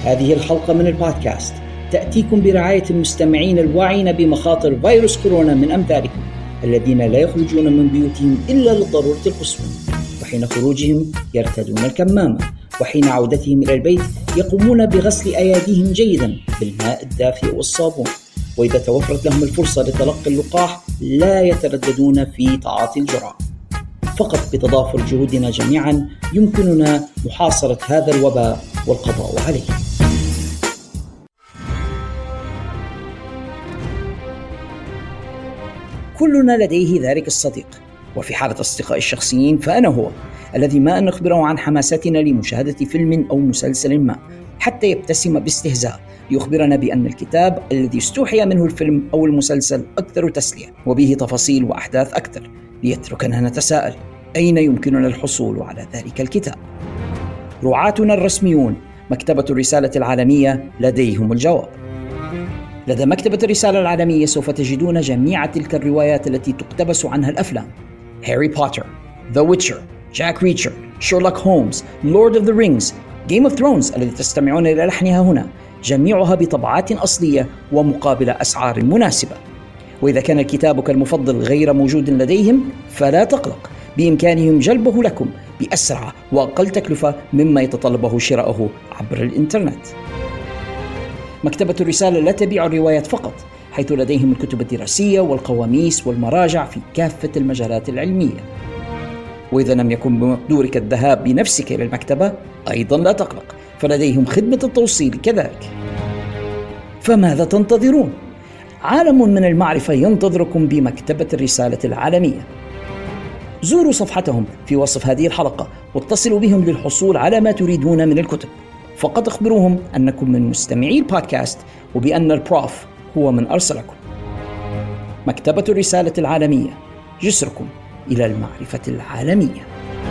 هذه الحلقة من البودكاست تأتيكم برعاية المستمعين الواعين بمخاطر فيروس كورونا من أمثالكم الذين لا يخرجون من بيوتهم إلا للضرورة القصوى، وحين خروجهم يرتدون الكمامة، وحين عودتهم إلى البيت يقومون بغسل أيديهم جيدا بالماء الدافئ والصابون، وإذا توفرت لهم الفرصة لتلقي اللقاح لا يترددون في تعاطي الجرعة. فقط بتضافر جهودنا جميعا يمكننا محاصرة هذا الوباء والقضاء عليه. كلنا لديه ذلك الصديق، وفي حالة أصدقائي الشخصيين فأنا هو الذي ما أن نخبره عن حماستنا لمشاهدة فيلم أو مسلسل ما حتى يبتسم باستهزاء ليخبرنا بأن الكتاب الذي استوحي منه الفيلم أو المسلسل أكثر تسلية وبه تفاصيل وأحداث أكثر، ليتركنا نتساءل أين يمكننا الحصول على ذلك الكتاب. رعاتنا الرسميون مكتبة الرسالة العالمية لديهم الجواب. لدى مكتبة الرسالة العالمية سوف تجدون جميع تلك الروايات التي تقتبس عنها الأفلام: هاري بوتر، ذا ويتشر، جاك ريتشر، شيرلوك هولمز، لورد اوف ذا رينجز، جيم اوف ثرونز الذي تستمعون إلى لحنها هنا، جميعها بطبعات أصلية ومقابل أسعار مناسبة. وإذا كان كتابك المفضل غير موجود لديهم فلا تقلق، بإمكانهم جلبه لكم بأسرع وأقل تكلفة مما يتطلبه شراؤه عبر الإنترنت. مكتبة الرسالة لا تبيع الروايات فقط، حيث لديهم الكتب الدراسية والقواميس والمراجع في كافة المجالات العلمية. وإذا لم يكن بمقدورك الذهاب بنفسك إلى المكتبة أيضا لا تقلق، فلديهم خدمة التوصيل كذلك. فماذا تنتظرون؟ عالم من المعرفة ينتظركم بمكتبة الرسالة العالمية. زوروا صفحتهم في وصف هذه الحلقة واتصلوا بهم للحصول على ما تريدون من الكتب. فقط اخبروهم أنكم من مستمعي البودكاست وبأن البروف هو من أرسلكم. مكتبة الرسالة العالمية، جسركم إلى المعرفة العالمية.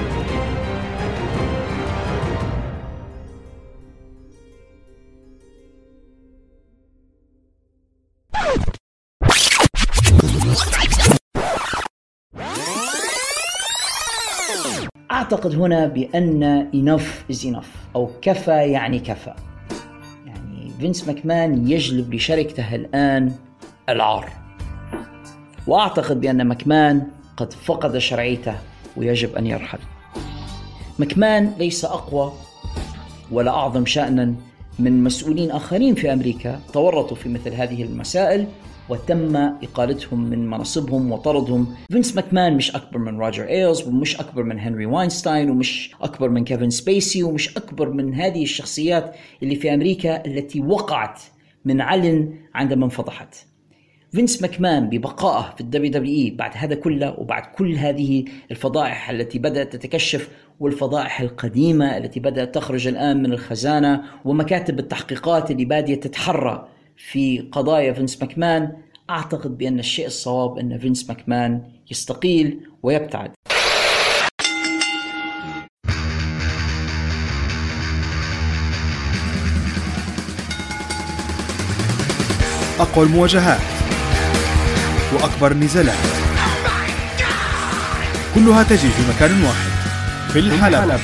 أعتقد هنا بأن enough is enough، أو كفى يعني كفى. يعني فينس ماكمان يجلب لشركته الآن العار، وأعتقد بأن ماكمان قد فقد شرعيته ويجب أن يرحل. ماكمان ليس أقوى ولا أعظم شأنا من مسؤولين آخرين في أمريكا تورطوا في مثل هذه المسائل وتم إقالتهم من مناصبهم وطردهم. فينس ماكمان مش أكبر من روجر إيلز، ومش أكبر من هنري واينستاين، ومش أكبر من كيفن سبيسي، ومش أكبر من هذه الشخصيات اللي في أمريكا التي وقعت من علن عندما انفضحت. فينس ماكمان ببقائه في WWE بعد هذا كله وبعد كل هذه الفضائح التي بدأت تتكشف، والفضائح القديمة التي بدأت تخرج الآن من الخزانة، ومكاتب التحقيقات اللي بادية تتحرى في قضايا فينس ماكمان، أعتقد بأن الشيء الصواب أن فينس ماكمان يستقيل ويبتعد. أقوى المواجهات وأكبر النزالات كلها تجري في مكان واحد، في الحلبة.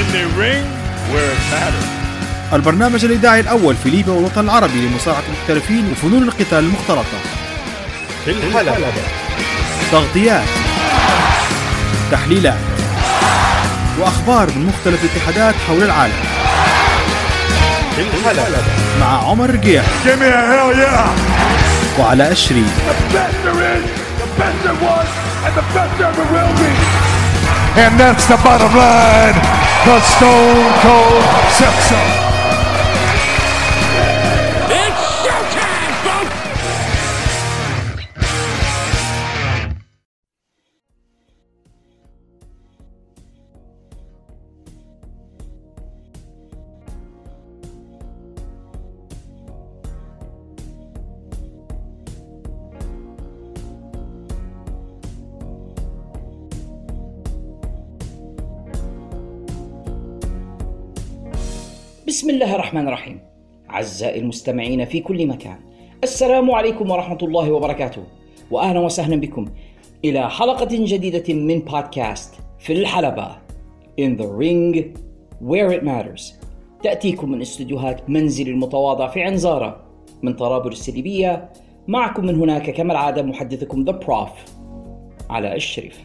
البرنامج الإذاعي الأول في ليبيا والوطن العربي لمصارعة المحترفين وفنون القتال المختلطة. في الحلبة تغطيات، تحليلات، وأخبار من مختلف الاتحادات حول العالم. في الحلبة مع عمر رقيع وعلى أشري. And that's the bottom line, the Stone Cold Sepsis. It's showtime, folks! بسم الله الرحمن الرحيم. أعزائي المستمعين في كل مكان، السلام عليكم ورحمة الله وبركاته، وأهلا وسهلا بكم إلى حلقة جديدة من بودكاست في الحلبة In the Ring Where It Matters. تأتيكم من استديوهات منزلي المتواضع في عنزارة من طرابلس الليبية. معكم من هناك كما العادة محدثكم The Prof علاء الشريف.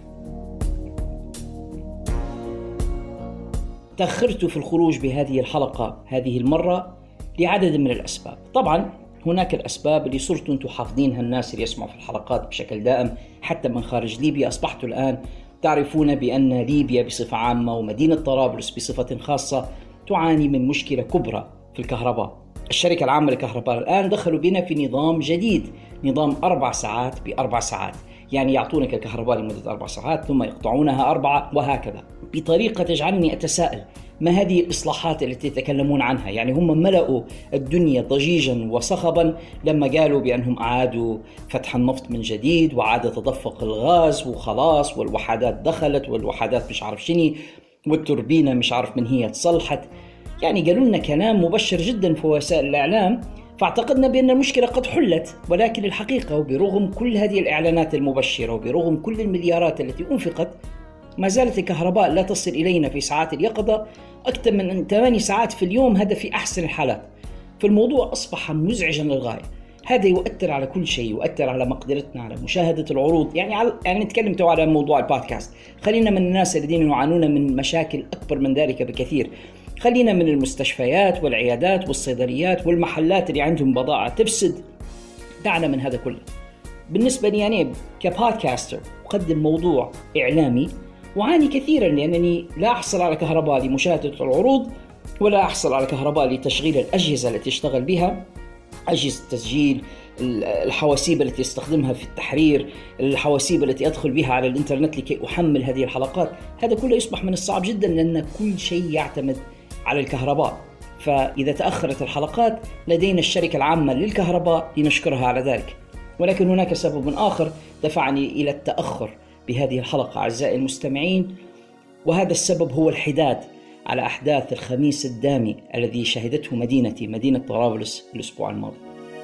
تأخرت في الخروج بهذه الحلقة هذه المرة لعدد من الأسباب. طبعا هناك الأسباب اللي صرتوا أنتم حافظينها، الناس اللي يسمعوا في الحلقات بشكل دائم حتى من خارج ليبيا. أصبحتوا الآن تعرفون بأن ليبيا بصفة عامة ومدينة طرابلس بصفة خاصة تعاني من مشكلة كبرى في الكهرباء. الشركة العامة للكهرباء الآن دخلوا بنا في نظام جديد، نظام 4 ساعات ب4 ساعات، يعني يعطونك الكهرباء لمدة 4 ساعات ثم يقطعونها 4 وهكذا، بطريقة تجعلني أتساءل ما هذه الإصلاحات التي يتكلمون عنها؟ يعني هم ملأوا الدنيا ضجيجا وصخبا لما قالوا بأنهم أعادوا فتح النفط من جديد وعاد تدفق الغاز وخلاص، والوحدات دخلت والوحدات مش عارف شني، والتوربينة مش عارف من هي تصلحت. يعني قالوا لنا كلام مبشر جدا في وسائل الإعلام، فاعتقدنا بأن المشكلة قد حلت. ولكن الحقيقة وبرغم كل هذه الإعلانات المبشرة وبرغم كل المليارات التي أنفقت، ما زالت الكهرباء لا تصل إلينا في ساعات اليقظة أكثر من 8 ساعات في اليوم، هذا في أحسن الحالات. فالموضوع أصبح مزعجا للغاية. هذا يؤثر على كل شيء، يؤثر على مقدرتنا على مشاهدة العروض. يعني نتكلم على موضوع البودكاست، خلينا من الناس الذين يعانون من مشاكل أكبر من ذلك بكثير، خلينا من المستشفيات والعيادات والصيدليات والمحلات اللي عندهم بضاعة تفسد، دعنا من هذا كله. بالنسبة لي يعني كبودكاستر أقدم موضوع إعلامي وعاني كثيرا، لأنني لا أحصل على كهرباء لمشاهدة العروض ولا أحصل على كهرباء لتشغيل الأجهزة التي اشتغل بها، أجهزة التسجيل، الحواسيب التي استخدمها في التحرير، الحواسيب التي أدخل بها على الإنترنت لكي أحمل هذه الحلقات. هذا كله يصبح من الصعب جدا لأن كل شيء يعتمد على الكهرباء. فإذا تأخرت الحلقات لدينا الشركة العامة للكهرباء لنشكرها على ذلك. ولكن هناك سبب آخر دفعني إلى التأخر بهذه الحلقة أعزائي المستمعين، وهذا السبب هو الحداد على أحداث الخميس الدامي الذي شهدته مدينة طرابلس الأسبوع الماضي.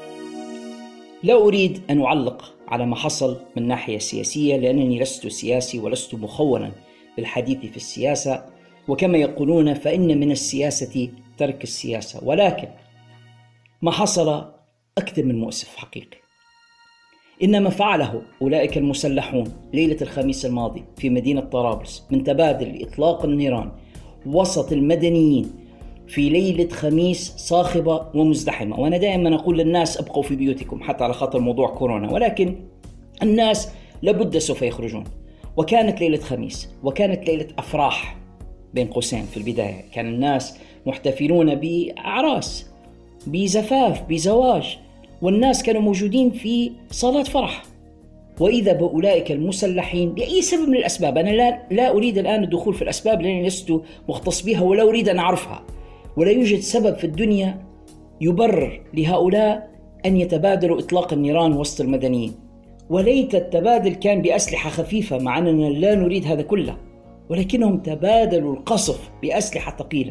لا أريد أن أعلق على ما حصل من ناحية سياسية، لأنني لست سياسي ولست مخونا بالحديث في السياسة، وكما يقولون فإن من السياسة ترك السياسة. ولكن ما حصل أكثر من مؤسف حقيقي. إن ما فعله أولئك المسلحون ليلة الخميس الماضي في مدينة طرابلس من تبادل لإطلاق النيران وسط المدنيين في ليلة خميس صاخبة ومزدحمة. وأنا دائما أقول للناس أبقوا في بيوتكم حتى على خاطر موضوع كورونا، ولكن الناس لابد سوف يخرجون. وكانت ليلة خميس وكانت ليلة أفراح بين قوسين. في البداية كان الناس محتفلون بأعراس، بزفاف، بزواج، والناس كانوا موجودين في صالات فرح. وإذا بأولئك المسلحين لأي سبب من الأسباب، أنا لا أريد الآن الدخول في الأسباب لأنني لست مختص بها ولا أريد أن أعرفها، ولا يوجد سبب في الدنيا يبرر لهؤلاء أن يتبادلوا إطلاق النيران وسط المدنيين. وليت التبادل كان بأسلحة خفيفة، مع أننا لا نريد هذا كله، ولكنهم تبادلوا القصف بأسلحة ثقيلة.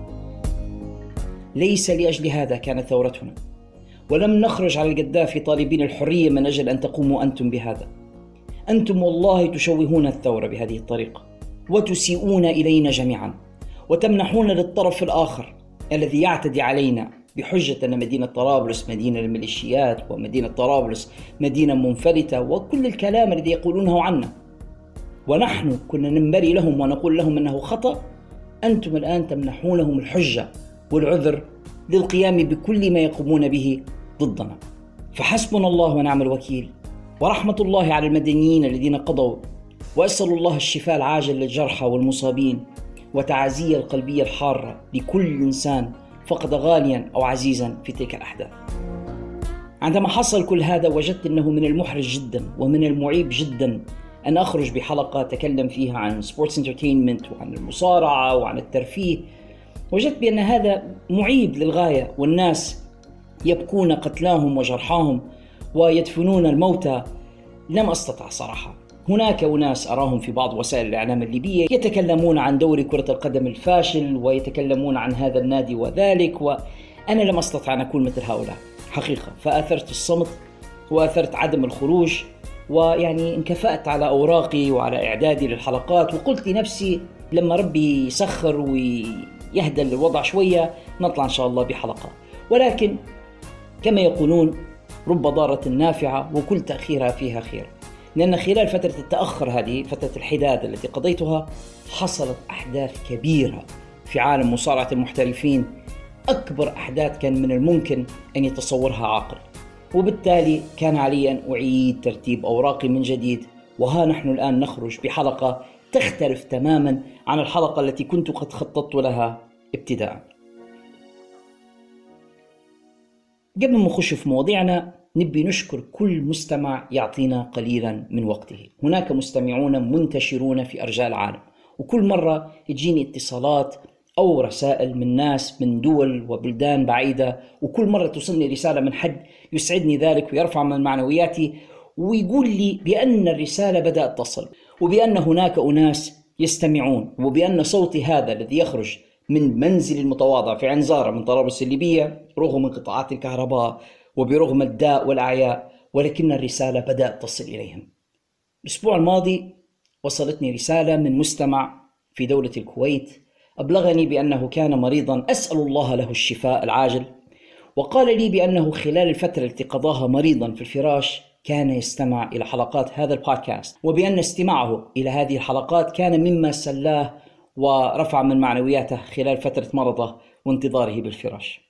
ليس لأجل هذا كانت ثورتنا، ولم نخرج على القذافي طالبين الحرية من أجل أن تقوموا أنتم بهذا. أنتم والله تشوهون الثورة بهذه الطريقة وتسيئون إلينا جميعا، وتمنحون للطرف الآخر الذي يعتدي علينا بحجة أن مدينة طرابلس مدينة للميليشيات ومدينة طرابلس مدينة منفلتة وكل الكلام الذي يقولونه عنا، ونحن كنا ننبري لهم ونقول لهم أنه خطأ. أنتم الآن تمنحونهم الحجة والعذر للقيام بكل ما يقومون به ضدنا. فحسبنا الله ونعم الوكيل، ورحمة الله على المدنيين الذين قضوا، وأسأل الله الشفاء العاجل للجرحى والمصابين، وتعازية القلبية الحارة لكل إنسان فقد غاليا أو عزيزا في تلك الأحداث. عندما حصل كل هذا وجدت أنه من المحرج جدا ومن المعيب جدا أن أخرج بحلقة أتكلم فيها عن سبورتس انترتينمنت وعن المصارعة وعن الترفيه. وجدت بأن هذا معيب للغاية، والناس يبكون قتلاهم وجرحاهم ويدفنون الموتى. لم أستطع صراحة. هناك أناس أراهم في بعض وسائل الإعلام الليبية يتكلمون عن دوري كرة القدم الفاشل ويتكلمون عن هذا النادي وذلك، وأنا لم أستطع أن أكون مثل هؤلاء حقيقة. فأثرت الصمت وأثرت عدم الخروج، ويعني انكفأت على أوراقي وعلى إعدادي للحلقات، وقلت لنفسي لما ربي يسخر يهدى الوضع شوية نطلع إن شاء الله بحلقة. ولكن كما يقولون رب ضارة نافعة وكل تأخيرها فيها خير، لأن خلال فترة التأخر هذه، فترة الحداد التي قضيتها، حصلت أحداث كبيرة في عالم مصارعة المحترفين، أكبر أحداث كان من الممكن أن يتصورها عاقل، وبالتالي كان علي أن أعيد ترتيب أوراقي من جديد. وها نحن الآن نخرج بحلقة تختلف تماما عن الحلقة التي كنت قد خططت لها ابتداء. قبل ما نخش في مواضيعنا نبي نشكر كل مستمع يعطينا قليلا من وقته. هناك مستمعون منتشرون في أرجاء العالم، وكل مرة تجيني اتصالات أو رسائل من ناس من دول وبلدان بعيدة، وكل مرة توصلني رسالة من حد يسعدني ذلك ويرفع من معنوياتي ويقول لي بأن الرسالة بدأت تصل، وبأن هناك أناس يستمعون، وبأن صوتي هذا الذي يخرج من منزل المتواضع في عنزارة من طرابلس الليبية رغم انقطاعات الكهرباء وبرغم الداء والأعياء، ولكن الرسالة بدأت تصل إليهم. الأسبوع الماضي وصلتني رسالة من مستمع في دولة الكويت أبلغني بأنه كان مريضا، أسأل الله له الشفاء العاجل، وقال لي بأنه خلال الفترة التي قضاها مريضا في الفراش كان يستمع إلى حلقات هذا البودكاست، وبأن استماعه إلى هذه الحلقات كان مما سلاه ورفع من معنوياته خلال فترة مرضه وانتظاره بالفراش.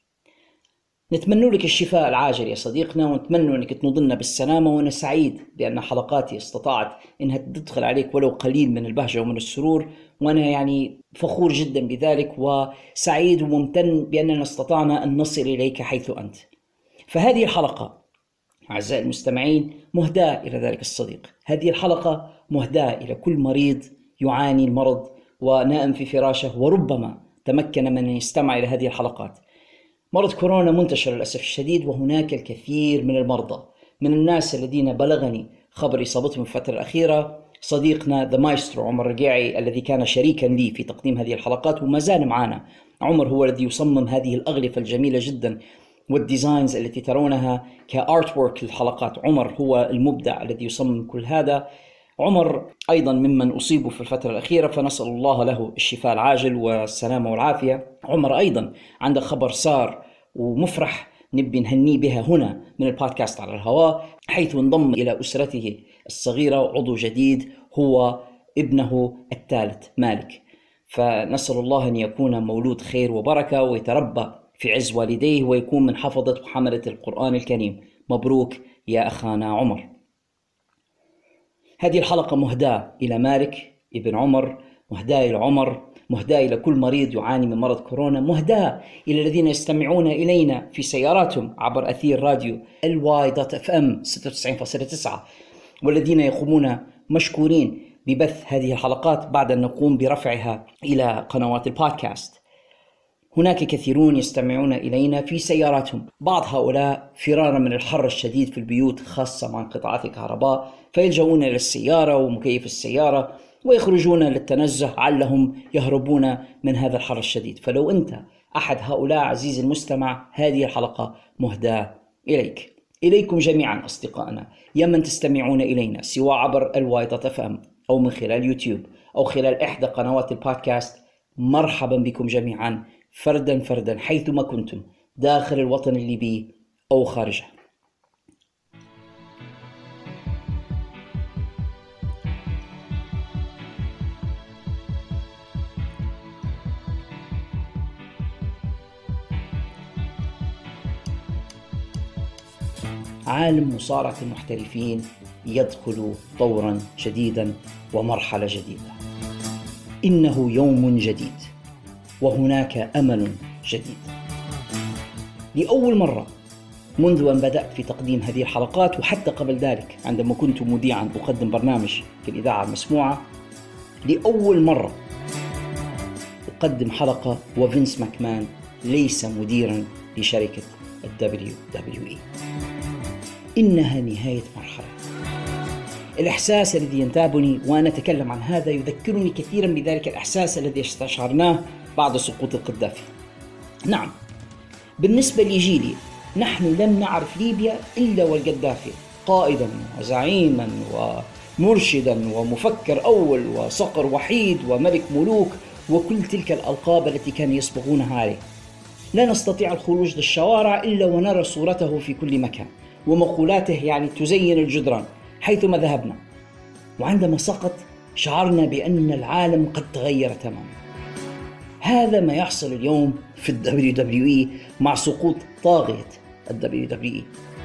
نتمنى لك الشفاء العاجل يا صديقنا، ونتمنى أنك تنضلنا بالسلامة، وأنا سعيد بأن حلقاتي استطاعت أنها تدخل عليك ولو قليل من البهجة ومن السرور، وأنا يعني فخور جدا بذلك وسعيد وممتن بأننا استطعنا أن نصل إليك حيث أنت. فهذه الحلقة أعزائي المستمعين مهداة إلى ذلك الصديق، هذه الحلقة مهداة إلى كل مريض يعاني المرض ونائم في فراشه وربما تمكن من أن يستمع إلى هذه الحلقات. مرض كورونا منتشر للأسف الشديد، وهناك الكثير من المرضى. من الناس الذين بلغني خبر إصابتهم في الفترة الأخيرة صديقنا ذا مايسترو عمر رقيعي الذي كان شريكا لي في تقديم هذه الحلقات وما زال معنا. عمر هو الذي يصمم هذه الأغلفة الجميلة جدا والديزاينز التي ترونها كارت وورك للحلقات. عمر هو المبدع الذي يصمم كل هذا. عمر أيضا ممن أصيبوا في الفترة الأخيرة، فنسأل الله له الشفاء العاجل والسلامة والعافية. عمر أيضا عنده خبر سار ومفرح نبي نهني بها هنا من البودكاست على الهواء، حيث انضم إلى أسرته الصغيرة عضو جديد هو ابنه الثالث مالك. فنسأل الله أن يكون مولود خير وبركة ويتربى في عز والديه ويكون من حفظة وحملة القرآن الكريم. مبروك يا أخانا عمر. هذه الحلقة مهداة إلى مالك ابن عمر، مهداة إلى عمر، مهداة إلى كل مريض يعاني من مرض كورونا، مهداة إلى الذين يستمعون إلينا في سياراتهم عبر أثير راديو LY.FM 96.9، والذين يقومون مشكورين ببث هذه الحلقات بعد أن نقوم برفعها إلى قنوات البودكاست. هناك كثيرون يستمعون إلينا في سياراتهم، بعض هؤلاء فرارا من الحر الشديد في البيوت خاصة مع انقطاعات الكهرباء فيلجؤون إلى السيارة ومكيف السيارة ويخرجون للتنزه علهم يهربون من هذا الحر الشديد. فلو أنت أحد هؤلاء عزيزي المستمع، هذه الحلقة مهداة إليك. إليكم جميعا أصدقائنا يا من تستمعون إلينا سواء عبر LY.FM أو من خلال يوتيوب أو خلال إحدى قنوات البودكاست، مرحبا بكم جميعا فردا فردا حيثما كنتم داخل الوطن الليبي أو خارجه. عالم مصارعة المحترفين يدخل طورا جديدا ومرحلة جديدة. إنه يوم جديد وهناك أمل جديد. لأول مرة منذ أن بدأت في تقديم هذه الحلقات، وحتى قبل ذلك عندما كنت مذيعا أقدم برنامج في الإذاعة المسموعة، لأول مرة أقدم حلقة وفينس ماكمان ليس مديرا لشركة WWE. إنها نهاية مرحلة. الإحساس الذي ينتابني وأنا أتكلم عن هذا يذكرني كثيرا بذلك الإحساس الذي استشعرناه بعد سقوط القذافي. نعم، بالنسبة لجيلي نحن لم نعرف ليبيا إلا والقذافي قائدا وزعيما ومرشدا ومفكر أول وصقر وحيد وملك ملوك وكل تلك الألقاب التي كانوا يصبغونها عليه. لا نستطيع الخروج للشوارع إلا ونرى صورته في كل مكان، ومقولاته يعني تزين الجدران حيثما ذهبنا. وعندما سقط شعرنا بأن العالم قد تغير تماما. هذا ما يحصل اليوم في WWE مع سقوط طاغية WWE.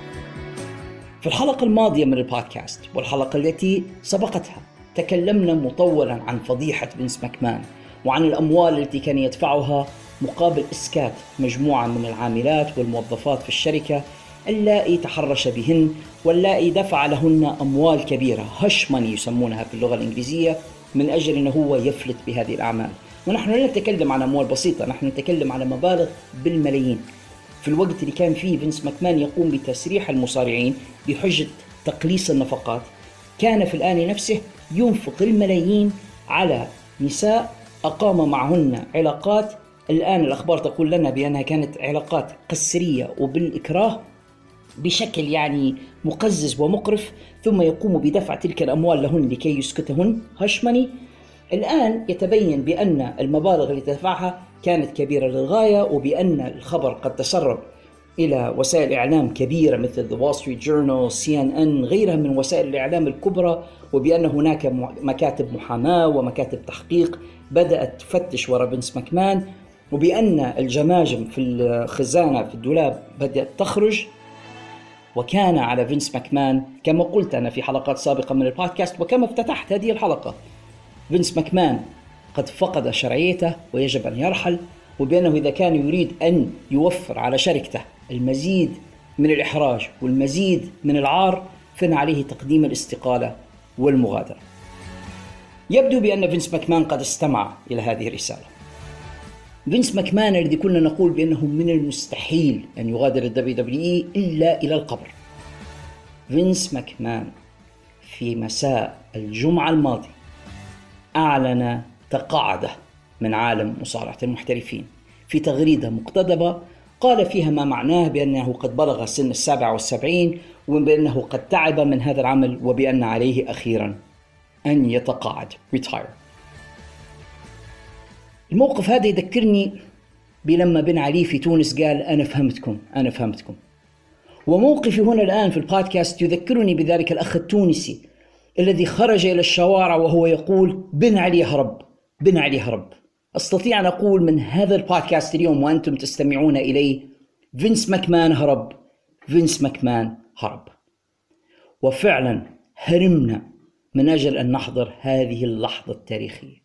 في الحلقة الماضية من البودكاست والحلقة التي سبقتها تكلمنا مطولا عن فضيحة فينس ماكمان، وعن الأموال التي كان يدفعها مقابل إسكات مجموعة من العاملات والموظفات في الشركة اللائي تحرش بهن واللائي دفع لهن أموال كبيرة، هش ماني يسمونها في اللغة الإنجليزية، من أجل أنه هو يفلت بهذه الأعمال. ونحن لا نتكلم عن أموال بسيطة، نحن نتكلم على مبالغ بالملايين. في الوقت اللي كان فيه فينس ماكمان يقوم بتسريح المصارعين بحجة تقليص النفقات، كان في الآن نفسه ينفق الملايين على نساء أقام معهن علاقات. الآن الأخبار تقول لنا بأنها كانت علاقات قسرية وبالإكراه بشكل يعني مقزز ومقرف، ثم يقوم بدفع تلك الأموال لهن لكي يسكتهن، هشمني. الآن يتبين بأن المبالغ التي دفعها كانت كبيرة للغاية، وبأن الخبر قد تسرب إلى وسائل إعلام كبيرة مثل The Wall Street Journal، CNN، غيرها من وسائل الإعلام الكبرى، وبأن هناك مكاتب محاماة ومكاتب تحقيق بدأت تفتش وراء فينس ماكمان، وبأن الجماجم في الخزانة في الدولاب بدأت تخرج. وكان على فينس ماكمان كما قلت أنا في حلقات سابقة من البودكاست وكما افتتحت هذه الحلقة، فينس ماكمان قد فقد شرعيته ويجب أن يرحل، وبأنه إذا كان يريد أن يوفر على شركته المزيد من الإحراج والمزيد من العار فإن عليه تقديم الاستقالة والمغادرة. يبدو بأن فينس ماكمان قد استمع إلى هذه الرسالة. فينس ماكمان الذي كنا نقول بأنه من المستحيل أن يغادر WWE إلا إلى القبر. فينس ماكمان في مساء الجمعة الماضي أعلن تقاعده من عالم مصارعة المحترفين في تغريدة مقتضبة قال فيها ما معناه بأنه قد بلغ سن 77 وبأنه قد تعب من هذا العمل، وبأن عليه أخيرا أن يتقاعد retire. الموقف هذا يذكرني بلما بن علي في تونس قال أنا فهمتكم. وموقفي هنا الآن في البودكاست يذكرني بذلك الأخ التونسي الذي خرج إلى الشوارع وهو يقول بن علي هرب. أستطيع أن أقول من هذا البودكاست اليوم وأنتم تستمعون إليه: فينس ماكمان هرب. وفعلا هرمنا من أجل أن نحضر هذه اللحظة التاريخية.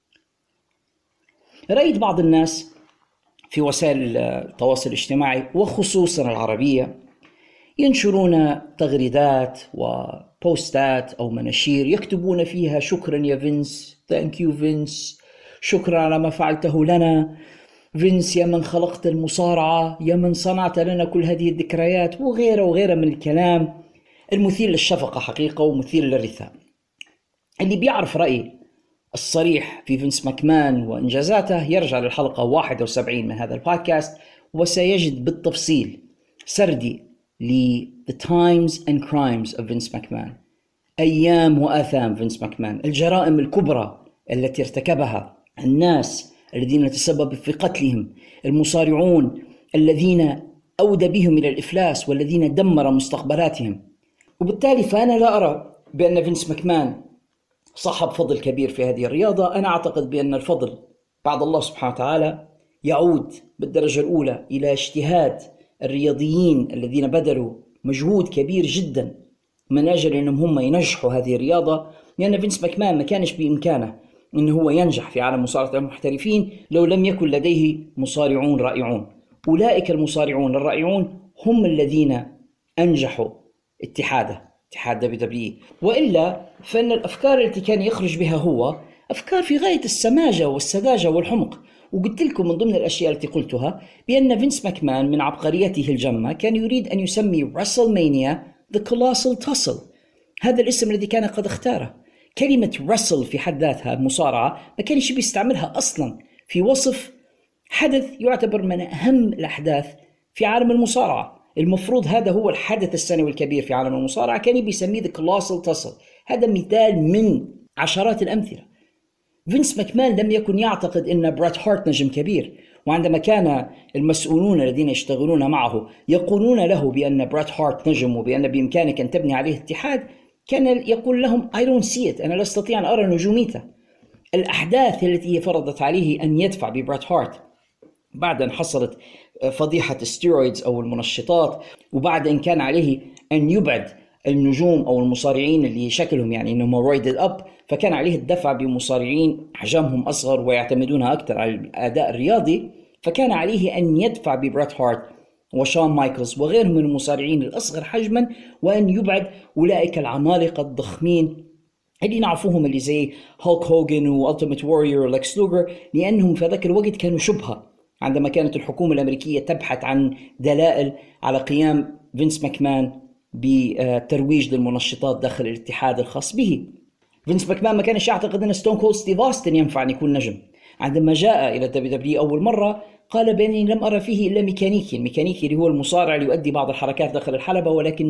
رأيت بعض الناس في وسائل التواصل الاجتماعي وخصوصا العربية ينشرون تغريدات وبوستات أو مناشير يكتبون فيها شكرا يا فينس، thank you فينس، شكرا على ما فعلته لنا فينس، يا من خلقت المصارعة، يا من صنعت لنا كل هذه الذكريات، وغيره من الكلام المثير للشفقة حقيقة ومثير للرثاء. اللي بيعرف رأيي الصريح في فينس ماكمان وإنجازاته يرجع للحلقة 71 من هذا البودكاست، وسيجد بالتفصيل سردي The Times and Crimes of Vince McMahon، أيام وآثام فينس ماكمان، الجرائم الكبرى التي ارتكبها، الناس الذين تسبب في قتلهم، المصارعون الذين أودى بهم إلى الإفلاس والذين دمر مستقبلاتهم. وبالتالي فأنا لا أرى بأن فينس ماكمان صاحب فضل كبير في هذه الرياضة. أنا أعتقد بأن الفضل بعد الله سبحانه وتعالى يعود بالدرجة الأولى إلى اجتهاد الرياضيين الذين بذلوا مجهود كبير جدا من أجل أنهم هم ينجحوا هذه الرياضة، لأن فينس ماكمان ما كانش بإمكانه أنه هو ينجح في عالم مصارعة المحترفين لو لم يكن لديه مصارعون رائعون. أولئك المصارعون الرائعون هم الذين أنجحوا اتحاد WWE، وإلا فإن الأفكار التي كان يخرج بها هو أفكار في غاية السماجة والسذاجة والحمق. وقلت لكم من ضمن الأشياء التي قلتها بأن فينس ماكمان من عبقريته الجمة كان يريد أن يسمي راسلمانيا The Colossal Tussle، هذا الاسم الذي كان قد اختاره. كلمة راسل في حد ذاتها المصارعة ما كانش بيستعملها أصلا في وصف حدث يعتبر من أهم الأحداث في عالم المصارعة. المفروض هذا هو الحدث السنوي الكبير في عالم المصارعة، كان بيسميه The Colossal Tussle. هذا مثال من عشرات الأمثلة. فينس ماكمان لم يكن يعتقد أن بريت هارت نجم كبير، وعندما كان المسؤولون الذين يشتغلون معه يقولون له بأن بريت هارت نجم وبأن بإمكانك أن تبني عليه اتحاد، كان يقول لهم I don't see it، أنا لا أستطيع أن أرى نجوميته. الأحداث التي فرضت عليه أن يدفع ببريت هارت بعد أن حصلت فضيحة الستيرويدز أو المنشطات، وبعد أن كان عليه أن يبعد النجوم أو المصارعين اللي شكلهم يعني إنهم رويدد أب، فكان عليه الدفع بمصارعين أحجامهم أصغر ويعتمدونها أكثر على الأداء الرياضي، فكان عليه أن يدفع ببريت هارت وشون مايكلز وغيرهم من المصارعين الأصغر حجما، وأن يبعد أولئك العمالقة الضخمين اللي نعرفوهم اللي زي هولك هوغن وألتيميت وورير ولكس لوغر، لأنهم في ذاك الوقت كانوا شبهة عندما كانت الحكومة الأمريكية تبحث عن دلائل على قيام فينس ماكمان بترويج للمنشطات داخل الاتحاد الخاص به. فينس ماكمان ما كانش يعتقد أن ستون كولد ستيف أوستن ينفع أن يكون نجم. عندما جاء إلى WWE أول مرة قال بأني لم أرى فيه إلا الميكانيكي اللي هو المصارع اللي يؤدي بعض الحركات داخل الحلبة، ولكن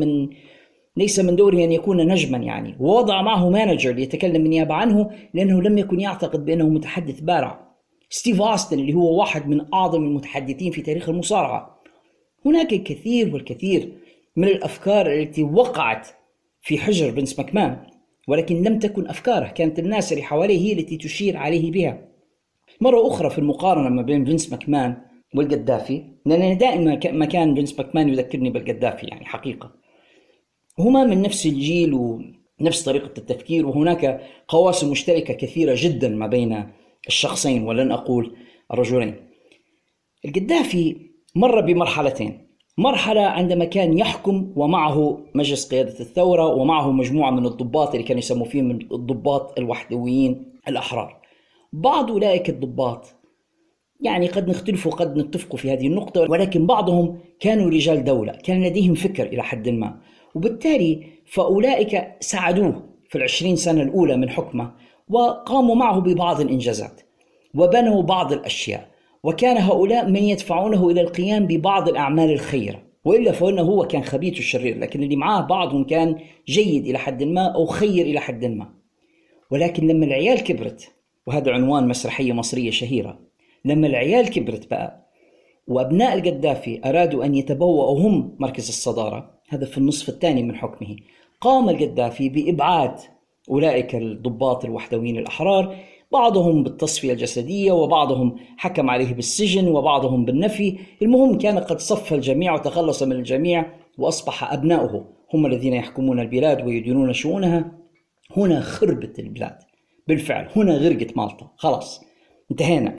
ليس من دوره أن يكون نجما يعني. ووضع معه مانجر ليتكلم بالنيابة عنه لأنه لم يكن يعتقد بأنه متحدث بارع. ستيف أوستن اللي هو واحد من أعظم المتحدثين في تاريخ المصارعة. هناك الكثير والكثير من الأفكار التي وقعت في حجر فينس ماكمان، ولكن لم تكن أفكاره، كانت الناس اللي حواليه هي التي تشير عليه بها. مرة أخرى في المقارنة ما بين فينس ماكمان والقدافي، لأن دائما ما كان فينس ماكمان يذكرني بالقدافي يعني حقيقة، هما من نفس الجيل ونفس طريقة التفكير، وهناك قواسم مشتركة كثيرة جدا ما بين الشخصين ولن أقول الرجلين. القدافي مر بمرحلتين، مرحلة عندما كان يحكم ومعه مجلس قيادة الثورة ومعه مجموعة من الضباط اللي كانوا يسموا فيهم الضباط الوحدويين الأحرار. بعض أولئك الضباط يعني قد نختلف وقد نتفق في هذه النقطة، ولكن بعضهم كانوا رجال دولة، كان لديهم فكر إلى حد ما، وبالتالي فأولئك ساعدوه في 20 سنة الأولى من حكمه وقاموا معه ببعض الإنجازات وبنوا بعض الأشياء، وكان هؤلاء من يدفعونه إلى القيام ببعض الأعمال الخيرة، وإلا فإنه هو كان خبيث الشرير، لكن اللي معاه بعضهم كان جيد إلى حد ما أو خير إلى حد ما. ولكن لما العيال كبرت، وهذا عنوان مسرحية مصرية شهيرة، لما العيال كبرت بقى وأبناء القدافي أرادوا أن يتبوأوا هم مركز الصدارة، هذا في النصف الثاني من حكمه، قام القدافي بإبعاد أولئك الضباط الوحدويين الأحرار، بعضهم بالتصفية الجسدية وبعضهم حكم عليه بالسجن وبعضهم بالنفي. المهم كان قد صف الجميع وتخلص من الجميع، وأصبح أبناؤه هم الذين يحكمون البلاد ويديرون شؤونها. هنا خربت البلاد بالفعل، هنا غرقت مالطا، خلاص انتهينا.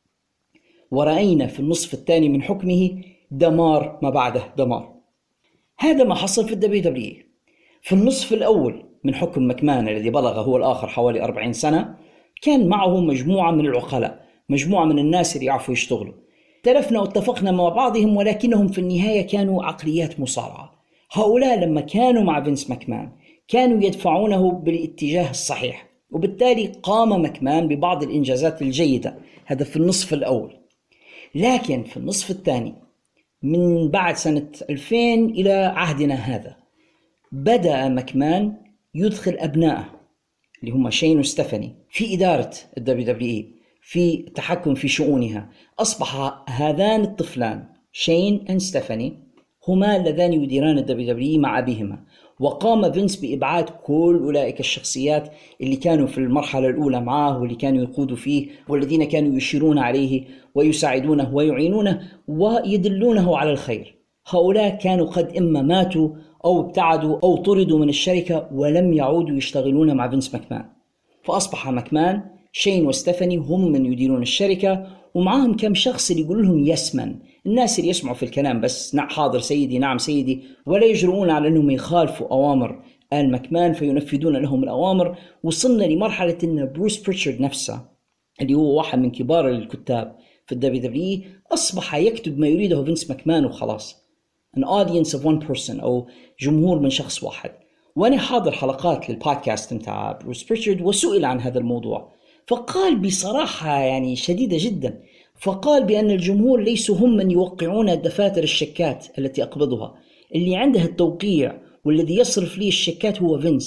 ورأينا في النصف الثاني من حكمه دمار ما بعده دمار. هذا ما حصل في WWE. في النصف الأول من حكم ماكمان الذي بلغ هو الآخر حوالي 40 سنة، كان معه مجموعة من العقلاء، مجموعة من الناس اللي يعرفوا يشتغلوا. اختلفنا واتفقنا مع بعضهم، ولكنهم في النهاية كانوا عقليات مصارعة. هؤلاء لما كانوا مع فينس ماكمان كانوا يدفعونه بالاتجاه الصحيح، وبالتالي قام ماكمان ببعض الإنجازات الجيدة. هذا في النصف الأول. لكن في النصف الثاني من بعد سنة 2000 إلى عهدنا هذا، بدأ ماكمان يدخل أبنائه اللي هم شين وستيفاني في إدارة WWE، في التحكم في شؤونها. أصبح هذان الطفلان شين وستيفاني هما اللذان يديران WWE مع أبيهما. وقام فينس بإبعاد كل أولئك الشخصيات اللي كانوا في المرحلة الأولى معه واللي كانوا يقودوا فيه والذين كانوا يشيرون عليه ويساعدونه ويعينونه ويدلونه على الخير. هؤلاء كانوا قد إما ماتوا أو ابتعدوا أو طردوا من الشركة ولم يعودوا يشتغلون مع فينس ماكمان. فأصبح ماكمان، شين وستيفاني هم من يديرون الشركة، ومعهم كم شخص اللي يقول لهم يسمن، الناس اللي يسمعوا في الكلام بس حاضر سيدي نعم سيدي، ولا يجرؤون على أنهم يخالفوا أوامر آل ماكمان فينفذون لهم الأوامر. وصلنا لمرحلة أن بروس بريتشارد نفسه اللي هو واحد من كبار الكتاب في WWE أصبح يكتب ما يريده فينس ماكمان وخلاص. an audience of one person أو جمهور من شخص واحد. وأنا حاضر حلقات للبودكاست متاع بروس بريتشارد وسئل عن هذا الموضوع، فقال بصراحة يعني شديدة جدا، فقال بأن الجمهور ليسوا هم من يوقعون دفاتر الشيكات التي أقبضها، اللي عنده التوقيع والذي يصرف لي الشيكات هو فينس،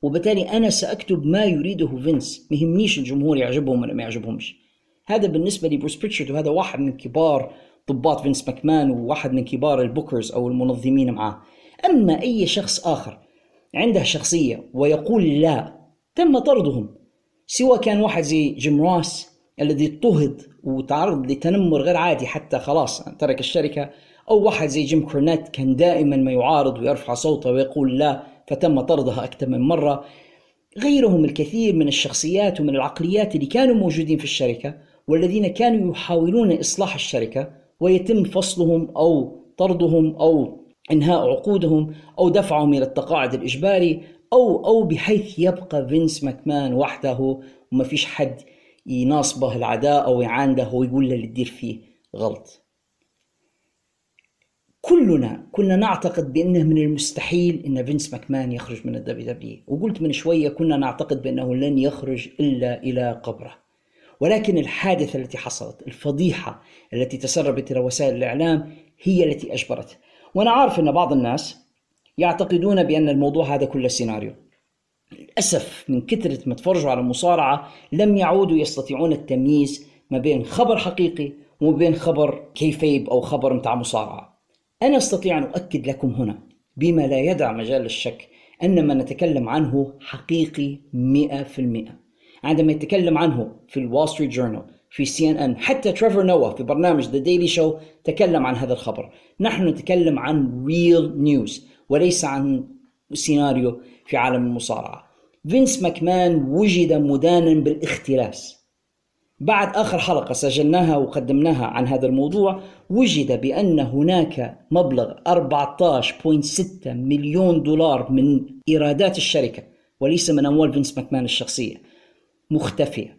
وبالتالي أنا سأكتب ما يريده فينس، مهمنيش الجمهور يعجبهم ولا ما يعجبهمش. هذا بالنسبة لبروس بريتشارد، وهذا واحد من كبار ضباط فينس ماكمان وواحد من كبار البوكرز أو المنظمين معه. أما أي شخص آخر عنده شخصية ويقول لا، تم طردهم، سواء كان واحد زي جيم روس الذي اضطهد وتعرض لتنمر غير عادي حتى خلاص ترك الشركة، أو واحد زي جيم كورنيت كان دائما ما يعارض ويرفع صوته ويقول لا فتم طردها أكثر من مرة. غيرهم الكثير من الشخصيات ومن العقليات اللي كانوا موجودين في الشركة والذين كانوا يحاولون إصلاح الشركة ويتم فصلهم أو طردهم أو إنهاء عقودهم أو دفعهم إلى التقاعد الإجباري أو بحيث يبقى فينس ماكمان وحده وما فيش حد يناصبه العداء أو يعانده ويقول له اللي تدير فيه غلط. كلنا كنا نعتقد بأنه من المستحيل أن فينس ماكمان يخرج من الWWE، وقلت من شوية كنا نعتقد بأنه لن يخرج إلا إلى قبره. ولكن الحادثة التي حصلت، الفضيحة التي تسربت إلى وسائل الإعلام هي التي أجبرته. وأنا عارف أن بعض الناس يعتقدون بأن الموضوع هذا كله سيناريو. للأسف من كثرة ما تفرجوا على المصارعة لم يعودوا يستطيعون التمييز ما بين خبر حقيقي وما بين خبر كيفيب أو خبر متاع مصارعة. أنا أستطيع أن أؤكد لكم هنا بما لا يدع مجال للشك أن ما نتكلم عنه حقيقي 100%. عندما يتكلم عنه في الوول ستريت جورنال، في CNN، حتى تريفر نوا في برنامج The Daily Show تكلم عن هذا الخبر. نحن نتكلم عن real news وليس عن سيناريو في عالم المصارعة. فينس ماكمان وجد مدانا بالاختلاس. بعد آخر حلقة سجلناها وقدمناها عن هذا الموضوع وجد بأن هناك مبلغ 14.6 مليون دولار من إيرادات الشركة وليس من أموال فينس ماكمان الشخصية مختفية.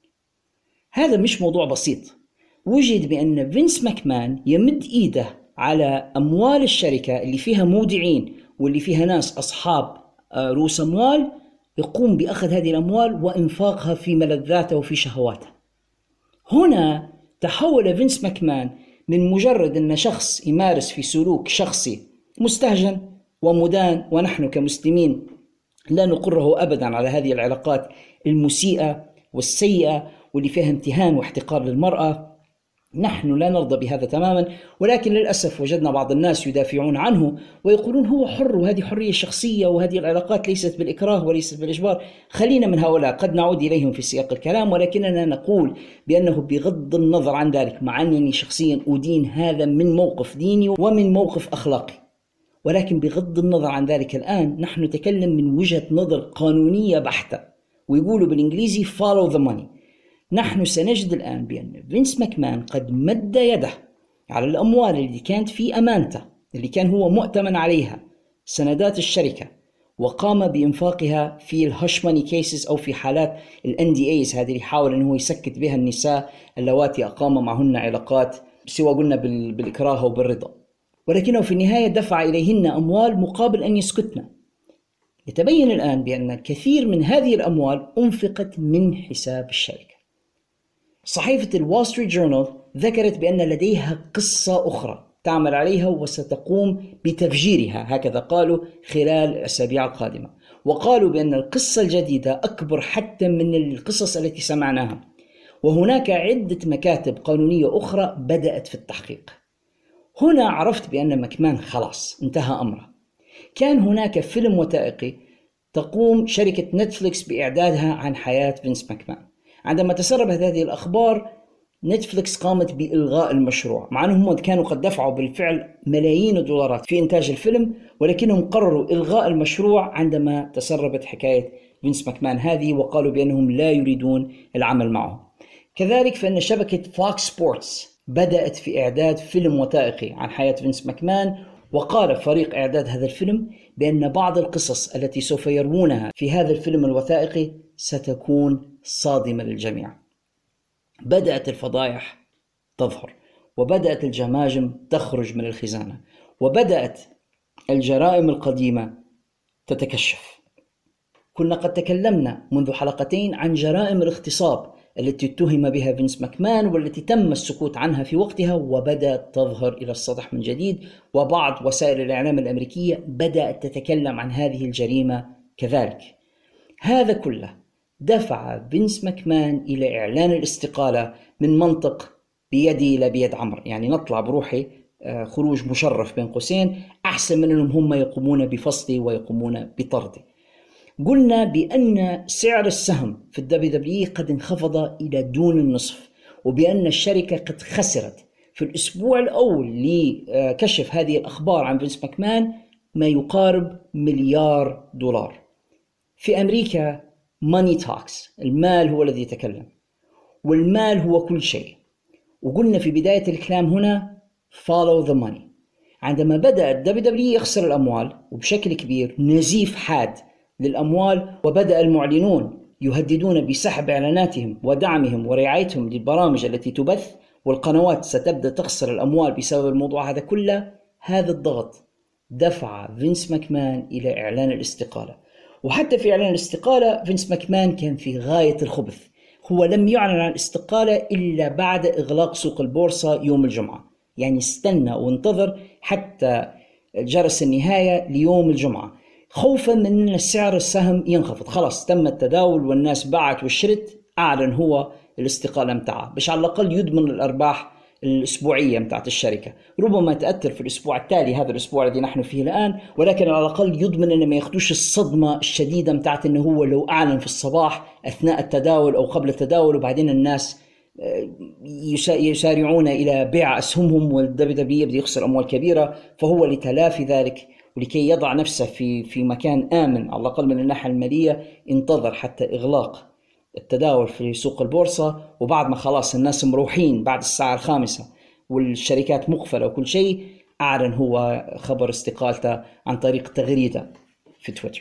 هذا مش موضوع بسيط. وجد بأن فينس ماكمان يمد إيده على أموال الشركة اللي فيها مودعين واللي فيها ناس أصحاب رؤوس أموال، يقوم بأخذ هذه الأموال وإنفاقها في ملذاته وفي شهواته. هنا تحول فينس ماكمان من مجرد أن شخص يمارس في سلوك شخصي مستهجن ومدان، ونحن كمسلمين لا نقره أبدا على هذه العلاقات المسيئة والسيئة واللي فيها امتهان واحتقار للمرأة، نحن لا نرضى بهذا تماما. ولكن للأسف وجدنا بعض الناس يدافعون عنه ويقولون هو حر وهذه حرية شخصية وهذه العلاقات ليست بالإكراه وليست بالإجبار. خلينا من هؤلاء، قد نعود إليهم في سياق الكلام، ولكننا نقول بأنه بغض النظر عن ذلك، مع أنني شخصيا أدين هذا من موقف ديني ومن موقف أخلاقي، ولكن بغض النظر عن ذلك الآن نحن نتكلم من وجهة نظر قانونية بحتة، ويقولوا بالإنجليزي follow the money. نحن سنجد الآن بأن فينس ماكمان قد مد يده على الأموال اللي كانت في أمانته، اللي كان هو مؤتمن عليها، سندات الشركة، وقام بإنفاقها في الهش ماني كيسز أو في حالات NDAs، هذه اللي يحاول أنه يسكت بها النساء اللواتي أقام معهن علاقات سواء قلنا بالإكراه أو بالرضا، ولكنه في النهاية دفع إليهن أموال مقابل أن يسكتن. يتبين الآن بأن الكثير من هذه الأموال أنفقت من حساب الشركة. صحيفة الوول ستريت جورنال ذكرت بأن لديها قصة أخرى تعمل عليها وستقوم بتفجيرها، هكذا قالوا، خلال الأسابيع القادمة. وقالوا بأن القصة الجديدة أكبر حتى من القصص التي سمعناها، وهناك عدة مكاتب قانونية أخرى بدأت في التحقيق. هنا عرفت بأن ماكمان خلاص انتهى أمره. كان هناك فيلم وثائقي تقوم شركة نتفليكس بإعدادها عن حياة فينس ماكمان. عندما تسربت هذه الأخبار نتفليكس قامت بإلغاء المشروع، مع أنهم كانوا قد دفعوا بالفعل ملايين الدولارات في إنتاج الفيلم، ولكنهم قرروا إلغاء المشروع عندما تسربت حكاية فينس ماكمان هذه، وقالوا بأنهم لا يريدون العمل معه. كذلك فإن شبكة فوكس سبورتس بدأت في إعداد فيلم وثائقي عن حياة فينس ماكمان، وقال فريق إعداد هذا الفيلم بأن بعض القصص التي سوف يروونها في هذا الفيلم الوثائقي ستكون صادمة للجميع. بدأت الفضايح تظهر، وبدأت الجماجم تخرج من الخزانة، وبدأت الجرائم القديمة تتكشف. كنا قد تكلمنا منذ حلقتين عن جرائم الاغتصاب التي اتهم بها فينس ماكمان والتي تم السكوت عنها في وقتها، وبدأت تظهر إلى السطح من جديد، وبعض وسائل الإعلام الأمريكية بدأت تتكلم عن هذه الجريمة كذلك. هذا كله دفع فينس ماكمان إلى إعلان الاستقالة من منطق بيدي إلى بيد عمرو، يعني نطلع بروحي خروج مشرف بين قوسين أحسن من أنهم هم يقومون بفصلي ويقومون بطردي. قلنا بأن سعر السهم في الWWE قد انخفض إلى دون النصف، وبأن الشركة قد خسرت في الأسبوع الأول لكشف هذه الأخبار عن فينس ماكمان ما يقارب $1 مليار. في أمريكا money talks، المال هو الذي يتكلم، والمال هو كل شيء. وقلنا في بداية الكلام هنا follow the money. عندما بدأ WWE يخسر الأموال وبشكل كبير، نزيف حاد للأموال، وبدأ المعلنون يهددون بسحب إعلاناتهم ودعمهم ورعايتهم للبرامج التي تبث، والقنوات ستبدأ تخسر الأموال بسبب الموضوع هذا كله. هذا الضغط دفع فينس ماكمان إلى إعلان الاستقالة. وحتى في إعلان الاستقالة فينس ماكمان كان في غاية الخبث. هو لم يعلن عن الاستقالة إلا بعد إغلاق سوق البورصة يوم الجمعة، يعني استنى وانتظر حتى جرس النهاية ليوم الجمعة، خوفا من أن سعر السهم ينخفض. خلاص تم التداول والناس باعت وشرت، أعلن هو الاستقالة متاعه باش على الأقل يضمن الأرباح الأسبوعية متاعت الشركة. ربما تأثر في الأسبوع التالي، هذا الأسبوع الذي نحن فيه الآن، ولكن على الأقل يضمن أن ما ياخدوش الصدمة الشديدة متاعت أنه هو لو أعلن في الصباح أثناء التداول أو قبل التداول وبعدين الناس يسارعون إلى بيع أسهمهم والWWE يبدأ يخسر أموال كبيرة. فهو لتلافي ذلك ولكي يضع نفسه في مكان آمن على الأقل من الناحية المالية، انتظر حتى إغلاق التداول في سوق البورصة، وبعد ما خلاص الناس مروحين بعد الساعة 5 والشركات مقفلة وكل شيء، أعلن هو خبر استقالته عن طريق تغريدة في تويتر.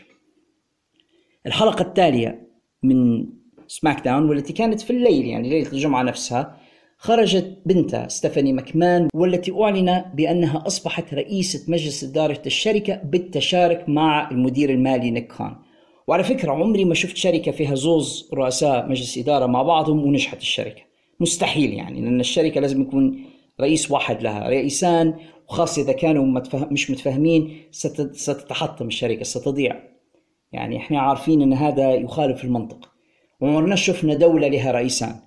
الحلقة التالية من سماك داون والتي كانت في الليل، يعني ليلة الجمعة نفسها، خرجت بنت ستيفاني ماكمان، والتي أعلن بأنها أصبحت رئيسة مجلس إدارة الشركة بالتشارك مع المدير المالي نيك كان. وعلى فكرة عمري ما شفت شركة فيها زوز رؤساء مجلس إدارة مع بعضهم ونجحت الشركة، مستحيل يعني، لأن الشركة لازم يكون رئيس واحد لها، رئيسان، وخاصة إذا كانوا مش متفاهمين ستتحطم الشركة، ستضيع. يعني إحنا عارفين أن هذا يخالف المنطق، ومرنا شفنا دولة لها رئيسان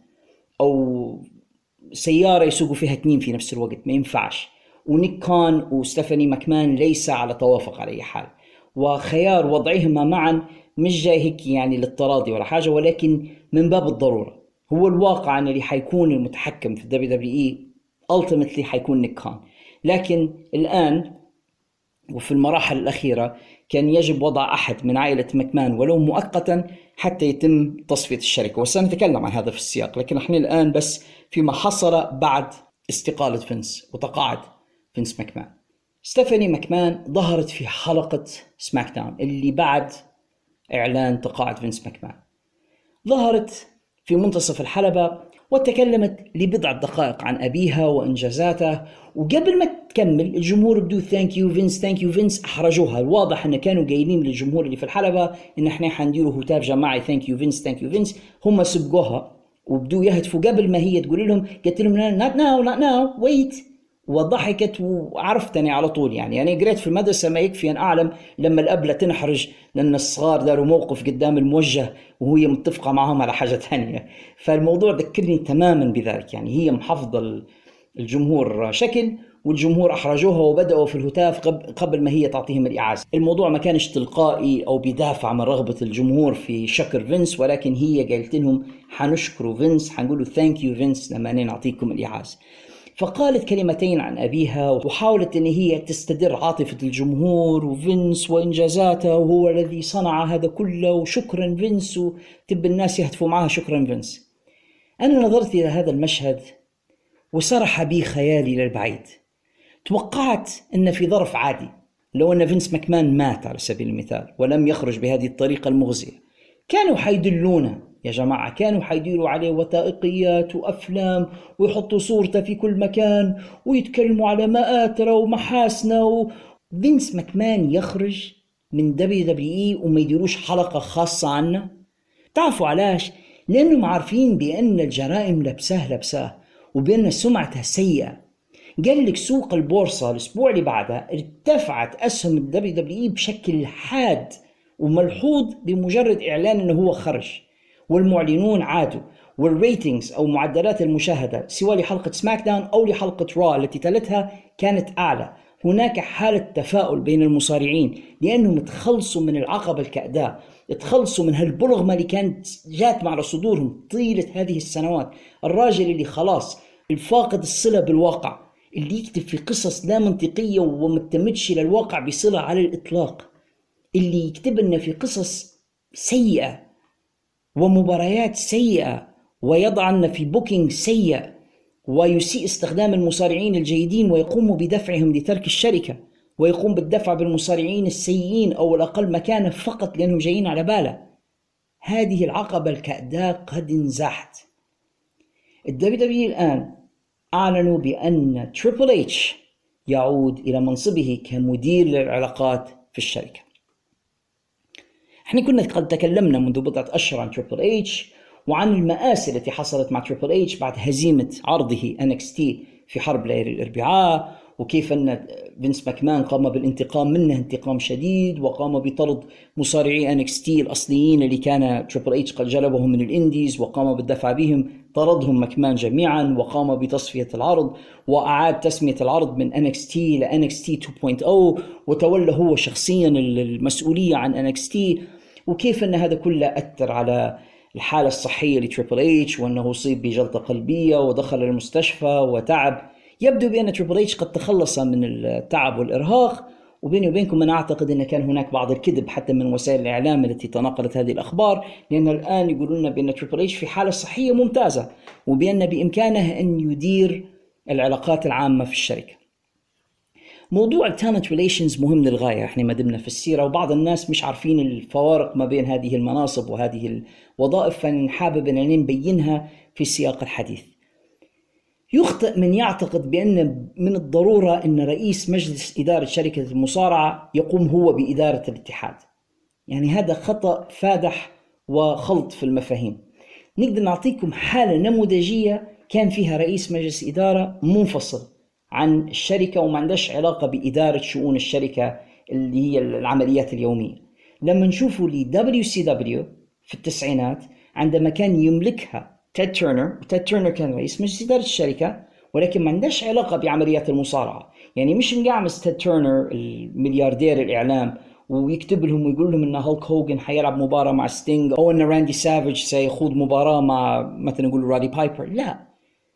أو سيارة يسوقوا فيها 2 في نفس الوقت، ما ينفعش. ونيك كان وستيفاني ماكمان ليس على توافق على أي حال، وخيار وضعهما معا مش جاي هيك يعني للتراضي ولا حاجة، ولكن من باب الضرورة. هو الواقع أن اللي حيكون المتحكم في WWE ultimately حيكون نيك كان، لكن الآن وفي المراحل الأخيرة كان يجب وضع أحد من عائلة ماكمان ولو مؤقتا حتى يتم تصفية الشركة، وسنتكلم عن هذا في السياق. لكن احنا الآن بس فيما حصل بعد استقالة فينس وتقاعد فينس ماكمان. ستيفاني ماكمان ظهرت في حلقة سماك داون اللي بعد إعلان تقاعد فينس ماكمان، ظهرت في منتصف الحلبة وتكلمت لبضع دقائق عن أبيها وإنجازاته، وقبل ما تكمل الجمهور بدو ثانك يو فينس ثانك يو فينس، أحرجوها. الواضح أن كانوا قايلين للجمهور اللي في الحلبة إن إحنا حنديروا هتاف جماعي ثانك يو فينس ثانك يو فينس، هم سبقوها وبدو يهتفوا قبل ما هي تقول لهم، قلت لهم not now wait، وضحكت وعرفتني على طول. يعني أنا قريت في المدرسة ما يكفي أن أعلم لما الأبلة تنحرج لأن الصغار داروا موقف قدام الموجه وهي متفقة معهم على حاجة تانية. فالموضوع ذكرني تماما بذلك، يعني هي محافظة الجمهور شكل والجمهور أحرجوها وبدأوا في الهتاف قبل ما هي تعطيهم الإعازة. الموضوع ما كانش تلقائي أو بدافع من رغبة الجمهور في شكر فينس، ولكن هي قالت لهم حنشكروا فينس، حنقولوا ثانك يو فينس لما نعطيكم الإعازة. فقالت كلمتين عن أبيها وحاولت أن هي تستدر عاطفة الجمهور وفينس وإنجازاته وهو الذي صنع هذا كله وشكرا فينس، وتب الناس يهتفوا معها شكرا فينس. أنا نظرت إلى هذا المشهد وسرح بي خيالي للبعيد. توقعت أن في ظرف عادي لو أن فينس ماكمان مات على سبيل المثال ولم يخرج بهذه الطريقة المغزية، كانوا حيدلونا يا جماعة، كانوا حيديروا عليه وثائقيات وأفلام ويحطوا صورته في كل مكان ويتكلموا على مآثره ومحاسنه. فينس ماكمان يخرج من WWE وما يديروش حلقة خاصة عنه. تعرفوا علاش؟ لأنهم عارفين بأن الجرائم لبساه وبأن سمعتها سيئة. قال لك سوق البورصة الأسبوع اللي بعدها ارتفعت أسهم WWE بشكل حاد وملحوظ بمجرد إعلان أنه هو خرج، والمعلنون عادوا، والريتينجز أو معدلات المشاهدة سواء لحلقة سماك داون أو لحلقة را التي تلتها كانت أعلى. هناك حالة تفاؤل بين المصارعين لأنهم تخلصوا من العقبة الكأداء، تخلصوا من هالبلغمة اللي كانت جات مع صدورهم طيلة هذه السنوات. الراجل اللي خلاص الفاقد الصلة بالواقع، اللي يكتب في قصص لا منطقية ومتمدش للواقع بصلة على الإطلاق، اللي يكتب لنا في قصص سيئة ومباريات سيئة ويضعنا في بوكينج سيء ويسيء استخدام المصارعين الجيدين ويقوم بدفعهم لترك الشركة، ويقوم بالدفع بالمصارعين السيئين أو الأقل مكانة فقط لأنهم جايين على باله. هذه العقبة الكأداء قد انزاحت. الدبليو الآن أعلنوا بأن تريبل إتش يعود إلى منصبه كمدير للعلاقات في الشركة. احنا كنا قد تكلمنا منذ بضعة أشهر عن تريبل إتش وعن المآسي التي حصلت مع تريبل إتش بعد هزيمة عرضه NXT في حرب ليلة الأربعاء، وكيف أن فينس ماكمان قام بالانتقام منه انتقام شديد، وقام بطرد مصارعي NXT الأصليين اللي كان تريبل إتش قد جلبهم من الإنديز، وقام بالدفع بهم، طردهم ماكمان جميعا، وقام بتصفية العرض وأعاد تسمية العرض من NXT ل NXT 2.0، وتولى هو شخصيا المسؤولية عن NXT. وكيف أن هذا كله أثر على الحالة الصحية لتريبل إتش، وأنه أصيب بجلطة قلبية ودخل المستشفى وتعب. يبدو بأن تريبل إتش قد تخلص من التعب والإرهاق، وبيني وبينكم أنا أعتقد أن كان هناك بعض الكذب حتى من وسائل الإعلام التي تناقلت هذه الأخبار، لأن الآن يقولون بأن تريبل إتش في حالة صحية ممتازة، وبأن بإمكانه أن يدير العلاقات العامة في الشركة. موضوع التالنت ريليشنز مهم للغاية، احنا ما دمنا في السيرة وبعض الناس مش عارفين الفوارق ما بين هذه المناصب وهذه الوظائف، فنحابب أن نبينها في السياق الحديث. يخطئ من يعتقد بأن من الضرورة أن رئيس مجلس إدارة شركة المصارعة يقوم هو بإدارة الاتحاد. يعني هذا خطأ فادح وخلط في المفاهيم. نقدر نعطيكم حالة نموذجية كان فيها رئيس مجلس إدارة منفصل عن الشركة وما عندهش علاقة بإدارة شؤون الشركة اللي هي العمليات اليومية. لما نشوفوا لي WCW في التسعينات عندما كان يملكها تيد تيرنر كان رئيس مجلس إدارة الشركة، ولكن ما عندهش علاقة بعمليات المصارعة. يعني مش نقعمس تيد تيرنر الملياردير الإعلام ويكتب لهم ويقول لهم إن هولك هوغن حيلعب مباراة مع ستينغ أو إن راندي سافيج سيخوض مباراة مع مثلا نقول رادي بايبر. لا،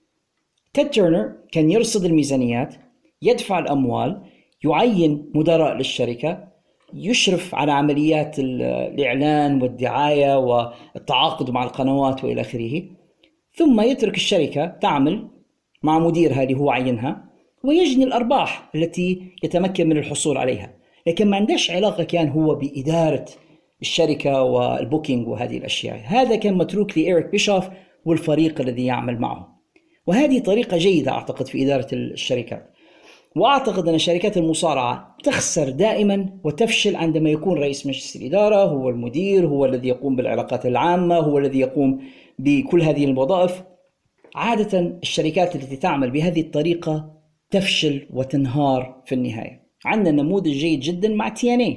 تيد تيرنر كان يرصد الميزانيات، يدفع الأموال، يعين مدراء للشركة، يشرف على عمليات الإعلان والدعاية والتعاقد مع القنوات وإلى آخره، ثم يترك الشركة تعمل مع مديرها اللي هو عينها ويجني الأرباح التي يتمكن من الحصول عليها. لكن ما عندهش علاقة كان هو بإدارة الشركة والبوكينج وهذه الأشياء. هذا كان متروك لإيريك بيشوف والفريق الذي يعمل معه، وهذه طريقة جيدة أعتقد في إدارة الشركات. وأعتقد أن شركات المصارعة تخسر دائما وتفشل عندما يكون رئيس مجلس الإدارة هو المدير، هو الذي يقوم بالعلاقات العامة، هو الذي يقوم بكل هذه الوظائف. عادة الشركات التي تعمل بهذه الطريقة تفشل وتنهار في النهاية. عندنا نموذج جيد جدا مع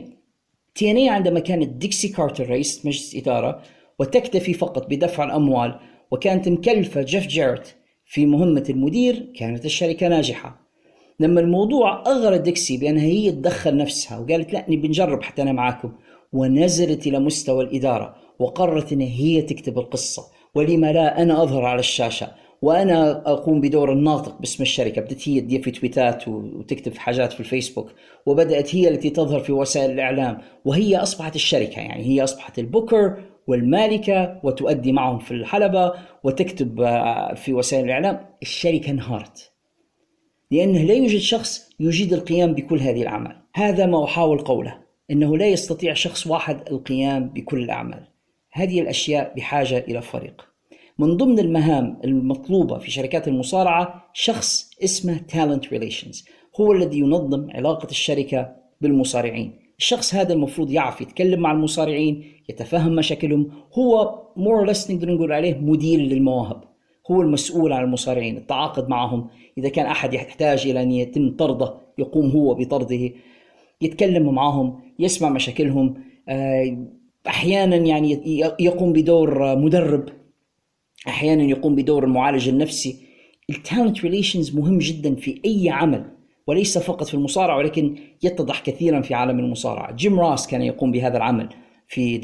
TNA عندما كانت ديكسي كارتر رئيس مجلس إدارة وتكتفي فقط بدفع الأموال وكانت مكلفة جيف جاريت في مهمة المدير، كانت الشركة ناجحة. لما الموضوع أغرى ديكسي بأنها هي تدخل نفسها وقالت لا بنجرب حتى أنا معاكم، ونزلت إلى مستوى الإدارة وقررت أن هي تكتب القصة، ولما لا أنا أظهر على الشاشة وأنا أقوم بدور الناطق باسم الشركة. بدأت هي تدير في تويتات وتكتب في حاجات في الفيسبوك، وبدأت هي التي تظهر في وسائل الإعلام، وهي أصبحت الشركة، يعني هي أصبحت البوكر والمالكة وتؤدي معهم في الحلبة وتكتب في وسائل الإعلام. الشركة انهارت لأنه لا يوجد شخص يجيد القيام بكل هذه الأعمال. هذا ما أحاول قوله، أنه لا يستطيع شخص واحد القيام بكل الأعمال. هذه الأشياء بحاجة إلى فريق. من ضمن المهام المطلوبة في شركات المصارعة شخص اسمه Talent Relations، هو الذي ينظم علاقة الشركة بالمصارعين. الشخص هذا المفروض يعرف يتكلم مع المصارعين، يتفهم مشاكلهم، هو more or less نقدر نقول عليه مدير للمواهب، هو المسؤول عن المصارعين، التعاقد معهم. إذا كان أحد يحتاج إلى أن يتم طرده يقوم هو بطرده، يتكلم معهم، يسمع مشاكلهم، أحيانا يعني يقوم بدور مدرب، أحيانا يقوم بدور المعالج النفسي. التالنت ريليشنز مهم جدا في أي عمل، وليس فقط في المصارعة، ولكن يتضح كثيرا في عالم المصارعة. جيم راس كان يقوم بهذا العمل في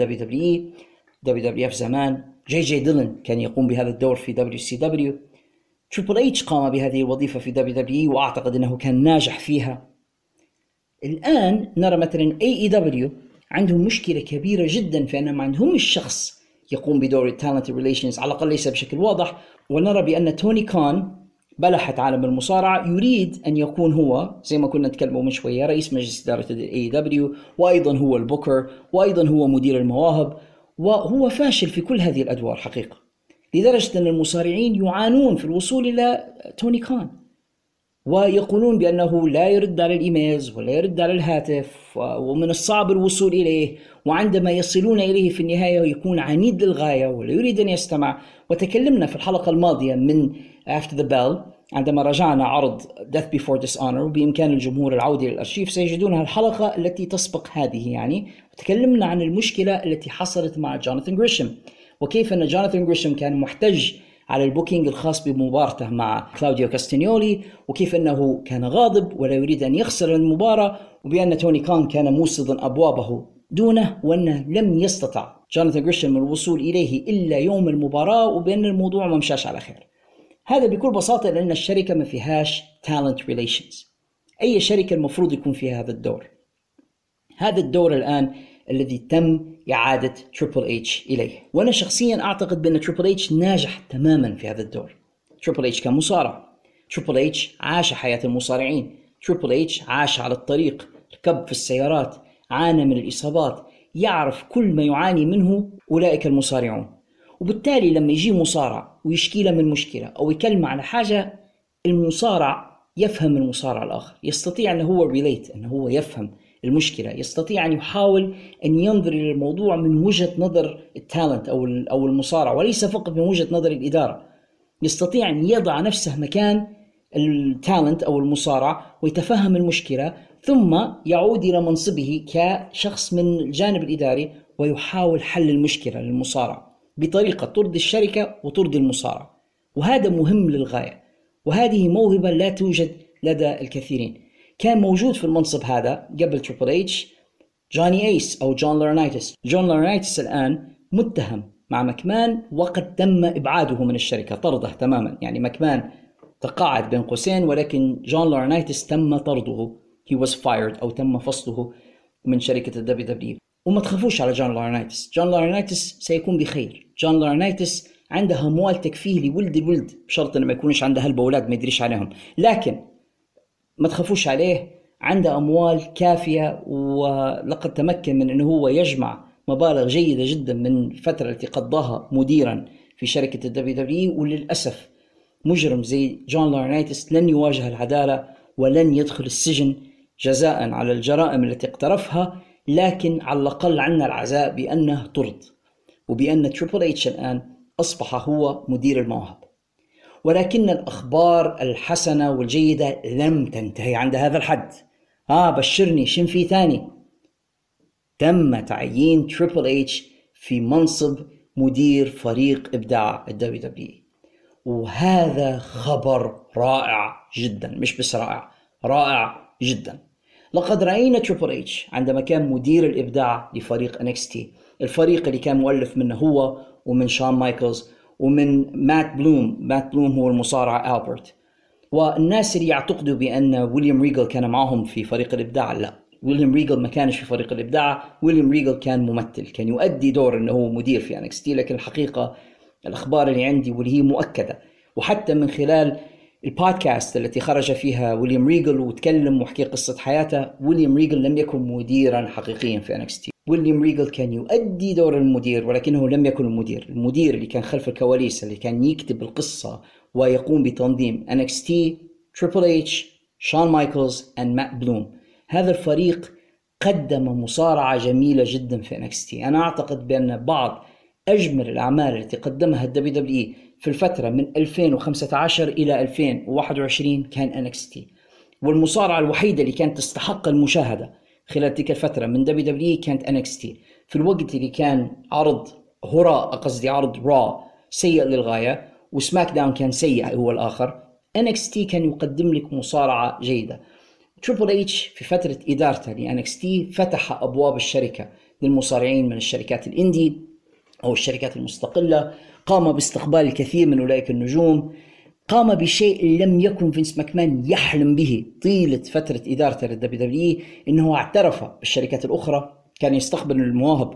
WWF زمان. جي ديلن كان يقوم بهذا الدور في WCW. تريبل إتش قام بهذه الوظيفة في WWE وأعتقد أنه كان ناجح فيها. الآن نرى مثلا AEW عندهم مشكلة كبيرة جدا في أنهم ما عندهم الشخص يقوم بدور التالنت ريليشنز، على الأقل ليس بشكل واضح. ونرى بأن توني كان بلحت عالم المصارعة يريد أن يكون هو، زي ما كنا نتكلم من شوية، رئيس مجلس إدارة AEW، وأيضا هو البوكر، وأيضا هو مدير المواهب، وهو فاشل في كل هذه الأدوار حقيقة، لدرجة أن المصارعين يعانون في الوصول إلى توني كان، ويقولون بأنه لا يرد على الإيميلز ولا يرد على الهاتف، ومن الصعب الوصول إليه، وعندما يصلون إليه في النهاية يكون عنيد للغاية ولا يريد أن يستمع. وتكلمنا في الحلقة الماضية من After the Bell عندما رجعنا عرض Death Before Dishonor، وبإمكان الجمهور العودة للأرشيف سيجدونها الحلقة التي تسبق هذه يعني. وتكلمنا عن المشكلة التي حصلت مع جوناثان غريشم، وكيف أن جوناثان غريشم كان محتج على البوكينج الخاص بمبارته مع كلاوديو كاستانيولي، وكيف أنه كان غاضب ولا يريد أن يخسر المباراة، وبأن توني كان كان موصدا أبوابه دونه، وأنه لم يستطع جوناثان غريشم الوصول إليه إلا يوم المباراة، وبأن الموضوع ما مشاش على خير. هذا بكل بساطة لأن الشركة ما فيهاش talent relations. أي شركة المفروض يكون فيها هذا الدور. هذا الدور الآن الذي تم إعادة تريبل إتش إليه، وأنا شخصيا أعتقد بأن تريبل إتش ناجح تماما في هذا الدور. تريبل إتش كان مصارع، تريبل إتش عاش حياة المصارعين، تريبل إتش عاش على الطريق، ركب في السيارات، عانى من الإصابات، يعرف كل ما يعاني منه أولئك المصارعون. وبالتالي لما يجي مصارع ويشكي له من مشكلة أو يكلم على حاجة، المصارع يفهم المصارع الآخر، يستطيع أنه هو relate، أنه هو يفهم المشكلة، يستطيع أن يحاول أن ينظر إلى الموضوع من وجهة نظر التالنت أو المصارع، وليس فقط من وجهة نظر الإدارة. يستطيع أن يضع نفسه مكان التالنت أو المصارع ويتفهم المشكلة، ثم يعود إلى منصبه كشخص من الجانب الإداري ويحاول حل المشكلة للمصارع بطريقة ترضي الشركة وترضي المصارع. وهذا مهم للغاية، وهذه موهبة لا توجد لدى الكثيرين. كان موجود في المنصب هذا قبل تريبل إتش جوني أيس أو جون لورنايتس. جون لورنايتس الآن متهم مع مكمان، وقد تم إبعاده من الشركة، طرده تماما. يعني مكمان تقاعد بين قوسين، ولكن جون لورنايتس تم طرده، he was fired، أو تم فصله من شركة WWE. وما تخافوش على جون لورنايتس، جون لورنايتس سيكون بخير. جون لورنايتس عندها أموال تكفيه لولد الولد، بشرط أنه ما يكونش عندها هالبولاد ما يدريش عليهم، لكن ما تخافوش عليه، عنده أموال كافية، ولقد تمكن من أنه هو يجمع مبالغ جيدة جدا من الفترة التي قضاها مديرا في شركة WWE. وللأسف مجرم زي جون لورنايتس لن يواجه العدالة ولن يدخل السجن جزاء على الجرائم التي اقترفها، لكن على الأقل عنا العزاء بأنه طرد، وبأن تريبل إتش الآن أصبح هو مدير المواهب. ولكن الأخبار الحسنة والجيدة لم تنتهي عند هذا الحد. بشرني شن في ثاني. تم تعيين تريبل إتش في منصب مدير فريق إبداع WWE، وهذا خبر رائع جدا، مش بس رائع جدا. لقد رأينا تريبل إتش عندما كان مدير الإبداع لفريق NXT، الفريق اللي كان مؤلف منه هو ومن شون مايكلز ومن مات بلوم هو المصارع ألبرت. والناس اللي يعتقدوا بأن ويليام ريجل كان معهم في فريق الإبداع، لا، ويليام ريجل ما كانش في فريق الإبداع. ويليام ريجل كان ممثل، كان يؤدي دور أنه هو مدير في NXT، لكن الحقيقة الأخبار اللي عندي واللي هي مؤكدة، وحتى من خلال البودكاست التي خرج فيها ويليام ريجل وتكلم وحكي قصة حياته، ويليام ريجل لم يكن مديرا حقيقيا في NXT. ويليام ريجل كان يؤدي دور المدير، ولكنه لم يكن المدير اللي كان خلف الكواليس، اللي كان يكتب القصة ويقوم بتنظيم NXT. Triple H، شون مايكلز and مات بلوم. هذا الفريق قدم مصارعة جميلة جدا في NXT. أنا أعتقد بأن بعض أجمل الأعمال التي قدمها WWE في الفترة من 2015 إلى 2021 كان NXT، والمصارعة الوحيدة اللي كانت تستحق المشاهدة خلال تلك الفترة من WWE كانت NXT. في الوقت اللي كان عرض عرض را سيء للغاية وسماك داون كان سيء هو الآخر، NXT كان يقدم لك مصارعة جيدة. تريبل اتش في فترة إدارته ل NXT فتح أبواب الشركة للمصارعين من الشركات الإندي أو الشركات المستقلة، قام باستقبال الكثير من أولئك النجوم، قام بشيء لم يكن فينس ماكمان يحلم به طيلة فترة إدارته للWWE، إنه اعترف بالشركات الأخرى، كان يستقبل المواهب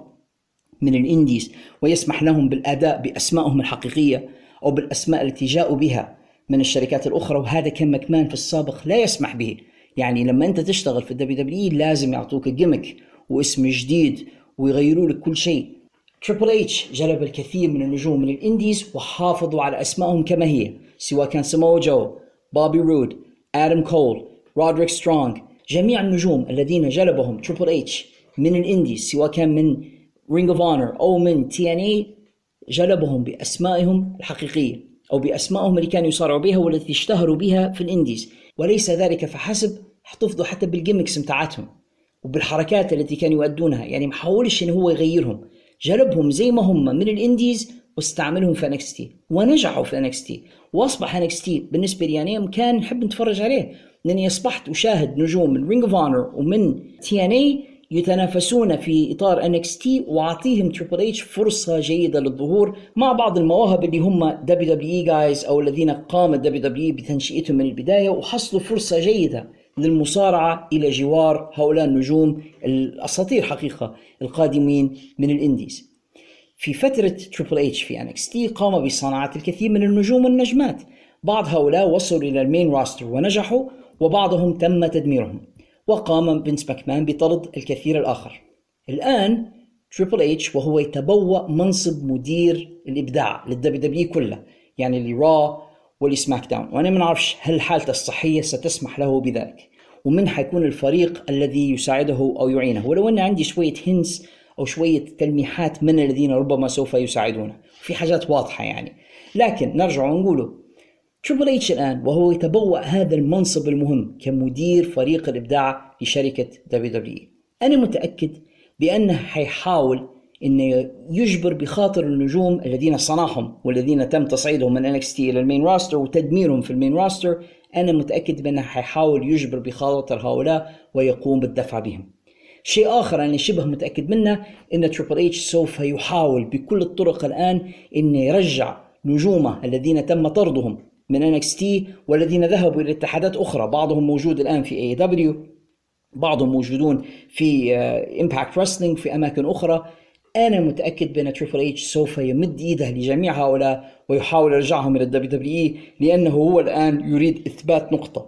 من الإنديز ويسمح لهم بالأداء بأسمائهم الحقيقية أو بالأسماء التي جاءوا بها من الشركات الأخرى، وهذا كان ماكمان في السابق لا يسمح به. يعني لما أنت تشتغل في WWE لازم يعطوك جيمك واسم جديد ويغيروا لك كل شيء. تريبل اتش جلب الكثير من النجوم من الإنديز وحافظوا على أسمائهم كما هي، سواء كان سامو جو، بوبي رود، آدم كول، رودريك سترونغ. جميع النجوم الذين جلبهم تريبل اتش من الإنديز سواء كان من رينج اوف اونر أو من TNA جلبهم بأسمائهم الحقيقية أو بأسمائهم اللي كانوا يصارعوا بها والتي اشتهروا بها في الإنديز. وليس ذلك فحسب، احتفظوا حتى بالجيمكس متاعتهم وبالحركات التي كانوا يؤدونها، يعني محاولش إنه هو يغيرهم، جلبهم زي ما هم من الإنديز واستعملهم في NXT ونجحوا في NXT. وأصبح NXT بالنسبة لي يعني كان نحب نتفرج عليه، لأني أصبحت أشاهد نجوم من Ring of Honor ومن TNA يتنافسون في إطار NXT وعطيهم تريبل اتش فرصة جيدة للظهور مع بعض المواهب اللي هم WWE guys أو الذين قام WWE بتنشئتهم من البداية وحصلوا فرصة جيدة للمصارعة إلى جوار هؤلاء النجوم الأساطير حقيقة القادمين من الإنديز. في فترة تريبل اتش في NXT قام بصناعة الكثير من النجوم والنجمات، بعض هؤلاء وصلوا إلى المين راستر ونجحوا وبعضهم تم تدميرهم، وقام فينس ماكمان بطرد الكثير الآخر. الآن تريبل اتش وهو يتبوأ منصب مدير الإبداع للWWE كله، يعني لرا والسماك داون، وأنا ما نعرفش هل حالته الصحية ستسمح له بذلك ومن حيكون الفريق الذي يساعده أو يعينه، ولو أن عندي شوية هنس أو شوية تلميحات من الذين ربما سوف يساعدونه في حاجات واضحة يعني. لكن نرجع ونقوله تريبل اتش الآن وهو يتبوأ هذا المنصب المهم كمدير فريق الإبداع لشركة WWE، أنا متأكد بأنه حيحاول أن يجبر بخاطر النجوم الذين صنعهم والذين تم تصعيدهم من NXT إلى المين راستر وتدميرهم في المين راستر. أنا متأكد بأنه حيحاول يجبر بخاطر هؤلاء ويقوم بالدفع بهم. شيء آخر أنا شبه متأكد منه أن تريبل اتش سوف يحاول بكل الطرق الآن أن يرجع نجومه الذين تم طردهم من NXT والذين ذهبوا إلى اتحادات أخرى، بعضهم موجود الآن في AEW، بعضهم موجودون في Impact Wrestling في أماكن أخرى. أنا متأكد بأن تريبل اتش سوف يمد إيده لجميع هؤلاء ويحاول يرجعهم إلى WWE، لأنه هو الآن يريد إثبات نقطة،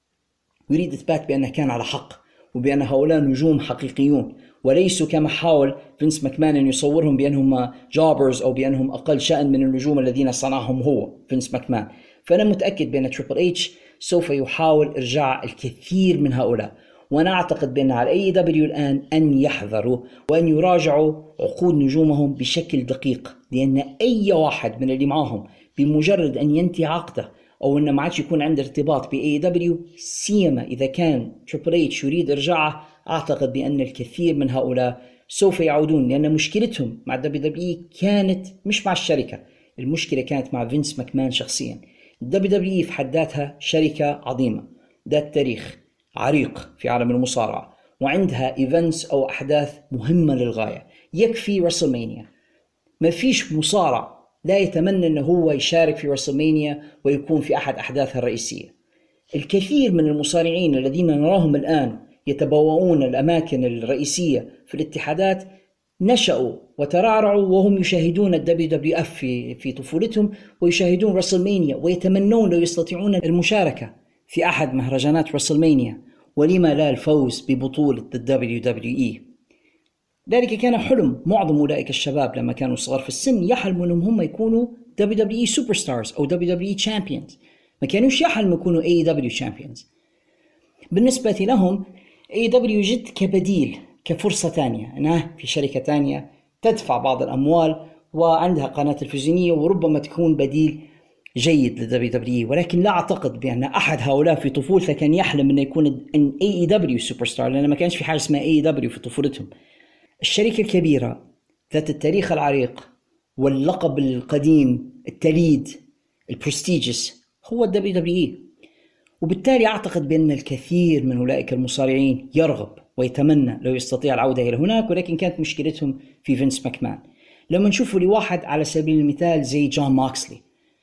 يريد إثبات بأنه كان على حق وبأن هؤلاء نجوم حقيقيون وليسوا كما حاول فينس ماكمان أن يصورهم بأنهم جوبرز أو بأنهم أقل شأن من النجوم الذين صنعهم هو فينس ماكمان. فأنا متأكد بأن تريبل اتش سوف يحاول إرجاع الكثير من هؤلاء، وأنا أعتقد بأن على AEW الآن أن يحذروا وأن يراجعوا عقود نجومهم بشكل دقيق، لأن أي واحد من اللي معهم بمجرد أن ينتهي عقده أو أنه ما عادش يكون عنده ارتباط ب AEW، سيما إذا كان تريبل اتش يريد إرجاعه، أعتقد بأن الكثير من هؤلاء سوف يعودون، لأن مشكلتهم مع WWE كانت مش مع الشركة، المشكلة كانت مع فينس ماكمان شخصيا. WWE في حد ذاتها شركة عظيمة ذات تاريخ عريق في عالم المصارعة وعندها إيفنتس أو أحداث مهمة للغاية، يكفي رسلمانيا. ما فيش مصارع لا يتمنى أنه هو يشارك في رسلمانيا ويكون في أحد أحداثها الرئيسية. الكثير من المصارعين الذين نراهم الآن يتبوؤون الأماكن الرئيسية في الاتحادات نشأوا وترعرعوا وهم يشاهدون WWF في طفولتهم ويشاهدون رسلمانيا ويتمنون لو يستطيعون المشاركة في أحد مهرجانات رسلمانيا، ولما لا الفوز ببطولة WWE. ذلك كان حلم معظم أولئك الشباب لما كانوا صغار في السن، يحلموا أنهم هم يكونوا WWE Superstars أو WWE Champions، ما كانوش يحلموا يكونوا AEW Champions. بالنسبة لهم AEW جد كبديل، كفرصة تانية، أنها في شركة تانية تدفع بعض الأموال وعندها قناة تلفزيونية وربما تكون بديل جيد للدبليو دبليو، ولكن لا أعتقد بأن أحد هؤلاء في طفولته كان يحلم أنه يكون ان AEW سوبر ستار، لأن ما كانش في حاجة اسمها AEW في طفولتهم. الشركة الكبيرة ذات التاريخ العريق واللقب القديم التليد البرستيجيس هو الدبليو دبليو، وبالتالي أعتقد بأن الكثير من أولئك المصارعين يرغب ويتمنى لو يستطيع العودة إلى هناك، ولكن كانت مشكلتهم في فينس ماكمان. لما نشوفوا لواحد على سبيل المثال زي جون ماكسلي،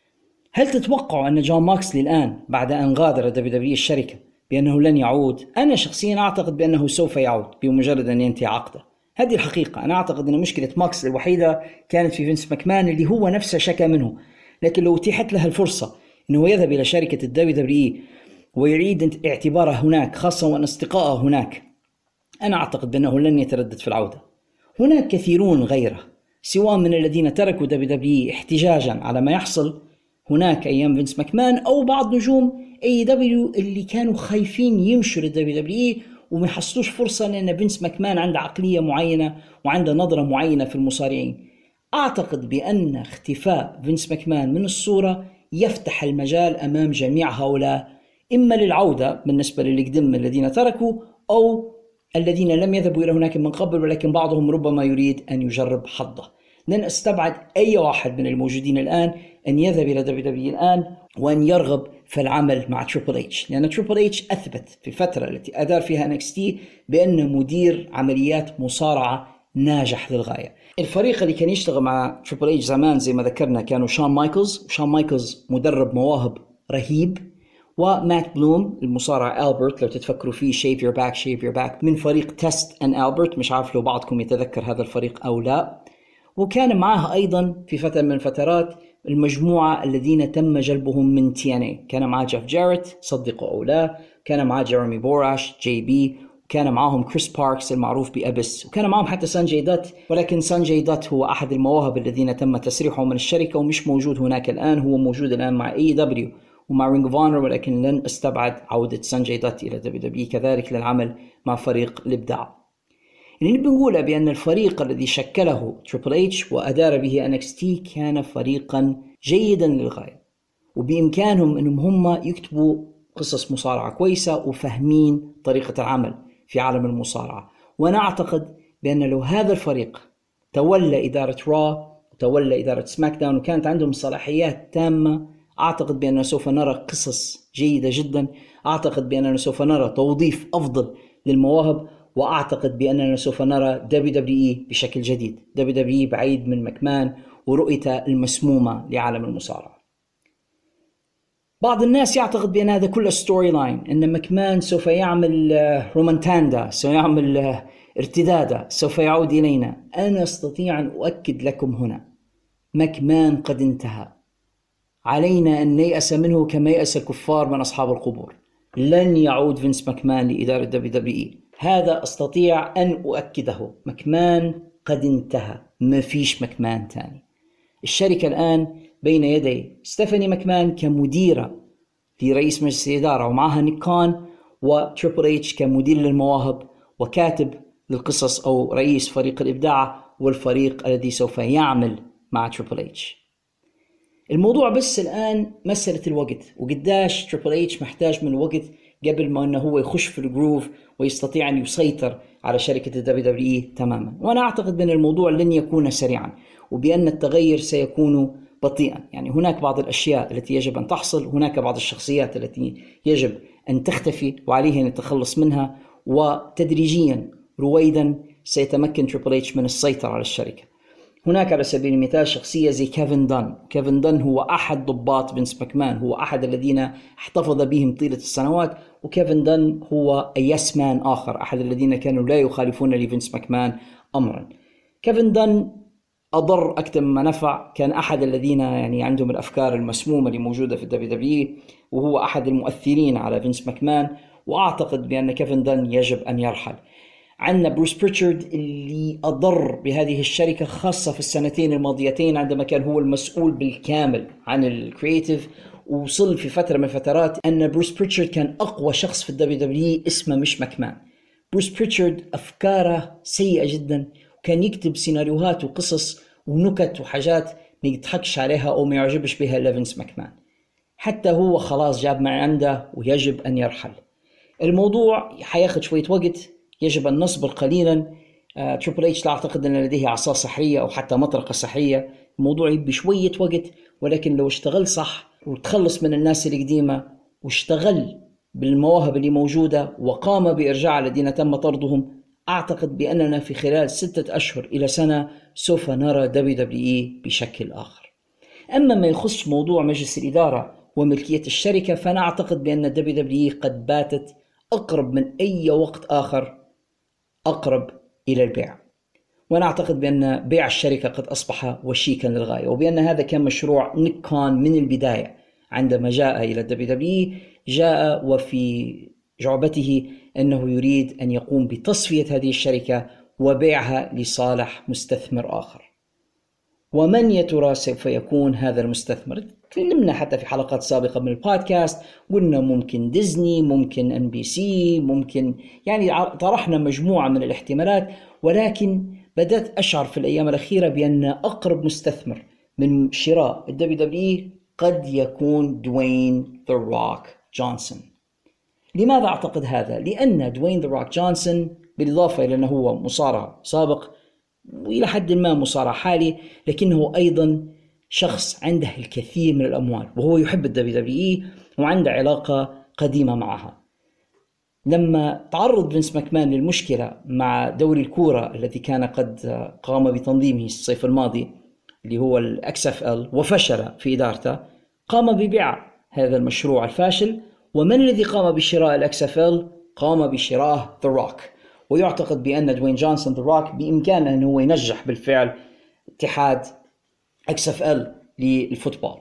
هل تتوقعوا أن جون ماكسلي الآن بعد أن غادر دبليو الشركة بأنه لن يعود؟ أنا شخصيا أعتقد بأنه سوف يعود بمجرد أن ينتهي عقده. هذه الحقيقة. أنا أعتقد أن مشكلة ماكسلي الوحيدة كانت في فينس ماكمان اللي هو نفسه شكى منه، لكن لو اتيحت له الفرصة أنه يذهب إلى شركة الدبليو ويعيد اعتباره هناك، خاصة وأن أصدقائه هناك، أنا أعتقد بأنه لن يتردد في العودة. هناك كثيرون غيره سواء من الذين تركوا دبليو احتجاجا على ما يحصل هناك أيام فينس ماكمان، أو بعض نجوم AEW اللي كانوا خايفين يمشوا للدبليو وما يحصلوش فرصة، لأن فينس ماكمان عنده عقلية معينة وعنده نظرة معينة في المصارعين. أعتقد بأن اختفاء فينس ماكمان من الصورة يفتح المجال أمام جميع هؤلاء، إما للعودة بالنسبة للقدم الذين تركوا، أو الذين لم يذهبوا إلى هناك من قبل ولكن بعضهم ربما يريد أن يجرب حظه. لن أستبعد أي واحد من الموجودين الآن أن يذهب إلى دبليو الآن وأن يرغب في العمل مع تريبل اتش، لأن تريبل اتش أثبت في الفترة التي أدار فيها NXT بأنه مدير عمليات مصارعة ناجح للغاية. الفريق اللي كان يشتغل مع تريبل اتش زمان زي ما ذكرنا كانوا شون مايكلز مدرب مواهب رهيب، ومات بلوم المصارع ألبرت، لو تتفكروا فيه شيف يور باك من فريق تيست أند ألبرت، مش عارف لو بعضكم يتذكر هذا الفريق أو لا. وكان معه أيضا في فترة من الفترات المجموعة الذين تم جلبهم من TNA، كان معه جيف جاريت صدقوا أو لا، كان معه جيرمي بوراش JB، وكان معهم كريس باركس المعروف بأبس، وكان معهم حتى سانجي دات، ولكن سانجي دات هو أحد المواهب الذين تم تسريحه من الشركة ومش موجود هناك الآن. هو موجود الآن مع AEW ومع رينج اوف اونر، ولكن لن استبعد عودة سانجي دات إلى دبليو كذلك للعمل مع فريق الإبداع. اللي بنقوله بأن الفريق الذي شكله تريبل اتش وأدار به NXT كان فريقا جيدا للغاية، وبإمكانهم أنهم هم يكتبوا قصص مصارعة كويسة وفهمين طريقة العمل في عالم المصارعة. وأنا أعتقد بأن لو هذا الفريق تولى إدارة را وتولى إدارة سماك داون وكانت عندهم صلاحيات تامة، أعتقد بأننا سوف نرى قصص جيدة جدا، أعتقد بأننا سوف نرى توظيف أفضل للمواهب، وأعتقد بأننا سوف نرى WWE بشكل جديد، WWE بعيد من ماكمان ورؤيته المسمومة لعالم المصارعة. بعض الناس يعتقد بأن هذا كله ستوري لاين، أن ماكمان سوف يعمل رومانتاندا، سوف يعمل ارتدادا، سوف يعود إلينا. أنا أستطيع أن أؤكد لكم هنا ماكمان قد انتهى، علينا أن نيأس منه كما يأس الكفار من أصحاب القبور. لن يعود فينس ماكمان لإدارة WWE، هذا أستطيع أن أؤكده. ماكمان قد انتهى، ما فيش ماكمان تاني. الشركة الآن بين يدي ستيفاني ماكمان كمديرة لرئيس مجلس الإدارة، ومعها نيكون وتريبل اتش كمدير للمواهب وكاتب للقصص أو رئيس فريق الإبداع والفريق الذي سوف يعمل مع تريبل اتش. الموضوع بس الآن مسألة الوقت، وقداش تريبل اتش محتاج من وقت قبل ما أنه هو يخش في الجروف ويستطيع أن يسيطر على شركة WWE تماما. وأنا أعتقد بأن الموضوع لن يكون سريعا، وبأن التغير سيكون بطيئا. يعني هناك بعض الأشياء التي يجب أن تحصل، هناك بعض الشخصيات التي يجب أن تختفي وعليه أن يتخلص منها، وتدريجيا رويدا سيتمكن تريبل اتش من السيطرة على الشركة. هناك على سبيل المثال شخصية زي كيفن دان هو أحد ضباط فينس ماكمان، هو أحد الذين احتفظ بهم طيلة السنوات، وكيفن دان هو يس مان آخر، أحد الذين كانوا لا يخالفون لفينس ماكمان أمرا. كيفن دان أضر أكثر مما نفع، كان أحد الذين يعني عندهم الأفكار المسمومة اللي موجودة في WWE، وهو أحد المؤثرين على فينس ماكمان، وأعتقد بأن كيفن دان يجب أن يرحل. عندنا بروس بريتشارد اللي أضر بهذه الشركة، خاصة في السنتين الماضيتين عندما كان هو المسؤول بالكامل عن الكرياتيف. وصل في فترة من الفترات أن بروس بريتشارد كان أقوى شخص في WWE، اسمه مش ماكمان. بروس بريتشارد أفكاره سيئة جدا، وكان يكتب سيناريوهات وقصص ونكت وحاجات ما يضحكش عليها أو ما يعجبش بها فينس ماكمان. حتى هو خلاص جاب ما عنده ويجب أن يرحل. الموضوع حياخد شوية وقت، يجب أن نصبر قليلا. تريبل اتش لا أعتقد أن لديه عصا سحرية أو حتى مطرقة سحرية، الموضوع يبي شوية وقت، ولكن لو اشتغل صح وتخلص من الناس اللي قديمة واشتغل بالمواهب اللي موجودة وقام بإرجاع الذين تم طردهم، أعتقد بأننا في خلال 6 أشهر إلى سنة سوف نرى WWE بشكل آخر. أما ما يخص موضوع مجلس الإدارة وملكية الشركة، فأنا أعتقد بأن WWE قد باتت أقرب من أي وقت آخر أقرب إلى البيع، وأنا أعتقد بأن بيع الشركة قد أصبح وشيكا للغاية، وبأن هذا كان مشروع نيك كان من البداية. عندما جاء إلى WWE جاء وفي جعبته أنه يريد أن يقوم بتصفية هذه الشركة وبيعها لصالح مستثمر آخر. ومن يترى سوف يكون هذا المستثمر؟ تكلمنا حتى في حلقات سابقة من البودكاست، قلنا ممكن ديزني، ممكن NBC، ممكن يعني طرحنا مجموعة من الاحتمالات، ولكن بدأت أشعر في الأيام الأخيرة بأن أقرب مستثمر من شراء WWE قد يكون دوين ذا روك جونسون. لماذا أعتقد هذا؟ لأن دوين ذا روك جونسون بالإضافة إلى أنه هو مصارع سابق وإلى حد ما مصارع حالي، لكنه أيضا شخص عنده الكثير من الأموال، وهو يحب WWE وعنده علاقة قديمة معها. لما تعرض فينس ماكمان للمشكلة مع دوري الكورة الذي كان قد قام بتنظيمه الصيف الماضي اللي هو XFL وفشل في إدارته، قام ببيع هذا المشروع الفاشل. ومن الذي قام بشراء XFL؟ قام بشراء The Rock. ويعتقد بأن دوين جونسون The Rock بإمكانه أنه ينجح بالفعل اتحاد XFL للفوتبول.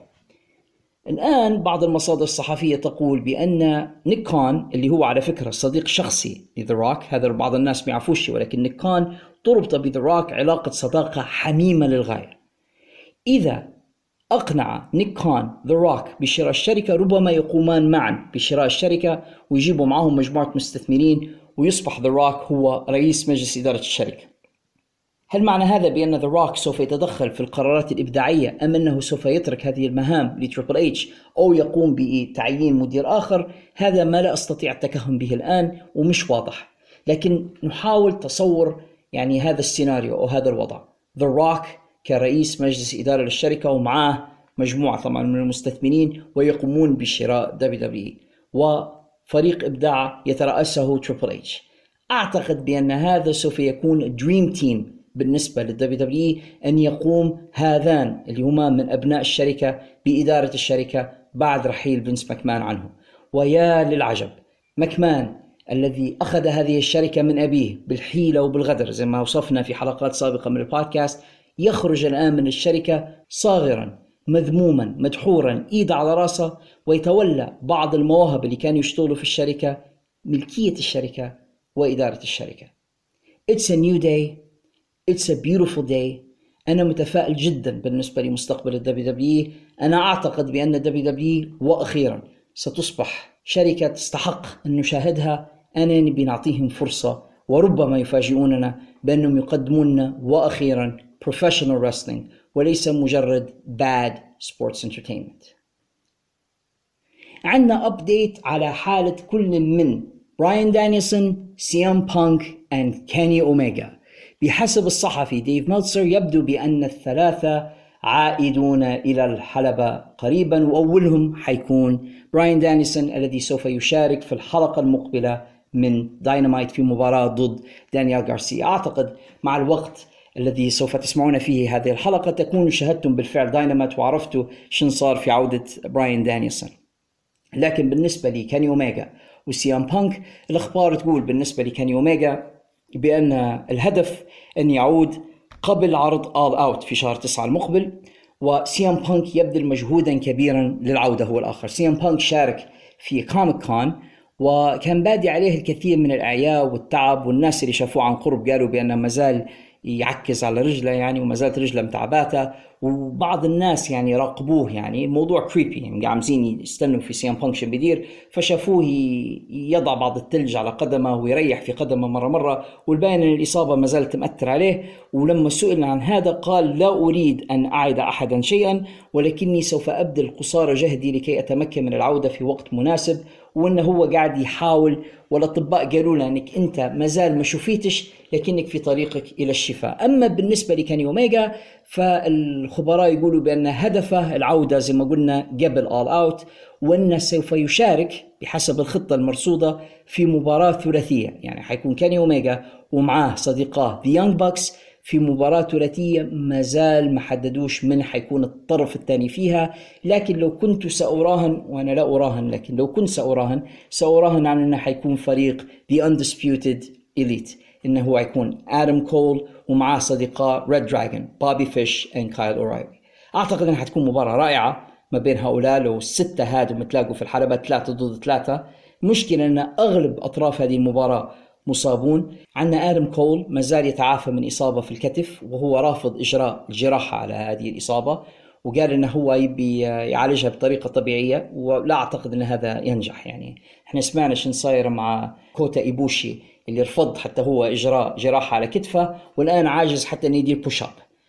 الآن بعض المصادر الصحفية تقول بأن نيك كان اللي هو على فكرة صديق شخصي لذا روك، هذا بعض الناس ما يعرفوش، ولكن نيك كان تربط بذا روك علاقة صداقة حميمة للغاية. إذا أقنع نيك كان ذا روك بشراء الشركة، ربما يقومان معا بشراء الشركة ويجيبوا معهم مجموعة مستثمرين ويصبح ذا روك هو رئيس مجلس إدارة الشركة. هل معنى هذا بأن ذا روك سوف يتدخل في القرارات الإبداعية، أم أنه سوف يترك هذه المهام لتريبل اتش أو يقوم بتعيين مدير آخر؟ هذا ما لا أستطيع التكهن به الآن ومش واضح، لكن نحاول تصور يعني هذا السيناريو أو هذا الوضع. ذا روك كرئيس مجلس إدارة للشركة ومعه مجموعة طبعا من المستثمرين ويقومون بشراء WWE وفريق إبداع يترأسه تريبل اتش. أعتقد بأن هذا سوف يكون دريم تيم بالنسبة للWWE، أن يقوم هذان اللي هما من أبناء الشركة بإدارة الشركة بعد رحيل فينس ماكمان عنه. ويا للعجب، ماكمان الذي أخذ هذه الشركة من أبيه بالحيلة وبالغدر زي ما وصفنا في حلقات سابقة من البودكاست، يخرج الآن من الشركة صاغرا مذموما مدحورا إيد على راسه، ويتولى بعض المواهب اللي كانوا يشتغلوا في الشركة ملكية الشركة وإدارة الشركة. It's a new day. It's a beautiful day. أنا متفائل جدا بالنسبة لمستقبل WWE. أنا أعتقد بأن WWE وأخيرا ستصبح شركة تستحق أن نشاهدها. أنا نبي نعطيهم فرصة، وربما يفاجئوننا بأنهم يقدمون وأخيرا professional wrestling وليس مجرد bad sports entertainment. عندنا أبديت على حالة كل من براين دانيلسون، سيام بانك and كيني أوميجا. بحسب الصحفي ديف ميلتسر يبدو بأن الثلاثة عائدون إلى الحلبة قريبا، وأولهم حيكون براين دانيلسون الذي سوف يشارك في الحلقة المقبلة من داينامايت في مباراة ضد دانيال غارسيا. أعتقد مع الوقت الذي سوف تسمعون فيه هذه الحلقة تكونوا شاهدتم بالفعل داينامايت وعرفتوا شن صار في عودة براين دانيلسون. لكن بالنسبة لي كيني أوميجا وسيام بانك، الأخبار تقول بالنسبة لكيني أوميجا بأن الهدف أن يعود قبل عرض All Out في شهر 9 المقبل، وسيام بانك يبذل مجهودا كبيرا للعودة هو الآخر. سيام بانك شارك في كوميك كون وكان بادي عليه الكثير من الإعياء والتعب، والناس اللي شافوه عن قرب قالوا بأنه مازال يعكز على رجله يعني، وما زالت رجله متعباته، وبعض الناس يعني راقبوه، يعني الموضوع كريبي، يعني عامزين يستنوا في سي ام بانك شو بيدير، فشافوه يضع بعض الثلج على قدمه ويريح في قدمه مرة، والباين ان الإصابة ما زالت تمأثر عليه. ولما سئل عن هذا قال: لا أريد أن أعد أحدا شيئا، ولكني سوف أبذل قصارى جهدي لكي أتمكن من العودة في وقت مناسب. وأنه هو قاعد يحاول، والأطباء قالوا له أنك أنت ما زال ما شفيتش، لكنك في طريقك إلى الشفاء. أما بالنسبة لكيني أوميجا فالخبراء يقولوا بأن هدفه العودة زي ما قلنا قبل All Out، وأنه سوف يشارك بحسب الخطة المرصودة في مباراة ثلاثية، يعني حيكون كيني أوميجا ومعاه صديقاه The Young Bucks في مباراة ثلاثية ما زال ما حددوش من حيكون الطرف الثاني فيها. لكن لو كنت سأراهن، وأنا لا أراهن لكن لو كنت سأراهن عن أنه حيكون فريق The Undisputed Elite، إنه حيكون آدم كول ومعاه صديقاء ريد دراجون بوبي فيش وكايل أورايلي. أعتقد أنها حتكون مباراة رائعة ما بين هؤلاء. لو الستة هادوا متلاقوا في الحلبة 3 ضد 3. مشكلة أن أغلب أطراف هذه المباراة مصابون. عندنا آدم كول ما زال يتعافى من إصابة في الكتف، وهو رافض إجراء الجراحة على هذه الإصابة، وقال إنه هو يبي يعالجها بطريقة طبيعية، ولا أعتقد إن هذا ينجح. يعني إحنا سمعنا شن صاير مع كوتا إيبوشي اللي رفض حتى هو إجراء جراحة على كتفه، والآن عاجز حتى إنه يدير بوش أب.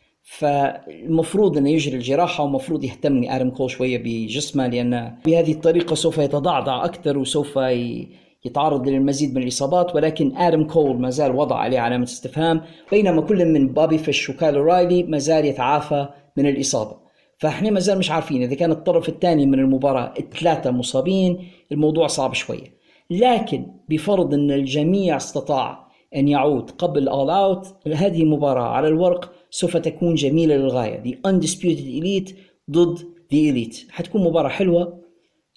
فالمفروض إنه يجري الجراحة، ومفروض يهتم آدم كول شوية بجسمه، لأن بهذه الطريقة سوف يتضعضع أكثر وسوف يتعرض للمزيد من الإصابات. ولكن آدم كول ما زال وضع عليه علامة استفهام، بينما كل من بوبي فيش وكايل أورايلي ما زال يتعافى من الإصابة. فإحنا ما زال مش عارفين إذا كان الطرف الثاني من المباراة 3 مصابين، الموضوع صعب شوية. لكن بفرض أن الجميع استطاع أن يعود قبل All Out، هذه المباراة على الورق سوف تكون جميلة للغاية. The Undisputed Elite ضد The Elite حتكون مباراة حلوة،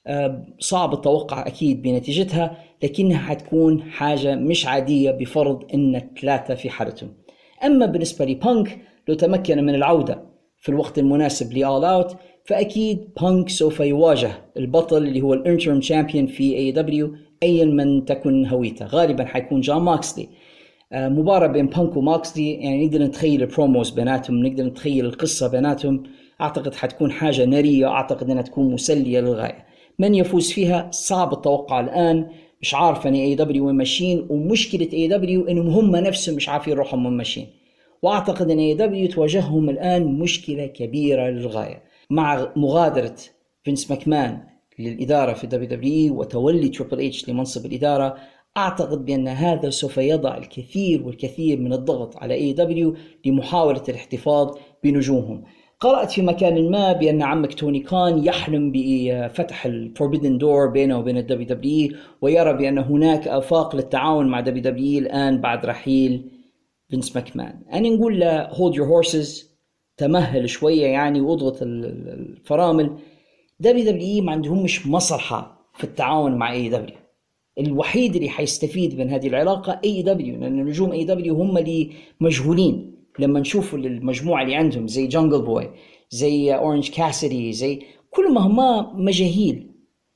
صعب التوقع أكيد بنتيجتها، لكنها حتكون حاجة مش عادية بفرض أن 3 في حالتهم. أما بالنسبة لبانك، لو تمكن من العودة في الوقت المناسب لآل أوت، فأكيد بانك سوف يواجه البطل اللي هو الانترم شامبيون في AEW أيا من تكن هويته. غالبا حيكون جون ماكسلي. مباراة بين بانك وماكسلي، يعني نقدر نتخيل البروموز بيناتهم، نقدر نتخيل القصة بيناتهم. أعتقد حتكون حاجة نارية، أعتقد أنها تكون مسلية للغاية. من يفوز فيها صعب التوقع الآن، مش عارف أن AEW وين ماشيين، ومشكلة AEW إنهم هم نفسهم مش عارفين روحهم وين ماشيين. وأعتقد أن AEW تواجههم الآن مشكلة كبيرة للغاية مع مغادرة فينس ماكمان للإدارة في WWE وتولي تريبل إتش لمنصب الإدارة. أعتقد بأن هذا سوف يضع الكثير والكثير من الضغط على AEW لمحاولة الاحتفاظ بنجومهم. قرأت في مكان ما بأن عمك توني كان يحلم بفتح الفوربيدن دور بينه وبين WWE، ويرى بأن هناك آفاق للتعاون مع WWE الآن بعد رحيل فينس ماكمان. أنا نقول له hold your horses، تمهل شوية يعني واضغط الفرامل. WWE ما عندهم مش مصلحة في التعاون مع AEW. الوحيد اللي حيستفيد من هذه العلاقة AEW، لأن نجوم AEW هم اللي مجهولين. لما نشوفوا المجموعة اللي عندهم زي جانجل بوي، زي أورنج كاسيدي، زي كل ما هم مجاهيل،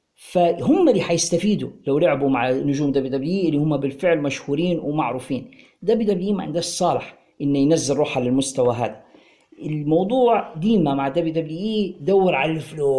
فهم اللي حيستفيدوا لو لعبوا مع نجوم WWE اللي هم بالفعل مشهورين ومعروفين. WWE ما عندهش صالح إنه ينزل روحها للمستوى هذا. الموضوع ديما مع WWE دور على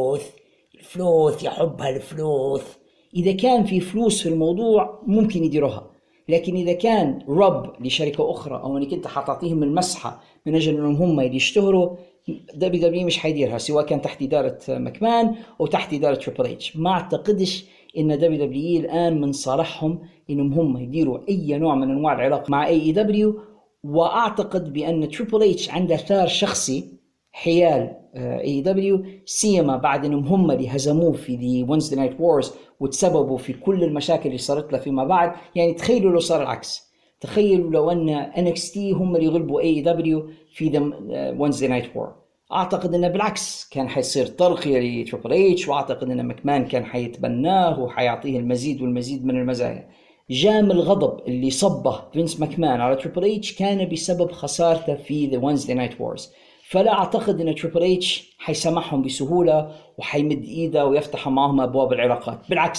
الفلوس، يحبها الفلوس. إذا كان في فلوس في الموضوع ممكن يديروها، لكن إذا كان رب لشركة أخرى أو أنك أنت حتعطيهم المسحة من أجل أنهم هم اللي يشتهروا، WWE مش حيديرها، سواء كان تحت إدارة ماكمان أو تحت إدارة تريبل إتش. ما أعتقدش إن WWE الآن من صالحهم إنهم هم يديروا أي نوع من أنواع العلاقة مع AEW. وأعتقد بأن تريبل إتش عنده ثار شخصي حيال AEW، سيما بعد أنهم هم اللي هزموه في The Wednesday Night Wars وتسببوا في كل المشاكل اللي صارت له فيما بعد. يعني تخيلوا لو صار العكس، تخيلوا لو أن NXT هم اللي يغلبوا AEW في The Wednesday Night War. أعتقد أنه بالعكس كان حيصير ترقية لتريبل إتش، وأعتقد أن ماكمان كان حيتبناه وحيعطيه المزيد والمزيد من المزايا. جام الغضب اللي صبه فينس ماكمان على تريبل إتش كان بسبب خسارته في The Wednesday Night Wars. فلا أعتقد أن تريبل إتش حيسمحهم بسهولة وحيمد إيده ويفتح معهم أبواب العلاقات. بالعكس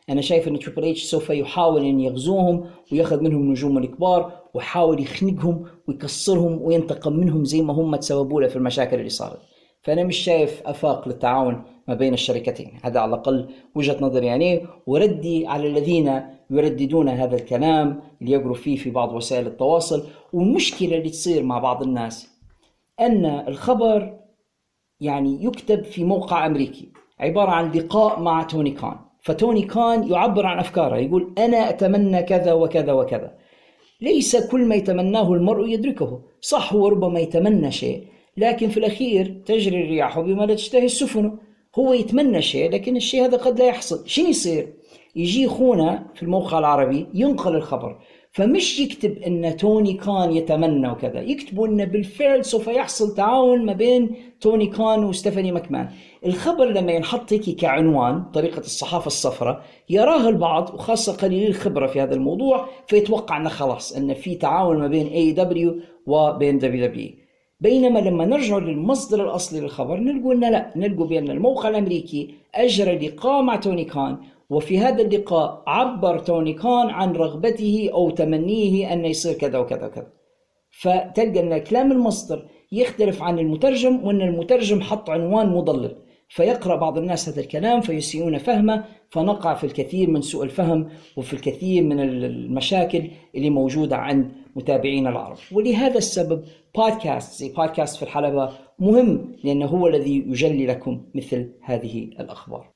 أنا شايف أن تريبل إتش سوف يحاول أن يغزوهم ويأخذ منهم نجوم الكبار ويحاول يخنقهم ويكسرهم وينتقم منهم زي ما هم تسببوا له في المشاكل اللي صارت. فأنا مش شايف أفاق للتعاون ما بين الشركتين. هذا على الأقل وجهة نظري يعني، وردي على الذين يرددون هذا الكلام اللي يقروا فيه في بعض وسائل التواصل. والمشكلة اللي تصير مع بعض الناس أن الخبر يعني يكتب في موقع أمريكي عبارة عن لقاء مع توني كان، فتوني كان يعبر عن أفكاره، يقول أنا أتمنى كذا وكذا وكذا. ليس كل ما يتمناه المرء يدركه. صح، هو ربما يتمنى شيء، لكن في الأخير تجري الرياح بما لا تشتهي السفن. هو يتمنى شيء لكن الشيء هذا قد لا يحصل. شنو يصير؟ يجي خونا في الموقع العربي ينقل الخبر، فمش يكتب أن توني كان يتمنى وكذا، يكتبوا أن بالفعل سوف يحصل تعاون ما بين توني كان وستيفاني ماكمان. الخبر لما ينحط هيك كعنوان طريقة الصحافة الصفراء يراه البعض وخاصة قليل الخبرة في هذا الموضوع، فيتوقع أنه خلاص أن في تعاون ما بين AEW وبين WWE. بينما لما نرجع للمصدر الأصلي للخبر نلقوا أن لا، نلقوا بأن الموقع الأمريكي أجرى لقاء مع توني كان، وفي هذا اللقاء عبر توني كان عن رغبته أو تمنيه أن يصير كذا وكذا وكذا. فتلقى أن كلام المصدر يختلف عن المترجم، وأن المترجم حط عنوان مضلل، فيقرأ بعض الناس هذا الكلام فيسيئون فهمه، فنقع في الكثير من سوء الفهم وفي الكثير من المشاكل اللي موجودة عند متابعين العرب. ولهذا السبب بودكاست زي بودكاست في الحلبة مهم، لأنه هو الذي يجلي لكم مثل هذه الأخبار.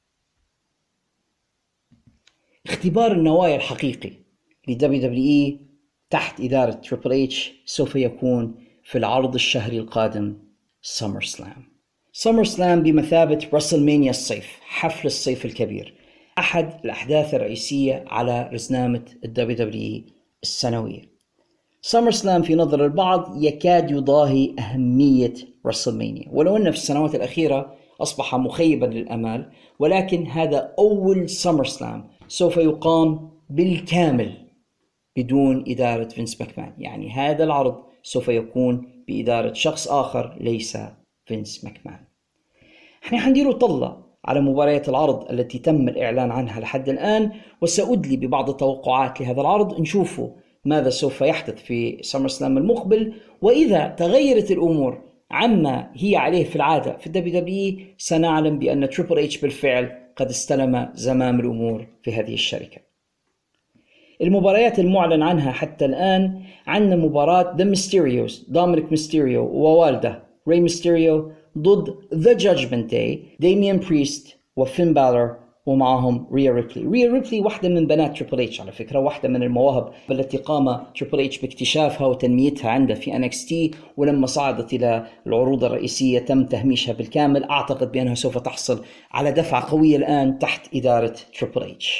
اختبار النوايا الحقيقي ل WWE تحت إدارة تريبل إتش سوف يكون في العرض الشهري القادم سمر سلام. سمر سلام بمثابة راسلمانيا الصيف، حفل الصيف الكبير، أحد الأحداث الرئيسية على رزنامة WWE السنوية. سمر سلام في نظر البعض يكاد يضاهي أهمية راسلمانيا، ولو أن في السنوات الأخيرة أصبح مخيبا للأمال، ولكن هذا أول سمر سلام سوف يقام بالكامل بدون إدارة فينس ماكمان. يعني هذا العرض سوف يكون بإدارة شخص آخر ليس فينس ماكمان. احنا حنديروا طلة على مباريات العرض التي تم الإعلان عنها لحد الآن، وسأدلي ببعض التوقعات لهذا العرض، نشوفوا ماذا سوف يحدث في سمر سلام المقبل. وإذا تغيرت الأمور عما هي عليه في العادة في WWE سنعلم بأن تريبل إتش بالفعل قد استلم زمام الأمور في هذه الشركة. المباريات المعلن عنها حتى الآن: عندنا مباراة The Mysterios، دومينيك ميستيريو ووالده ري ميستيريو ضد The Judgment Day، ديميان بريست وفين بالور ومعهم ريا ريبلي. ريا ريبلي واحدة من بنات تريبل إتش على فكرة، واحدة من المواهب التي قام تريبل إتش باكتشافها وتنميتها عنده في NXT، ولما صعدت إلى العروض الرئيسية تم تهميشها بالكامل. أعتقد بأنها سوف تحصل على دفعة قوية الآن تحت إدارة تريبل إتش.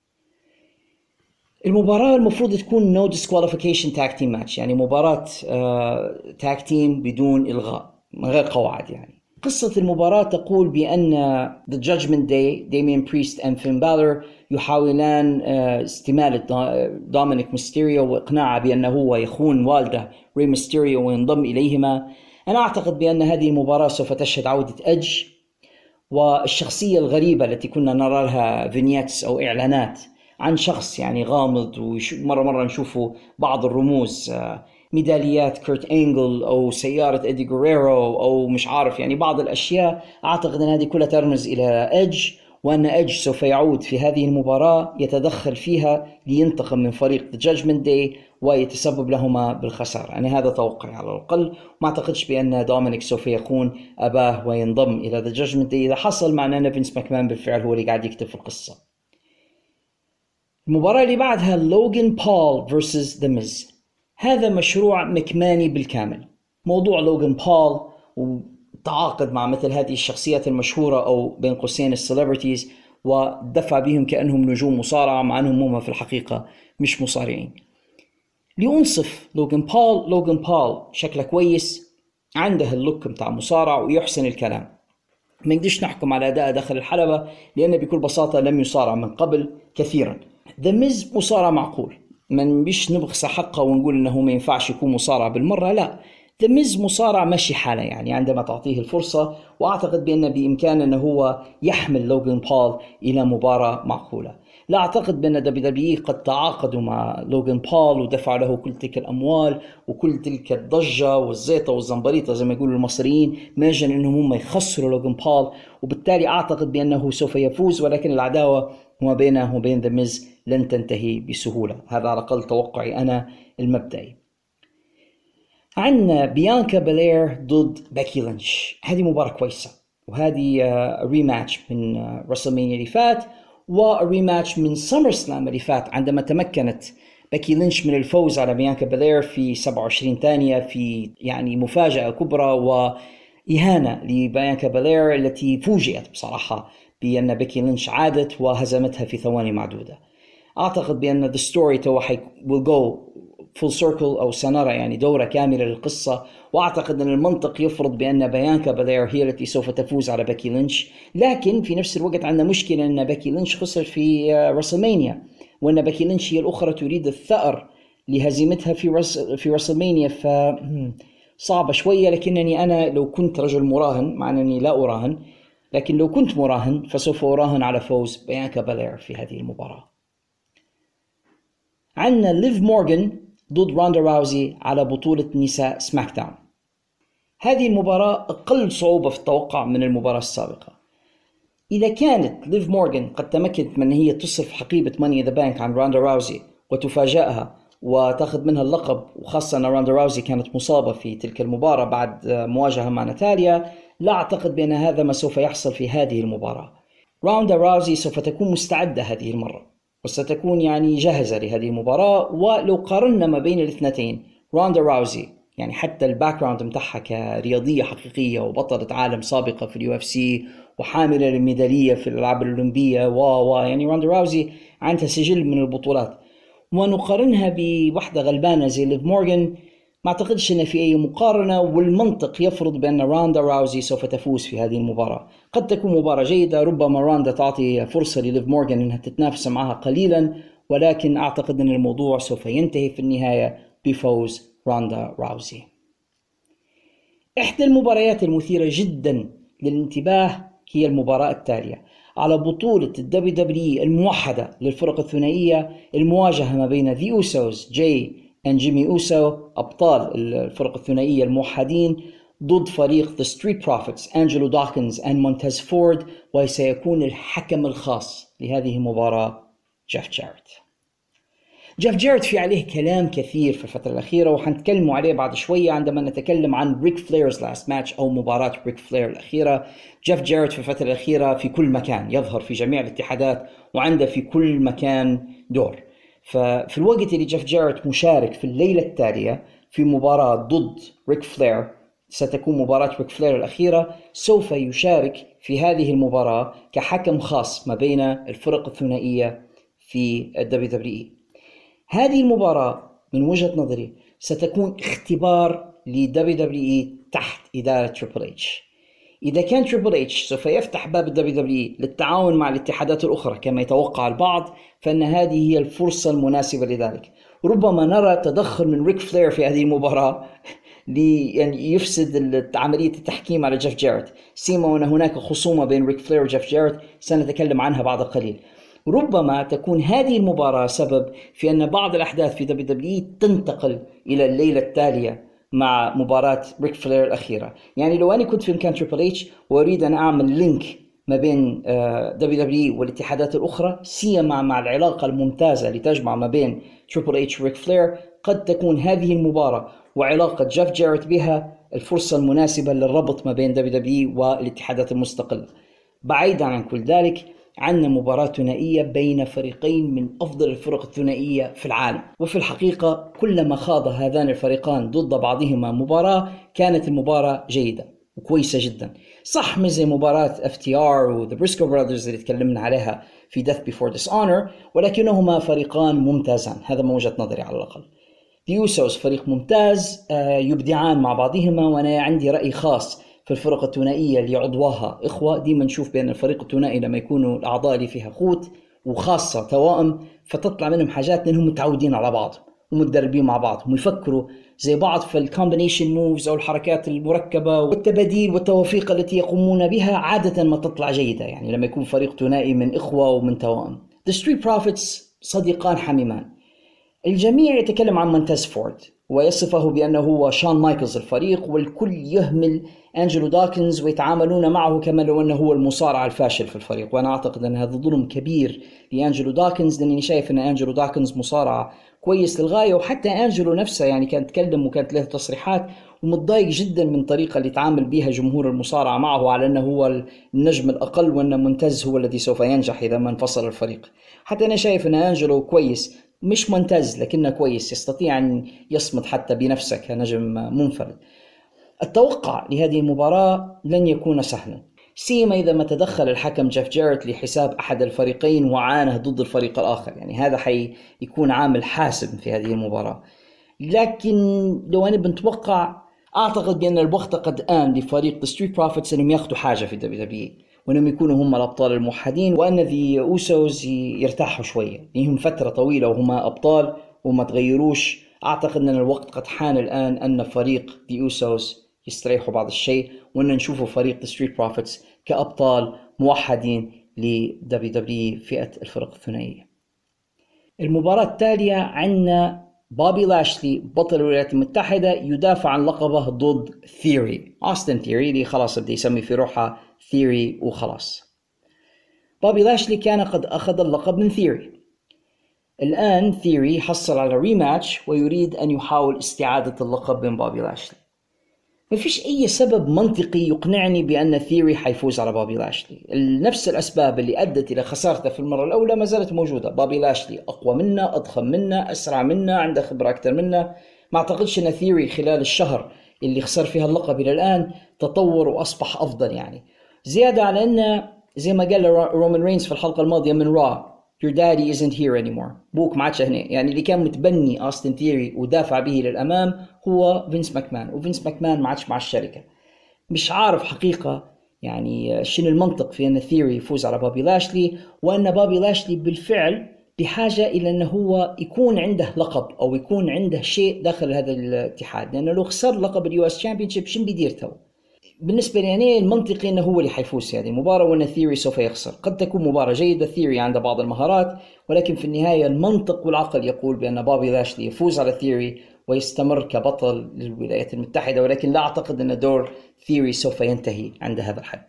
المباراة المفروض تكون no disqualification tag team match، يعني مباراة tag team بدون إلغاء، من غير قواعد. يعني قصة المباراة تقول بأن The Judgment Day، ديميان بريست and Finn Balor يحاولان استمالة دومينيك ميستيريو وإقناعه بأنه هو يخون والده ري ميستيريو وينضم إليهما. أنا أعتقد بأن هذه المباراة سوف تشهد عودة أدج والشخصية الغريبة التي كنا نرى لها فينيتس أو إعلانات عن شخص يعني غامض، ومرة نشوفه بعض الرموز، ميداليات كيرت أنجل أو سيارة إيدي غوريرو أو مش عارف، يعني بعض الأشياء. أعتقد أن هذه كلها ترمز إلى إدج، وأن إدج سوف يعود في هذه المباراة يتدخل فيها لينتقم من فريق The Judgment Day ويتسبب لهما بالخسارة. يعني هذا توقعي على الأقل، وما أعتقدش بأن دومينيك سوف يكون أباه وينضم إلى The Judgment Day. إذا حصل معناه أن فينس ماكمان بالفعل هو اللي قاعد يكتب في القصة. المباراة اللي بعدها لوغان بول versus The Miz. هذا مشروع مكماني بالكامل. موضوع لوغان بول وتعاقد مع مثل هذه الشخصيات المشهورة أو بين قوسين السيلبرتيز ودفع بهم كأنهم نجوم مصارعة، مع أنهم هم في الحقيقة مش مصارعين. لأنصف لوغان بول شكله كويس، عنده اللوك متاع مصارع ويحسن الكلام. ما نقدرش نحكم على أداء داخل الحلبة لأنه بكل بساطة لم يصارع من قبل كثيرا. The Miz مصارع معقول، من بيش نبغس حقه ونقول انه ما ينفعش يكون مصارع بالمرة، لا. The Miz مصارع مشي حاله يعني عندما تعطيه الفرصة، وأعتقد بأن بإمكانه أنه هو يحمل لوغان بول إلى مباراة معقولة. لا أعتقد بأن WWE قد تعاقدوا مع لوغان بول ودفعوا له كل تلك الأموال وكل تلك الضجة والزيطة والزنبريطة زي ما يقولوا المصريين من أجل أنهم هم يخسروا لوغان بول، وبالتالي أعتقد بأنه سوف يفوز، ولكن العداوة ما بينه وبين The Miz لن تنتهي بسهولة. هذا على الأقل توقعي أنا المبدئي. عندنا بيانكا بلير ضد بيكي لينش، هذه مباراة كويسة، وهذه ريماتش من رسلمانيا اللي فات وريماتش من سمر سلام اللي فات عندما تمكنت بيكي لينش من الفوز على بيانكا بلير في 27 ثانية في يعني مفاجأة كبرى وإهانة لبيانكا بلير التي فوجئت بصراحة بأن بيكي لينش عادت وهزمتها في ثواني معدودة. أعتقد بأن the story will go full circle أو سنرى يعني دورة كاملة للقصة، وأعتقد أن المنطق يفرض بأن بيانكا بلير هي التي سوف تفوز على بيكي لينش، لكن في نفس الوقت عندنا مشكلة أن بيكي لينش خسر في رسلمانيا، وأن بيكي لينش هي الأخرى تريد الثأر لهزيمتها في رسلمانيا، فصعبة شوية. لكنني أنا لو كنت رجل مراهن، مع أنني لا أراهن، لكن لو كنت مراهن فسوف أراهن على فوز بيانكا بلير في هذه المباراة. عندنا ليف مورغان ضد روندا راوزي على بطولة نساء سماك داون. هذه المباراة أقل صعوبة في التوقع من المباراة السابقة. إذا كانت ليف مورغان قد تمكنت من هي تصرف حقيبة ماني ذا بانك عن روندا راوزي وتفاجأها وتأخذ منها اللقب، وخاصة أن روندا راوزي كانت مصابة في تلك المباراة بعد مواجهة مع ناتاليا، لا أعتقد بأن هذا ما سوف يحصل في هذه المباراة. روندا راوزي سوف تكون مستعدة هذه المرة وستكون يعني جاهزة لهذه المباراة. ولو قارنا ما بين الاثنتين، روندا راوزي يعني حتى الباك جراوند متاعها كرياضية حقيقية وبطلة عالم سابقة في اليو اف سي وحاملة للميدالية في الألعاب الأولمبية يعني روندا راوزي عندها سجل من البطولات، ونقارنها بوحدة غلبانة زي ليف مورغان، ما أعتقدش أن في أي مقارنة، والمنطق يفرض بأن روندا راوزي سوف تفوز في هذه المباراة. قد تكون مباراة جيدة، ربما روندا تعطي فرصة لليف مورغان أنها تتنافس معها قليلا، ولكن أعتقد أن الموضوع سوف ينتهي في النهاية بفوز روندا راوزي. إحدى المباريات المثيرة جدا للانتباه هي المباراة التالية على بطولة WWE الموحدة للفرق الثنائية، المواجهة ما بين The Usos جاي جيمي أوسو أبطال الفرق الثنائية الموحدين ضد فريق The Street Profits أنجلو داكنز ومونتاز فورد، وسيكون الحكم الخاص لهذه المباراة جيف جاريت. جيف جاريت في عليه كلام كثير في الفترة الأخيرة، وحنتكلم عليه بعد شوية عندما نتكلم عن ريك فليرز لاست ماتش أو مباراة ريك فلير الأخيرة. جيف جاريت في الفترة الأخيرة في كل مكان، يظهر في جميع الاتحادات وعنده في كل مكان دور. ففي الوقت اللي جيف جاريت مشارك في الليلة التالية في مباراة ضد ريك فلير، ستكون مباراة ريك فلير الأخيرة، سوف يشارك في هذه المباراة كحكم خاص ما بين الفرق الثنائية في WWE. هذه المباراة من وجهة نظري ستكون اختبار ل WWE تحت إدارة تريبل اتش. إذا كان تريبل اتش سوف يفتح باب WWE للتعاون مع الاتحادات الأخرى كما يتوقع البعض، فإن هذه هي الفرصة المناسبة لذلك. ربما نرى تدخل من ريك فلير في هذه المباراة يعني يفسد عملية التحكيم على جيف جاريت، سيما وأن هناك خصومة بين ريك فلير وجيف جاريت سنتكلم عنها بعد قليل. ربما تكون هذه المباراة سبب في أن بعض الأحداث في WWE تنتقل إلى الليلة التالية مع مباراة ريك فلير الأخيرة. يعني لو أنا كنت في مكان تريبل اتش وأريد أن أعمل لينك ما بين WWE والاتحادات الأخرى، سيما مع العلاقة الممتازة اللي تجمع ما بين تريبل اتش وريك فلير، قد تكون هذه المباراة وعلاقة جيف جاريت بها الفرصة المناسبة للربط ما بين WWE والاتحادات المستقلة. بعيدا عن كل ذلك، عندنا مباراة ثنائية بين فريقين من أفضل الفرق الثنائية في العالم، وفي الحقيقة كلما خاض هذان الفريقان ضد بعضهما مباراة كانت المباراة جيدة وكويسة جدا. صح مش زي مباراة FTR و The Briscoe Brothers اللي تكلمنا عليها في Death Before Dishonor، ولكنهما فريقان ممتازان، هذا من وجهة نظري على الأقل. The Usos فريق ممتاز، يبدعان مع بعضهما، وأنا عندي رأي خاص في الفرق الثنائية اللي عضواها إخوة. ديما نشوف بأن الفريق الثنائي لما يكونوا الأعضاء اللي فيها خوت وخاصة توائم فتطلع منهم حاجات لأنهم متعودين على بعض ومتدربين مع بعض ويفكروا زي بعض في الكومبينيشن موفز أو الحركات المركبة والتباديل والتوافيق التي يقومون بها عادة ما تطلع جيدة، يعني لما يكون فريق ثنائي من إخوة ومن توأم. The Street Profits صديقان حميمان. الجميع يتكلم عن مونتاز فورد ويصفه بأنه هو شون مايكلز الفريق، والكل يهمل أنجلو داكنز ويتعاملون معه كما لو أنه هو المصارع الفاشل في الفريق. وأنا أعتقد أن هذا ظلم كبير لأنجلو داكنز، لأنني شايف أن أنجلو داكنز مصارع كويس للغاية، وحتى أنجلو نفسه يعني كانت تكلم وكانت له تصريحات ومتضايق جدا من الطريقة اللي تعامل بها جمهور المصارعة معه على أنه هو النجم الأقل وأن مونتاز هو الذي سوف ينجح إذا ما انفصل الفريق. حتى أنا شايف أن أنجلو كويس، مش ممتاز لكنه كويس، يستطيع أن يصمد حتى بنفسه كنجم منفرد. التوقع لهذه المباراة لن يكون سهلا، سيما إذا ما تدخل الحكم جيف جاريت لحساب أحد الفريقين وعانه ضد الفريق الآخر، يعني هذا حيكون عامل حاسم في هذه المباراة. لكن لو أنا بنتوقع، أعتقد بأن الوقت قد آن لفريق The Street Profits أنهم ياخدوا حاجة في WWE وأنهم يكونوا هم الأبطال الموحدين، وأن ذي أوسوس يرتاحوا شوية لهم فترة طويلة وهما أبطال وما تغيروش. أعتقد أن الوقت قد حان الآن أن فريق ذي أوسوس يستريحوا بعض الشيء، وأن نشوفوا فريق The Street Profits كأبطال موحدين ل WWE فئة الفرق الثنائية. المباراة التالية عندنا بوبي لاشلي بطل الولايات المتحدة يدافع عن لقبه ضد ثيري، أوستن ثيري، اللي خلاص بدي يسمي في روحها ثيري وخلاص. بوبي لاشلي كان قد أخذ اللقب من ثيري. الآن ثيري حصل على ريماتش ويريد أن يحاول استعادة اللقب من بوبي لاشلي. ما فيش أي سبب منطقي يقنعني بأن ثيري حيفوز على بوبي لاشلي. نفس الأسباب اللي أدت إلى خسارته في المرة الأولى ما زالت موجودة. بوبي لاشلي أقوى منا، أضخم منا، أسرع منا، عنده خبرة أكثر منا. ما أعتقدش أن ثيري خلال الشهر اللي خسر فيها اللقب إلى الآن تطور وأصبح أفضل. يعني زيادة على أن زي ما قال رومان رينز في الحلقة الماضية من را، Your daddy isn't here anymore. بوك ما عادش هنا. يعني اللي كان متبني أوستن ثيري ودافع به للأمام هو فينس ماكمان، وفينس ماكمان ما عادش مع الشركة. مش عارف حقيقة يعني شنو المنطق في أن ثيري يفوز على بوبي لاشلي، وأن بوبي لاشلي بالفعل بحاجة إلى أنه هو يكون عنده لقب أو يكون عنده شيء داخل هذا الاتحاد، لأنه لو خسر لقب الUS Championship شن بيدير تو؟ بالنسبة لي يعني المنطقي أنه هو اللي حيفوز في هذه المباراة، وأن ثيري سوف يخسر. قد تكون مباراة جيدة، ثيري عنده بعض المهارات، ولكن في النهاية المنطق والعقل يقول بأن بوبي لاشلي يفوز على ثيري ويستمر كبطل للولايات المتحدة. ولكن لا أعتقد أن دور ثيري سوف ينتهي عند هذا الحد.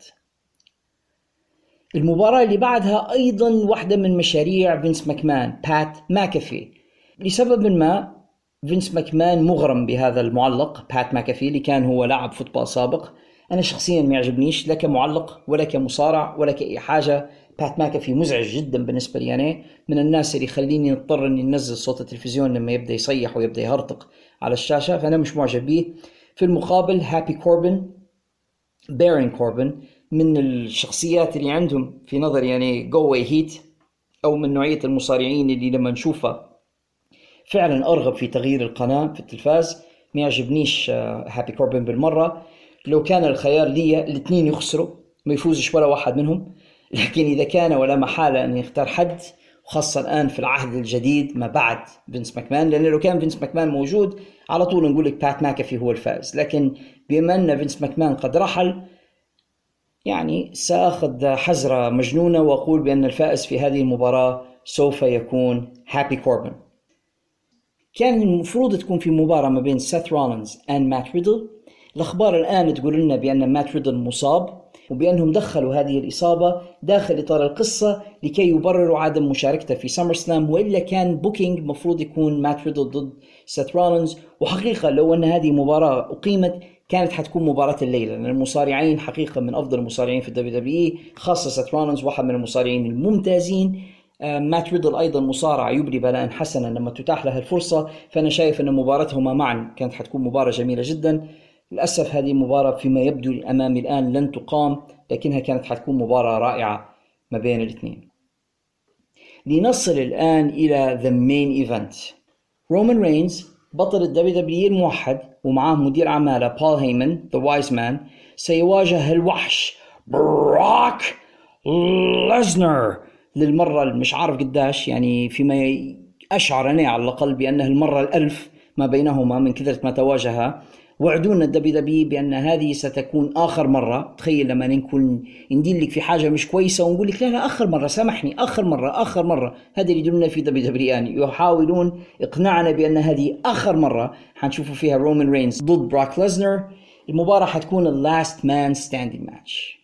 المباراة اللي بعدها أيضا واحدة من مشاريع فينس ماكمان، بات ماكافي. لسبب ما فينس ماكمان مغرم بهذا المعلق بات ماكافي اللي كان هو لاعب فوتبول سابق. أنا شخصيا ما يعجبنيش لا كمعلق ولا كمصارع ولا كأي حاجة. بات ماكافي مزعج جدا بالنسبة لي، أنا من الناس اللي يخليني نضطر أني ننزل صوت التلفزيون لما يبدأ يصيح ويبدأ يهرطق على الشاشة، فأنا مش معجب به. في المقابل هابي كوربن، بارين كوربن، من الشخصيات اللي عندهم في نظري يعني جو هيت، أو من نوعية المصارعين اللي لما نشوفه فعلا أرغب في تغيير القناة في التلفاز. ما يعجبنيش هابي كوربن بالمرة. لو كان الخيار لي الاثنين يخسروا ما يفوزش ولا واحد منهم، لكن إذا كان ولا محالة أن يختار حد، وخاصة الآن في العهد الجديد ما بعد فينس ماكمان، لأن لو كان فينس ماكمان موجود على طول نقول لك بات ماكافي هو الفائز. لكن بما أن فينس ماكمان قد رحل، يعني سأخذ حزرة مجنونة وأقول بأن الفائز في هذه المباراة سوف يكون هابي كوربن. كان المفروض تكون في مباراة ما بين سيث رولينز ومات ريدل. الأخبار الآن تقول لنا بأن مات ريدل مصاب، وبأنهم دخلوا هذه الإصابة داخل إطار القصة لكي يبرروا عدم مشاركته في سمر سلام، وإلا كان بوكينج مفروض يكون مات ريدل ضد سيث رولينز. وحقيقة لو أن هذه مباراة أقيمت كانت حتكون مباراة الليلة، لأن المصارعين حقيقة من أفضل المصارعين في WWE، خاصة سيث رولينز واحد من المصارعين الممتازين. مات ريدل أيضا مصارع يبري بلاء حسنا لما تتاح له الفرصة. فأنا شايف أن مباراتهما معا كانت حتكون مباراة جميلة جدا. للأسف هذه المباراة فيما يبدو أمامي الآن لن تقام، لكنها كانت حتكون مباراة رائعة ما بين الاثنين. لنصل الآن إلى the main event. رومان رينز بطل WWE الموحد ومعاه مدير أعماله بول هيمن the wise man سيواجه الوحش بروك ليزنر للمرة مش عارف قداش، يعني فيما أشعرني على الأقل بأنها المرة الألف ما بينهما من كثرة ما تواجها. وعدونا الدبليو بأن هذه ستكون آخر مرة. تخيل لما نكون ندير لك في حاجة مش كويسة ونقول لك لا آخر مرة سامحني، آخر مرة. هذا اللي يدلنا في دبليو يعني يحاولون إقناعنا بأن هذه آخر مرة حنشوفوا فيها رومان رينز ضد براك ليزنر. المباراة حتكون اللاست مان ستاندينج ماتش.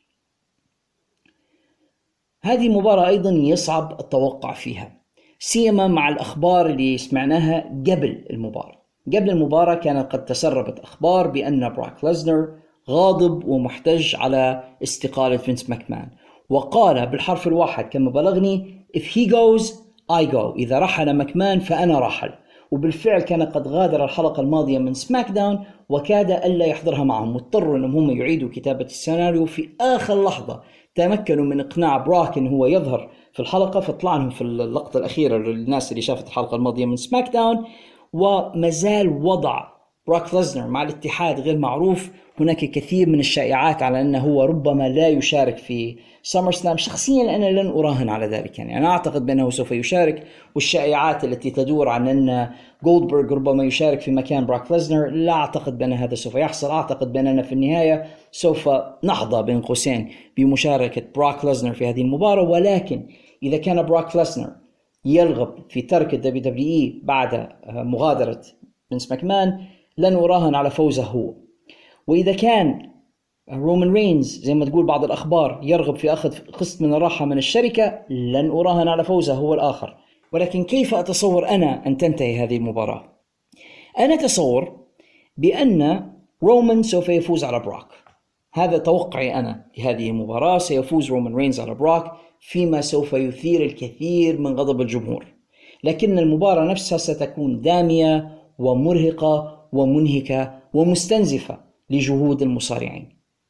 هذه المباراة أيضا يصعب التوقع فيها، سيما مع الأخبار اللي سمعناها قبل المباراة. قبل المباراة كانت قد تسربت أخبار بأن براك ليزنر غاضب ومحتج على استقالة فينس ماكمان، وقال بالحرف الواحد كما بلغني if he goes I go، إذا رحل ماكمان فأنا راحل. وبالفعل كان قد غادر الحلقة الماضية من سماك داون وكاد ألا يحضرها معهم، واضطروا أنهم هم يعيدوا كتابة السيناريو في آخر لحظة. تمكنوا من إقناع براك أنه هو يظهر في الحلقة، فطلع لهم في اللقطة الأخيرة للناس اللي شافت الحلقة الماضية من سماك داون. ومازال وضع براك ليزنر مع الاتحاد غير معروف. هناك كثير من الشائعات على أنه هو ربما لا يشارك في سامر سلام. شخصيا أنا لن أراهن على ذلك، يعني أنا أعتقد بأنه سوف يشارك، والشائعات التي تدور عن أن جولدبرغ ربما يشارك في مكان براك ليزنر لا أعتقد بأن هذا سوف يحصل. أعتقد بأننا في النهاية سوف نحظى بين قوسين بمشاركة براك ليزنر في هذه المباراة. ولكن إذا كان براك ليزنر يرغب في ترك الدبليو بعد مغادرة فينس ماكمان لن أراهن على فوزه هو. وإذا كان رومان رينز زي ما تقول بعض الأخبار يرغب في أخذ قسط من الراحة من الشركة لن أراهن على فوزه هو الآخر. ولكن كيف أتصور أنا أن تنتهي هذه المباراة؟ أنا أتصور بأن رومان سوف يفوز على براك. هذا توقعي أنا لهذه المباراة. سيفوز رومان رينز على براك فيما سوف يثير الكثير من غضب الجمهور، لكن المباراة نفسها ستكون دامية ومرهقة ومنهكة ومستنزفة لجهود المصارعين.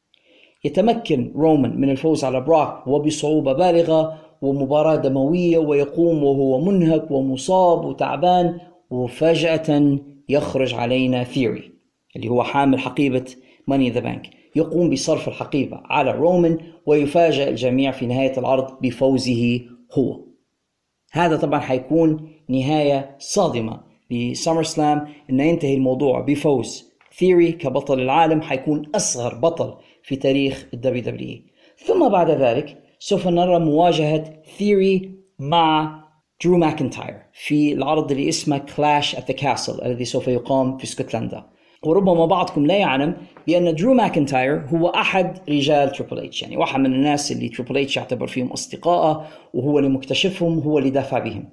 يتمكن رومان من الفوز على براك وبصعوبة بالغة، ومباراة دموية، ويقوم وهو منهك ومصاب وتعبان، وفجأة يخرج علينا ثيوري اللي هو حامل حقيبة ماني ذا بانك، يقوم بصرف الحقيبة على رومان ويفاجأ الجميع في نهاية العرض بفوزه هو. هذا طبعا حيكون نهاية صادمة لسامر سلام، إن ينتهي الموضوع بفوز ثيوري كبطل العالم، حيكون أصغر بطل في تاريخ الدبليو. ثم بعد ذلك سوف نرى مواجهة ثيوري مع درو ماكنتاير في العرض اللي اسمه كلاش at the Castle الذي سوف يقام في اسكتلندا. وربما بعضكم لا يعلم بأن درو ماكنتاير هو أحد رجال تريبل اتش، يعني واحد من الناس اللي تريبل اتش يعتبر فيهم أصدقائه، وهو اللي مكتشفهم، هو اللي دافع بهم.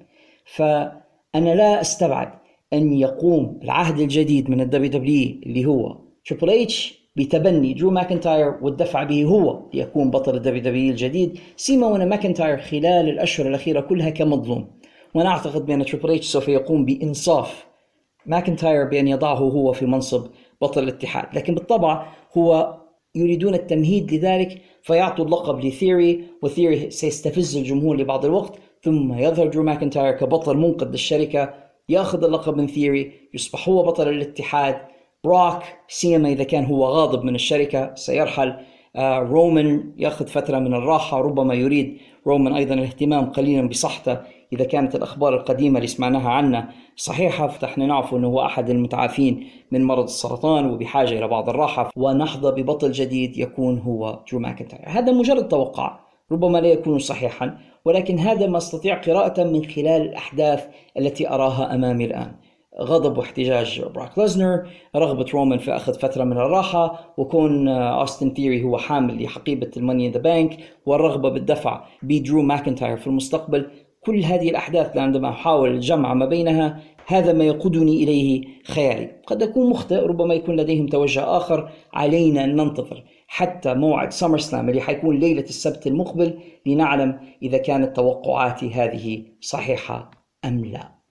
فأنا لا أستبعد أن يقوم العهد الجديد من الدبليو اللي هو تريبل اتش بتبني درو ماكنتاير والدفع به هو ليكون بطل الدبليو الجديد، سيما وأن ماكنتاير خلال الأشهر الأخيرة كلها كمظلوم. وأنا أعتقد بأن تريبل اتش سوف يقوم بإنصاف ماكنتاير بأن يضعه هو في منصب بطل الاتحاد، لكن بالطبع هو يريدون التمهيد لذلك فيعطوا اللقب لثيوري، وثيوري سيستفز الجمهور لبعض الوقت، ثم يظهر درو ماكنتاير كبطل منقذ للشركة، يأخذ اللقب من ثيوري، يصبح هو بطل الاتحاد. براك سيما إذا كان هو غاضب من الشركة سيرحل. رومان يأخذ فترة من الراحة، ربما يريد رومان أيضا الاهتمام قليلا بصحته إذا كانت الأخبار القديمة اللي سمعناها عنه صحيحة، فنحن نعرف أنه هو أحد المتعافين من مرض السرطان وبحاجة إلى بعض الراحة، ونحظى ببطل جديد يكون هو درو ماكنتاير. هذا مجرد توقع ربما لا يكون صحيحا، ولكن هذا ما استطيع قراءة من خلال الأحداث التي أراها أمامي الآن. غضب واحتجاج براك ليزنر، رغبة رومان في أخذ فترة من الراحة، وكون أوستن ثيوري هو حامل لحقيبة الماني ذا بانك، والرغبة بالدفع بدرو ماكنتاير في المستقبل. كل هذه الأحداث عندما أحاول الجمع ما بينها هذا ما يقودني إليه خيالي. قد أكون مخطئ، ربما يكون لديهم توجه آخر. علينا أن ننتظر حتى موعد سامر سلام اللي حيكون ليلة السبت المقبل لنعلم إذا كانت توقعاتي هذه صحيحة أم لا.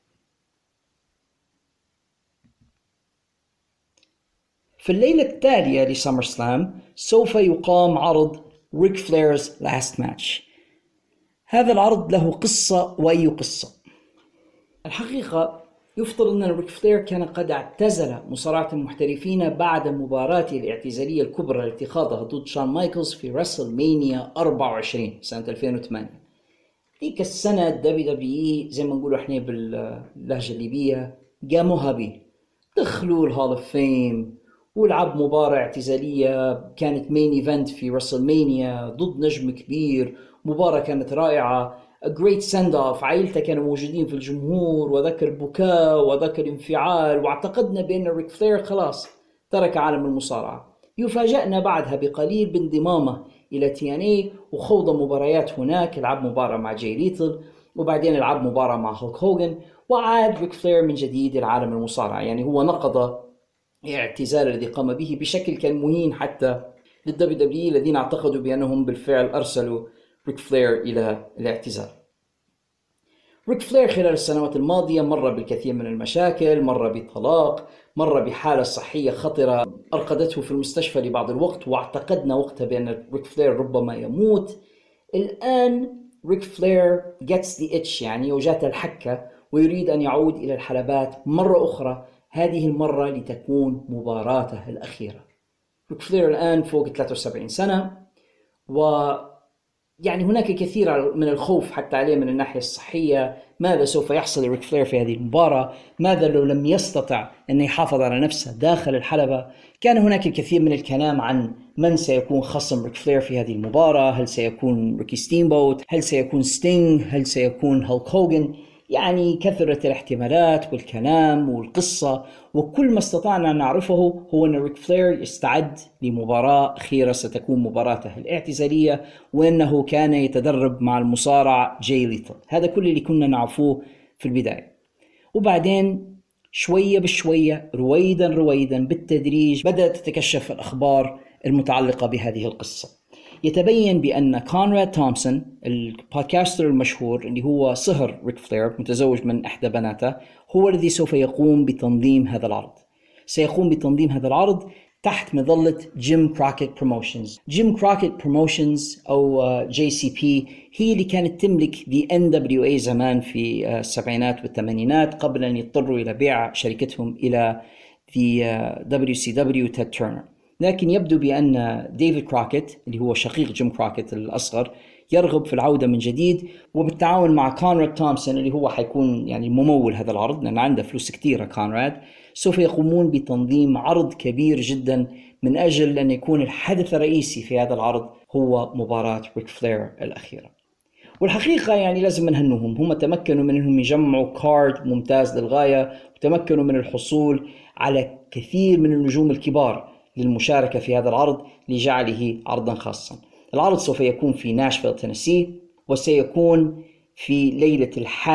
في الليلة التالية لسامر سلام سوف يقام عرض ريك فليرز لاست ماتش. هذا العرض له قصة وأي قصة. الحقيقة يفترض أن ريك فلير كان قد اعتزل مصارعة المحترفين بعد مباراته الاعتزالية الكبرى التي خاضها ضد شون مايكلز في راسل مانيا 24 سنة 2008. ديك السنة WWE زي ما نقولوا احنا باللهجة الليبية قاموها بيه، دخلوا الهول اوف فيم ولعب مباراة اعتزالية كانت مين ايفنت في رسلمانيا ضد نجم كبير. مباراة كانت رائعة، a great send off، عائلته كانوا موجودين في الجمهور وذكر بكاء وذكر انفعال، واعتقدنا بأن ريك فلير خلاص ترك عالم المصارعة. يفاجأنا بعدها بقليل بانضمامه إلى TNA وخوض مباريات هناك، لعب مباراة مع جاي ليتل وبعدين لعب مباراة مع هولك هوغن، وعاد ريك فلير من جديد العالم المصارعة. يعني هو نقض الاعتزال الذي قام به بشكل كان مهين حتى للWWE الذين اعتقدوا بأنهم بالفعل أرسلوا ريك فلير إلى الاعتزال. ريك فلير خلال السنوات الماضية مر بالكثير من المشاكل، مر بطلاق، مر بحالة صحية خطرة أرقدته في المستشفى لبعض الوقت، واعتقدنا وقتها بأن ريك فلير ربما يموت. الآن ريك فلير gets the itch، يعني وجاته الحكة، ويريد أن يعود إلى الحلبات مرة أخرى، هذه المرة لتكون مباراته الأخيرة. ريك فلير الآن فوق 73 سنة، يعني هناك كثير من الخوف حتى عليه من الناحية الصحية. ماذا سوف يحصل لريك فلير في هذه المباراة؟ ماذا لو لم يستطع أن يحافظ على نفسه داخل الحلبة؟ كان هناك الكثير من الكلام عن من سيكون خصم ريك فلير في هذه المباراة. هل سيكون ريكي ستيمبوت؟ هل سيكون ستينغ؟ هل سيكون هولك هوغن؟ يعني كثرة الاحتمالات والكلام والقصة، وكل ما استطعنا أن نعرفه هو أن ريك فلير يستعد لمباراة أخيرة ستكون مباراته الاعتزالية، وأنه كان يتدرب مع المصارع جاي ليتل. هذا كل اللي كنا نعرفوه في البداية. وبعدين شوية بشوية رويدا بالتدريج بدأت تتكشف الأخبار المتعلقة بهذه القصة. يتبين بأن كونراد تومسون البودكاستر المشهور اللي هو صهر ريك فلير متزوج من إحدى بناته هو الذي سوف يقوم بتنظيم هذا العرض. سيقوم بتنظيم هذا العرض تحت مظلة جيم كروكيت بروموشنز. جيم كروكيت بروموشنز أو JCP هي اللي كانت تملك The NWA زمان في السبعينات والثمانينات قبل أن يضطروا إلى بيع شركتهم إلى The WCW تيد تيرنر. لكن يبدو بأن ديفيد كروكيت اللي هو شقيق جيم كروكيت الأصغر يرغب في العودة من جديد، وبالتعاون مع كونراد تومسون اللي هو حيكون يعني ممول هذا العرض لأن عنده فلوس كثيرة كونراد، سوف يقومون بتنظيم عرض كبير جدا من أجل أن يكون الحدث الرئيسي في هذا العرض هو مباراة ريك فلير الأخيرة. والحقيقة يعني لازم نهنهم، هم تمكنوا من أنهم يجمعوا كارد ممتاز للغاية، وتمكنوا من الحصول على كثير من النجوم الكبار للمشاركة في هذا العرض لجعله عرضا خاصا. العرض سوف يكون في ناشفيل تينيسي، وسيكون في ليلة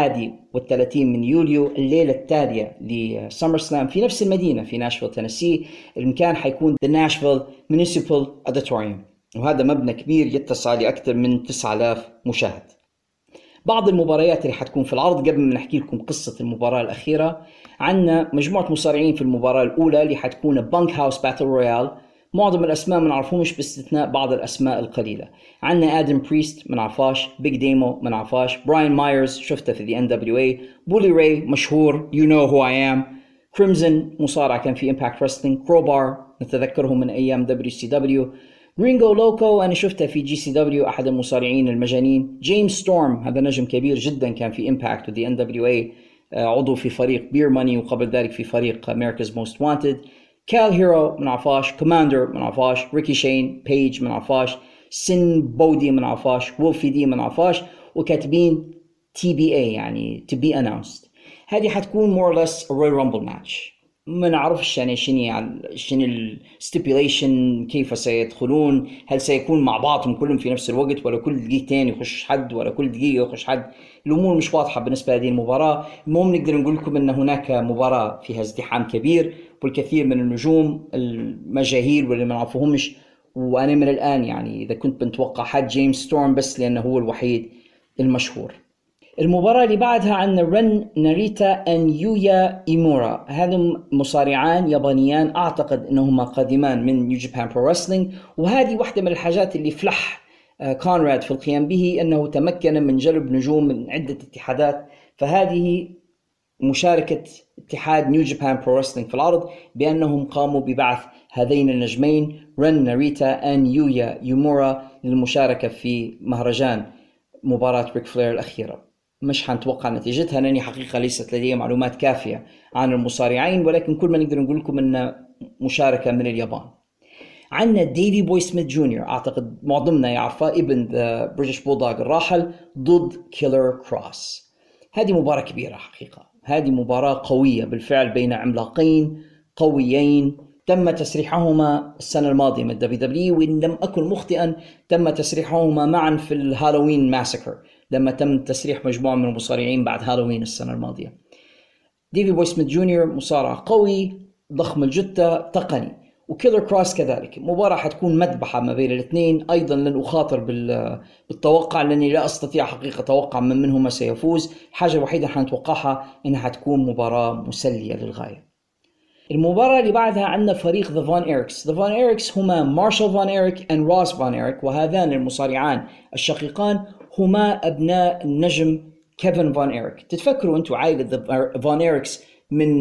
31 من يوليو، الليلة التالية لسمر سلام في نفس المدينة في ناشفيل تينيسي. المكان حيكون The Nashville Municipal Auditorium، وهذا مبنى كبير يتسع لأكثر من 9000 مشاهد. بعض المباريات اللي حتكون في العرض، قبل ما نحكي لكم قصة المباراة الأخيرة، عندنا مجموعة مصارعين في المباراة الأولى اللي حتكون بانك هاوس باتل رويال. معظم الأسماء ما نعرفهمش باستثناء بعض الأسماء القليلة. عندنا آدم بريست ما نعرفاش، بيج ديمو ما نعرفاش، براين مايرز شفته في The NWA، بولي راي مشهور you know who I am، كريمزن مصارع كان في Impact Wrestling، كروبار نتذكره من أيام WCW، رينجو لوكو أنا شفته في GCW أحد المصارعين المجانين، جيمس ستورم هذا نجم كبير جدا كان في Impact و The NWA، عضو في فريق بير ماني وقبل ذلك في فريق America's Most Wanted، كال هيرو منعرفاش، كوماندر منعرفاش، ريكي شين، بيج منعرفاش، سن بودي منعرفاش، وولفي دي منعرفاش، وكاتبين TBA يعني to be announced. هذه حتكون more or less a Royal Rumble match. ما نعرفش يعني شنو الستيبيوليشن، كيف سيدخلون، هل سيكون مع بعضهم كلهم في نفس الوقت ولا كل دقيقتين يخش حد ولا كل دقيقة يخش حد. الأمور مش واضحة بالنسبة لهذه المباراة. المهم نقدر نقول لكم أن هناك مباراة فيها ازدحام كبير والكثير من النجوم المجاهير واللي ما نعرفهمش، وأنا من الآن يعني إذا كنت بنتوقع حد جيمس ستورم بس لأنه هو الوحيد المشهور. المباراة اللي بعدها عندنا رن ناريتا أن يويا إيمورا. هذم مصارعان يابانيان أعتقد أنهما قادمان من نيو جابان برو رسلينج، وهذه واحدة من الحاجات اللي فلح كونراد في القيام به، أنه تمكن من جلب نجوم من عدة اتحادات. فهذه مشاركة اتحاد نيو جابان برو رسلينج في العرض بأنهم قاموا ببعث هذين النجمين رن ناريتا أن يويا إيمورا للمشاركة في مهرجان مباراة ريك فلير الأخيرة. مش حنتوقع نتيجتها لأني حقيقة ليست لدي معلومات كافية عن المصارعين، ولكن كل ما نقدر نقول لكم أن مشاركة من اليابان. عندنا ديفي بوي سميث جونيور، أعتقد معظمنا يعرفه، ابن ذا بريتش بولدوغ الراحل، ضد كيلر كروس. هذه مباراة كبيرة حقيقة، هذه مباراة قوية بالفعل بين عملاقين قويين تم تسريحهما السنة الماضية من WWE، وإن لم أكن مخطئا تم تسريحهما معا في الهالوين ماسكر لما تم تسريح مجموعة من المصارعين بعد هالوين السنة الماضية. ديفي بوي سميث جونيور مصارع قوي ضخم الجثة تقني، وكيلر كروس كذلك. مباراة حتكون مذبحة ما بين الاثنين. أيضا لن أخاطر بالتوقع لأني لا أستطيع حقيقة توقع من منهما سيفوز. الحاجة الوحيدة حنتوقعها إنها حتكون مباراة مسلية للغاية. المباراة اللي بعدها عندنا فريق The Von Erichs. The Von Erichs هما مارشال فون إيريك and روس فون إيريك، وهذان المصارعان الشقيقان هما أبناء النجم كيفن فون إيريك. تتفكروا أنتوا عائلة The Von Erichs من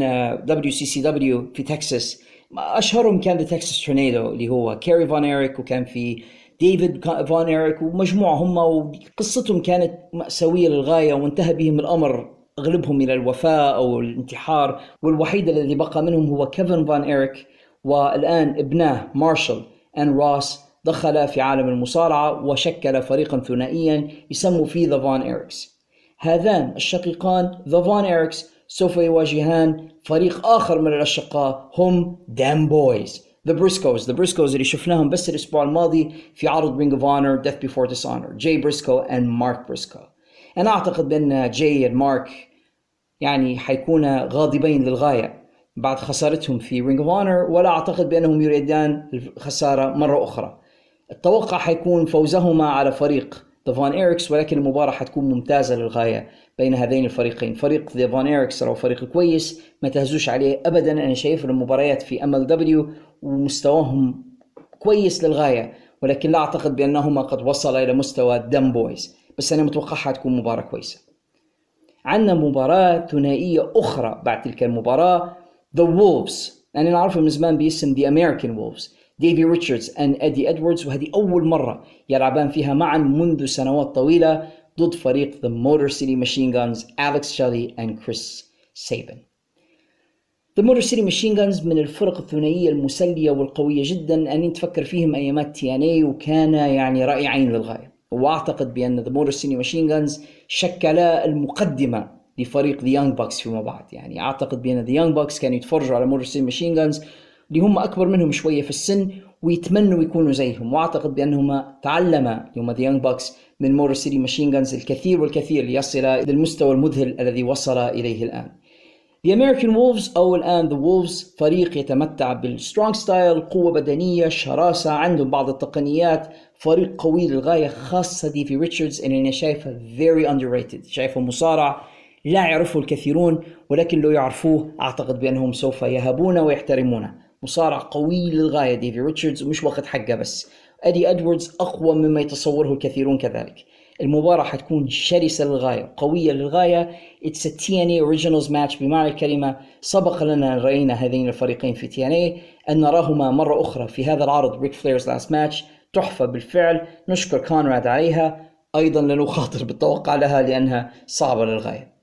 WCCW في تكساس؟ أشهرهم كان The Texas Tornado اللي هو كاري فون إيريك، وكان في ديفيد فون إيريك ومجموعة هم، وقصتهم كانت مأساوية للغاية وانتهى بهم الأمر أغلبهم إلى الوفاة أو الانتحار، والوحيد الذي بقى منهم هو كيفن فون إيريك. والآن ابناه مارشال and روس دخل في عالم المصارعة وشكل فريقا ثنائيا يسموا فيه The Von Erichs. هذان الشقيقان The Von Erichs سوف يواجهان فريق آخر من الأشقاء هم دام بويز The Briscoes اللي شفناهم بس الأسبوع الماضي في عرض Ring of Honor Death Before Dishonor، جاي بريسكو and مارك بريسكو. أنا أعتقد بأن جاي ومارك يعني حيكون غاضبين للغاية بعد خسارتهم في Ring of Honor، ولا أعتقد بأنهم يريدان الخسارة مرة أخرى. التوقع حيكون فوزهما على فريق The Von Erichs، ولكن المباراة حتكون ممتازة للغاية بين هذين الفريقين. فريق The Von Erichs هو فريق كويس ما تهزوش عليه أبدا. أنا شايف المباريات في MLW ومستواهم كويس للغاية، ولكن لا أعتقد بأنهما قد وصل إلى مستوى دام بويز، بس أنا متوقعها تكون مباراة كويسة. عندنا مباراة ثنائية أخرى بعد تلك المباراة، The Wolves، أنا نعرفهم من زمان باسم The American Wolves، ديفي ريتشاردز and إدي إدواردز، وهذه أول مرة يلعبان فيها معا منذ سنوات طويلة ضد فريق The Motor City Machine Guns، أليكس شيلي and كريس سابن. The Motor City Machine Guns من الفرق الثنائية المسلية والقوية جدا، أني تفكر فيهم أيامات TNA وكان يعني رائعين للغاية. وأعتقد بأن The Motor City Machine Guns شكلا المقدمة لفريق The Young Bucks فيما بعد. يعني أعتقد بأن The Young Bucks كانوا يتفرجوا على Motor City Machine Guns اللي هم أكبر منهم شوية في السن ويتمنوا يكونوا زيهم، وأعتقد بأنهم تعلم هم The Young Bucks من Motor City Machine Guns الكثير والكثير ليصل إلى المستوى المذهل الذي وصل إليه الآن. The American Wolves أو الآن The Wolves فريق يتمتع بالسترونج ستايل، قوة بدنية، شراسة، عندهم بعض التقنيات، فريق قوي للغاية، خاصة ديفي ريتشاردز اللي أنا شايفه very underrated، شايفه مصارع لا يعرفه الكثيرون، ولكن لو يعرفوه أعتقد بأنهم سوف يهبونه ويحترمونه. مصارع قوي للغاية ديفي ريتشاردز ومش واخد حقه بس. إدي إدواردز أقوى مما يتصوره الكثيرون كذلك. المباراة حتكون شرسة للغاية، قوية للغاية. It's a TNA Originals match بمعنى الكلمة. سبق لنا رأينا هذين الفريقين في TNA، أن نراهما مرة أخرى في هذا العرض ريك فليرز لاست ماتش. تحفة بالفعل، نشكر كونراد عليها. أيضا لا نخاطر بالتوقع لها لأنها صعبة للغاية.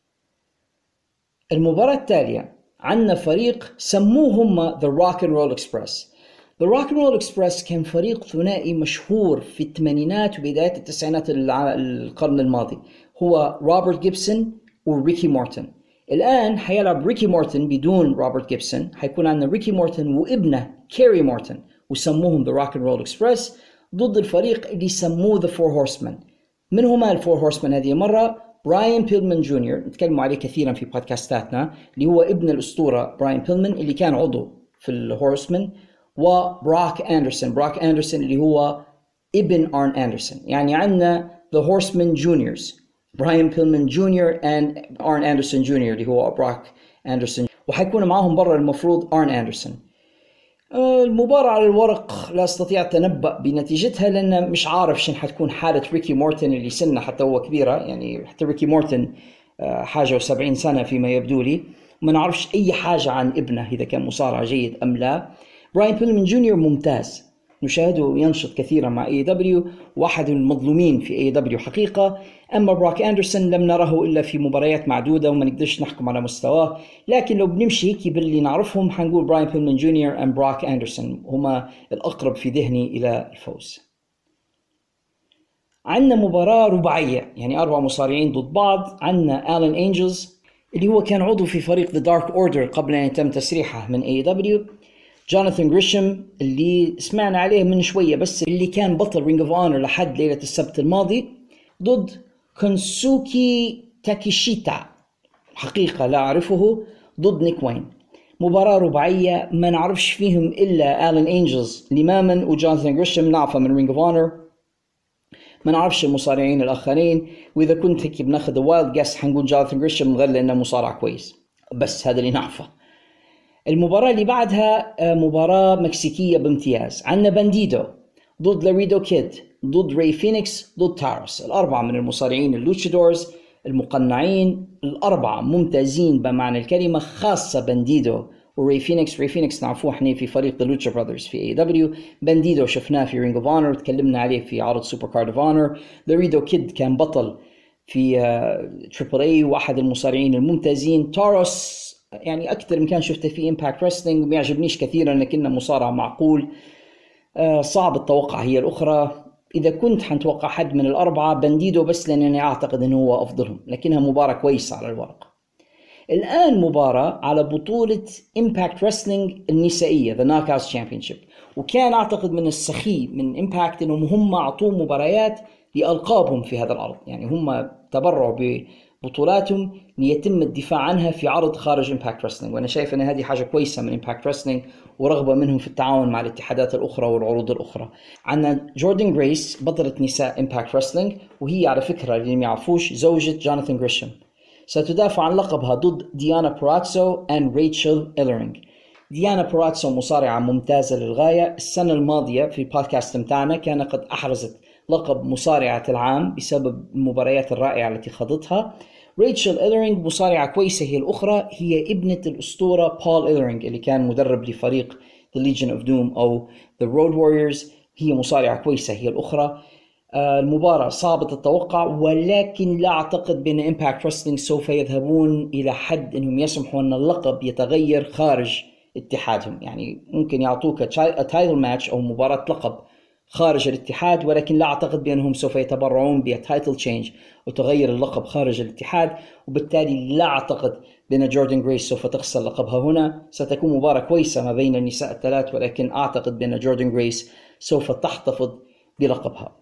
المباراة التالية عندنا فريق سموهم The Rock and Roll Express. The Rock and Roll Express كان فريق ثنائي مشهور في الثمانينات وبداية التسعينات القرن الماضي، هو روبرت جيبسون وريكي مورتن. الآن حيلعب ريكي مورتن بدون روبرت جيبسون، حيكون عندنا ريكي مورتن وابنه كيري مورتن، وسموهم The Rock and Roll Express ضد الفريق اللي سموه The Four Horsemen. من هما الفور هورسمان هذه المرة؟ براين بيلمان جونيور، نتكلم عليه كثيرا في بودكاستاتنا، اللي هو ابن الأسطورة براين بيلمان اللي كان عضو في الهورسمان، وبراك أندرسون اللي هو ابن أرن أندرسون. يعني عندنا The Horsemen Juniors، براين بيلمان جونيور and أرن أندرسون جونيور اللي هو براك أندرسون، وحيكون معهم برا المفروض أرن أندرسون. المباراة على الورق لا استطيع التنبؤ بنتيجتها لأن مش عارف شن حتكون حالة ريكي مورتن اللي سنه حتى هو كبيرة، يعني حتى ريكي مورتن حاجة و70 سنة فيما يبدو لي، ما نعرفش أي حاجة عن ابنه إذا كان مصارع جيد أم لا. براين بيلمان جونيور ممتاز، نشاهده ينشط كثيرا مع AEW، واحد المظلومين في AEW حقيقة. أما براك أندرسون لم نره إلا في مباريات معدودة وما نقدرش نحكم على مستواه، لكن لو بنمشي هيك باللي نعرفهم حنقول براين بيلمان جونيور أم براك أندرسون هما الأقرب في ذهني إلى الفوز. عندنا مباراة رباعية، يعني 4 مصارعين ضد بعض. عندنا آلان أنجلز اللي هو كان عضو في فريق The Dark Order قبل أن يتم تسريحه من AEW، جوناثان غريشم اللي سمعنا عليه من شوية بس اللي كان بطل رينج اوف اونر لحد ليلة السبت الماضي، ضد كونسوكي تاكيشيتا حقيقة لا أعرفه، ضد نيك وين. مباراة رباعية ما نعرفش فيهم إلا آلان أنجلز لماما وجوناثان غريشم نعرفه من رينج اوف اونر، ما نعرفش المصارعين الآخرين. وإذا كنت هيك بناخذ وايلد جاس حنقول جوناثان غريشم غير لأنه مصارع كويس، بس هذا اللي نعرفه. المباراة اللي بعدها مباراة مكسيكية بامتياز. عندنا بانديدو ضد لاريدو كيد ضد راي فينيكس ضد تاروس. الأربعة من المصارعين اللوتشادورز المقنعين، الأربعة ممتازين بمعنى الكلمة، خاصة بانديدو وراي فينيكس. راي فينيكس نعرفوه احنا في فريق The Lucha Brothers في AEW. بانديدو شفناه في Ring of Honor وتكلمنا عليه في عرض سوبر كارد اوف اونر. لاريدو كيد كان بطل في تريبل اي واحد المصارعين الممتازين. تاروس يعني أكثر من كان شفته في إمباكت ريسلينج وما يعجبنيش كثيرا لكنه مصارع معقول. صعب التوقع هي الأخرى. إذا كنت حنتوقع حد من الأربعة بانديدو بس لأنني أعتقد أنه هو أفضلهم، لكنها مباراة كويسة على الورق. الآن مباراة على بطولة إمباكت ريسلينج النسائية The Knockouts Championship، وكان أعتقد من السخي من إمباكت أنهم هم أعطوا مباريات لألقابهم في هذا العرض، يعني هم تبرعوا ببطولاتهم ليتم الدفاع عنها في عرض خارج إمباكت ريسلينج، وأنا شايف أن هذه حاجة كويسة من إمباكت ريسلينج ورغبة منهم في التعاون مع الاتحادات الأخرى والعروض الأخرى. عندنا جوردن جريس بطلة نساء إمباكت ريسلينج، وهي على فكرة اللي ما يعرفوش زوجة جوناثان غريشم، ستدافع عن لقبها ضد ديانا براتسو and ريتشل إيلرينج. ديانا براتسو مصارعة ممتازة للغاية. السنة الماضية في البودكاست متاعنا كان قد أحرزت لقب مصارعة العام بسبب المباريات الرائعة التي خاضتها. ريتشل إيلرينج مصارعة كويسة هي الأخرى، هي ابنة الأسطورة بول إيلرينج اللي كان مدرب لفريق The Legion of Doom أو The Road Warriors. هي مصارعة كويسة هي الأخرى. المباراة صعبة التوقع، ولكن لا أعتقد بأن إمباكت ريسلينج سوف يذهبون إلى حد أنهم يسمحوا أن اللقب يتغير خارج اتحادهم. يعني ممكن يعطوك تايتل ماتش أو مباراة لقب خارج الاتحاد، ولكن لا أعتقد بأنهم سوف يتبرعون بتايتل تشينج وتغير اللقب خارج الاتحاد، وبالتالي لا أعتقد بأن جوردن جريس سوف تخسر لقبها هنا. ستكون مباراة كويسة ما بين النساء الثلاث، ولكن أعتقد بأن جوردن جريس سوف تحتفظ بلقبها.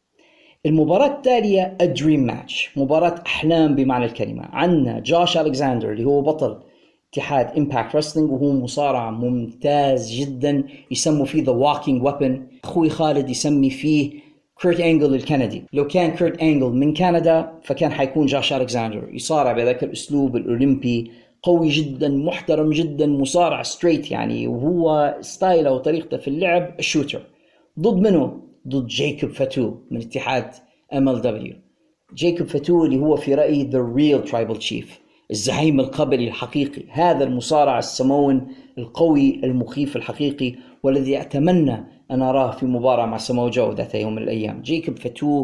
المباراة التالية الدريم ماتش، مباراة أحلام بمعنى الكلمة. عندنا جوش ألكساندر اللي هو بطل اتحاد إمباكت ريسلينج وهو مصارع ممتاز جدا، يسموا فيه The Walking Weapon. أخوي خالد يسمي فيه كيرت أنجل الكندي. لو كان كيرت أنجل من كندا فكان حيكون جوش ألكساندر، يصارع بذاك الأسلوب الأولمبي، قوي جدا محترم جدا، مصارع ستريت يعني، وهو ستايله وطريقته في اللعب الشوتر. ضد منه؟ ضد جايكوب فاتو من اتحاد MLW. جايكوب فاتو اللي هو في رأيي The Real Tribal Chief، الزعيم القبلي الحقيقي، هذا المصارع السمون القوي المخيف الحقيقي، والذي أتمنى أن أراه في مباراة مع سامو جو ذات يوم من الأيام. جايكوب فاتو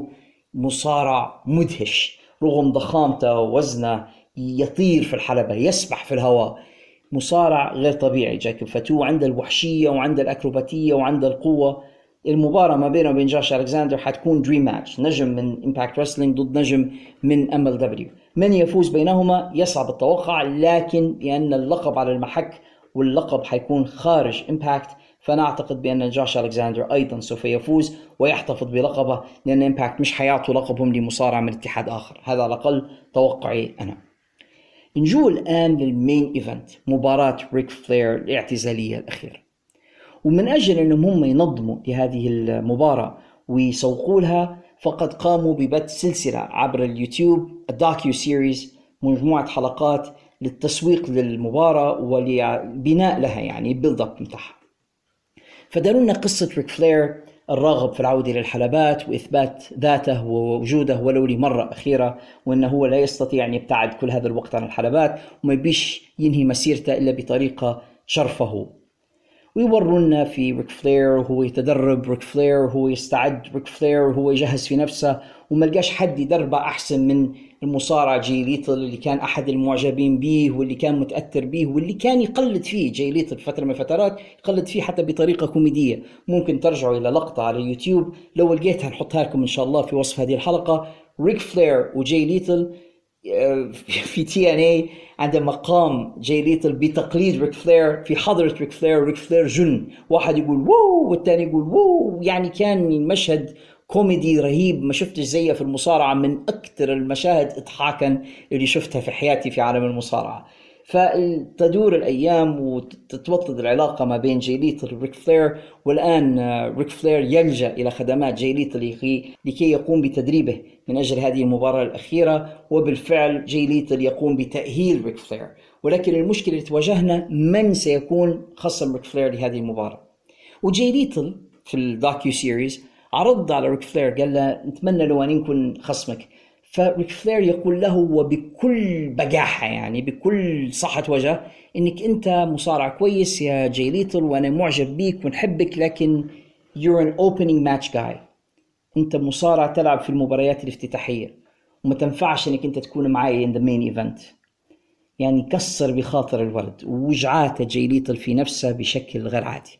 مصارع مدهش، رغم ضخامته ووزنه يطير في الحلبة، يسبح في الهواء، مصارع غير طبيعي. جايكوب فاتو عنده الوحشية وعنده الأكروباتية وعنده القوة. المباراة ما بينه وبين جوش ألكساندر حتكون دريم ماتش، نجم من إمباكت ريسلينج ضد نجم من MLW. من يفوز بينهما يصعب التوقع، لكن لأن اللقب على المحك واللقب حيكون خارج إمباكت، فأنا أعتقد بأن جوش ألكساندر أيضا سوف يفوز ويحتفظ بلقبه، لأن إمباكت مش حيعطوا لقبهم لمصارع من اتحاد آخر. هذا على الأقل توقعي أنا. نجول الآن للمين إيفنت، مباراة ريك فلير الاعتزالية الأخيرة. ومن أجل أنهم هم ينظموا لهذه المباراة ويسوقوا لها، فقد قاموا ببث سلسلة عبر اليوتيوب، الدوكيو سيريز، مجموعة حلقات للتسويق للمباراة ولبناء لها، يعني بيلد اب متاعها. فداروا لنا قصة ريك فلير الراغب في العودة للحلبات وإثبات ذاته ووجوده ولو لمرة أخيرة، وأنه هو لا يستطيع أن يبتعد كل هذا الوقت عن الحلبات وما يبيش ينهي مسيرته إلا بطريقة شرفه. ويورونا في ريك فلير وهو يتدرب، ريك فلير وهو يستعد، ريك فلير وهو يجهز في نفسه، وما لقاش حد يدربه أحسن من المصارع جاي ليتل اللي كان أحد المعجبين به واللي كان متأثر به واللي كان يقلد فيه. جاي ليتل فترة من الفترات يقلد فيه حتى بطريقة كوميدية. ممكن ترجعوا إلى لقطة على يوتيوب لو لقيتها نحطها لكم إن شاء الله في وصف هذه الحلقة. ريك فلير وجاي ليتل في TNA عندما قام جاي ليتل بتقليد ريك فلير في حضرة ريك فلير، ريك فلير جن، واحد يقول وو والتاني يقول وو. يعني كان مشهد كوميدي رهيب ما شفتش زيه في المصارعة، من أكثر المشاهد إضحاكا اللي شفتها في حياتي في عالم المصارعة. فتدور الأيام وتتوطد العلاقة ما بين جاي ليتل وريك فلير، والآن ريك فلير يلجأ إلى خدمات جاي ليتل لكي يقوم بتدريبه من أجل هذه المباراة الأخيرة. وبالفعل جاي ليتل يقوم بتأهيل ريك فلير، ولكن المشكلة اللي تواجهنا من سيكون خصم ريك فلير لهذه المباراة. وجاي ليتل في الدوكيو سيريز عرض على ريك فلير، قال له نتمنى لو أن نكون خصمك. فريك فلير يقول له وبكل بجاحة، يعني بكل صحة وجه، إنك أنت مصارع كويس يا جاي ليتل وأنا معجب بيك ونحبك، لكن you're an opening match guy. أنت مصارع تلعب في المباريات الافتتاحية وما تنفعش إنك أنت تكون معي in the main event. يعني كسر بخاطر الولد ووجعات جاي ليتل في نفسه بشكل غير عادي.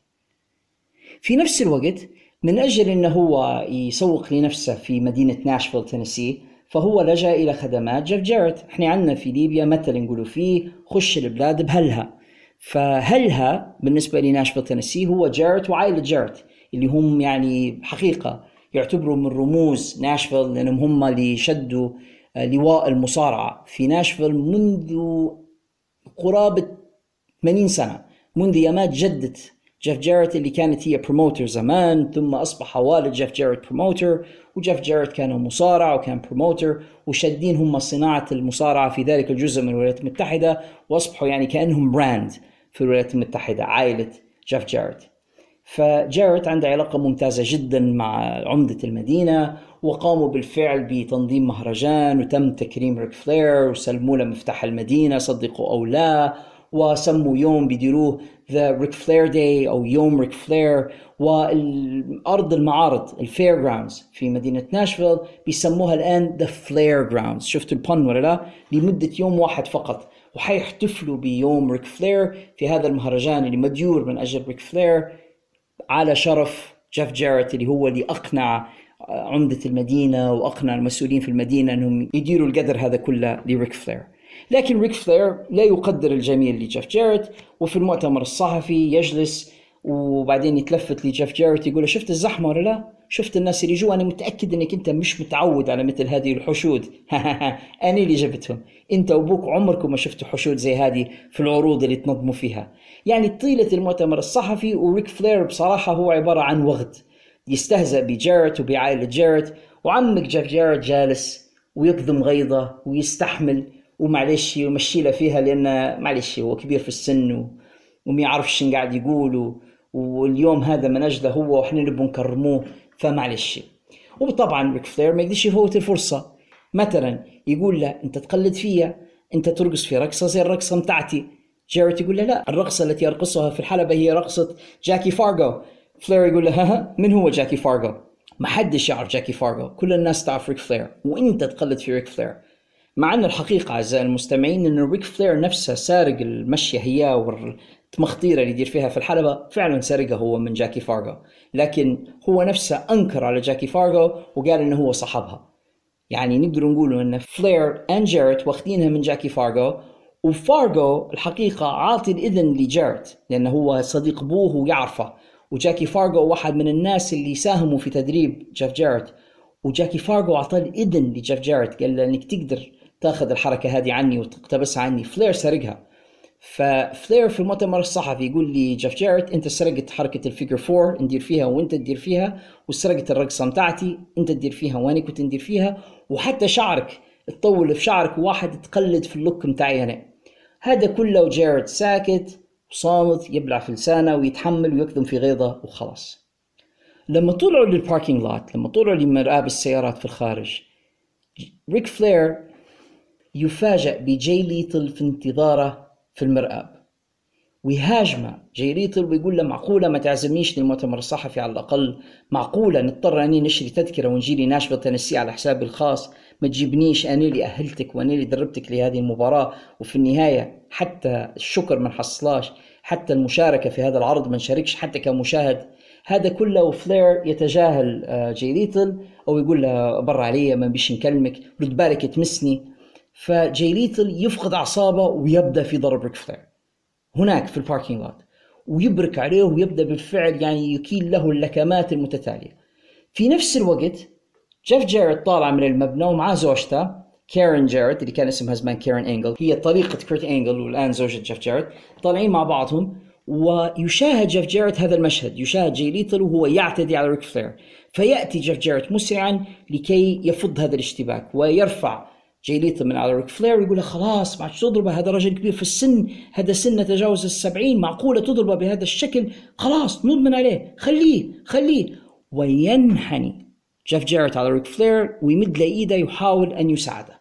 في نفس الوقت من أجل أنه هو يسوق لنفسه في مدينة ناشفيل تينيسي، فهو لجأ إلى خدمات جيف جاريت. احنا عندنا في ليبيا مثل نقولوا فيه خش البلاد بهلها. فهلها بالنسبة لناشفيل تينيسي هو جاريت وعائلة جاريت، اللي هم يعني حقيقة يعتبروا من رموز ناشفيل، لأنهم هم اللي شدوا لواء المصارعة في ناشفيل منذ قرابة 80 سنة، منذ يامات جدة جيف جاريت اللي كانت هي بروموتر زمان، ثم أصبح والد جيف جاريت بروموتر، وجيف جاريت كان مصارع وكان بروموتر، وشدين هم صناعة المصارعة في ذلك الجزء من الولايات المتحدة، وأصبحوا يعني كأنهم براند في الولايات المتحدة، عائلة جيف جاريت. فجاريت عنده علاقة ممتازة جدا مع عمدة المدينة، وقاموا بالفعل بتنظيم مهرجان وتم تكريم ريك فلير وسلموا له مفتاح المدينة صدقوا أو لا، وسموا يوم بيديروه The Ric Flair Day أو يوم ريك فلير. والأرض المعارض الفير جراوندز في مدينة ناشفيل بيسموها الآن The Flair Grounds. شفتوا البن ولا لا؟ لمدة يوم واحد فقط، وحيحتفلوا بيوم ريك فلير في هذا المهرجان اللي مديور من أجل ريك فلير على شرف جيف جاريت، اللي هو اللي أقنع عمدة المدينة وأقنع المسؤولين في المدينة أنهم يديروا القدر هذا كله لريك فلير. لكن ريك فلير لا يقدر الجميل لجيف جاريت، وفي المؤتمر الصحفي يجلس وبعدين يتلفت لجيف جاريت يقول له شفت الزحمة ولا لا؟ شفت الناس اللي جوا؟ أنا متأكد أنك أنت مش متعود على مثل هذه الحشود. أنا اللي جبتهم، أنت وأبوك عمركم ما شفتوا حشود زي هذه في العروض اللي تنظموا فيها. يعني طيلة المؤتمر الصحفي وريك فلير بصراحة هو عبارة عن وغد يستهزأ بجاريت وبعائلة جاريت، وعمك جيف جاريت جالس ويكظم غيظه ويستحمل ومعلش يمشي له فيها، لأن معلش هو كبير في السن وما يعرفش شنو قاعد يقول، واليوم هذا من أجله هو وإحنا نبغى نكرموه، فمعلش. وطبعا ريك فلير ما يقدرش يفوت الفرصة. مثلا يقول له أنت تقلد فيا، أنت ترقص في رقصة زي الرقصة متاعتي. جاريت يقول له لا، الرقصة التي يرقصها في الحلبة هي رقصة جاكي فارغو. فلير يقول له ها من هو جاكي فارغو؟ ما حدش يعرف جاكي فارغو، كل الناس تعرف ريك فلير وأنت تقلد في ريك فلير. مع أن الحقيقة أعزائي المستمعين أن ريك فلير نفسه سارق المشية هي والتمخطيرة اللي يدير فيها في الحلبة، فعلا سارقها هو من جاكي فارغو، لكن هو نفسه أنكر على جاكي فارغو وقال أنه هو صاحبها. يعني نقدر نقول أن فلير and جاريت واخدينها من جاكي فارغو، وفارغو الحقيقة عاطي الإذن لجاريت لأنه هو صديق أبوه ويعرفه، وجاكي فارغو واحد من الناس اللي ساهموا في تدريب جيف جاريت، وجاكي فارغو أعطى الإذن لجيف جاريت، قال له أنك تقدر تاخذ الحركة هذه عني وتقتبسها عني. فلير سرقها. ففلير في المؤتمر الصحفي يقول لي جيف جاريت أنت سرقت حركة الفيجر 4 ندير فيها وأنت تدير فيها، وسرقت الرقصة متاعتي أنت تدير فيها وأنا كنت ندير فيها، وحتى شعرك تطول في شعرك واحد تقلد في اللوك متاعي أنا. هذا كله جاريت ساكت وصامت يبلع في لسانه ويتحمل ويكظم في غيظه وخلاص. لما طلعوا للباركينج لوت، لما طلعوا لمرآب السيارات في الخارج، ريك فلير يفاجأ بجاي ليتل في انتظاره في المرآب، ويهاجمه جاي ليتل ويقول له معقولة ما تعزمنيش للمؤتمر الصحفي على الأقل؟ معقولة نضطر أني نشري تذكرة ونجي لي ناشفيل تنسي على حسابي الخاص؟ ما تجيبنيش، أنا اللي أهلتك وأنا اللي دربتك لهذه المباراة، وفي النهاية حتى الشكر ما نحصلاش، حتى المشاركة في هذا العرض ما نشاركش حتى كمشاهد. هذا كله وفلير يتجاهل جاي ليتل أو يقول له برا علي ما بيش نكلمك، رد بالك تمسني. فجاي ليتل يفقد أعصابه ويبدأ في ضرب ريك فلير هناك في الباركينج لوت، ويبرك عليه ويبدأ بالفعل يعني يكيل له اللكمات المتتالية. في نفس الوقت جيف جاريت طالع من المبنى ومعاه زوجته كارين جاريت اللي كان اسمها زمان كارين أنجل، هي طريقة كريت أنجل والآن زوجة جيف جاريت، طالعين مع بعضهم. ويشاهد جيف جاريت هذا المشهد، يشاهد جاي ليتل وهو يعتدي على ريك فلير، فيأتي جيف جاريت مسرعا لكي يفض هذا الاشتباك ويرفع جاي ليتل من على ريك فلير ويقول له خلاص ما عادش تضربه، هذا رجل كبير في السن، هذا سن تجاوز 70، معقولة تضربه بهذا الشكل؟ خلاص مدمن عليه، خليه. وينحني جيف جاريت على ريك فلير ويمد له ايده يحاول ان يساعده.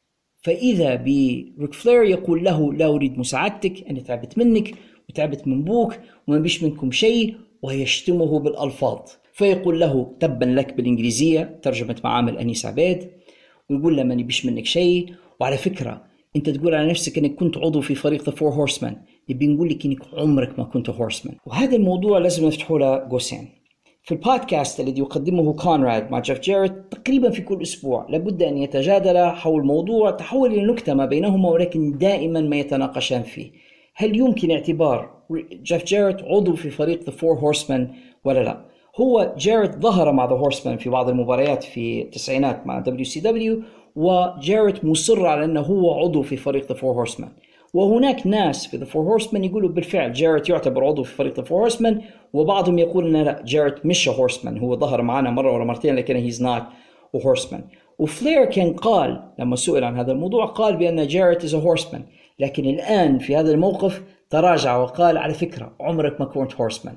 فاذا بريك فلير يقول له لا اريد مساعدتك، انا تعبت منك وتعبت من بوك وما بيش منكم شيء، ويشتمه بالالفاظ. فيقول له تبا لك بالانجليزيه ترجمه معامل انيس عبيد، ويقول له ماني بيش منك شيء، وعلى فكرة انت تقول على نفسك انك كنت عضو في فريق The Four Horsemen، يبي نقول لك انك عمرك ما كنت هورسمان. وهذا الموضوع لازم نفتحه له قوسين. في البودكاست الذي يقدمه كونراد مع جيف جاريت تقريبا في كل اسبوع لابد ان يتجادل حول موضوع تحول الى نكتة ما بينهما، ولكن دائما ما يتناقشان فيه. هل يمكن اعتبار جيف جاريت عضو في فريق The Four Horsemen ولا لا؟ هو جاريت ظهر مع The Horsemen في بعض المباريات في التسعينات مع WCW، وجاريت مصر على أنه هو عضو في فريق The Four Horsemen. وهناك ناس في The Four Horsemen يقولوا بالفعل جاريت يعتبر عضو في فريق The Four Horsemen، وبعضهم يقول أن لا، جاريت مش هورسمان، هو ظهر معنا مرة ولا مرتين لكن he's not a horseman. وفلير كان قال لما سئل عن هذا الموضوع قال بأن جاريت is a horseman، لكن الآن في هذا الموقف تراجع وقال على فكرة عمرك ما كنت هورسمان.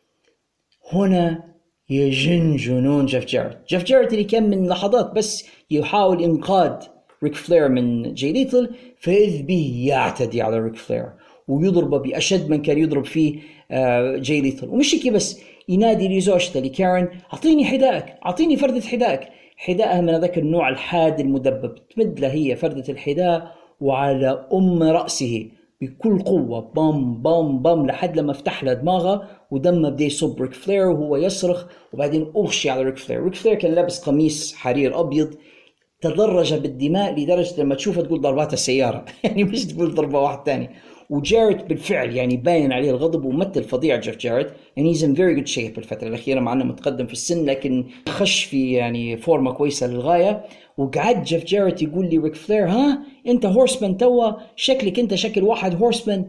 هنا يجن جنون جيف جاريت اللي كان من لحظات بس يحاول إنقاذ ريك فلير من جاي ليتل، فإذ به يعتدي على ريك فلير ويضربه بأشد من كان يضرب فيه جاي ليتل. ومش كي بس، ينادي لزوجته لكارين أعطيني حذائك، أعطيني فردة حذائها من ذاك النوع الحاد المدبب، تمد له هي فردة الحذاء وعلى رأسه بكل قوة بام بام بام لحد لما فتح له دماغه ودمه بدأ يصب ريك فلير وهو يصرخ، وبعدين أغشي على ريك فلير كان لابس قميص حرير أبيض، تدرج بالدماء لدرجة لما تشوفه تقول ضربات السيارة يعني مش تقول ضربة واحد تاني. وجاريت بالفعل يعني باين عليه الغضب ومثل فظيع جيف جاريت، يعني he's in very good shape الفترة الأخيرة مع أنه متقدم في السن لكن خش في يعني فورمة كويسة للغاية. وقعد جيف جاريت يقول لي ريك فلير ها أنت هورسمان توا، شكلك أنت شكل واحد هورسمان،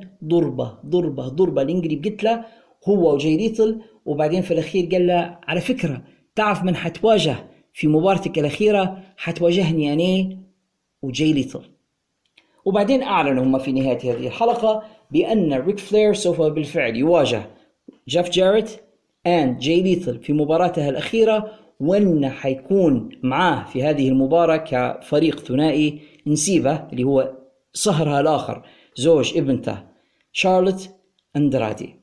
ضربة الإنجليب قلت له هو وجاي ليتل. وبعدين في الأخير قال له على فكرة تعرف من حتواجه في مباراتك الأخيرة؟ حتواجهني أنا وجاي ليتل. وبعدين أعلنوا هم في نهاية هذه الحلقة بأن ريك فلير سوف بالفعل يواجه جيف جاريت and جاي ليتل في مباراته الأخيرة، وأنه حيكون معاه في هذه المباراة كفريق ثنائي نسيبه اللي هو صهرها الآخر زوج ابنته شارلوت أندرادي.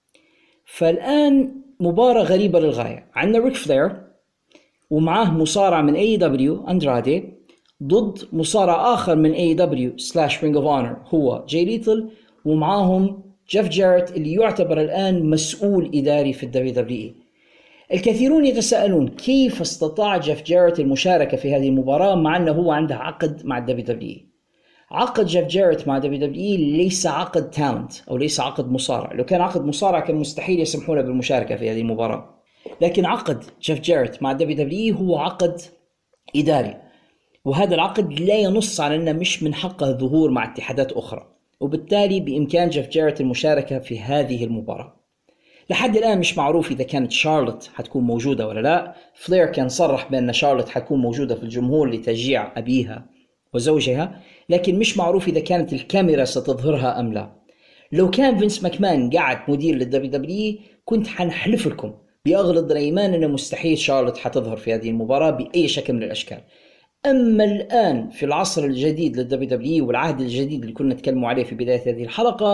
فالآن مباراة غريبة للغاية، عندنا ريك فلير ومعاه مصارع من AEW أندرادي ضد مصارع آخر من AEW/Ring of Honor هو جاي ليتل، ومعاهم جيف جاريت اللي يعتبر الآن مسؤول إداري في WWE. الكثيرون يتساءلون كيف استطاع جيف جاريت المشاركة في هذه المباراة مع أنه هو عنده عقد مع WWE. عقد جيف جاريت مع WWE ليس عقد تالنت أو ليس عقد مصارع، لو كان عقد مصارع كان مستحيل يسمحوا له بالمشاركة في هذه المباراة، لكن عقد جيف جاريت مع WWE هو عقد إداري، وهذا العقد لا ينص على أنه مش من حقه الظهور مع اتحادات أخرى، وبالتالي بإمكان جيف جاريت المشاركة في هذه المباراة. لحد الآن مش معروف إذا كانت شارلوت حتكون موجودة ولا لا. فلير كان صرح بأن شارلوت حتكون موجودة في الجمهور لتشجيع أبيها وزوجها، لكن مش معروف إذا كانت الكاميرا ستظهرها أم لا. لو كان فينس ماكمان قاعد مدير للWWE كنت حنحلف لكم بأغلظ الأيمان أنه مستحيل شارلوت حتظهر في هذه المباراة بأي شكل من الأشكال. أما الآن في العصر الجديد للWWE والعهد الجديد اللي كنا نتكلموا عليه في بداية هذه الحلقة،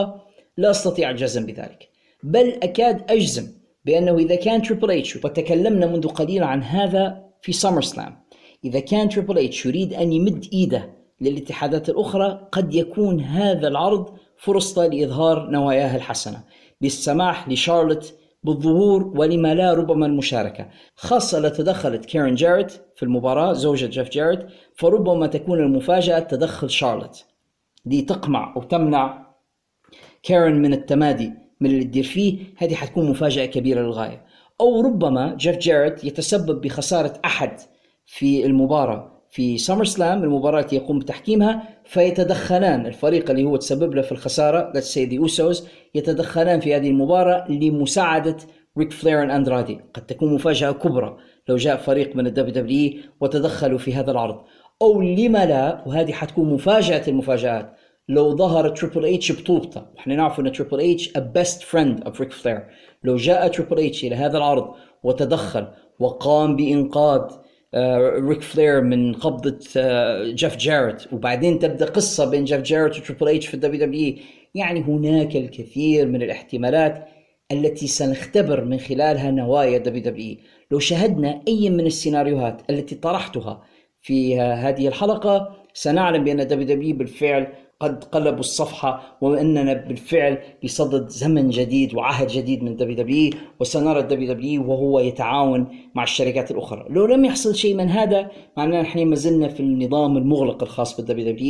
لا أستطيع الجزم بذلك، بل أكاد أجزم بأنه إذا كان تريبل إتش، وتكلمنا منذ قليل عن هذا في سامر سلام، إذا كان تريبل إتش يريد أن يمد إيده للاتحادات الأخرى، قد يكون هذا العرض فرصة لإظهار نواياه الحسنة بالسماح لشارلوت بالظهور، ولما لا ربما المشاركة، خاصة لو تدخلت كارين جاريت في المباراة زوجة جيف جاريت، فربما تكون المفاجأة تدخل شارلوت لتقمع أو تمنع كارين من التمادي من اللي تدير فيه. هذه حتكون مفاجأة كبيرة للغاية. أو ربما جيف جاريت يتسبب بخسارة أحد في المباراة في سامر سلام، المباراة التي يقوم بتحكيمها، فيتدخلان الفريق اللي هو تسبب له في الخسارة، let's say the Usos، يتدخلان في هذه المباراة لمساعدة ريك فلير وأندرادي. قد تكون مفاجأة كبرى لو جاء فريق من WWE وتدخلوا في هذا العرض. أو لما لا، وهذه حتكون مفاجأة المفاجآت، لو ظهر تريبل إتش بطولته، وإحنا نعرف أن تريبل إتش a best friend of ريك فلير، لو جاء تريبل إتش إلى هذا العرض وتدخل وقام بإنقاذ ريك فلير من قبضة جيف جاريت، وبعدين تبدأ قصة بين جيف جاريت وتريبل إتش في WWE، يعني هناك الكثير من الاحتمالات التي سنختبر من خلالها نوايا WWE. لو شاهدنا أي من السيناريوهات التي طرحتها في هذه الحلقة، سنعلم بأن WWE بالفعل قد قلبوا الصفحة، وأننا بالفعل بصدد زمن جديد وعهد جديد من WWE، وسنرى WWE وهو يتعاون مع الشركات الأخرى. لو لم يحصل شيء من هذا، معناه نحن ما زلنا في النظام المغلق الخاص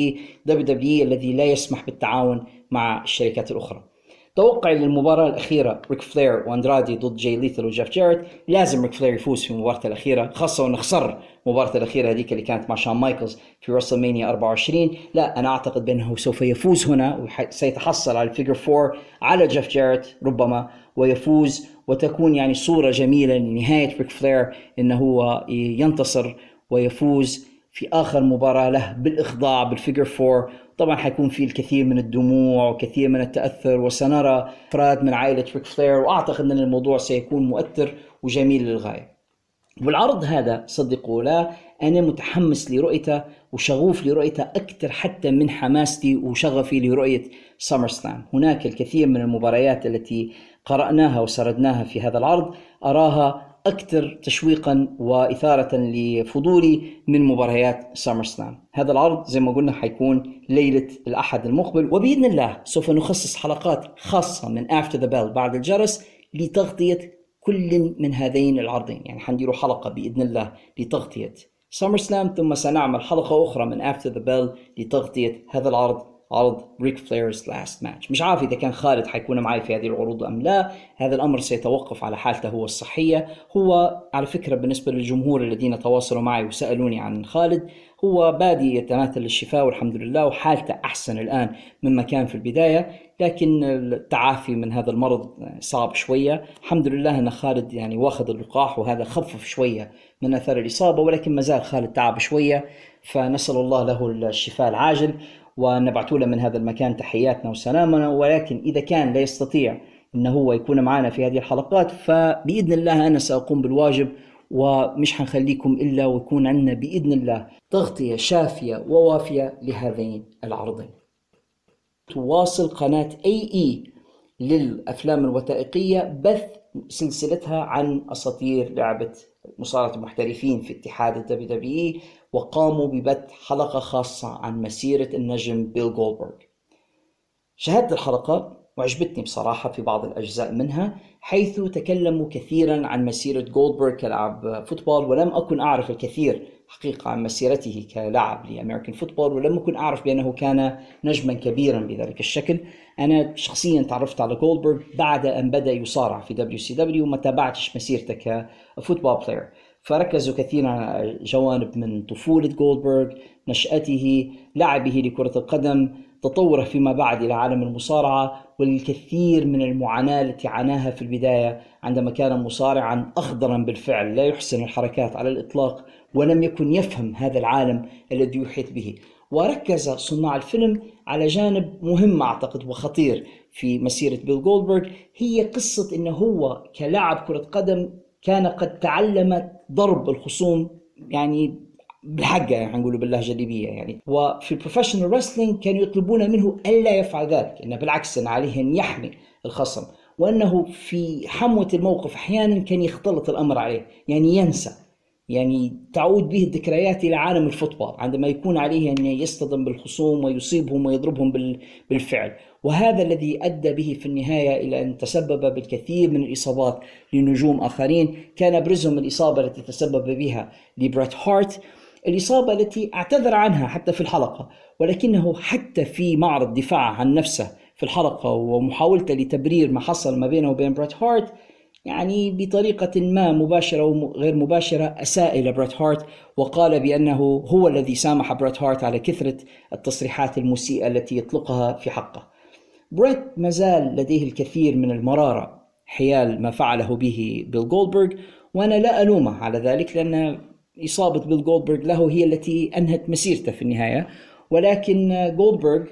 WWE الذي لا يسمح بالتعاون مع الشركات الأخرى. توقع للمباراة الأخيرة ريك فلير وأندرادي ضد جاي ليثل وجيف جاريت، لازم ريك فلير يفوز في مباراة الأخيرة، خاصة وأنه خسر مباراة الأخيرة هذيك اللي كانت مع شون مايكلز في رسلمانيا 24. لا، أنا أعتقد بأنه سوف يفوز هنا وسيتحصل على الفيجر 4 على جيف جاريت ربما ويفوز، وتكون يعني صورة جميلة لنهاية ريك فلير إنه هو ينتصر ويفوز في آخر مباراة له بالإخضاع بالفيجر 4. طبعا حيكون فيه الكثير من الدموع وكثير من التأثر، وسنرى أفراد من عائلة ريك فلير، وأعتقد أن الموضوع سيكون مؤثر وجميل للغاية. والعرض هذا صدقوا لا، أنا متحمس لرؤيته وشغوف لرؤيته أكثر حتى من حماستي وشغفي لرؤية سامر سلام. هناك الكثير من المباريات التي قرأناها وسردناها في هذا العرض أراها أكثر تشويقا وإثارة لفضولي من مباريات سامر سلام. هذا العرض زي ما قلنا حيكون ليلة الأحد المقبل، وبإذن الله سوف نخصص حلقات خاصة من After the Bell بعد الجرس لتغطية كل من هذين العرضين. يعني حنديروا حلقة بإذن الله لتغطية سامر سلام، ثم سنعمل حلقة أخرى من After the Bell لتغطية هذا العرض، عرض ريك فلير's last match. مش عارف إذا كان خالد حيكون معي في هذه العروض أم لا، هذا الأمر سيتوقف على حالته هو الصحية. هو على فكرة بالنسبة للجمهور الذين تواصلوا معي وسألوني عن خالد، هو بادي يتماثل الشفاء والحمد لله، وحالته أحسن الآن مما كان في البداية، لكن التعافي من هذا المرض صعب شوية. الحمد لله أن خالد يعني واخذ اللقاح، وهذا خفف شوية من أثر الإصابة، ولكن مازال خالد تعب شوية، فنسأل الله له الشفاء العاجل ونبعث له من هذا المكان تحياتنا وسلامنا. ولكن إذا كان لا يستطيع أنه هو يكون معنا في هذه الحلقات، فبإذن الله أنا سأقوم بالواجب، ومش هنخليكم إلا ويكون عندنا بإذن الله تغطية شافية ووافية لهذين العرضين. تواصل قناة AE للأفلام الوثائقية بث سلسلتها عن أساطير لعبة مصارعة المحترفين في اتحاد WWE، وقاموا ببث حلقة خاصة عن مسيرة النجم بيل جولدبرغ. شاهدت الحلقة وعجبتني بصراحة في بعض الأجزاء منها، حيث تكلموا كثيرا عن مسيرة جولدبرغ كلاعب فوتبول، ولم أكن أعرف الكثير حقيقة عن مسيرته كلاعب لأمريكان فوتبول، ولم أكن أعرف بأنه كان نجما كبيرا بذلك الشكل. أنا شخصيا تعرفت على جولدبرغ بعد أن بدأ يصارع في WCW، وما تابعتش مسيرته كفوتبول بلاير، فركزوا كثيرا على جوانب من طفولة جولدبرغ، نشأته، لعبه لكرة القدم، تطوره فيما بعد إلى عالم المصارعة، والكثير من المعاناة التي عاناها في البداية عندما كان مصارعا أخضرا بالفعل، لا يحسن الحركات على الإطلاق، ولم يكن يفهم هذا العالم الذي يحيط به. وركز صناع الفيلم على جانب مهم أعتقد وخطير في مسيرة بيل جولدبرغ، هي قصة إنه هو كلاعب كرة قدم كان قد تعلم ضرب الخصوم يعني بالحقة يعني نقوله باللهجة الليبية يعني. وفي البروفيشنال رسلينج كانوا يطلبون منه ألا يفعل ذلك، إنه بالعكس إن عليه أن يحمي الخصم، وأنه في حموة الموقف أحيانا كان يختلط الأمر عليه، يعني ينسى، يعني تعود به الذكريات إلى عالم الفوتبول عندما يكون عليه أن يصطدم بالخصوم ويصيبهم ويضربهم بالفعل. وهذا الذي أدى به في النهاية إلى أن تسبب بالكثير من الإصابات لنجوم آخرين، كان أبرزهم الإصابة التي تسبب بها لبريت هارت، الإصابة التي اعتذر عنها حتى في الحلقة، ولكنه حتى في معرض دفاع عن نفسه في الحلقة ومحاولته لتبرير ما حصل ما بينه وبين بريت هارت، يعني بطريقة ما مباشرة وغير مباشرة أساء إلى بريت هارت، وقال بأنه هو الذي سامح بريت هارت على كثرة التصريحات المسيئة التي يطلقها في حقه. بريت مازال لديه الكثير من المرارة حيال ما فعله به بيل جولدبرغ، وأنا لا ألومه على ذلك، لأن إصابة بيل جولدبرغ له هي التي أنهت مسيرته في النهاية. ولكن جولدبرغ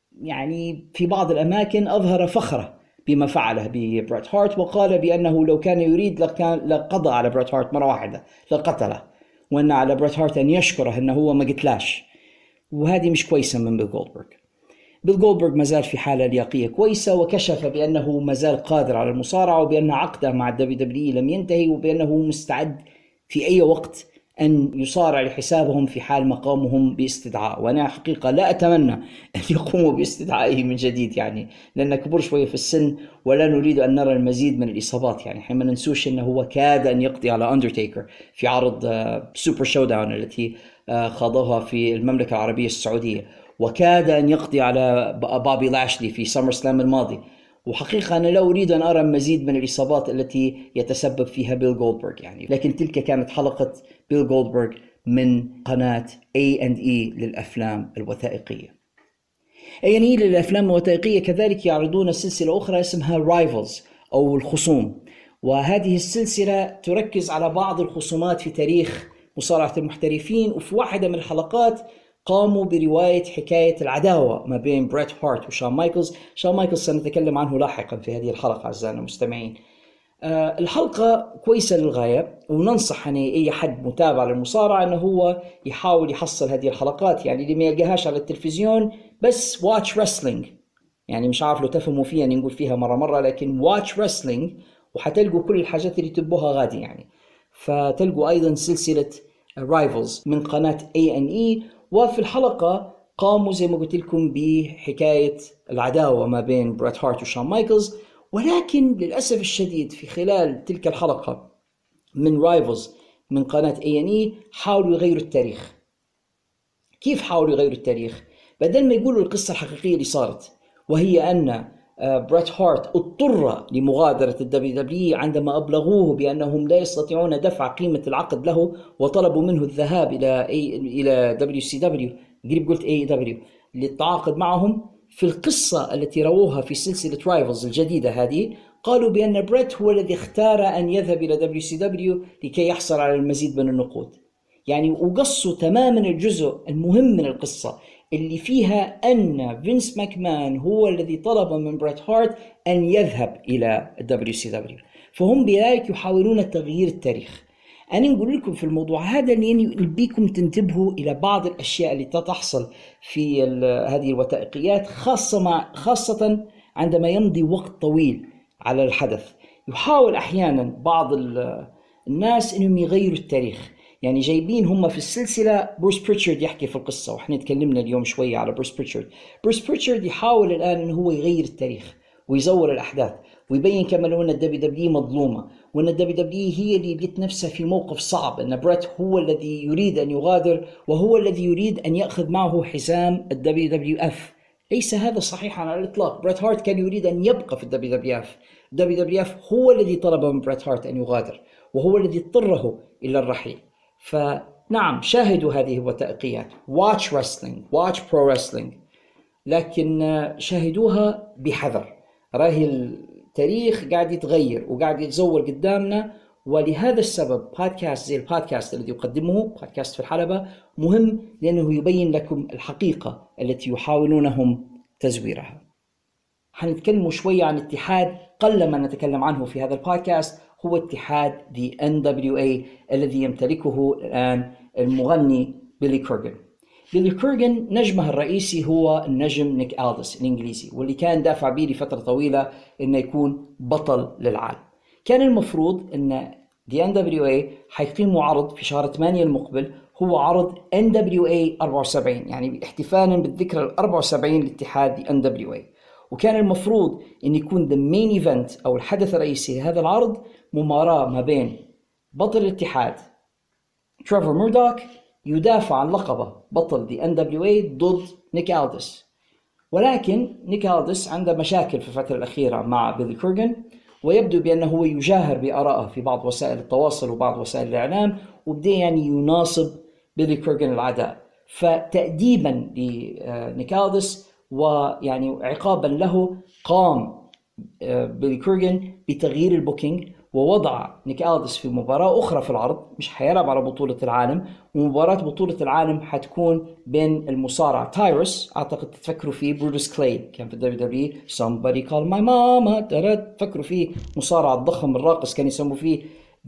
يعني في بعض الأماكن أظهر فخره بما فعله ببريت هارت، وقال بأنه لو كان يريد لقضى على بريت هارت مرة واحدة لقتله، وأن على بريت هارت أن يشكره أنه هو ما قتلاش، وهذه مش كويسة من بيل جولدبرغ. بيل جولدبرغ مازال في حالة لياقية كويسة، وكشف بأنه مازال قادر على المصارعة، وبأن عقده مع WWE لم ينتهي، وبأنه مستعد في أي وقت أن يصارع لحسابهم في حال مقامهم باستدعاء. وأنا حقيقة لا أتمنى أن يقوموا باستدعائه من جديد، يعني لأنه كبر شوية في السن ولا نريد أن نرى المزيد من الإصابات. يعني حين ما ننسوش أنه هو كاد أن يقضي على أندرتيكر في عرض سوبر شو داون التي خاضوها في المملكة العربية السعودية، وكاد أن يقضي على بوبي لاشلي في سمر سلام الماضي. وحقيقة أنا لا أريد أن أرى مزيد من الإصابات التي يتسبب فيها بيل جولدبرغ يعني. لكن تلك كانت حلقة بيل جولدبرغ من قناة A&E للأفلام الوثائقية. A&E للأفلام الوثائقية كذلك يعرضون سلسلة أخرى اسمها رايفلز أو الخصوم، وهذه السلسلة تركز على بعض الخصومات في تاريخ مصارعة المحترفين. وفي واحدة من الحلقات قاموا برواية حكاية العداوة ما بين بريت هارت وشون مايكلز. شون مايكلز سنتكلم عنه لاحقا في هذه الحلقة أعزائنا المستمعين. الحلقة كويسة للغاية، وننصح أي حد متابع للمصارعة أنه هو يحاول يحصل هذه الحلقات، يعني اللي ما يلقاهاش على التلفزيون بس واتش رسلينج، يعني مش عارف لو تفهموا فيها نقول فيها مرة لكن واتش رسلينج، وحتلقوا كل الحاجات اللي تبوها غادي يعني. فتلقوا أيضا سلسلة رايفلز من قناة A&E، وفي الحلقة قاموا زي ما قلت لكم بحكاية العداوة ما بين بريت هارت وشون مايكلز. ولكن للأسف الشديد في خلال تلك الحلقة من رايفلز من قناة A&E حاولوا يغيروا التاريخ. كيف حاولوا يغيروا التاريخ؟ بدل ما يقولوا القصة الحقيقية اللي صارت، وهي أن بريت هارت اضطر لمغادرة WWE عندما أبلغوه بأنهم لا يستطيعون دفع قيمة العقد له، وطلبوا منه الذهاب إلى WCW، قريب قلت AEW، للتعاقد معهم. في القصة التي رووها في سلسلة رايفلز الجديدة هذه قالوا بأن بريت هو الذي اختار أن يذهب إلى WCW لكي يحصل على المزيد من النقود، يعني وقصوا تماما الجزء المهم من القصة اللي فيها أن فينس ماكمان هو الذي طلب من بريت هارت أن يذهب إلى WCW. فهم بذلك يحاولون تغيير التاريخ. أنا نقول لكم في الموضوع هذا أني بيكم تنتبهوا إلى بعض الأشياء اللي تحصل في هذه الوثائقيات، خاصة عندما يمضي وقت طويل على الحدث. يحاول أحيانا بعض الناس أنهم يغيروا التاريخ، يعني جايبين هم في السلسلة بروس بريتشارد يحكي في القصة، وإحنا تكلمنا اليوم شوية على بروس بريتشارد. بروس بريتشارد يحاول الآن أنه هو يغير التاريخ ويزور الأحداث، ويبين كمان أن WWE مظلومة، وأن WWE هي اللي جت نفسها في موقف صعب، أن بريت هو الذي يريد أن يغادر، وهو الذي يريد أن يأخذ معه حزام WWF. ليس هذا صحيحا على الإطلاق. بريت هارت كان يريد أن يبقى في WWF. WWF هو الذي طلب من بريت هارت أن يغادر، وهو الذي اضطره إلى الرحيل. فنعم، شاهدوا هذه الوثائقيات، watch wrestling, watch pro wrestling، لكن شاهدوها بحذر. راهي التاريخ قاعد يتغير وقاعد يتزور قدامنا، ولهذا السبب بودكاست زي البودكاست الذي يقدمه بودكاست في الحلبة مهم، لأنه يبين لكم الحقيقة التي يحاولونهم تزويرها. حنتكلم شوية عن اتحاد قلما نتكلم عنه في هذا البودكاست، هو اتحاد The NWA الذي يمتلكه الآن المغني بيلي كورغان. بيلي كورغان نجمه الرئيسي هو النجم نيك ألدس الإنجليزي، واللي كان دافع به لفترة طويلة إنه يكون بطل للعالم. كان المفروض إن دي NWA حيقيموا عرض في شهر 8 المقبل، هو عرض NWA 74، يعني احتفالا بالذكرى 74 لاتحاد دي NWA. وكان المفروض إن يكون the main event أو الحدث الرئيسي لهذا العرض مباراة ما بين بطل الاتحاد تريفر ميردوك يدافع عن لقبه بطل دي NWA ضد نيك ألدس. ولكن نيك ألدس عنده مشاكل في الفترة الأخيرة مع بيلي كورغان، ويبدو بأنه هو يجاهر بآرائه في بعض وسائل التواصل وبعض وسائل الإعلام، وبدأ يعني يناصب بيلي كورغان العداء. فتأديبا لنيك ألدس ويعني عقابا له قام بيلي كورغان بتغيير البوكينج ووضع نيك ألدس في مباراة أخرى في العرض، مش حيلعب على بطولة العالم، ومباراة بطولة العالم حتكون بين المصارع تايروس، أعتقد تفكروا فيه بروتوس كلاي كان في WWE somebody call my mama تفكروا فيه مصارع الضخم الراقص كان يسموا فيه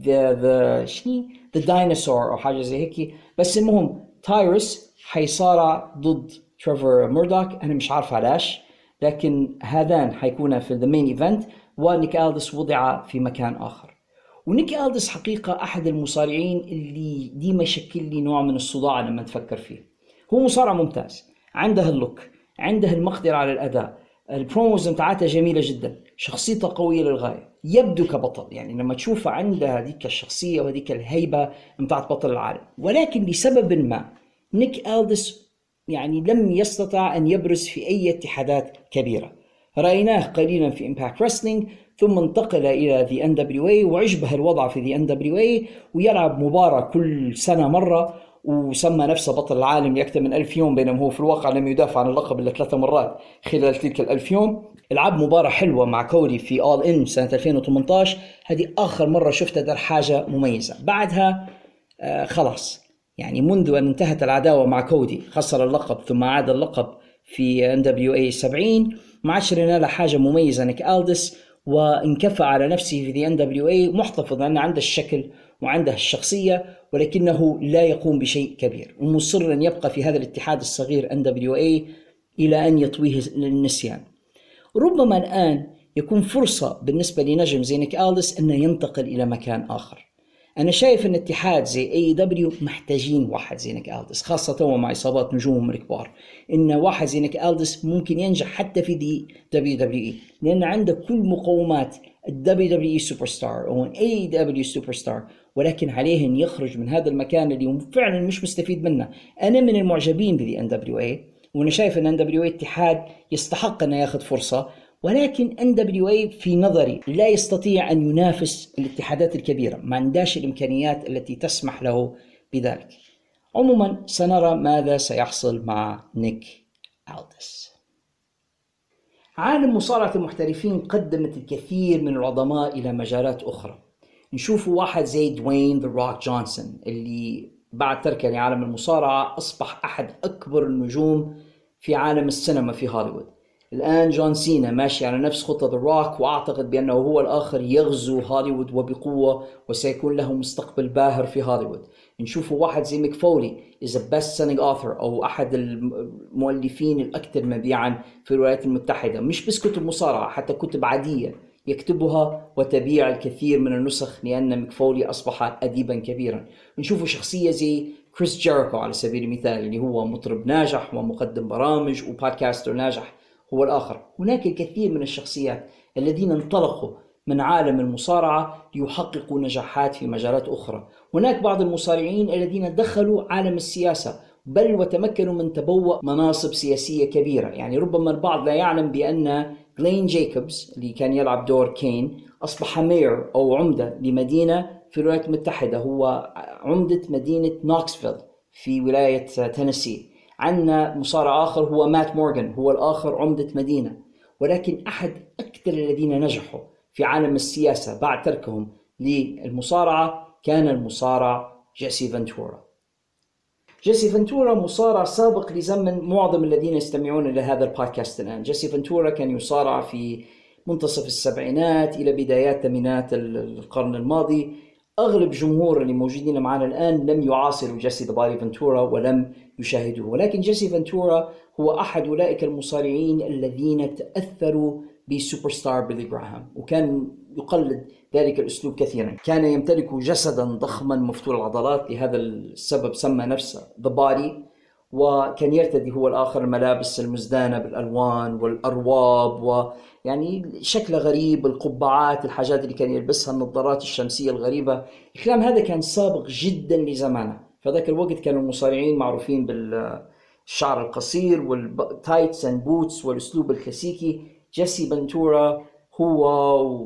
the dinosaur أو حاجة زي هيك. بس المهم تايروس حيصارع ضد تريفر ميردوك، أنا مش عارف علاش، لكن هذان حيكون في the main event. ونيك ألدس وضع في مكان آخر. ونيك ألدس حقيقة أحد المصارعين اللي ديما يشكل لي نوع من الصداع لما تفكر فيه. هو مصارع ممتاز، عنده اللوك، عنده المقدرة على الأداء، البروموز متاعته جميلة جدا، شخصيته قوية للغاية، يبدو كبطل، يعني لما تشوفه عنده هذيك الشخصية وهذيك الهيبة متاعت بطل العالم. ولكن لسبب ما نيك ألدس يعني لم يستطع أن يبرز في أي اتحادات كبيرة. رأيناه قليلا في إمباكت ريسلينج، ثم انتقل إلى The NWA وعجبه الوضع في The NWA، ويلعب مباراة كل سنة مرة، وسمى نفسه بطل العالم لأكثر من 1000 يوم، بينما هو في الواقع لم يدافع عن اللقب إلا 3 مرات خلال تلك 1000 يوم. لعب مباراة حلوة مع كودي في All In سنة 2018، هذه آخر مرة شفته در حاجة مميزة. بعدها خلاص، يعني منذ أن انتهت العداوة مع كودي خسر اللقب ثم عاد اللقب في NWA 70، ما عادش لنا له حاجة مميزة نيك ألدس، وانكفى على نفسه في NWA، محتفظ أنه عنده الشكل وعنده الشخصية، ولكنه لا يقوم بشيء كبير، ومصر أن يبقى في هذا الاتحاد الصغير NWA إلى أن يطويه للنسيان. ربما الآن يكون فرصة بالنسبة لنجم زي نيك ألدس أنه ينتقل إلى مكان آخر. أنا شايف أن اتحاد زي AEW محتاجين واحد زي نيك ألدس، خاصة مع إصابات نجومهم الكبار. إن واحد زي نيك ألدس ممكن ينجح حتى في دي WWE، لأن عنده كل مقومات WWE سوبر ستار أو AEW سوبر ستار، ولكن عليه أن يخرج من هذا المكان اللي فعلا مش مستفيد منه. أنا من المعجبين بدي NWA، وأنا شايف أن NWA اتحاد يستحق أنه ياخذ فرصة، ولكن NWA في نظري لا يستطيع أن ينافس الاتحادات الكبيرة، ما عندهاش الإمكانيات التي تسمح له بذلك. عموما سنرى ماذا سيحصل مع نيك ألدس. عالم مصارعة المحترفين قدمت الكثير من العظماء إلى مجالات أخرى. نشوفوا واحد زي دوين ذا روك جونسون، اللي بعد تركه لعالم المصارعة أصبح أحد أكبر النجوم في عالم السينما في هوليوود. الآن جون سينا ماشي على نفس خطة ذا روك، وأعتقد بأنه هو الآخر يغزو هوليوود وبقوة، وسيكون له مستقبل باهر في هوليوود. نشوفوا واحد زي ميك فولي is a best selling author، أو أحد المؤلفين الأكثر مبيعا في الولايات المتحدة، مش بس كتب مصارعة، حتى كتب عادية يكتبها وتبيع الكثير من النسخ، لأن ميك فولي أصبح أديبا كبيرا. نشوفوا شخصية زي كريس جيريكو على سبيل المثال، اللي هو مطرب ناجح ومقدم برامج وبودكاستر ناجح، هو الآخر. هناك الكثير من الشخصيات الذين انطلقوا من عالم المصارعة ليحققوا نجاحات في مجالات أخرى. هناك بعض المصارعين الذين دخلوا عالم السياسة، بل وتمكنوا من تبوء مناصب سياسية كبيرة. يعني ربما البعض لا يعلم بأن جلين جايكوبز اللي كان يلعب دور كين أصبح مير أو عمدة لمدينة في الولايات المتحدة، هو عمدة مدينة نوكسفيل في ولاية تينيسي. عندنا مصارع آخر هو مات مورغان، هو الآخر عمدة مدينة. ولكن أحد أكثر الذين نجحوا في عالم السياسة بعد تركهم للمصارعة كان المصارع جيسي فنتورا. جيسي فنتورا مصارع سابق لزمن معظم الذين يستمعون إلى هذا البودكاست الآن. جيسي فنتورا كان يصارع في منتصف السبعينات إلى بدايات ثمانينات القرن الماضي، أغلب جمهور اللي موجودين معنا الآن لم يعاصروا جيسي ذا بادي فنتورا ولم يشاهدوه، ولكن جيسي فنتورا هو أحد أولئك المصارعين الذين تأثروا بسوبر ستار بيلي جراهام، وكان يقلد ذلك الأسلوب كثيرا. كان يمتلك جسدا ضخما مفتول العضلات، لهذا السبب سمى نفسه The Body، وكان يرتدي هو الآخر الملابس المزدانة بالألوان والأرواب، ويعني شكله غريب، القبعات، الحاجات اللي كان يلبسها، النظارات الشمسية الغريبة. الكلام هذا كان سابق جدا لزمانه. فذاك الوقت كانوا المصارعين معروفين بالشعر القصير والتايتس اند بوتس والأسلوب الكلاسيكي. جيسي فنتورا هو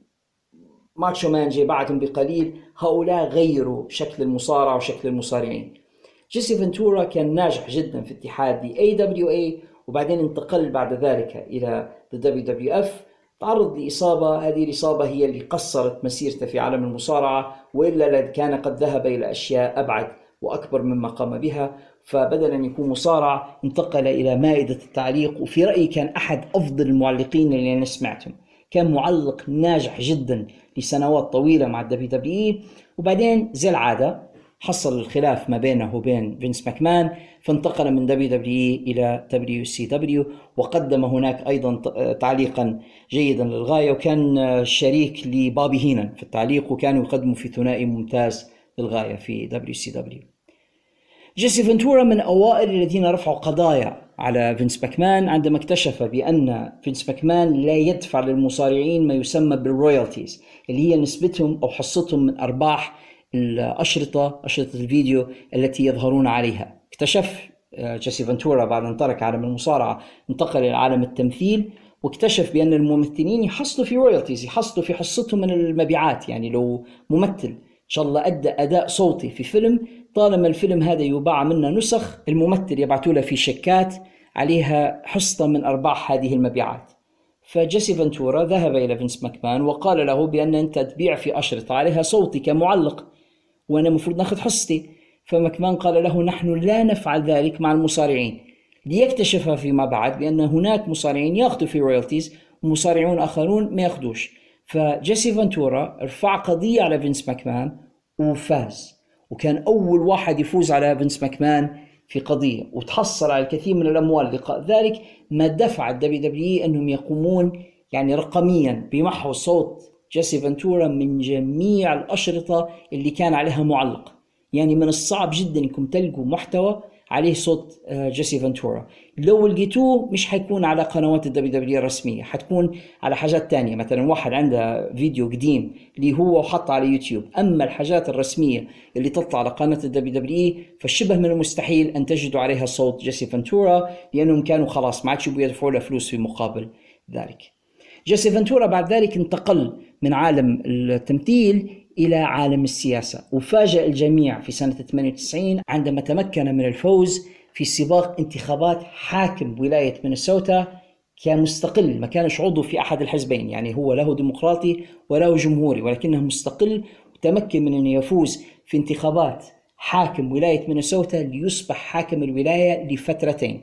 ماتشو مان جاي بعدهم بقليل، هؤلاء غيروا شكل المصارعة وشكل المصارعين. جيسي فنتورا كان ناجح جدا في اتحاد AWA، وبعدين انتقل بعد ذلك إلى WWF. تعرض لإصابة، هذه الإصابة هي اللي قصرت مسيرته في عالم المصارعة، وإلا كان قد ذهب إلى أشياء أبعد وأكبر مما قام بها. فبدل أن يكون مصارع انتقل إلى مائدة التعليق، وفي رأيي كان أحد أفضل المعلقين اللي أنا سمعتهم. كان معلق ناجح جدا لسنوات طويلة مع WWE، وبعدين زي العادة حصل الخلاف ما بينه وبين فينس ماكمان، فانتقل من WWE إلى WCW، وقدم هناك أيضا تعليقا جيدا للغاية، وكان شريك لبابي هينان في التعليق، وكانوا يقدموا في ثنائي ممتاز للغاية في WCW. جيسي فنتورا من أوائل الذين رفعوا قضايا على فينس ماكمان عندما اكتشف بأن فينس ماكمان لا يدفع للمصارعين ما يسمى بالرويالتيز، اللي هي نسبتهم أو حصتهم من أرباح أشرطة الفيديو التي يظهرون عليها. اكتشف جيسي فنتورا بعد أن ترك عالم المصارعة انتقل إلى عالم التمثيل، واكتشف بأن الممثلين يحصلوا في رويالتيز، يحصلوا في حصتهم من المبيعات. يعني لو ممثل إن شاء الله أدى أداء صوتي في فيلم، طالما الفيلم هذا يباع منه نسخ، الممثل يبعثوا له في شيكات عليها حصة من أرباح هذه المبيعات. فجيسي فنتورا ذهب إلى فينس ماكمان وقال له بأن أنت تبيع في أشرطة عليها صوتي كمعلق، وأنا مفروض ناخذ حصتي. فماكمان قال له نحن لا نفعل ذلك مع المصارعين، ليكتشف فيما بعد بأن هناك مصارعين يأخذوا في رويالتيز ومصارعون آخرون ما يأخذوش. فجيسي فنتورا رفع قضية على فينس ماكمان وفاز، وكان أول واحد يفوز على فينس ماكمان في قضية، وتحصل على الكثير من الأموال. لقاء ذلك ما دفع WWE أنهم يقومون يعني رقميا بمحو صوت جيسي فنتورا من جميع الأشرطة اللي كان عليها معلق. يعني من الصعب جدا أنكم تلقوا محتوى عليه صوت جيسي فنتورا. لو لقيتوه مش حيكون على قنوات WWE الرسمية، حتكون على حاجات تانية، مثلا واحد عنده فيديو قديم اللي هو وحطه على يوتيوب. أما الحاجات الرسمية اللي تطلع على قناة WWE فالشبه من المستحيل أن تجدوا عليها صوت جيسي فنتورا، لأنهم كانوا خلاص ما عادش يدفعوا له فلوس في مقابل ذلك. جيسي فنتورا بعد ذلك انتقل من عالم التمثيل إلى عالم السياسة، وفاجأ الجميع في سنة 98 عندما تمكن من الفوز في سباق انتخابات حاكم ولاية مينيسوتا كمستقل، ما كانش عضو في أحد الحزبين. يعني هو له ديمقراطي وله جمهوري، ولكنه مستقل، وتمكن من أن يفوز في انتخابات حاكم ولاية مينيسوتا ليصبح حاكم الولاية لفترتين.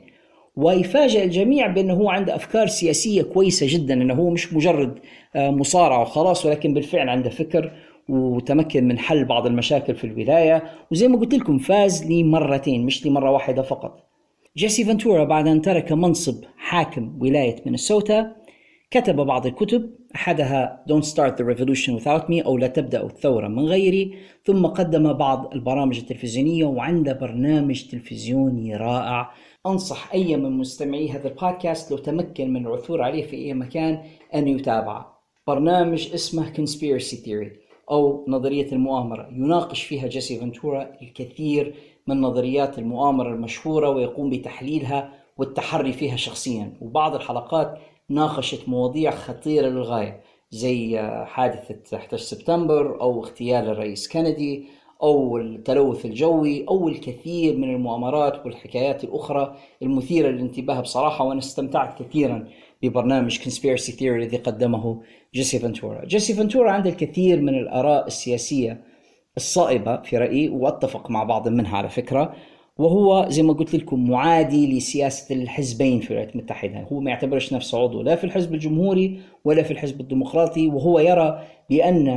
ويفاجأ الجميع بأنه هو عنده أفكار سياسية كويسة جدا، أنه هو مش مجرد مصارع وخلاص، ولكن بالفعل عنده فكر، وتمكن من حل بعض المشاكل في الولاية. وزي ما قلت لكم فاز لي مرتين مش لمرة واحدة فقط. جيسي فنتورا بعد أن ترك منصب حاكم ولاية مينيسوتا كتب بعض الكتب، أحدها Don't Start the Revolution Without Me، أو لا تبدأ الثورة من غيري. ثم قدم بعض البرامج التلفزيونية، وعنده برنامج تلفزيوني رائع أنصح أي من مستمعي هذا البودكاست لو تمكن من العثور عليه في أي مكان أن يتابعه. برنامج اسمه Conspiracy Theory أو نظرية المؤامرة، يناقش فيها جيسي فنتورا الكثير من نظريات المؤامرة المشهورة، ويقوم بتحليلها والتحري فيها شخصيا. وبعض الحلقات ناقشت مواضيع خطيرة للغاية، زي حادثة 11 سبتمبر أو اغتيال الرئيس كندي أو التلوث الجوي أو الكثير من المؤامرات والحكايات الأخرى المثيرة للانتباه بصراحة. وأنا استمتعت كثيرا ببرنامج Conspiracy Theory الذي قدمه جيسي فنتورا. جيسي فنتورا عنده الكثير من الآراء السياسية الصائبة في رأيي، وأتفق مع بعض منها على فكرة. وهو زي ما قلت لكم معادي لسياسة الحزبين في الولايات المتحدة. هو ما يعتبرش نفسه عضو لا في الحزب الجمهوري ولا في الحزب الديمقراطي، وهو يرى بأن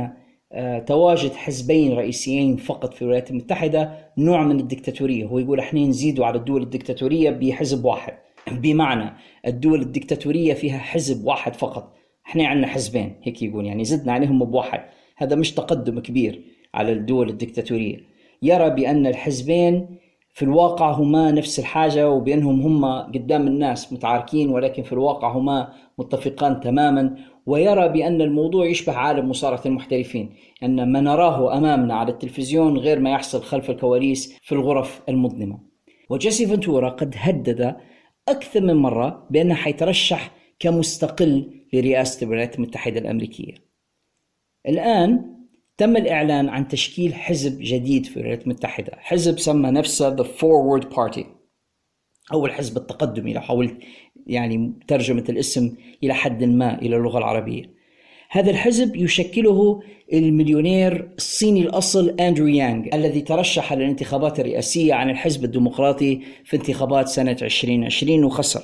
تواجد حزبين رئيسيين فقط في الولايات المتحدة نوع من الدكتاتورية. هو يقول احنا نزيدوا على الدول الدكتاتورية بحزب واحد، بمعنى الدول الدكتاتورية فيها حزب واحد فقط، احنا عندنا حزبين، هيك يقول، يعني زدنا عليهم بواحد. هذا مش تقدم كبير على الدول الدكتاتورية. يرى بأن الحزبين في الواقع هما نفس الحاجة، وبأنهم هما قدام الناس متعاركين ولكن في الواقع هما متفقان تماما. ويرى بأن الموضوع يشبه عالم مصارعة المحترفين، أن ما نراه أمامنا على التلفزيون غير ما يحصل خلف الكواليس في الغرف المظلمة. وجيسي فنتورا قد هدد أكثر من مرة بأنه حيترشح كمستقل لرئاسة الولايات المتحدة الأمريكية. الآن تم الإعلان عن تشكيل حزب جديد في الولايات المتحدة، حزب سمى نفسه The Forward Party أو الحزب التقدمي، لو حاولت يعني ترجمة الاسم إلى حد ما إلى اللغة العربية. هذا الحزب يشكله المليونير الصيني الأصل أندرو يانغ، الذي ترشح للانتخابات الرئاسية عن الحزب الديمقراطي في انتخابات سنة 2020 وخسر.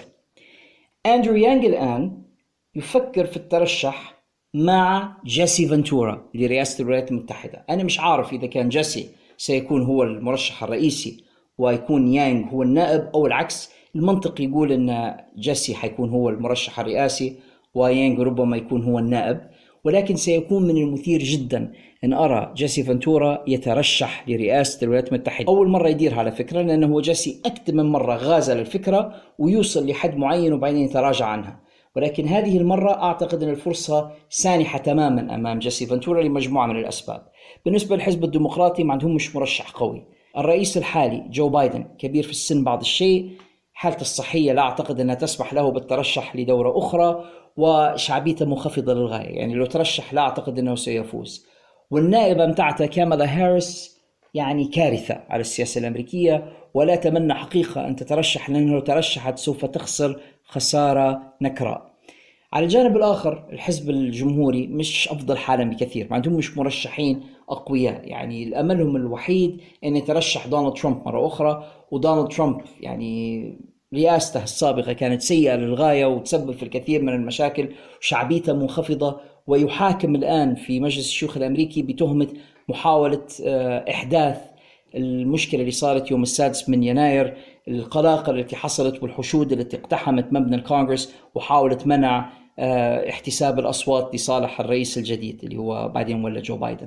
أندرو يانغ الآن يفكر في الترشح مع جيسي فنتورا لرئاسة الولايات المتحدة. أنا مش عارف إذا كان جيسي سيكون هو المرشح الرئيسي ويكون يانغ هو النائب، أو العكس. المنطق يقول أن جيسي حيكون هو المرشح الرئاسي ويانغ ربما يكون هو النائب، ولكن سيكون من المثير جدا أن أرى جيسي فنتورا يترشح لرئاسة الولايات المتحدة. أول مرة يديرها على فكرة، لأنه جيسي أكثر من مرة غازل الفكرة ويوصل لحد معين وبعدين يتراجع عنها، ولكن هذه المرة أعتقد أن الفرصة سانحة تماما أمام جيسي فنتورا لمجموعة من الأسباب. بالنسبة للحزب الديمقراطي ما عندهم مش مرشح قوي. الرئيس الحالي جو بايدن كبير في السن بعض الشيء، حالته الصحية لا أعتقد أنها تسمح له بالترشح لدورة أخرى، وشعبيته منخفضة للغاية، يعني لو ترشح لا أعتقد أنه سيفوز. والنائبة متاعته كامالا هاريس يعني كارثة على السياسة الأمريكية، ولا تمنى حقيقة أن تترشح، لأنه لو ترشحت سوف تخسر خسارة نكراء. على الجانب الآخر الحزب الجمهوري مش أفضل حالا بكثير، ما عندهم مش مرشحين أقوياء، يعني الأملهم الوحيد أن يترشح دونالد ترامب مرة أخرى. ودونالد ترامب يعني رئاسته السابقة كانت سيئة للغاية وتسبب في الكثير من المشاكل، وشعبيته منخفضة، ويحاكم الآن في مجلس الشيوخ الأمريكي بتهمة محاولة إحداث المشكلة اللي صارت يوم 6 يناير، القلاقل التي حصلت والحشود التي اقتحمت مبنى الكونغرس وحاولت منع احتساب الأصوات لصالح الرئيس الجديد اللي هو بعدين ولا جو بايدن.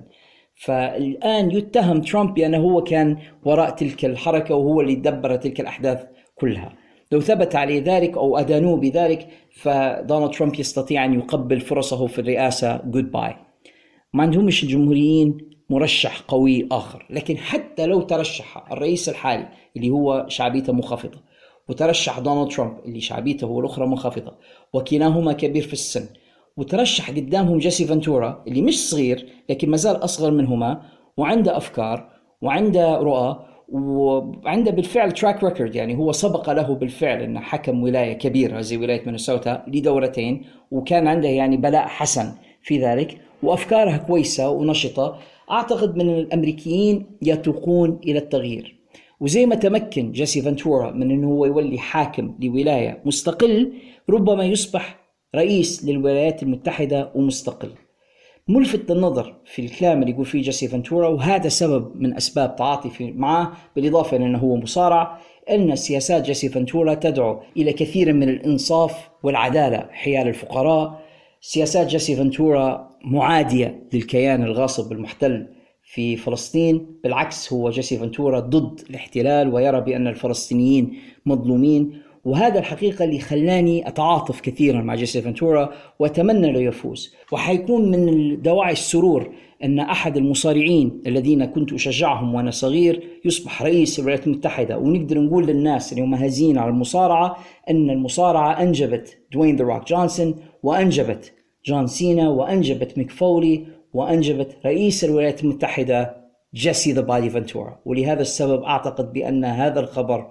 فالآن يتهم ترامب بأنه هو كان وراء تلك الحركة وهو اللي دبر تلك الأحداث كلها. لو ثبت عليه ذلك أو أدانوه بذلك فدونالد ترامب يستطيع أن يقبل فرصه في الرئاسة goodbye. ما عندهمش الجمهوريين مرشح قوي آخر. لكن حتى لو ترشح الرئيس الحالي اللي هو شعبيته منخفضة وترشح دونالد ترامب اللي شعبيته هو الأخرى منخفضة وكلاهما كبير في السن، وترشح قدامهم جيسي فنتورا اللي مش صغير لكن مازال أصغر منهما وعنده أفكار وعنده رؤى وعنده بالفعل تراك ريكورد، يعني هو سبق له بالفعل أنه حكم ولاية كبيرة زي ولاية مينيسوتا لدورتين وكان عنده يعني بلاء حسن في ذلك وأفكارها كويسة ونشطة. أعتقد من الأمريكيين يتوقون إلى التغيير، وزي ما تمكن جيسي فنتورا من أنه هو يولي حاكم لولاية مستقل ربما يصبح رئيس للولايات المتحدة ومستقل. ملفت للنظر في الكلام اللي يقول فيه جيسي فنتورا، وهذا سبب من أسباب تعاطفي معه بالإضافة إلى أنه هو مصارع، أن سياسات جيسي فنتورا تدعو إلى كثير من الإنصاف والعدالة حيال الفقراء. سياسات جيسي فنتورا معادية للكيان الغاصب المحتل في فلسطين، بالعكس هو جيسي فنتورا ضد الاحتلال ويرى بأن الفلسطينيين مظلومين، وهذا الحقيقة اللي خلاني أتعاطف كثيرا مع جيسي فنتورا وأتمنى له يفوز. وحيكون من دواعي السرور أن أحد المصارعين الذين كنت أشجعهم وأنا صغير يصبح رئيس الولايات المتحدة، ونقدر نقول للناس اللي هم هازين على المصارعة أن المصارعة أنجبت دوين ذا روك جونسون وأنجبت جون سينا وأنجبت ميك فولي وأنجبت رئيس الولايات المتحدة جيسي ذا بادي فنتورا. ولهذا السبب أعتقد بأن هذا الخبر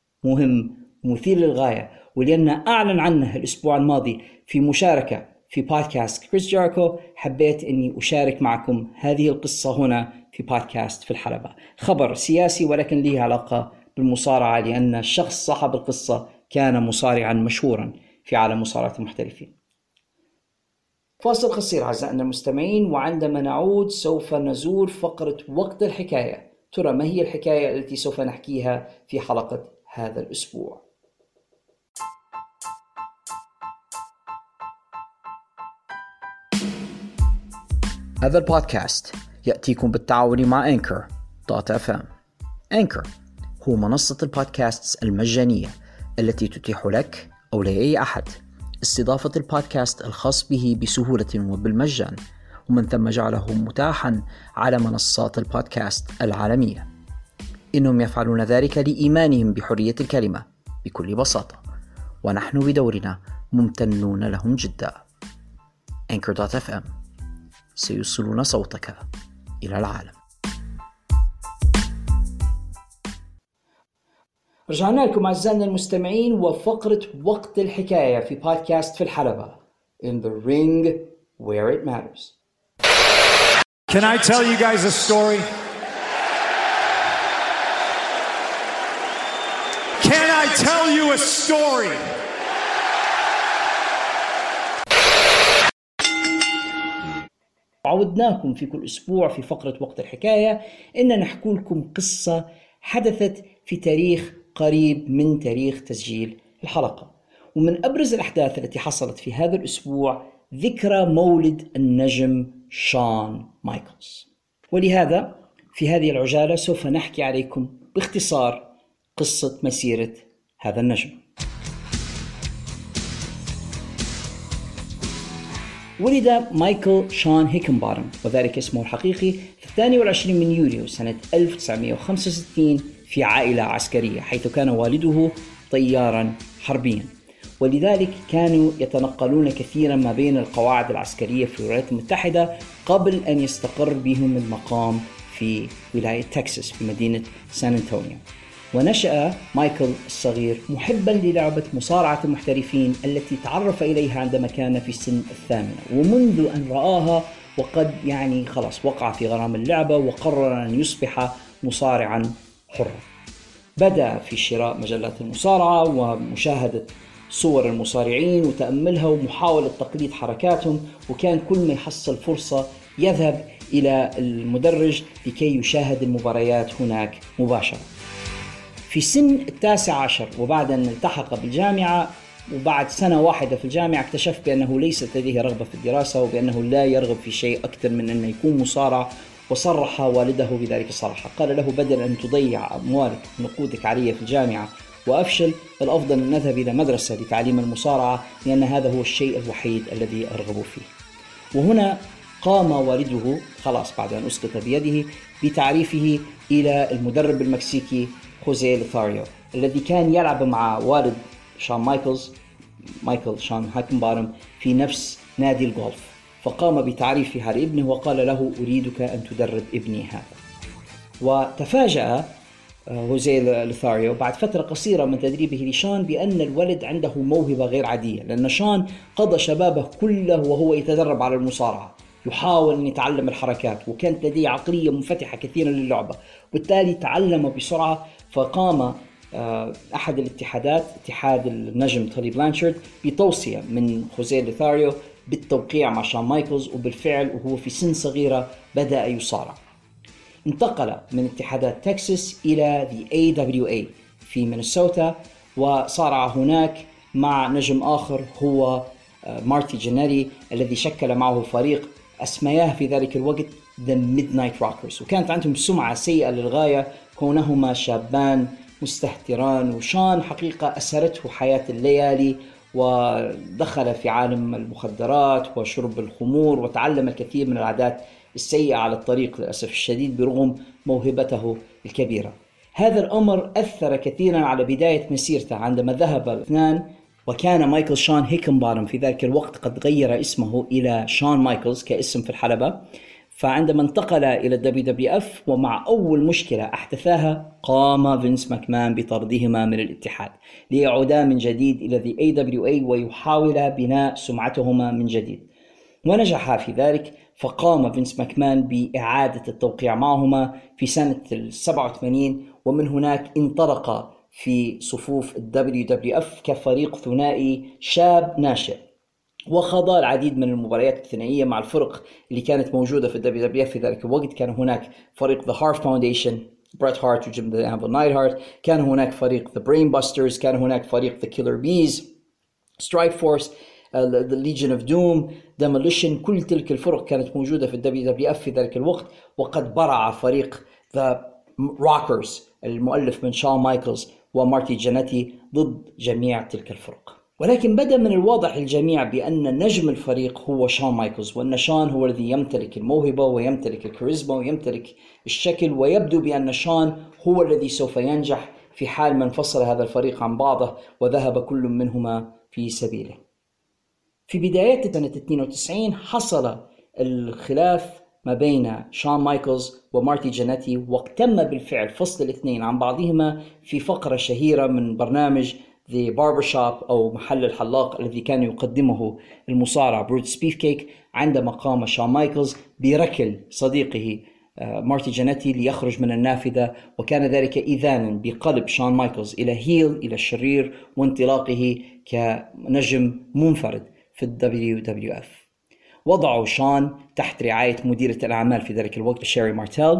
مهم مثير للغاية، ولأن أعلن عنه الأسبوع الماضي في مشاركة في بودكاست كريس جيريكو، حبيت أني أشارك معكم هذه القصة هنا في بودكاست في الحلبة. خبر سياسي ولكن له علاقة بالمصارعة، لأن الشخص صاحب القصة كان مصارعا مشهورا في عالم مصارعة المحترفين. فاصل قصير أعزائنا المستمعين، وعندما نعود سوف نزور فقرة وقت الحكاية. ترى ما هي الحكاية التي سوف نحكيها في حلقة هذا الأسبوع؟ هذا البودكاست يأتيكم بالتعاون مع Anchor.fm. Anchor هو منصة البودكاست المجانية التي تتيح لك أو لأي أحد استضافة البودكاست الخاص به بسهولة وبالمجان، ومن ثم جعله متاحا على منصات البودكاست العالمية. إنهم يفعلون ذلك لإيمانهم بحرية الكلمة بكل بساطة، ونحن بدورنا ممتنون لهم جدا. Anchor.fm سيوصلون صوتك إلى العالم. رجعنا لكم أعزائنا المستمعين وفقرة وقت الحكاية في بودكاست في الحلبة. In the ring where it matters. Can I tell you guys a story? Can I tell you a story? عودناكم في كل أسبوع في فقرة وقت الحكاية إن نحكي لكم قصة حدثت في تاريخ قريب من تاريخ تسجيل الحلقة. ومن أبرز الأحداث التي حصلت في هذا الأسبوع ذكرى مولد النجم شون مايكلز. ولهذا في هذه العجالة سوف نحكي عليكم باختصار قصة مسيرة هذا النجم. ولد مايكل شون هيكنبارم، وذلك اسمه الحقيقي، في 22 من يوليو سنة 1965 في عائلة عسكرية، حيث كان والده طيارا حربيا، ولذلك كانوا يتنقلون كثيرا ما بين القواعد العسكرية في الولايات المتحدة قبل أن يستقر بهم المقام في ولاية تكساس في مدينة سان أنطونيو. ونشأ مايكل الصغير محبا للعبة مصارعة المحترفين التي تعرف إليها عندما كان في سن 8، ومنذ أن رآها وقد خلاص وقع في غرام اللعبة وقرر أن يصبح مصارعا حرا. بدأ في شراء مجلات المصارعة ومشاهدة صور المصارعين وتأملها ومحاولة تقليد حركاتهم، وكان كل ما يحصل فرصة يذهب إلى المدرج لكي يشاهد المباريات هناك مباشرة. في سن 19 وبعد أن التحق بالجامعة، وبعد سنة واحدة في الجامعة اكتشف بأنه ليست لديه رغبة في الدراسة وبأنه لا يرغب في شيء أكثر من أن يكون مصارع، وصرح والده بذلك الصراحة. قال له: بدل أن تضيع أموالك ونقودك علي في الجامعة وأفشل، الأفضل أن نذهب إلى مدرسة لتعليم المصارعة، لأن هذا هو الشيء الوحيد الذي أرغب فيه. وهنا قام والده خلاص بعد أن أسقط بيده بتعريفه إلى المدرب المكسيكي خوزيه لوثاريو، الذي كان يلعب مع والد شون مايكل شون هيكنبارم في نفس نادي الجولف. فقام بتعريفها لابنه وقال له: أريدك أن تدرب ابني هذا. وتفاجأ خوزيه لوثاريو بعد فترة قصيرة من تدريبه لشون بأن الولد عنده موهبة غير عادية، لأن شون قضى شبابه كله وهو يتدرب على المصارعة، يحاول أن يتعلم الحركات، وكانت لديه عقلية منفتحة كثيرا للعبة، وبالتالي تعلم بسرعة. فقام أحد الاتحادات، اتحاد النجم تولي بلانشارد، بتوصية من خوزيه لوثاريو بالتوقيع مع شون مايكلز، وبالفعل وهو في سن صغيرة بدأ يصارع. انتقل من اتحادات تكساس إلى the AWA في مينيسوتا، وصارع هناك مع نجم آخر هو مارتي جينيري، الذي شكل معه فريق أسمياه في ذلك الوقت The Midnight Rockers، وكانت عندهم سمعة سيئة للغاية كونهما شابان مستهتران. وشان حقيقة أسرته حياة الليالي، ودخل في عالم المخدرات وشرب الخمور، وتعلم الكثير من العادات السيئة على الطريق للأسف الشديد برغم موهبته الكبيرة. هذا الأمر أثر كثيرا على بداية مسيرته عندما ذهب الاثنان، وكان مايكل شون هيكنبارم في ذلك الوقت قد غير اسمه إلى شون مايكلز كاسم في الحلبة. فعندما انتقل إلى WWF ومع أول مشكلة أحدثاها قام فينس ماكمان بطردهما من الاتحاد ليعودا من جديد إلى the AWA ويحاول بناء سمعتهما من جديد، ونجح في ذلك. فقام فينس ماكمان بإعادة التوقيع معهما في سنة 87، ومن هناك انطلق في صفوف WWF كفريق ثنائي شاب ناشئ. وخاض العديد من المباريات الثنائية مع الفرق اللي كانت موجودة في WWE في ذلك الوقت. كان هناك فريق The Hart Foundation، بريت هارت وجيم ذا أنفل نايت هارت، كان هناك فريق The Brain Busters، كان هناك فريق The Killer Bees، Strike Force، The Legion of Doom، Demolition. كل تلك الفرق كانت موجودة في WWF في ذلك الوقت. وقد برع فريق The Rockers المؤلف من شون مايكلز ومارتي جانيتي ضد جميع تلك الفرق. ولكن بدأ من الواضح للجميع بأن نجم الفريق هو شون مايكلز، وأن شون هو الذي يمتلك الموهبة ويمتلك الكاريزما ويمتلك الشكل، ويبدو بأن شون هو الذي سوف ينجح في حال ما انفصل هذا الفريق عن بعضه وذهب كل منهما في سبيله. في بدايات سنة 92 حصل الخلاف ما بين شون مايكلز ومارتي جانيتي، وتم بالفعل فصل الاثنين عن بعضهما في فقرة شهيرة من برنامج The Barbershop أو محل الحلاق الذي كان يقدمه المصارع بروتس بيفكيك، عندما قام شون مايكلز بركل صديقه مارتي جانيتي ليخرج من النافذة، وكان ذلك إذانا بقلب شون مايكلز إلى هيل، إلى الشرير، وانطلاقه كنجم منفرد في WWF. وضعوا شون تحت رعاية مديرة الأعمال في ذلك الوقت شيري مارتيل،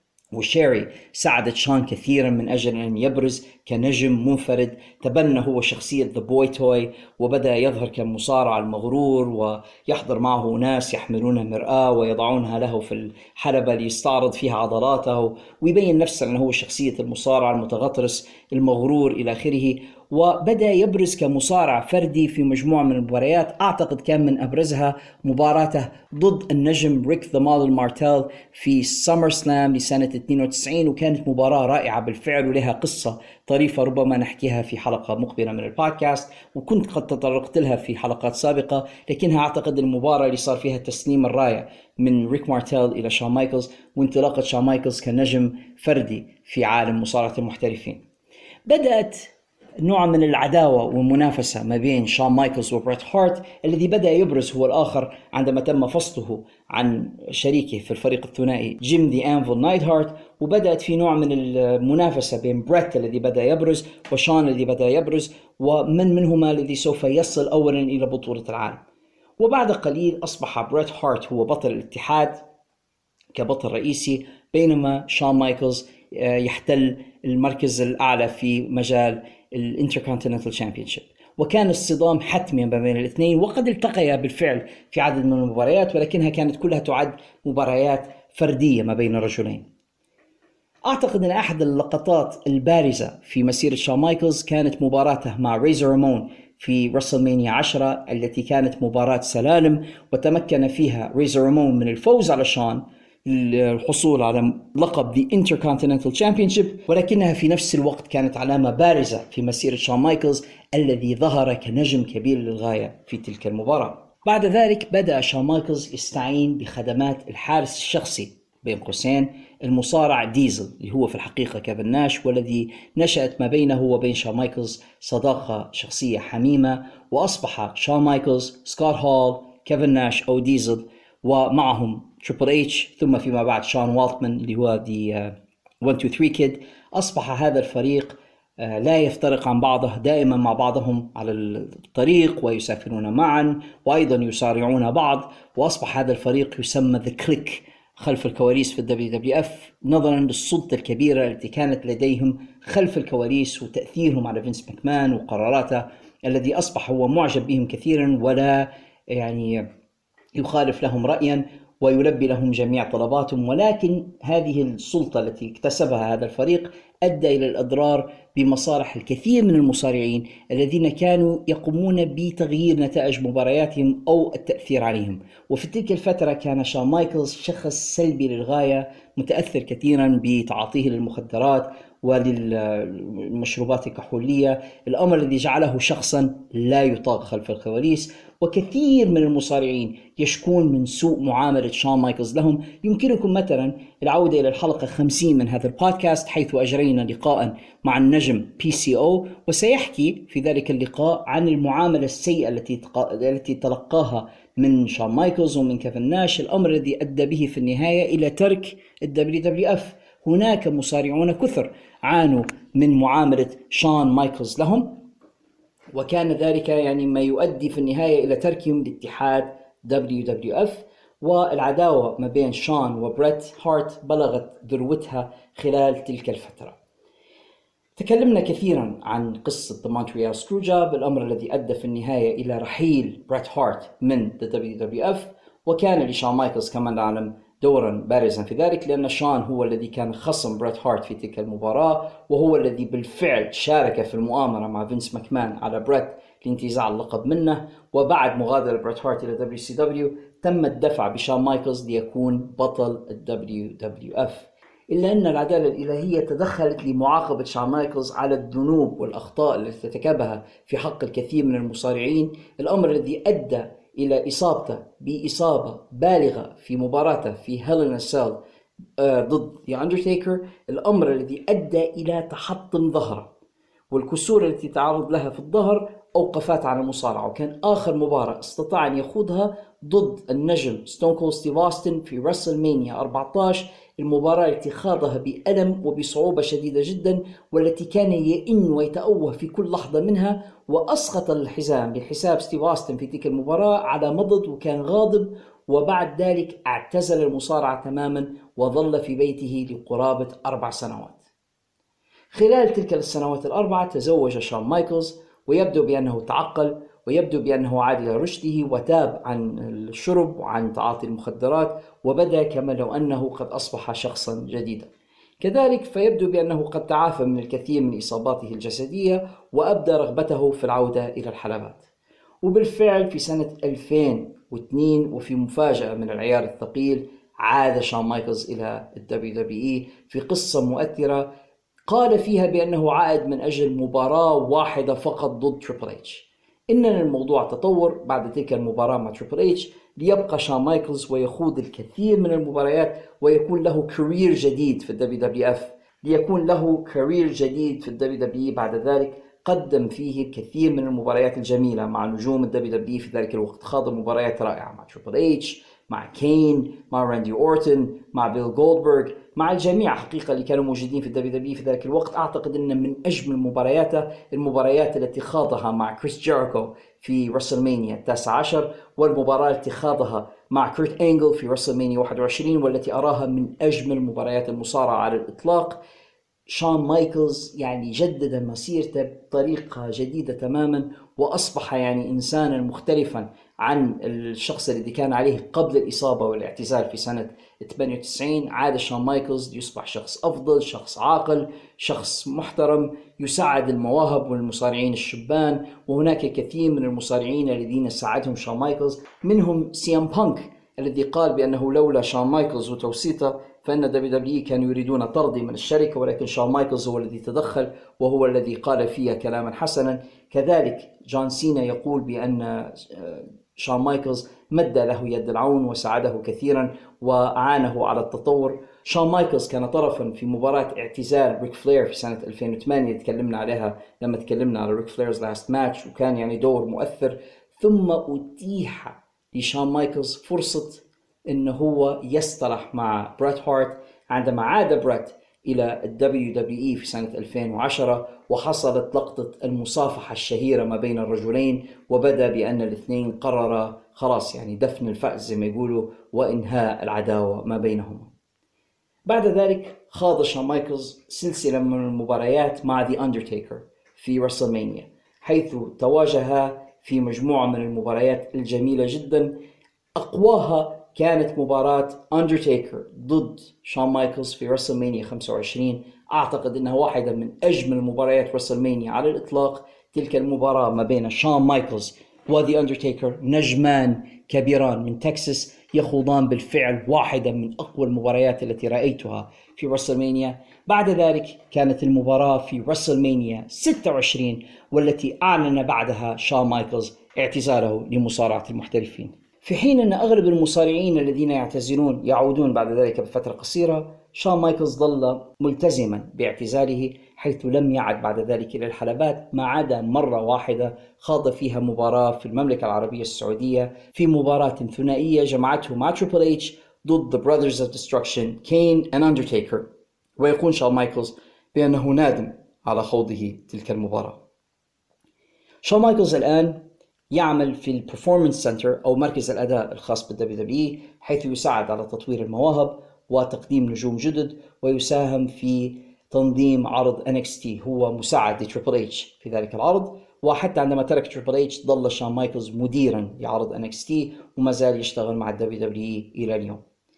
وشيري ساعدت شون كثيرا من أجل أن يبرز كنجم منفرد. تبنى هو شخصية The Boy Toy، وبدأ يظهر كمصارع المغرور، ويحضر معه ناس يحملون مرآة ويضعونها له في الحلبة ليستعرض فيها عضلاته ويبين نفسه أنه هو شخصية المصارع المتغطرس المغرور إلى آخره. وبدأ يبرز كمصارع فردي في مجموعة من المباريات، أعتقد كان من أبرزها مباراته ضد النجم ريك ذا مال مارتيل في سمر سلام لسنة 92، وكانت مباراة رائعة بالفعل ولها قصة طريفة ربما نحكيها في حلقة مقبلة من البودكاست، وكنت قد تطرقت لها في حلقات سابقة. لكنها أعتقد المباراة اللي صار فيها تسليم الراية من ريك مارتيل إلى شون مايكلز، وانطلاقة شون مايكلز كنجم فردي في عالم مصارعة المحترفين. بدأت نوع من العداوة والمنافسة ما بين شون مايكلز وبريت هارت، الذي بدأ يبرز هو الآخر عندما تم فصله عن شريكه في الفريق الثنائي جيم ذا أنفل نايت هارت. وبدأت في نوع من المنافسة بين بريت الذي بدأ يبرز وشون الذي بدأ يبرز، ومن منهما الذي سوف يصل أولا إلى بطولة العالم. وبعد قليل أصبح بريت هارت هو بطل الاتحاد كبطل رئيسي، بينما شون مايكلز يحتل المركز الأعلى في مجال الانتركونتيننتال تشامبيونشيب. وكان الصدام حتمي ما بين الاثنين، وقد التقيا بالفعل في عدد من المباريات، ولكنها كانت كلها تعد مباريات فردية ما بين الرجلين. أعتقد أن أحد اللقطات البارزة في مسيرة شون مايكلز كانت مباراته مع ريزر رامون في رسلمانيا 10 التي كانت مباراة سلالم، وتمكن فيها ريزر رامون من الفوز على شون للحصول على لقب The Intercontinental Championship، ولكنها في نفس الوقت كانت علامة بارزة في مسيرة شون مايكلز الذي ظهر كنجم كبير للغاية في تلك المباراة. بعد ذلك بدأ شون مايكلز يستعين بخدمات الحارس الشخصي بين قوسين المصارع ديزل، اللي هو في الحقيقة كيفن ناش، والذي نشأت ما بينه وبين شون مايكلز صداقة شخصية حميمة، وأصبح شون مايكلز، سكوت هول، كيفن ناش أو ديزل، ومعهم تريبل اتش، ثم فيما بعد شون والتمان اللي هو دي 1-2-3 كيد. أصبح هذا الفريق لا يفترق عن بعضه، دائما مع بعضهم على الطريق ويسافرون معا وأيضا يصارعون بعض. وأصبح هذا الفريق يسمى The Click خلف الكواليس في WWF، نظرا للسلطة الكبيرة التي كانت لديهم خلف الكواليس وتأثيرهم على فينس ماكمان وقراراته، الذي أصبح هو معجب بهم كثيرا ولا يخالف لهم رأيا ويلبي لهم جميع طلباتهم. ولكن هذه السلطة التي اكتسبها هذا الفريق أدى إلى الإضرار بمصالح الكثير من المصارعين الذين كانوا يقومون بتغيير نتائج مبارياتهم أو التأثير عليهم. وفي تلك الفترة كان شون مايكلز شخص سلبي للغاية، متأثر كثيرا بتعاطيه للمخدرات وللمشروبات الكحولية، الأمر الذي جعله شخصا لا يطاق خلف الكواليس. وكثير من المصارعين يشكون من سوء معاملة شون مايكلز لهم. يمكنكم مثلا العودة إلى الحلقة 50 من هذا البودكاست، حيث أجرينا لقاء مع النجم PCO، وسيحكي في ذلك اللقاء عن المعاملة السيئة التي تلقاها من شون مايكلز ومن كيفن ناش، الأمر الذي أدى به في النهاية إلى ترك WWF. هناك مصارعون كثر عانوا من معاملة شون مايكلز لهم، وكان ذلك يعني ما يؤدي في النهاية إلى تركهم لاتحاد WWF. والعداوة ما بين شون وبريت هارت بلغت ذروتها خلال تلك الفترة. تكلمنا كثيرا عن قصة The Montreal Screwjob، الأمر الذي أدى في النهاية إلى رحيل بريت هارت من WWF، وكان لشون مايكلز كما نعلم دورا بارزا في ذلك، لأن شون هو الذي كان خصم بريت هارت في تلك المباراة، وهو الذي بالفعل شارك في المؤامرة مع فينس ماكمان على بريت لانتزاع اللقب منه. وبعد مغادرة بريت هارت إلى WCW تم الدفع بشون مايكلز ليكون بطل WWF، إلا أن العدالة الإلهية تدخلت لمعاقبة شون مايكلز على الذنوب والأخطاء التي ارتكبها في حق الكثير من المصارعين، الأمر الذي أدى إلى إصابته بإصابة بالغة في مباراته في هيل إن سيل ضد The Undertaker، الأمر الذي أدى إلى تحطم ظهره، والكسور التي تعرض لها في الظهر أوقفت عن المصارعة. وكان آخر مباراة استطاع أن يخوضها ضد النجم ستون كولد ستيف أوستن في رسلمانيا 14، المباراة التي خاضها بألم وبصعوبة شديدة جدا، والتي كان يئن ويتأوه في كل لحظة منها، وأسقط الحزام بحساب ستيف أوستن في تلك المباراة على مضض، وكان غاضب. وبعد ذلك اعتزل المصارعة تماما وظل في بيته لقرابة 4 سنوات. خلال تلك السنوات ال4 تزوج شون مايكلز، ويبدو بأنه تعقل، ويبدو بأنه عاد إلى رشده وتاب عن الشرب وعن تعاطي المخدرات، وبدأ كما لو أنه قد أصبح شخصا جديدا. كذلك فيبدو بأنه قد تعافى من الكثير من إصاباته الجسدية، وأبدى رغبته في العودة إلى الحلبات. وبالفعل في سنة 2002 وفي مفاجأة من العيار الثقيل عاد شون مايكلز إلى WWE في قصة مؤثرة قال فيها بأنه عائد من أجل مباراة واحدة فقط ضد تريبل اتش. إننا الموضوع تطور بعد تلك المباراة مع تريبل اتش ليبقى شون مايكلز ويخوض الكثير من المباريات ويكون له كارير جديد في WWF، ليكون له كارير جديد في WWE بعد ذلك. قدم فيه الكثير من المباريات الجميلة مع نجوم WWE في ذلك الوقت، خاض مباريات رائعة مع تريبل اتش، مع كين، مع راندي أورتن، مع بيل جولدبرغ، مع الجميع حقيقة اللي كانوا موجودين في WWE في ذلك الوقت. أعتقد أن من أجمل مبارياته المباريات التي خاضها مع كريس جيريكو في رسلمانيا 19، والمباراة التي خاضها مع كورت أنجل في رسلمانيا 21، والتي أراها من أجمل مباريات المصارعة على الإطلاق. شون مايكلز يعني جدد مسيرته بطريقة جديدة تماما، وأصبح يعني إنسانا مختلفا عن الشخص الذي كان عليه قبل الإصابة والاعتزال في سنة 98. عاد شون مايكلز ليصبح شخص أفضل، شخص عاقل، شخص محترم، يساعد المواهب والمصارعين الشبان. وهناك الكثير من المصارعين الذين ساعدهم شون مايكلز، منهم سيام بانك الذي قال بأنه لولا شون مايكلز وتوسيطه فإن WWE كانوا يريدون طردي من الشركة، ولكن شون مايكلز هو الذي تدخل وهو الذي قال فيها كلاما حسنا. كذلك جون سينا يقول بأن شون مايكلز مد له يد العون وساعده كثيرا وأعانه على التطور. شون مايكلز كان طرفا في مباراة اعتزال ريك فلير في سنة 2008 تكلمنا عليها لما تكلمنا على ريك فلير's لاست ماتش، وكان يعني دور مؤثر. ثم أتيح لشون مايكلز فرصة إنه هو يصطلح مع بريت هارت عندما عاد بريت إلى WWE في سنة 2010، وحصلت لقطة المصافحة الشهيرة ما بين الرجلين، وبدأ بأن الاثنين قررا خلاص يعني دفن الفأس زي ما يقولوا وإنهاء العداوة ما بينهما. بعد ذلك خاض شون مايكلز سلسلة من المباريات مع The Undertaker في رسلمانيا، حيث تواجه في مجموعة من المباريات الجميلة جدا. أقواها كانت مباراة أندرتيكر ضد شون مايكلز في رسلمانيا 25. أعتقد أنها واحدة من أجمل مباريات رسلمانيا على الإطلاق. تلك المباراة ما بين شون مايكلز وذي أندرتيكر، نجمان كبيران من تكساس، يخوضان بالفعل واحدة من أقوى المباريات التي رأيتها في رسلمانيا. بعد ذلك كانت المباراة في رسلمانيا 26، والتي أعلن بعدها شون مايكلز اعتزاله لمصارعة المحترفين. في حين أن أغلب المصارعين الذين يعتزلون يعودون بعد ذلك بفترة قصيرة، شون مايكلز ظل ملتزما باعتزاله، حيث لم يعد بعد ذلك إلى الحلبات ما عدا مرة واحدة خاض فيها مباراة في المملكة العربية السعودية، في مباراة ثنائية جمعته مع تريبل اتش ضد The Brothers of Destruction كين and Undertaker. ويقول شون مايكلز بأنه نادم على خوضه تلك المباراة. شون مايكلز الآن يعمل في البرفورمانس سنتر أو مركز الأداء الخاص بالWWE، حيث يساعد على تطوير المواهب وتقديم نجوم جدد، ويساهم في تنظيم عرض NXT. هو مساعد لتريبل اتش في ذلك العرض، وحتى عندما ترك تريبل اتش ظل شون مايكلز مديرا لعرض NXT وما زال يشتغل مع WWE إلى اليوم.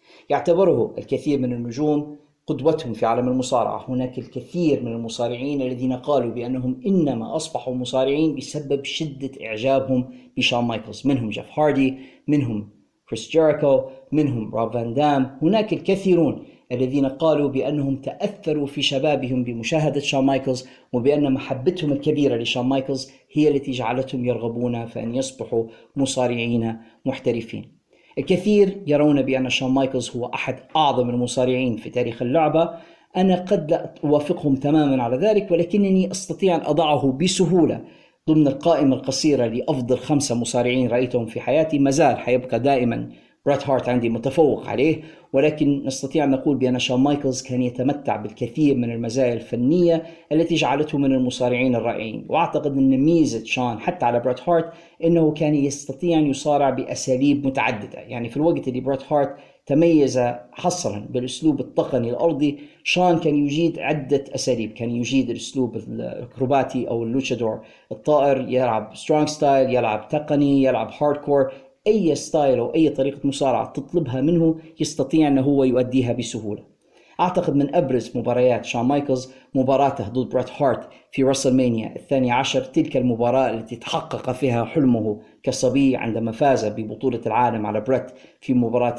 يعتبره الكثير من النجوم قدوتهم في عالم المصارعة. هناك الكثير من المصارعين الذين قالوا بأنهم إنما أصبحوا مصارعين بسبب شدة إعجابهم بشون مايكلز، منهم جيف هاردي، منهم كريس جيريكو، منهم روب فان دام. هناك الكثيرون الذين قالوا بأنهم تأثروا في شبابهم بمشاهدة شون مايكلز، وبأن محبتهم الكبيرة لشون مايكلز هي التي جعلتهم يرغبون في أن يصبحوا مصارعين محترفين. الكثير يرون بأن شون مايكلز هو أحد أعظم المصارعين في تاريخ اللعبة. أنا قد لا أوافقهم تماما على ذلك، ولكنني أستطيع أن أضعه بسهولة ضمن القائمة القصيرة لأفضل 5 مصارعين رأيتهم في حياتي. مازال حيبقى دائما بريت هارت عندي متفوق عليه، ولكن نستطيع أن نقول بأن شون مايكلز كان يتمتع بالكثير من المزايا الفنية التي جعلته من المصارعين الرائعين. وأعتقد أن ميزة شون حتى على بريت هارت أنه كان يستطيع أن يصارع بأساليب متعددة. يعني في الوقت اللي بريت هارت تميز حصرا بالأسلوب التقني الأرضي، شون كان يجيد عدة أساليب. كان يجيد الأسلوب الأكروباتي أو اللوتشادور الطائر، يلعب سترونج ستايل، يلعب تقني، يلعب هاردكور. أي ستايل أو أي طريقة مصارعة تطلبها منه يستطيع أنه هو يؤديها بسهولة. أعتقد من أبرز مباريات شون مايكلز مباراته ضد بريت هارت في رسلمانيا 12، تلك المباراة التي تحقق فيها حلمه كصبي عندما فاز ببطولة العالم على بريت في مباراة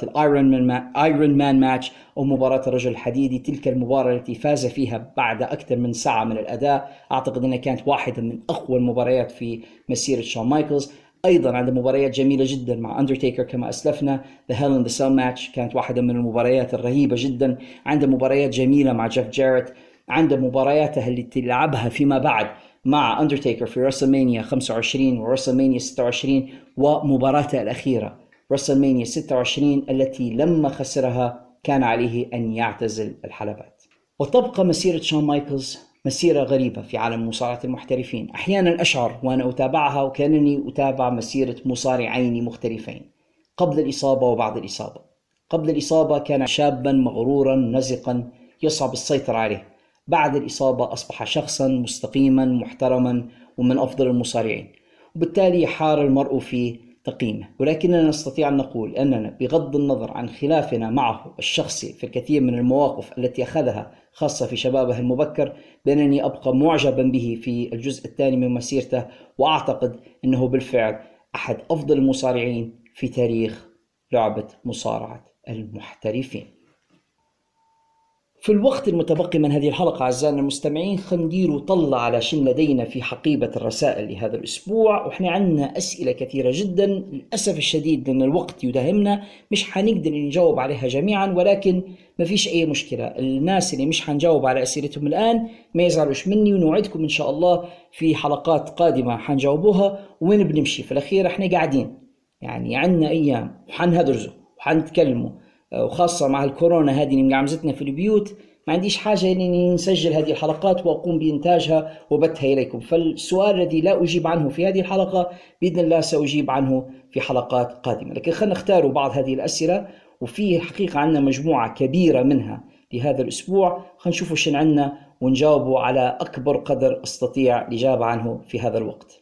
الآيرون مان ماتش أو مباراة الرجل الحديدي. تلك المباراة التي فاز فيها بعد أكثر من ساعة من الأداء، أعتقد أنها كانت واحدة من أقوى المباريات في مسيرة شون مايكلز. أيضا عنده مباريات جميلة جدا مع أندرتيكر كما أسلفنا. The Hell in the Cell match كانت واحدة من المباريات الرهيبة جدا. عنده مباريات جميلة مع جيف جاريت. عنده مبارياته اللي تلعبها فيما بعد مع أندرتيكر في رسلمانيا 25 ورسلمانيا 26، ومباراته الأخيرة رسلمانيا 26 التي لما خسرها كان عليه أن يعتزل الحلبات. وتبقى مسيرة شون مايكلز مسيرة غريبة في عالم مصارعة المحترفين. أحيانا أشعر وأنا أتابعها وكأنني أتابع مسيرة مصارعين مختلفين، قبل الإصابة وبعد الإصابة. قبل الإصابة كان شابا مغرورا نزقا يصعب السيطرة عليه. بعد الإصابة أصبح شخصا مستقيما محترما ومن أفضل المصارعين، وبالتالي حار المرء في تقييمه. ولكننا نستطيع أن نقول أننا بغض النظر عن خلافنا معه الشخصي في الكثير من المواقف التي أخذها خاصة في شبابه المبكر، بأنني أبقى معجبا به في الجزء الثاني من مسيرته، وأعتقد أنه بالفعل أحد أفضل المصارعين في تاريخ لعبة مصارعة المحترفين. في الوقت المتبقي من هذه الحلقة أعزائنا المستمعين، خنديروا طلع على شن لدينا في حقيبة الرسائل لهذا الأسبوع. وإحنا عندنا أسئلة كثيرة جدا، للأسف الشديد لأن الوقت يداهمنا مش حنقدر نجاوب عليها جميعا، ولكن ما فيش أي مشكلة. الناس اللي مش حنجاوب على أسئلتهم الآن ما يزعلوش مني، ونوعدكم إن شاء الله في حلقات قادمة حنجاوبوها. وين بنمشي في الأخير إحنا قاعدين، يعني عندنا أيام وحنهدرزوا وحنتكلموا، وخاصة مع الكورونا هذه اللي مقعمزتنا في البيوت، ما عنديش حاجة إني نسجل هذه الحلقات وأقوم بإنتاجها وبثها إليكم. فالسؤال الذي لا أجيب عنه في هذه الحلقة بإذن الله سأجيب عنه في حلقات قادمة. لكن خلينا نختار بعض هذه الأسئلة، وفي حقيقة عندنا مجموعة كبيرة منها لهذا الأسبوع. خلينا نشوفوا شن عندنا ونجاوبوا على أكبر قدر أستطيع الإجابة عنه في هذا الوقت.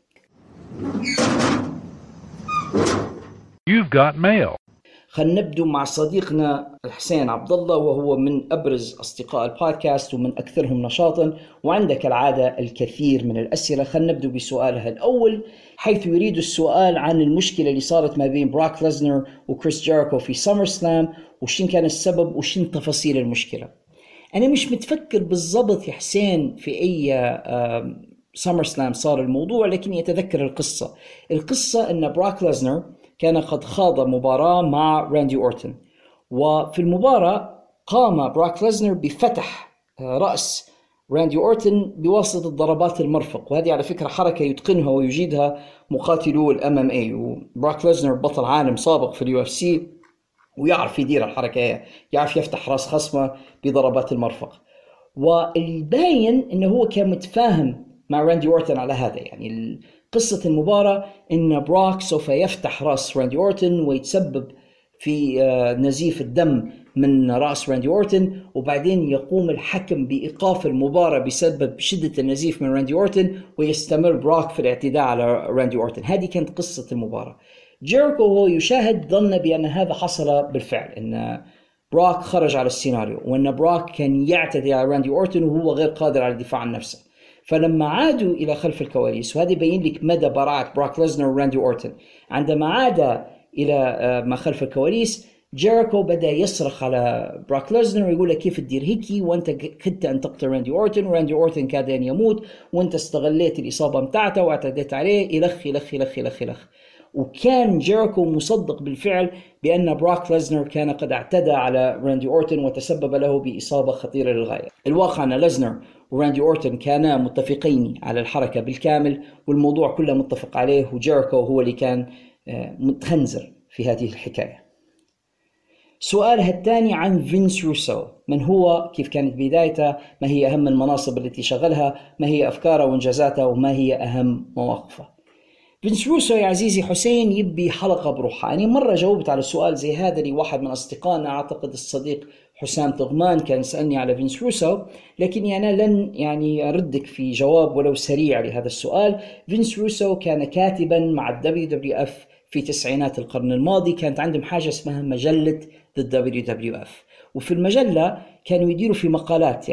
You've got mail. خلينا نبدأ مع صديقنا الحسين عبد الله، وهو من أبرز أصدقاء البودكاست ومن أكثرهم نشاطا، وعنده كالعادة الكثير من الأسئلة. خلينا نبدأ بسؤالها الأول، حيث يريد السؤال عن المشكلة اللي صارت ما بين براك ليزنر وكريس جيريكو في سامر سلام، وشين كان السبب وشين تفاصيل المشكلة. أنا مش متفكر بالضبط يا حسين في أي سامر سلام صار الموضوع، لكن يتذكر القصة أن براك ليزنر كان قد خاض مباراة مع راندي أورتن، وفي المباراة قام براك ليزنر بفتح رأس راندي أورتن بواسطة ضربات المرفق، وهذه على فكرة حركة يتقنها ويجيدها مقاتلو الMMA، وبراك ليزنر بطل عالم سابق في UFC ويعرف يدير الحركة، يعرف يفتح رأس خصمه بضربات المرفق. والباين أنه هو كان متفاهم مع راندي أورتن على هذا، يعني قصة المباراة إن براك سوف يفتح رأس راندي أورتن ويتسبب في نزيف الدم من رأس راندي أورتن، وبعدين يقوم الحكم بإيقاف المباراة بسبب شدة النزيف من راندي أورتن، ويستمر براك في الاعتداء على راندي أورتن. هذه كانت قصة المباراة. جيريكو وهو يشاهد ظن بأن هذا حصل بالفعل، أن براك خرج على السيناريو، وأن براك كان يعتدي على راندي أورتن وهو غير قادر على الدفاع عن نفسه. فلما عادوا إلى خلف الكواليس، وهذا يبين لك مدى براعة براك ليزنر وراندي أورتن، عندما عاد إلى ما خلف الكواليس جيريكو بدأ يصرخ على براك ليزنر ويقول له كيف تدير هيكي، وأنت كنت أن تقتل راندي أورتن، وراندي أورتن كاد أن يموت، وأنت استغليت الإصابة متاعته واعتديت عليه، إلخ إلخ إلخ إلخ إلخ. وكان جيريكو مصدق بالفعل بأن براك ليزنر كان قد اعتدى على راندي أورتن وتسبب له بإصابة خطيرة للغاية. الواقع أن ليزنر وراندي أورتن كانا متفقين على الحركة بالكامل، والموضوع كله متفق عليه، وجيريكو هو اللي كان متخنزر في هذه الحكاية. سؤالها الثاني عن فينس روسو، من هو، كيف كانت بدايته، ما هي أهم المناصب التي شغلها، ما هي أفكاره وإنجازاته، وما هي أهم مواقفه. فينس روسو يا عزيزي حسين يبي حلقة بروحها. أنا مرة جاوبت على السؤال زي هذا لواحد من أصدقائنا، أعتقد الصديق حسام طغمان، كان سألني على فينس روسو، لكني أنا لن أردك في جواب ولو سريع لهذا السؤال. فينس روسو كان كاتبا مع الWWF في تسعينات القرن الماضي، كانت عندهم حاجة اسمها مجلة WWF، وفي المجلة كانوا يديروا في مقالات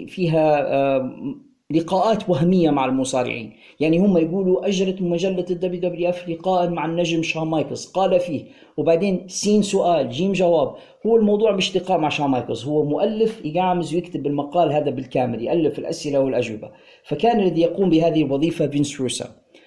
فيها لقاءات وهمية مع المصارعين. هم يقولوا أجرت مجلة WWF لقاء مع النجم شون مايكلز قال فيه، وبعدين سين سؤال جيم جواب. هو الموضوع مش لقاء مع شون مايكلز، هو مؤلف يقامز ويكتب المقال هذا بالكامل، يألف الأسئلة والأجوبة. فكان الذي يقوم بهذه الوظيفة فينس روسو.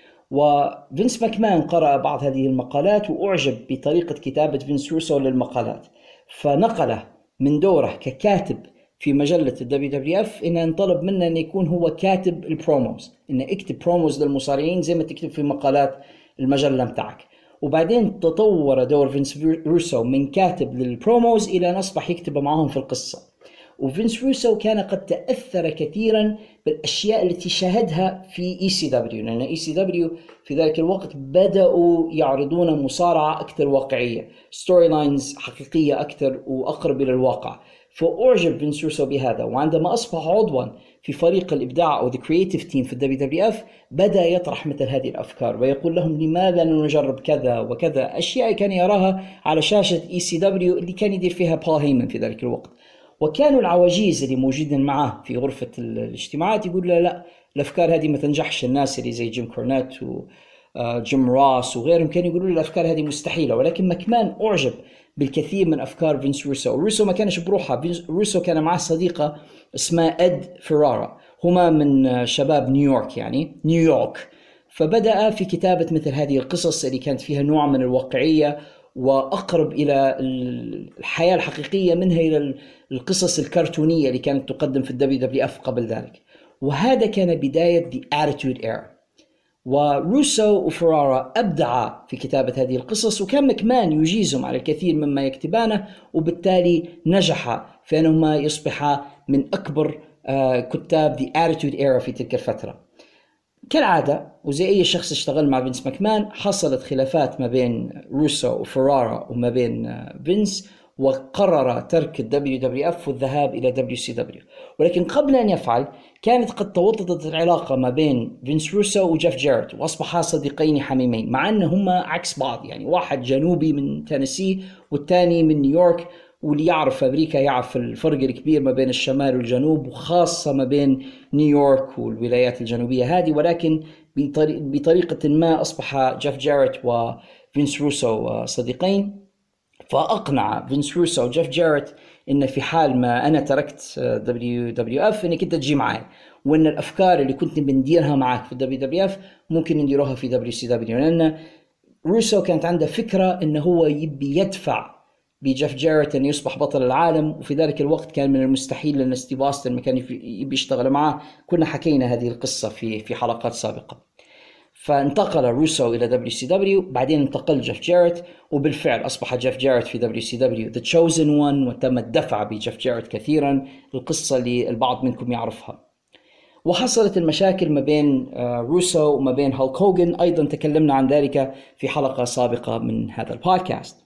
وفينس ماكمان قرأ بعض هذه المقالات وأعجب بطريقة كتابة فينس روسو للمقالات، فنقله من دوره ككاتب في مجلة WWF إنه انطلب منه أن يكون هو كاتب البروموز، إنه اكتب بروموز للمصارعين زي ما تكتب في مقالات المجلة متاعك. وبعدين تطور دور فينس روسو من كاتب للبروموز إلى أن أصبح يكتب معهم في القصة. وفينس روسو كان قد تأثر كثيرا بالأشياء التي شاهدها في ECW، لأن ECW في ذلك الوقت بدأوا يعرضون مصارعة أكثر واقعية، ستوري لاينز حقيقية أكثر وأقرب إلى الواقع. فأعجب فينس روسو بهذا، وعندما أصبح عضوا في فريق الإبداع أو The Creative Team في WWF بدأ يطرح مثل هذه الأفكار ويقول لهم لماذا نجرب كذا وكذا، أشياء كان يراها على شاشة ECW اللي كان يدير فيها بول هيمن في ذلك الوقت. وكانوا العواجيز اللي موجودين معه في غرفة الاجتماعات يقول لا الأفكار هذه ما تنجحش، الناس اللي زي جيم كورنيت وجيم راس وغيرهم كانوا يقولوا الأفكار هذه مستحيلة. ولكن ماكمان أعجب بالكثير من أفكار فينس روسو. روسو ما كانش بروحها، روسو كان معه صديقة اسمها إد فيرارا، هما من شباب نيويورك نيويورك. فبدأ في كتابة مثل هذه القصص اللي كانت فيها نوع من الواقعية وأقرب إلى الحياة الحقيقية منها إلى القصص الكرتونية اللي كانت تقدم في WWF قبل ذلك. وهذا كان بداية The Attitude Era. وروسو وفرارا أبدعا في كتابة هذه القصص، وكان ماكمان يجيزهم على الكثير مما يكتبانه، وبالتالي نجح في أنهما يصبحا من أكبر كتاب The Attitude Era في تلك الفترة. كالعادة وزي أي شخص اشتغل مع فينس ماكمان حصلت خلافات ما بين روسو وفرارا وما بين فينس، وقرر ترك WWF والذهاب إلى WCW. ولكن قبل أن يفعل كانت قد توطدت العلاقة ما بين فينس روسو وجيف جاريت، وأصبحا صديقين حميمين، مع أنهما عكس بعض. واحد جنوبي من تينيسي والثاني من نيويورك، واللي يعرف أمريكا يعرف الفرق الكبير ما بين الشمال والجنوب، وخاصة ما بين نيويورك والولايات الجنوبية هذه. ولكن بطريقة ما أصبح جيف جاريت وفينس روسو صديقين. فأقنع فينس روسو وجيف جاريت إن في حال ما أنا تركت WWF إنك أنت تجي معي، وإن الأفكار اللي كنت بنديرها معك في WWF ممكن نديروها في WCW. لأن روسو كانت عنده فكرة إنه هو يبي يدفع بجيف جاريت أن يصبح بطل العالم، وفي ذلك الوقت كان من المستحيل لأن ستيف أوستن ما كان يبي يشتغل معه. كنا حكينا هذه القصة في حلقات سابقة. فانتقل روسو إلى WCW، بعدين انتقل جيف جاريت، وبالفعل أصبح جيف جاريت في WCW The Chosen One، وتم الدفع بجيف جاريت كثيرا، القصة اللي البعض منكم يعرفها. وحصلت المشاكل ما بين روسو وما بين هالك هوغن، أيضا تكلمنا عن ذلك في حلقة سابقة من هذا البودكاست.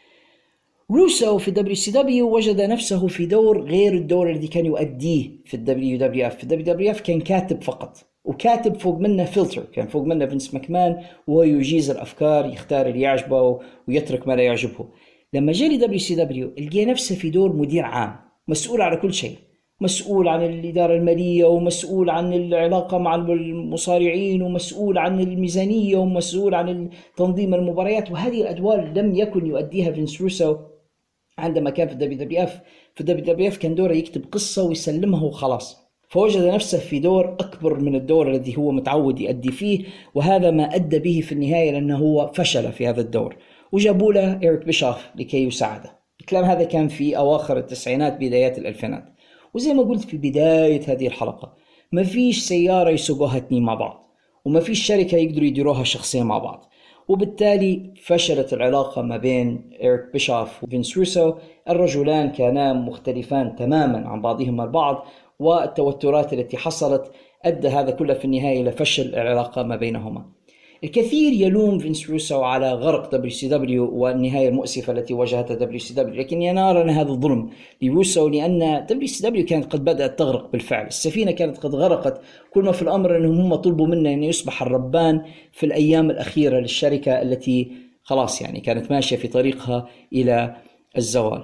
روسو في WCW وجد نفسه في دور غير الدور الذي كان يؤديه في WWF. في WWF كان كاتب فقط، وكاتب فوق منه فلتر، كان فوق منه فينس ماكمان وهو يجيز الأفكار، يختار اللي يعجبه ويترك ما لا يعجبه. لما جاء لWCW لقى نفسه في دور مدير عام، مسؤول على كل شيء، مسؤول عن الإدارة المالية، ومسؤول عن العلاقة مع المصارعين، ومسؤول عن الميزانية، ومسؤول عن تنظيم المباريات. وهذه الأدوار لم يكن يؤديها فينس روسو عندما كان في WWF. في WWF كان دوره يكتب قصة ويسلمها وخلاص، فوجد نفسه في دور أكبر من الدور الذي هو متعود يؤدي فيه، وهذا ما أدى به في النهاية لأنه هو فشل في هذا الدور، وجابوا له إيريك بيشوف لكي يساعده. الكلام هذا كان في أواخر التسعينات بدايات الألفينات. وزي ما قلت في بداية هذه الحلقة، ما فيش سيارة يسوقوها اتنين مع بعض، وما فيش شركة يقدروا يديروها شخصين مع بعض، وبالتالي فشلت العلاقة ما بين إيريك بيشوف وفينس روسو. الرجلان كانا مختلفان تماما عن بعضهما البعض، والتوترات التي حصلت أدى هذا كله في النهاية إلى فشل العلاقة ما بينهما. الكثير يلوم فينس روسو على غرق WCW والنهاية المؤسفة التي واجهتها WCW، لكن أنا أرى هذا الظلم لروسو، لأن WCW كانت قد بدأت تغرق بالفعل. السفينة كانت قد غرقت، كل ما في الأمر أنهم هم طلبوا منه أن يصبح الربان في الأيام الأخيرة للشركة التي خلاص يعني كانت ماشية في طريقها إلى الزوال.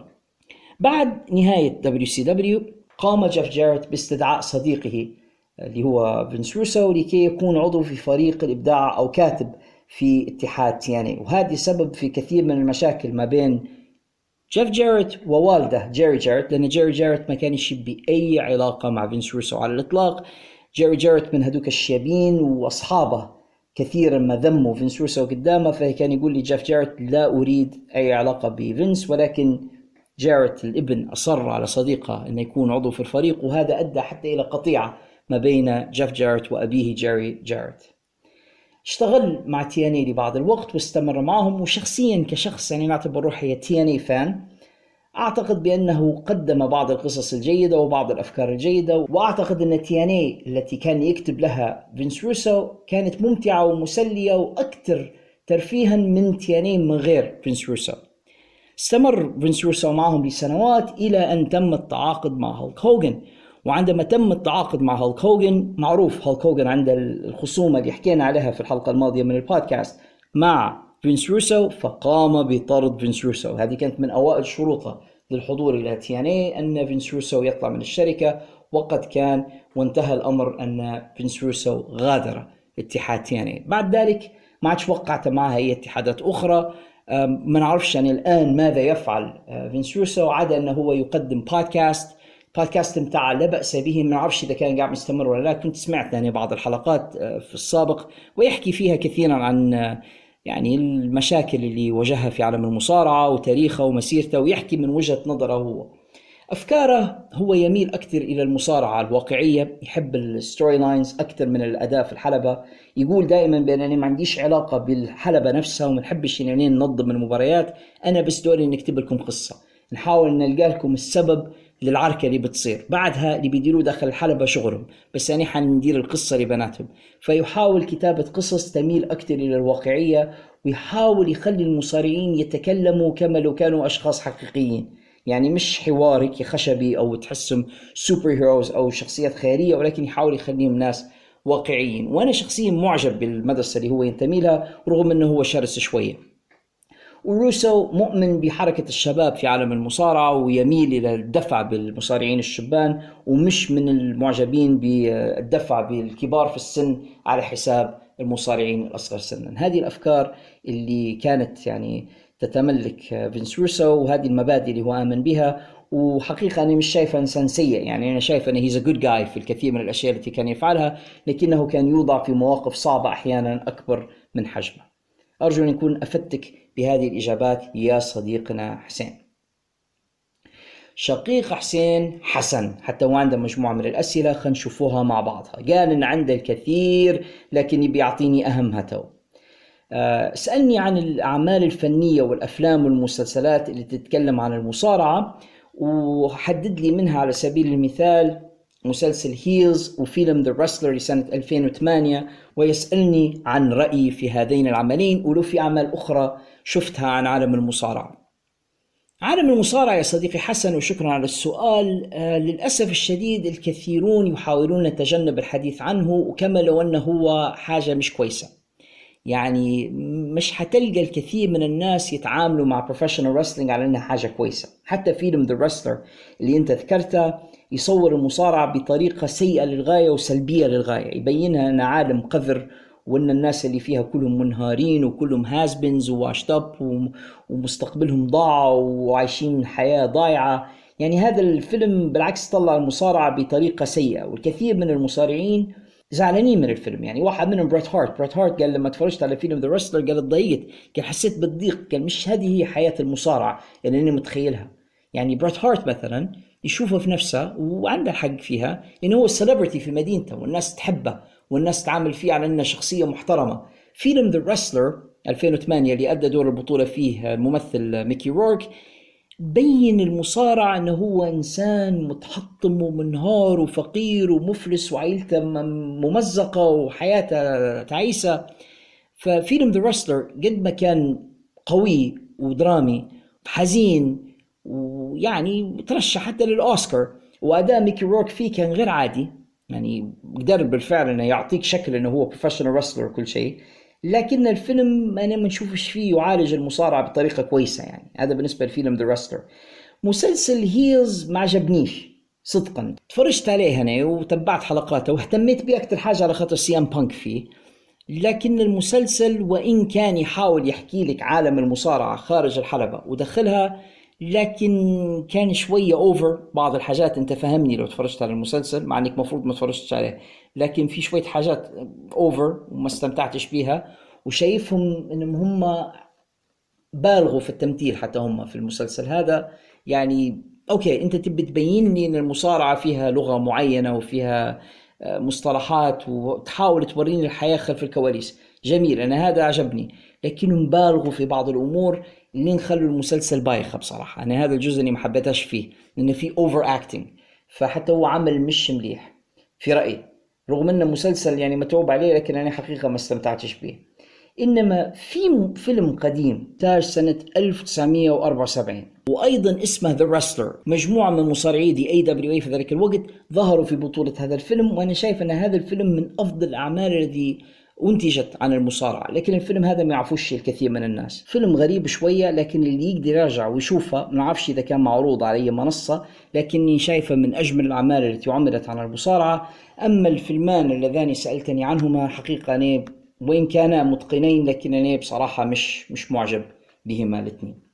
بعد نهاية WCW قام جيف جاريت باستدعاء صديقه اللي هو فينس روسو لكي يكون عضو في فريق الإبداع أو كاتب في اتحاد TNA، وهذا سبب في كثير من المشاكل ما بين جيف جاريت ووالده جيري جاريت، لأن جيري جاريت ما كان يشي بأي علاقة مع فينس روسو على الإطلاق. جيري جاريت من هدوك الشيابين، وأصحابه كثيرا ما ذموا فينس روسو قدامه، فكان يقول لي جيف جاريت لا أريد أي علاقة بفينس، ولكن جاريت الابن أصر على صديقه أن يكون عضو في الفريق، وهذا أدى حتى إلى قطيعة ما بين جيف جاريت وأبيه جيري جاريت. اشتغل مع TNA لبعض الوقت واستمر معهم، وشخصيا كشخص يعني نعتبر روحي TNA فان، أعتقد بأنه قدم بعض القصص الجيدة وبعض الأفكار الجيدة، وأعتقد أن TNA التي كان يكتب لها فينس روسو كانت ممتعة ومسلية وأكثر ترفيها من TNA من غير فينس روسو. استمر فينس روسو معهم لسنوات إلى أن تم التعاقد مع هالك هوغن. وعندما تم التعاقد مع هالك هوغن، معروف هالك هوغن عند الخصومة اللي حكينا عليها في الحلقة الماضية من البودكاست مع فينس روسو، فقام بطرد فينس روسو. هذه كانت من أوائل شروطه للحضور إلى TNA أن فينس روسو يطلع من الشركة، وقد كان وانتهى الأمر أن فينس روسو غادر اتحاد TNA. بعد ذلك ما عادش وقعت معها أي اتحادات أخرى. ما نعرفش يعني الآن ماذا يفعل فينس روسو، عدا أنه هو يقدم بودكاست متاع لا بأس به. ما نعرفش إذا كان قاعد مستمر ولا لا، كنت سمعت يعني بعض الحلقات في السابق ويحكي فيها كثيرا عن يعني المشاكل اللي واجهها في عالم المصارعة وتاريخه ومسيرته، ويحكي من وجهة نظره هو. أفكاره هو يميل أكثر إلى المصارعة الواقعية، يحب الستوري لاينز أكثر من الأداء في الحلبة. يقول دائما بأنني ما عنديش علاقة بالحلبة نفسها وما نحبش إنني ننظم المباريات، أنا بس دوري نكتب لكم قصة، نحاول نلقى لكم السبب للعركة اللي بتصير، بعدها اللي بيديروا داخل الحلبة شغلهم، بس أنا حندير القصة لبناتهم. فيحاول كتابة قصص تميل أكثر إلى الواقعية، ويحاول يخلي المصارعين يتكلموا كما لو كانوا أشخاص حقيقيين، يعني مش حوارك خشبي أو تحسهم سوبر هيروز أو شخصيات خيالية، ولكن يحاول يخليهم ناس واقعيين. وأنا شخصيا معجب بالمدرسة اللي هو ينتمي لها رغم أنه هو شرس شوية. وروسو مؤمن بحركة الشباب في عالم المصارعة، ويميل إلى الدفع بالمصارعين الشبان، ومش من المعجبين بالدفع بالكبار في السن على حساب المصارعين الأصغر سنا. هذه الأفكار اللي كانت يعني تتملك فينس روسو، وهذه المبادئ اللي هو آمن بها. وحقيقة أنا مش شايفه إنسان سيء، يعني أنا شايف أنه he's a good guy في الكثير من الأشياء التي كان يفعلها، لكنه كان يوضع في مواقف صعبة أحيانا أكبر من حجمه. أرجو أن يكون أفدتك بهذه الإجابات يا صديقنا حسين. شقيق حسين حسن حتى وعنده مجموعة من الأسئلة، خلينا نشوفوها مع بعضها. قال إن عنده الكثير لكن بيعطيني أهمها تو. سألني عن الأعمال الفنية والأفلام والمسلسلات اللي تتكلم عن المصارعة، وحدد لي منها على سبيل المثال مسلسل هيلز وفيلم ذا رسلر لسنة 2008، ويسألني عن رأيي في هذين العملين، ولو في أعمال أخرى شفتها عن عالم المصارعة. عالم المصارعة يا صديقي حسن، وشكرا على السؤال. للأسف الشديد الكثيرون يحاولون تجنب الحديث عنه، وكما لو أنه هو حاجة مش كويسة. يعني مش حتلقى الكثير من الناس يتعاملوا مع بروفيشنال رسلينج على أنها حاجة كويسة. حتى فيلم ذا رسلر اللي أنت ذكرته يصور المصارعة بطريقة سيئة للغاية وسلبية للغاية، يبينها أن عالم قذر، وأن الناس اللي فيها كلهم منهارين وكلهم هازبنز وواشت اب ومستقبلهم ضاع وعايشين حياة ضايعة. يعني هذا الفيلم بالعكس طلع المصارعة بطريقة سيئة، والكثير من المصارعين زعلانين من الفيلم. يعني واحد منهم بريت هارت قال لما تفرجت على فيلم ذا رسلر قال اتضايقت، قال حسيت بالضيق، قال مش هذه هي حياة المصارعة اللي أنا متخيلها. يعني بريت هارت مثلا يشوفه في نفسه وعنده الحق فيها إنه هو السليبرتي في مدينته والناس تحبه والناس تعامل فيه على أنه شخصية محترمة. فيلم ذا رسلر 2008 اللي أدى دور البطولة فيه الممثل ميكي رورك بين المصارع أنه هو إنسان متحطم ومنهار وفقير ومفلس وعائلته ممزقة وحياته تعيسة. ففيلم ذا رسلر قد ما كان قوي ودرامي حزين، ويعني ترشح حتى للأوسكار، وأداء ميكي رورك فيه كان غير عادي. يعني قدر بالفعل أنه يعطيك شكل أنه هو بروفيشنال رسلر وكل شيء، لكن الفيلم أنا ما نشوفش فيه يعالج المصارعة بطريقة كويسة. يعني هذا بالنسبة لفيلم ذا رسلر. مسلسل هيلز ما عجبنيش صدقا، تفرجت عليه أنا وتبعت حلقاته واهتميت بيه أكتر حاجة على خاطر سيام بانك فيه، لكن المسلسل وإن كان يحاول يحكي لك عالم المصارعة خارج الحلبة ودخلها، لكن كان شوية أوفر بعض الحاجات. أنت فهمني لو تفرجت على المسلسل، مع أنك مفروض ما تفرجتش عليه، لكن في شوية حاجات أوفر وما استمتعتش بيها، وشايفهم أنهم هم بالغوا في التمثيل حتى هم في المسلسل هذا. يعني أوكي أنت تبي تبين لي أن المصارعة فيها لغة معينة وفيها مصطلحات وتحاول توريني الحياة خلف الكواليس، جميل، أنا هذا عجبني، لكنهم بالغوا في بعض الأمور اللي نخلوا المسلسل بايخة بصراحة. أنا هذا الجزء اللي ما حبيتهاش فيه، لأنه فيه أوفر أكتينج، فحتى هو عمل مش مليح في رأيي، رغم أنه مسلسل يعني متعوب عليه، لكن أنا حقيقة ما استمتعتش به. إنما في فيلم قديم تاج سنة 1974 وأيضا اسمه The Wrestler، مجموعة من مصارعي دي AWA في ذلك الوقت ظهروا في بطولة هذا الفيلم، وأنا شايف أن هذا الفيلم من أفضل الأعمال الذي أنتجت عن المصارعة، لكن الفيلم هذا ما يعرفوش الكثير من الناس. فيلم غريب شوية، لكن اللي يقدر يراجع ويشوفه، ما نعرفش إذا كان معروض على أي منصة، لكني شايفه من أجمل الأعمال التي عملت عن المصارعة. أما الفيلمان اللذان سألتني عنهما حقيقة أنا وإن كانا متقنين، لكن أنا بصراحة مش معجب بهما الاثنين.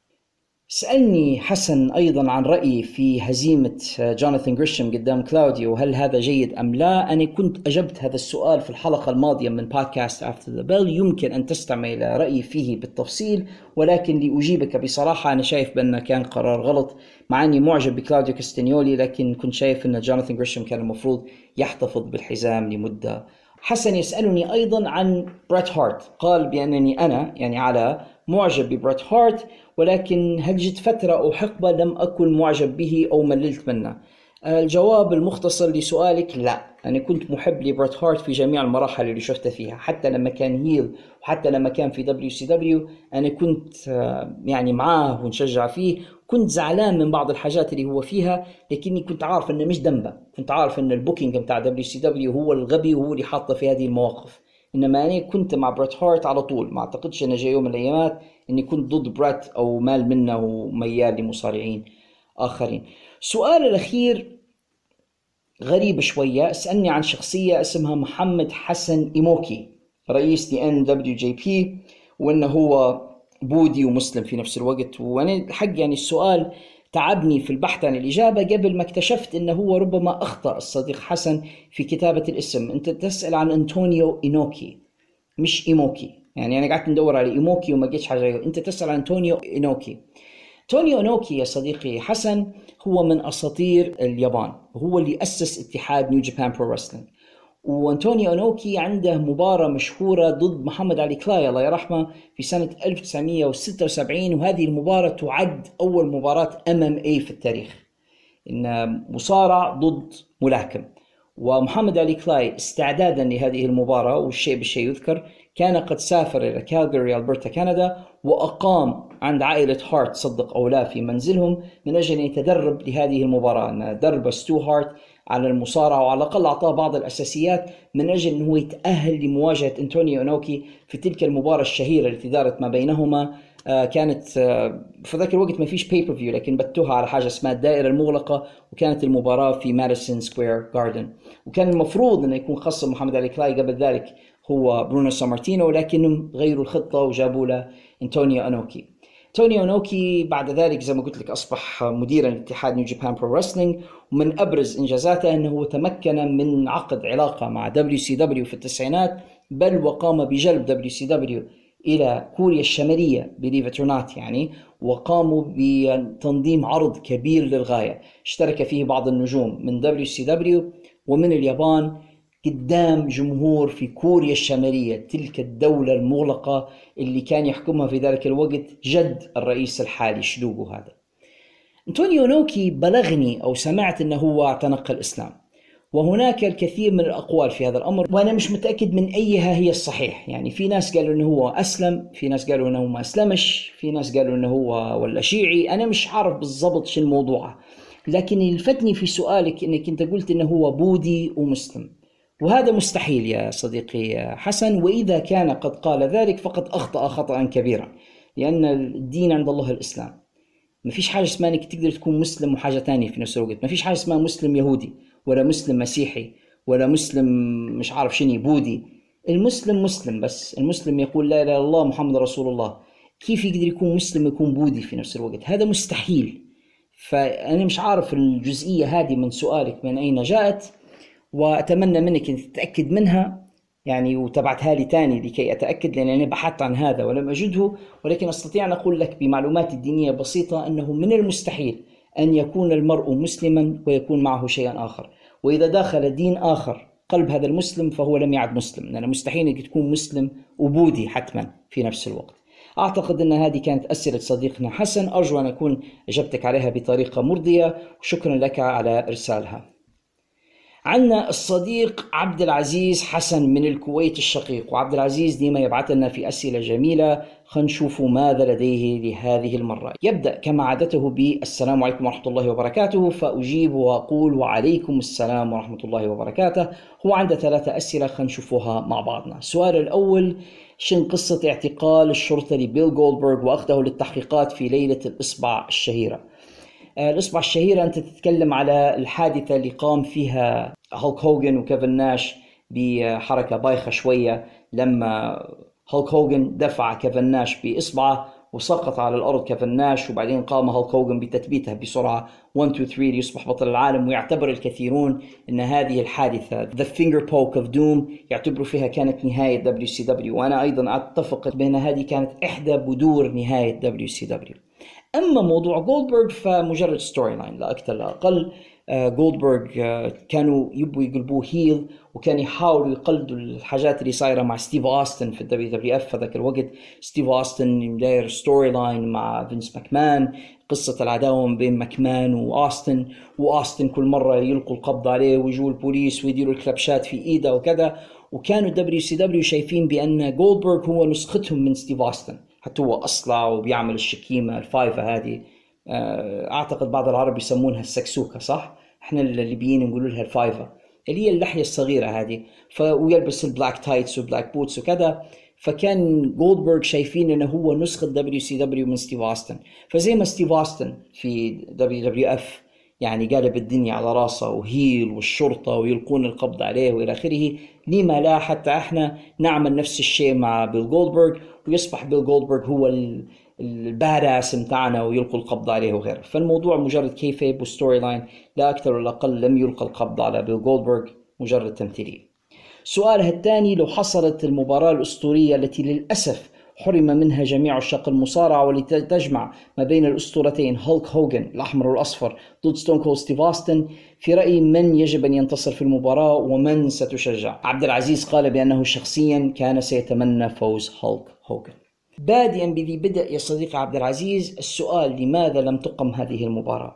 سألني حسن أيضا عن رأيي في هزيمة جوناثان غريشم قدام كلاوديو، هل هذا جيد أم لا؟ أنا كنت أجبت هذا السؤال في الحلقة الماضية من بودكاست After the Bell، يمكن أن تستمع إلى رأيي فيه بالتفصيل، ولكن لأجيبك بصراحة أنا شايف بأنه كان قرار غلط، مع أني معجب بكلاوديو كاستانيولي، لكن كنت شايف أن جوناثان غريشم كان المفروض يحتفظ بالحزام لمدة. حسن يسألني أيضا عن بريت هارت، قال بأنني أنا يعني على معجب ببريت هارت، ولكن هل جت فترة أو حقبة لم أكن معجب به أو مللت منه؟ الجواب المختصر لسؤالك لا، أنا كنت محب لبريت هارت في جميع المراحل اللي شفته فيها، حتى لما كان هيل وحتى لما كان في WCW أنا كنت يعني معاه ونشجع فيه. كنت زعلان من بعض الحاجات اللي هو فيها، لكني كنت عارف أنه مش ذنبه، كنت عارف أن البوكينج بتاع WCW هو الغبي وهو اللي حاطه في هذه المواقف. إنما أنا كنت مع بريت هارت على طول، ما أعتقدش أن جاء يوم من الأيامات إني كنت ضد بريت أو مال منه وميال لمصارعين آخرين. سؤال الأخير غريب شوية، سألني عن شخصية اسمها محمد حسن إيموكي رئيس NWJP، وأنه هو بودي ومسلم في نفس الوقت. وأنا الحق يعني السؤال تعبني في البحث عن الإجابة قبل ما اكتشفت أنه هو ربما أخطأ الصديق حسن في كتابة الاسم. أنت تسأل عن أنطونيو إينوكي مش إيموكي، يعني أنا قعدت ندور على إيموكي وما جيتش حاجة، أنت تسأل عن أنطونيو إينوكي. أنطونيو إينوكي يا صديقي حسن هو من أساطير اليابان، هو اللي أسس اتحاد نيو جابان برو رسلينج. وأنطونيو إينوكي عنده مباراة مشهورة ضد محمد علي كلاي الله يرحمه في سنة 1976، وهذه المباراة تعد أول مباراة MMA في التاريخ. إن مصارع ضد ملاكم. ومحمد علي كلاي استعدادا لهذه المباراة، والشيء بالشيء يذكر، كان قد سافر إلى كالغاري ألبرتا كندا وأقام عند عائلة هارت صدق أو لا في منزلهم من أجل أن يتدرب لهذه المباراة. درب ستو هارت على المصارعة وعلى الأقل أعطاه بعض الأساسيات من أجل أنه يتأهل لمواجهة أنتونيو إنوكي في تلك المباراة الشهيرة التي دارت ما بينهما. كانت في ذاك الوقت ما فيش بيبر فيو، لكن بتوها على حاجة اسمها الدائرة المغلقة، وكانت المباراة في ماديسون سكوير جاردن. وكان المفروض أنه يكون خصم محمد علي كلاي قبل ذلك هو برونو سامارتينو، لكنهم غيروا الخطة وجابوا له أنتونيو إنوكي. أنتونيو إنوكي بعد ذلك زي ما قلت لك أصبح مديرا لاتحاد نيو جابان برو رسلينج، ومن أبرز إنجازاته أنه تمكن من عقد علاقة مع WCW في التسعينات، بل وقام بجلب WCW إلى كوريا الشمالية believe it or not يعني، وقاموا بتنظيم عرض كبير للغاية اشترك فيه بعض النجوم من WCW ومن اليابان قدام جمهور في كوريا الشمالية، تلك الدولة المغلقة اللي كان يحكمها في ذلك الوقت جد الرئيس الحالي شلوغو. هذا أنتونيو إنوكي بلغني أو سمعت أنه هو اعتنق الإسلام، وهناك الكثير من الأقوال في هذا الأمر وأنا مش متأكد من أيها هي الصحيح. يعني في ناس قالوا أنه هو أسلم، في ناس قالوا أنه ما أسلمش، في ناس قالوا أنه هو ولا شيعي، أنا مش عارف بالضبط شو الموضوع. لكن يلفتني في سؤالك أنك أنت قلت أنه هو بوذي ومسلم، وهذا مستحيل يا صديقي حسن، وإذا كان قد قال ذلك فقد أخطأ خطأ كبيرا، لأن الدين عند الله الإسلام. ما فيش حاجة اسمها أنك تقدر تكون مسلم وحاجة تانية في نفس الوقت. ما فيش حاجة اسمها مسلم يهودي ولا مسلم مسيحي ولا مسلم مش عارف شنو بوذي. المسلم مسلم، بس المسلم يقول لا إله إلا الله محمد رسول الله. كيف يقدر يكون مسلم يكون بوذي في نفس الوقت؟ هذا مستحيل. فأنا مش عارف الجزئية هذه من سؤالك من أين جاءت، وأتمنى منك أن تتأكد منها يعني وتبعتها لي تاني لكي أتأكد، لأن أنا بحثت عن هذا ولم أجده. ولكن أستطيع أن أقول لك بمعلومات الدينية بسيطة أنه من المستحيل أن يكون المرء مسلما ويكون معه شيئا آخر، وإذا دخل دين آخر قلب هذا المسلم فهو لم يعد مسلم، لأن مستحيل أنك تكون مسلم وبوذي حتما في نفس الوقت. أعتقد أن هذه كانت أسئلة صديقنا حسن، أرجو أن أكون أجبتك عليها بطريقة مرضية، وشكرا لك على إرسالها. عندنا الصديق عبد العزيز حسن من الكويت الشقيق، وعبد العزيز ديما يبعث لنا في أسئلة جميلة. خلينا نشوف ماذا لديه لهذه المرة. يبدأ كما عادته بالسلام عليكم ورحمة الله وبركاته، فأجيب وأقول وعليكم السلام ورحمة الله وبركاته. هو عنده 3 أسئلة، خلينا نشوفها مع بعضنا. السؤال الأول: شن قصة اعتقال الشرطة لبيل جولدبرغ وأخذه للتحقيقات في ليلة الإصبع الشهيرة؟ الإصبع الشهيرة أنت تتكلم على الحادثة اللي قام فيها هولك هوغن وكيفن ناش بحركة بايخة شوية، لما هولك هوغن دفع كيفن ناش بإصبعه وسقط على الأرض كيفن ناش، وبعدين قام هولك هوغن بتثبيتها بسرعة 1 2 3 ليصبح بطل العالم. ويعتبر الكثيرون أن هذه الحادثة The Finger Poke of Doom يعتبروا فيها كانت نهاية WCW، وأنا أيضا أتفق بأن هذه كانت إحدى بدور نهاية WCW. أما موضوع جولدبرغ فمجرد ستوري لاين لا أكثر لا أقل. جولدبرغ كانوا يبوا يقلبوه هيل، وكان يحاولوا يقلدوا الحاجات اللي صايرة مع ستيف أوستن في WWF في ذاك الوقت. ستيف أوستن داير ستوري لاين مع فينس ماكمان، قصة العداوة بين ماكمان وأوستن، وأوستن كل مرة يلقوا القبض عليه ويجوا البوليس ويديروا الكلبشات في إيده وكذا. وكانوا WCW شايفين بأن جولدبرغ هو نسختهم من ستيف أوستن، حتى هو أصلع وبيعمل الشكيمة الفايفة هذه. أعتقد بعض العرب يسمونها السكسوكة، صح؟ إحنا الليبيين نقول لها الفايفة، اللي هي اللحية الصغيرة هذه. ويلبس البلاك تايتس وبلاك بوتس وكذا. فكان جولدبرغ شايفين أنه هو نسخة WCW من ستيف أوستن. فزي ما ستيف أوستن في WWF يعني قالب الدنيا على راسه وهيل والشرطة ويلقون القبض عليه وإلى آخره، لما لا حتى احنا نعمل نفس الشيء مع بيل جولدبرغ، ويصبح بيل جولدبرغ هو الباداس متاعنا ويلقوا القبض عليه وغيره. فالموضوع مجرد كيفيب وستوري لاين لا أكثر ولا أقل. لم يلقى القبض على بيل جولدبرغ، مجرد تمثيلية. سؤالها الثاني: لو حصلت المباراة الأسطورية التي للأسف حرم منها جميع عشاق المصارعة، والتي تجمع ما بين الأسطورتين هولك هوغن الأحمر والأصفر ضد ستون كولد ستيف أوستن، في رأيي من يجب أن ينتصر في المباراة ومن ستشجع؟ عبد العزيز قال بأنه شخصيا كان سيتمنى فوز هولك هوغن. بادئا بذي بدء يا صديقي عبد العزيز، السؤال: لماذا لم تقم هذه المباراة؟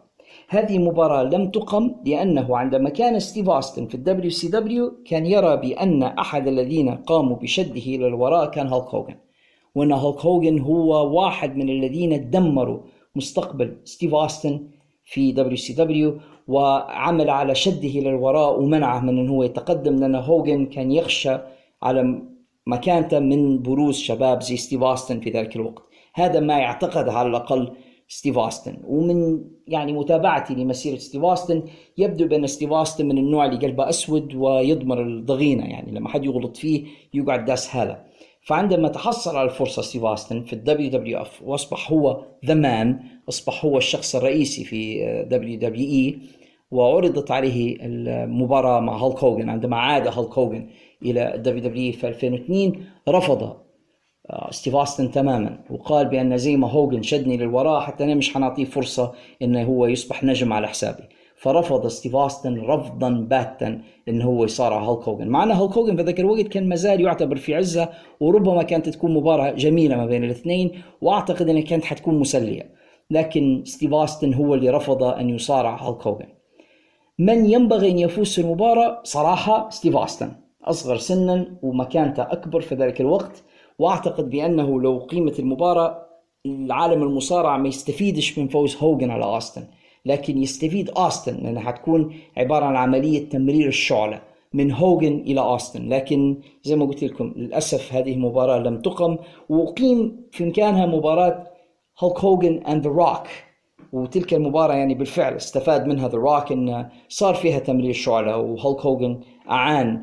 هذه المباراة لم تقم لأنه عندما كان ستيف أوستن في WCW كان يرى بأن أحد الذين قاموا بشده إلى الوراء كان هالك هوغن، وأن هالك هوغن هو واحد من الذين دمروا مستقبل ستيف أوستن في WCW وعمل على شده إلى الوراء ومنعه من أنه يتقدم، لأن هوغن كان يخشى على مكانته من بروز شباب زي ستيف أوستن في ذلك الوقت. هذا ما يعتقد على الأقل ستيف أوستن، ومن يعني متابعتي لمسيرة ستيف أوستن يبدو بأن ستيف أوستن من النوع اللي قلبه أسود ويضمر الضغينة، يعني لما حد يغلط فيه يقعد داس هذا. فعندما تحصل على الفرصة ستيف أوستن في WWF وأصبح هو The Man، أصبح هو الشخص الرئيسي في WWE، وعرضت عليه المباراة مع هالك هوغن. عندما عاد هالك هوغن إلى WWE في 2002 رفض ستيف أوستن تماما وقال بأن زي ما هوغن شدني للوراء حتى أنا مش حنعطيه فرصة إنه هو يصبح نجم على حسابي. فرفض ستيف أوستن رفضا باتا إنه هو يصارع هالك هوغن، مع أن هالك هوغن في ذاك الوقت كان مازال يعتبر في عزة، وربما كانت تكون مباراة جميلة ما بين الاثنين، وأعتقد أنها كانت حتكون مسلية، لكن ستيف أوستن هو اللي رفض أن يصارع هالك هوغن. من ينبغي أن يفوز في المباراة؟ صراحة ستيف أوستن، أصغر سنا ومكانته أكبر في ذلك الوقت، وأعتقد بأنه لو قيمة المباراة العالم المصارعة ما يستفيدش من فوز هوغن على أوستن، لكن يستفيد أوستن، لأنها حتكون عبارة عن عملية تمرير الشعلة من هوغن إلى أوستن. لكن زي ما قلت لكم للأسف هذه المباراة لم تقم، وقيم في مكانها مباراة هالك هوغن and The Rock، وتلك المباراة يعني بالفعل استفاد منها The Rock إن صار فيها تمرير شعلة، وهالك هوغن أعان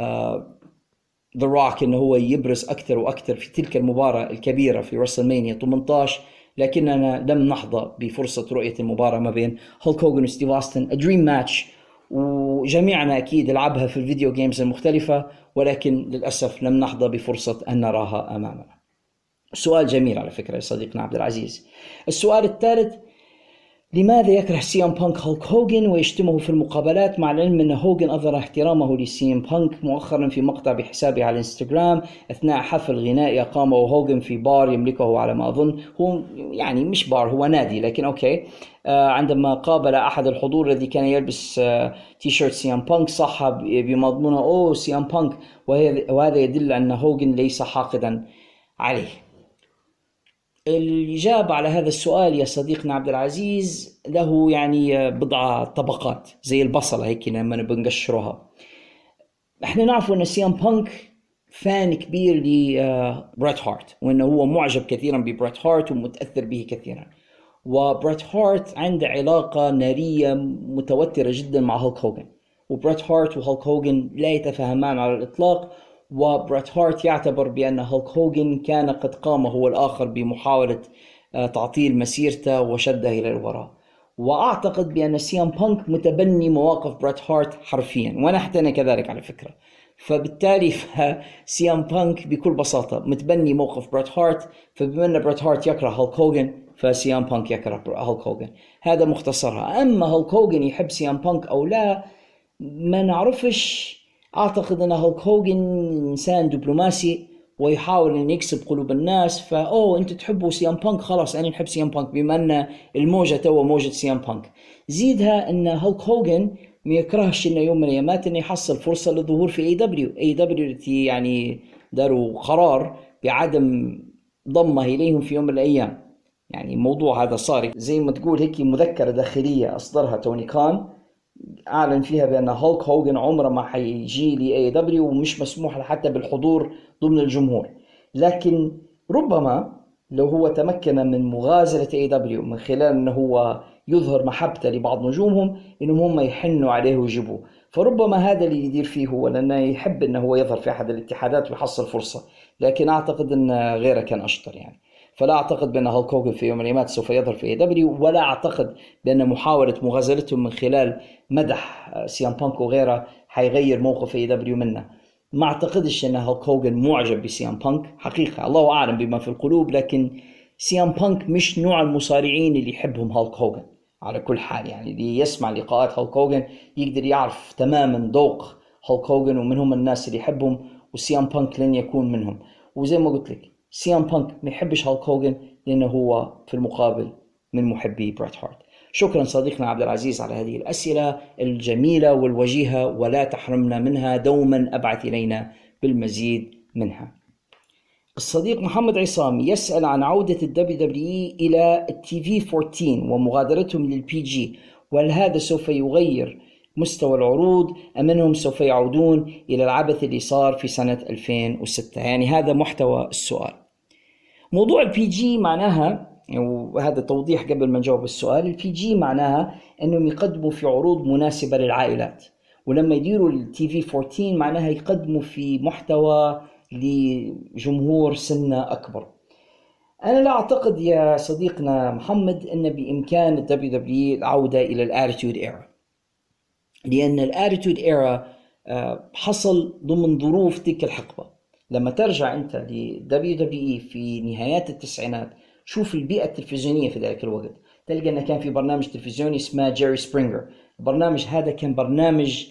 The Rock إنه هو يبرز أكثر وأكثر في تلك المباراة الكبيرة في رسلمانيا 18، لكننا لم نحظى بفرصة رؤية المباراة ما بين هالك هوغن وستيف أوستن، A Dream Match، وجميعنا أكيد لعبها في الفيديو جيمز المختلفة، ولكن للأسف لم نحظى بفرصة أن نراها أمامنا. سؤال جميل على فكرة يا صديقنا عبد العزيز. السؤال الثالث: لماذا يكره سي ام بانك هالك هوغن ويشتمه في المقابلات، مع العلم أن هوغن أظهر احترامه لسي ام بانك مؤخرا في مقطع بحسابه على الانستغرام أثناء حفل غنائي أقامه هوغن في بار يملكه على ما أظن، هو يعني مش بار، هو نادي، لكن أوكي. عندما قابل أحد الحضور الذي كان يلبس تيشيرت سي ام بانك صح بمضمونه أوه سي ام بانك، وهذا يدل أن هوغن ليس حاقدا عليه. الإجابة على هذا السؤال يا صديقنا عبد العزيز له يعني بضع طبقات زي البصلة هيك لما بنقشرها. احنا نعرف أن سي ام بانك فان كبير لبريت هارت، وأنه هو معجب كثيرا ببريت هارت ومتأثر به كثيرا، وبريت هارت عنده علاقة نارية متوترة جدا مع هالك هوغن، وبريت هارت وهالك هوغن لا يتفاهمان على الإطلاق، وبريت هارت يعتبر بأن هالك هوغن كان قد قام هو الآخر بمحاولة تعطيل مسيرته وشده إلى الوراء. وأعتقد بأن سي ام بانك متبني مواقف بريت هارت حرفيا، وأنا حتى أنا كذلك على فكرة. فبالتالي سي ام بانك بكل بساطة متبني موقف بريت هارت، فبما أن بريت هارت يكره هالك هوغن فسي ام بانك يكره هالك هوغن. هذا مختصرها. أما هالك هوغن يحب سي ام بانك أو لا ما نعرفش. أعتقد أن هالك هوغن إنسان دبلوماسي ويحاول أن يكسب قلوب الناس، أنت تحبوا سي ام بانك، خلاص أنا نحب سي ام بانك، بما أن الموجة توا موجة سي ام بانك. زيدها أن هالك هوغن ما يكرهش إنه يوم من الأيامات إنه يحصل فرصة للظهور في AEW التي يعني داروا قرار بعدم ضمه إليهم في يوم من الأيام. يعني الموضوع هذا صار زي ما تقول هيك مذكرة داخلية أصدرها توني كان، أعلن فيها بأن هالك هوغن عمره ما حيجي ل AEW ومش مسموح له حتى بالحضور ضمن الجمهور. لكن ربما لو هو تمكن من مغازلة AEW من خلال أنه هو يظهر محبته لبعض نجومهم إنهم هم يحنوا عليه ويجيبوه، فربما هذا اللي يدير فيه هو، لأنه يحب أنه هو يظهر في أحد الاتحادات ويحصل فرصة. لكن أعتقد أن غيره كان أشطر يعني. فلا أعتقد بأن هالك هوغن في يوم من الأيام سوف يظهر في AEW، ولا أعتقد بأن محاولة مغازلتهم من خلال مدح سي ام بانك وغيره حيغير موقف AEW منه. ما أعتقدش أن هالك هوغن معجب بسي ام بانك حقيقة، الله أعلم بما في القلوب، لكن سي ام بانك مش نوع المصارعين اللي يحبهم هالك هوغن على كل حال. يعني اللي يسمع لقاءات هالك هوغن يقدر يعرف تماما ذوق هالك هوغن ومنهم الناس اللي يحبهم، وسي ام بانك لن يكون منهم. وزي ما قلت لك سي ام بانك ما يحبش هالك هوغن لأنه هو في المقابل من محبي بريت هارت. شكرا صديقنا عبد العزيز على هذه الأسئلة الجميلة والوجيهة، ولا تحرمنا منها دوما، أبعث إلينا بالمزيد منها. الصديق محمد عصامي يسأل عن عودة WWE إلى TV 14 ومغادرتهم للPG، وهل هذا سوف يغير مستوى العروض أم أنهم سوف يعودون إلى العبث اللي صار في سنة 2006؟ يعني هذا محتوى السؤال. موضوع الPG معناها، وهذا توضيح قبل ما نجاوب السؤال، الPG معناها أنهم يقدموا في عروض مناسبة للعائلات، ولما يديروا الTV 14 معناها يقدموا في محتوى لجمهور سنة أكبر. أنا لا أعتقد يا صديقنا محمد أن بإمكان ال WWE العودة إلى الاتيتود إيرا، لأن الاتيتود إيرا حصل ضمن ظروف تلك الحقبة. لما ترجع أنت ل WWE في نهايات التسعينات، شوف البيئة التلفزيونية في ذلك الوقت، تلقى أن كان في برنامج تلفزيوني اسمه جيري سبرينجر. البرنامج هذا كان برنامج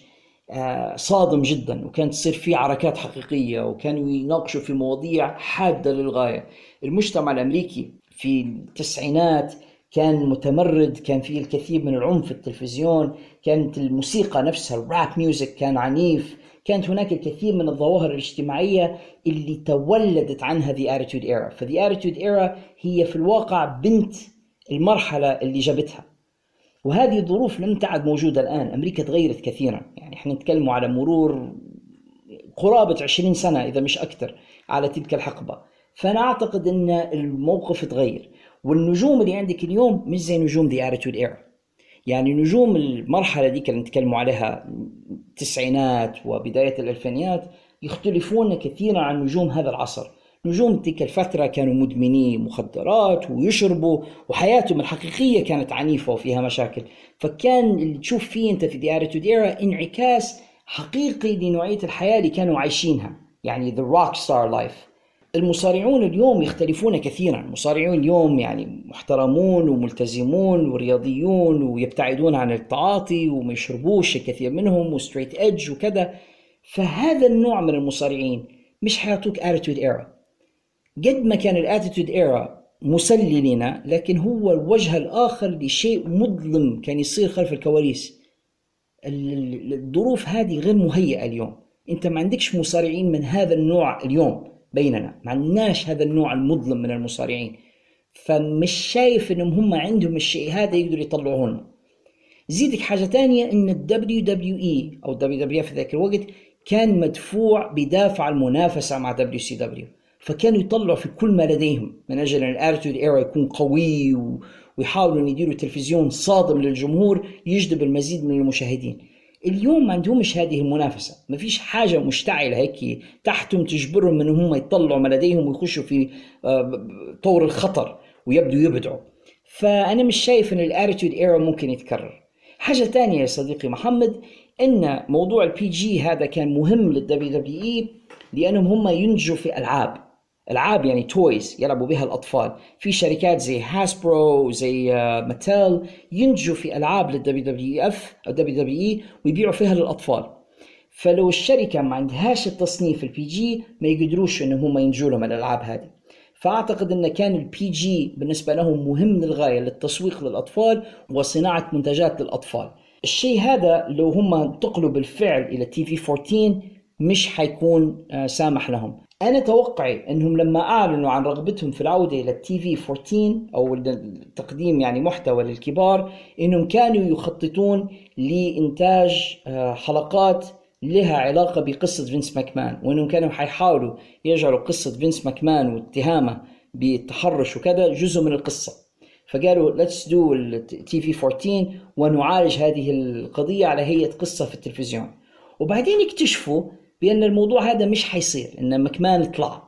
صادم جدا، وكانت تصير فيه عركات حقيقية، وكانوا يناقشوا في مواضيع حادة للغاية. المجتمع الأمريكي في التسعينات كان متمرد، كان فيه الكثير من العنف في التلفزيون، كانت الموسيقى نفسها الراب ميوزك كان عنيف، كانت هناك الكثير من الظواهر الاجتماعية اللي تولدت عنها The Attitude Era. فThe Attitude Era هي في الواقع بنت المرحلة اللي جابتها، وهذه الظروف لم تعد موجودة الآن. أمريكا تغيرت كثيرا، يعني احنا نتكلم على مرور قرابة 20 سنة إذا مش أكثر على تلك الحقبة. فأنا أعتقد أن الموقف تغير، والنجوم اللي عندك اليوم مش زي نجوم The Attitude Era. يعني نجوم المرحلة دي اللي نتكلموا عليها التسعينات وبداية الألفينيات يختلفون كثيرا عن نجوم هذا العصر. نجوم تلك الفترة كانوا مدمني مخدرات ويشربوا، وحياتهم الحقيقية كانت عنيفة وفيها مشاكل. فكان اللي تشوف فيه أنت في The Attitude Era انعكاس حقيقي لنوعية الحياة اللي كانوا عايشينها، يعني The Rockstar Life. المصارعون اليوم يختلفون كثيرا. المصارعون اليوم يعني محترمون وملتزمون ورياضيون ويبتعدون عن التعاطي وما يشربوش الكثير منهم وستريت ايدج وكذا. فهذا النوع من المصارعين مش حيعطوك Attitude Era. قد ما كان الاتيتود ايرا مسلي لنا، لكن هو الوجه الآخر لشيء مظلم كان يصير خلف الكواليس. الظروف هذه غير مهيئة اليوم. انت ما عندكش مصارعين من هذا النوع اليوم بيننا، ما عندناش هذا النوع المظلم من المصارعين، فمش شايف انهم هم عندهم الشيء هذا يقدروا يطلعوه لنا. زيدك حاجة تانية، ان ال WWE او WWF في ذاك الوقت كان مدفوع بدافع المنافسة مع WCW، فكانوا يطلعوا في كل ما لديهم من أجل أن الاتيتود إيرا يكون قوي، ويحاولوا أن يديروا تلفزيون صادم للجمهور يجذب المزيد من المشاهدين. اليوم ما عندهمش هذه المنافسة، ما فيش حاجة مشتعلة هيك تحتهم تجبرهم من هم يطلعوا ما لديهم ويخشوا في طور الخطر ويبدوا يبدعوا. فأنا مش شايف أن الاتيتود إيرا ممكن يتكرر. حاجة تانية يا صديقي محمد، أن موضوع البي جي هذا كان مهم للWWE لأنهم هم ينتجوا في ألعاب يعني تويز يلعبوا بها الأطفال. في شركات زي هاسبرو زي ماتيل ينتجوا في ألعاب للWWF أو WWE ويبيعوا فيها للأطفال. فلو الشركة ما عندهاش التصنيف البي جي ما يقدروش إنهم هم ينتجوا لهم الألعاب هذه. فأعتقد أن كان البي جي بالنسبة لهم مهم للغاية للتسويق للأطفال وصناعة منتجات للأطفال. الشيء هذا لو هم انتقلوا بالفعل إلى TV 14 مش حيكون سامح لهم. أنا توقعي أنهم لما أعلنوا عن رغبتهم في العودة إلى TV 14 أو تقديم يعني محتوى للكبار، أنهم كانوا يخططون لإنتاج حلقات لها علاقة بقصة فينس ماكمان، وأنهم كانوا حيحاولوا يجعلوا قصة فينس ماكمان واتهامه بالتحرش وكذا جزء من القصة. فقالوا let's do TV 14 ونعالج هذه القضية على هيئة قصة في التلفزيون. وبعدين اكتشفوا بأن الموضوع هذا مش حيصير، إن ماكمان طلع.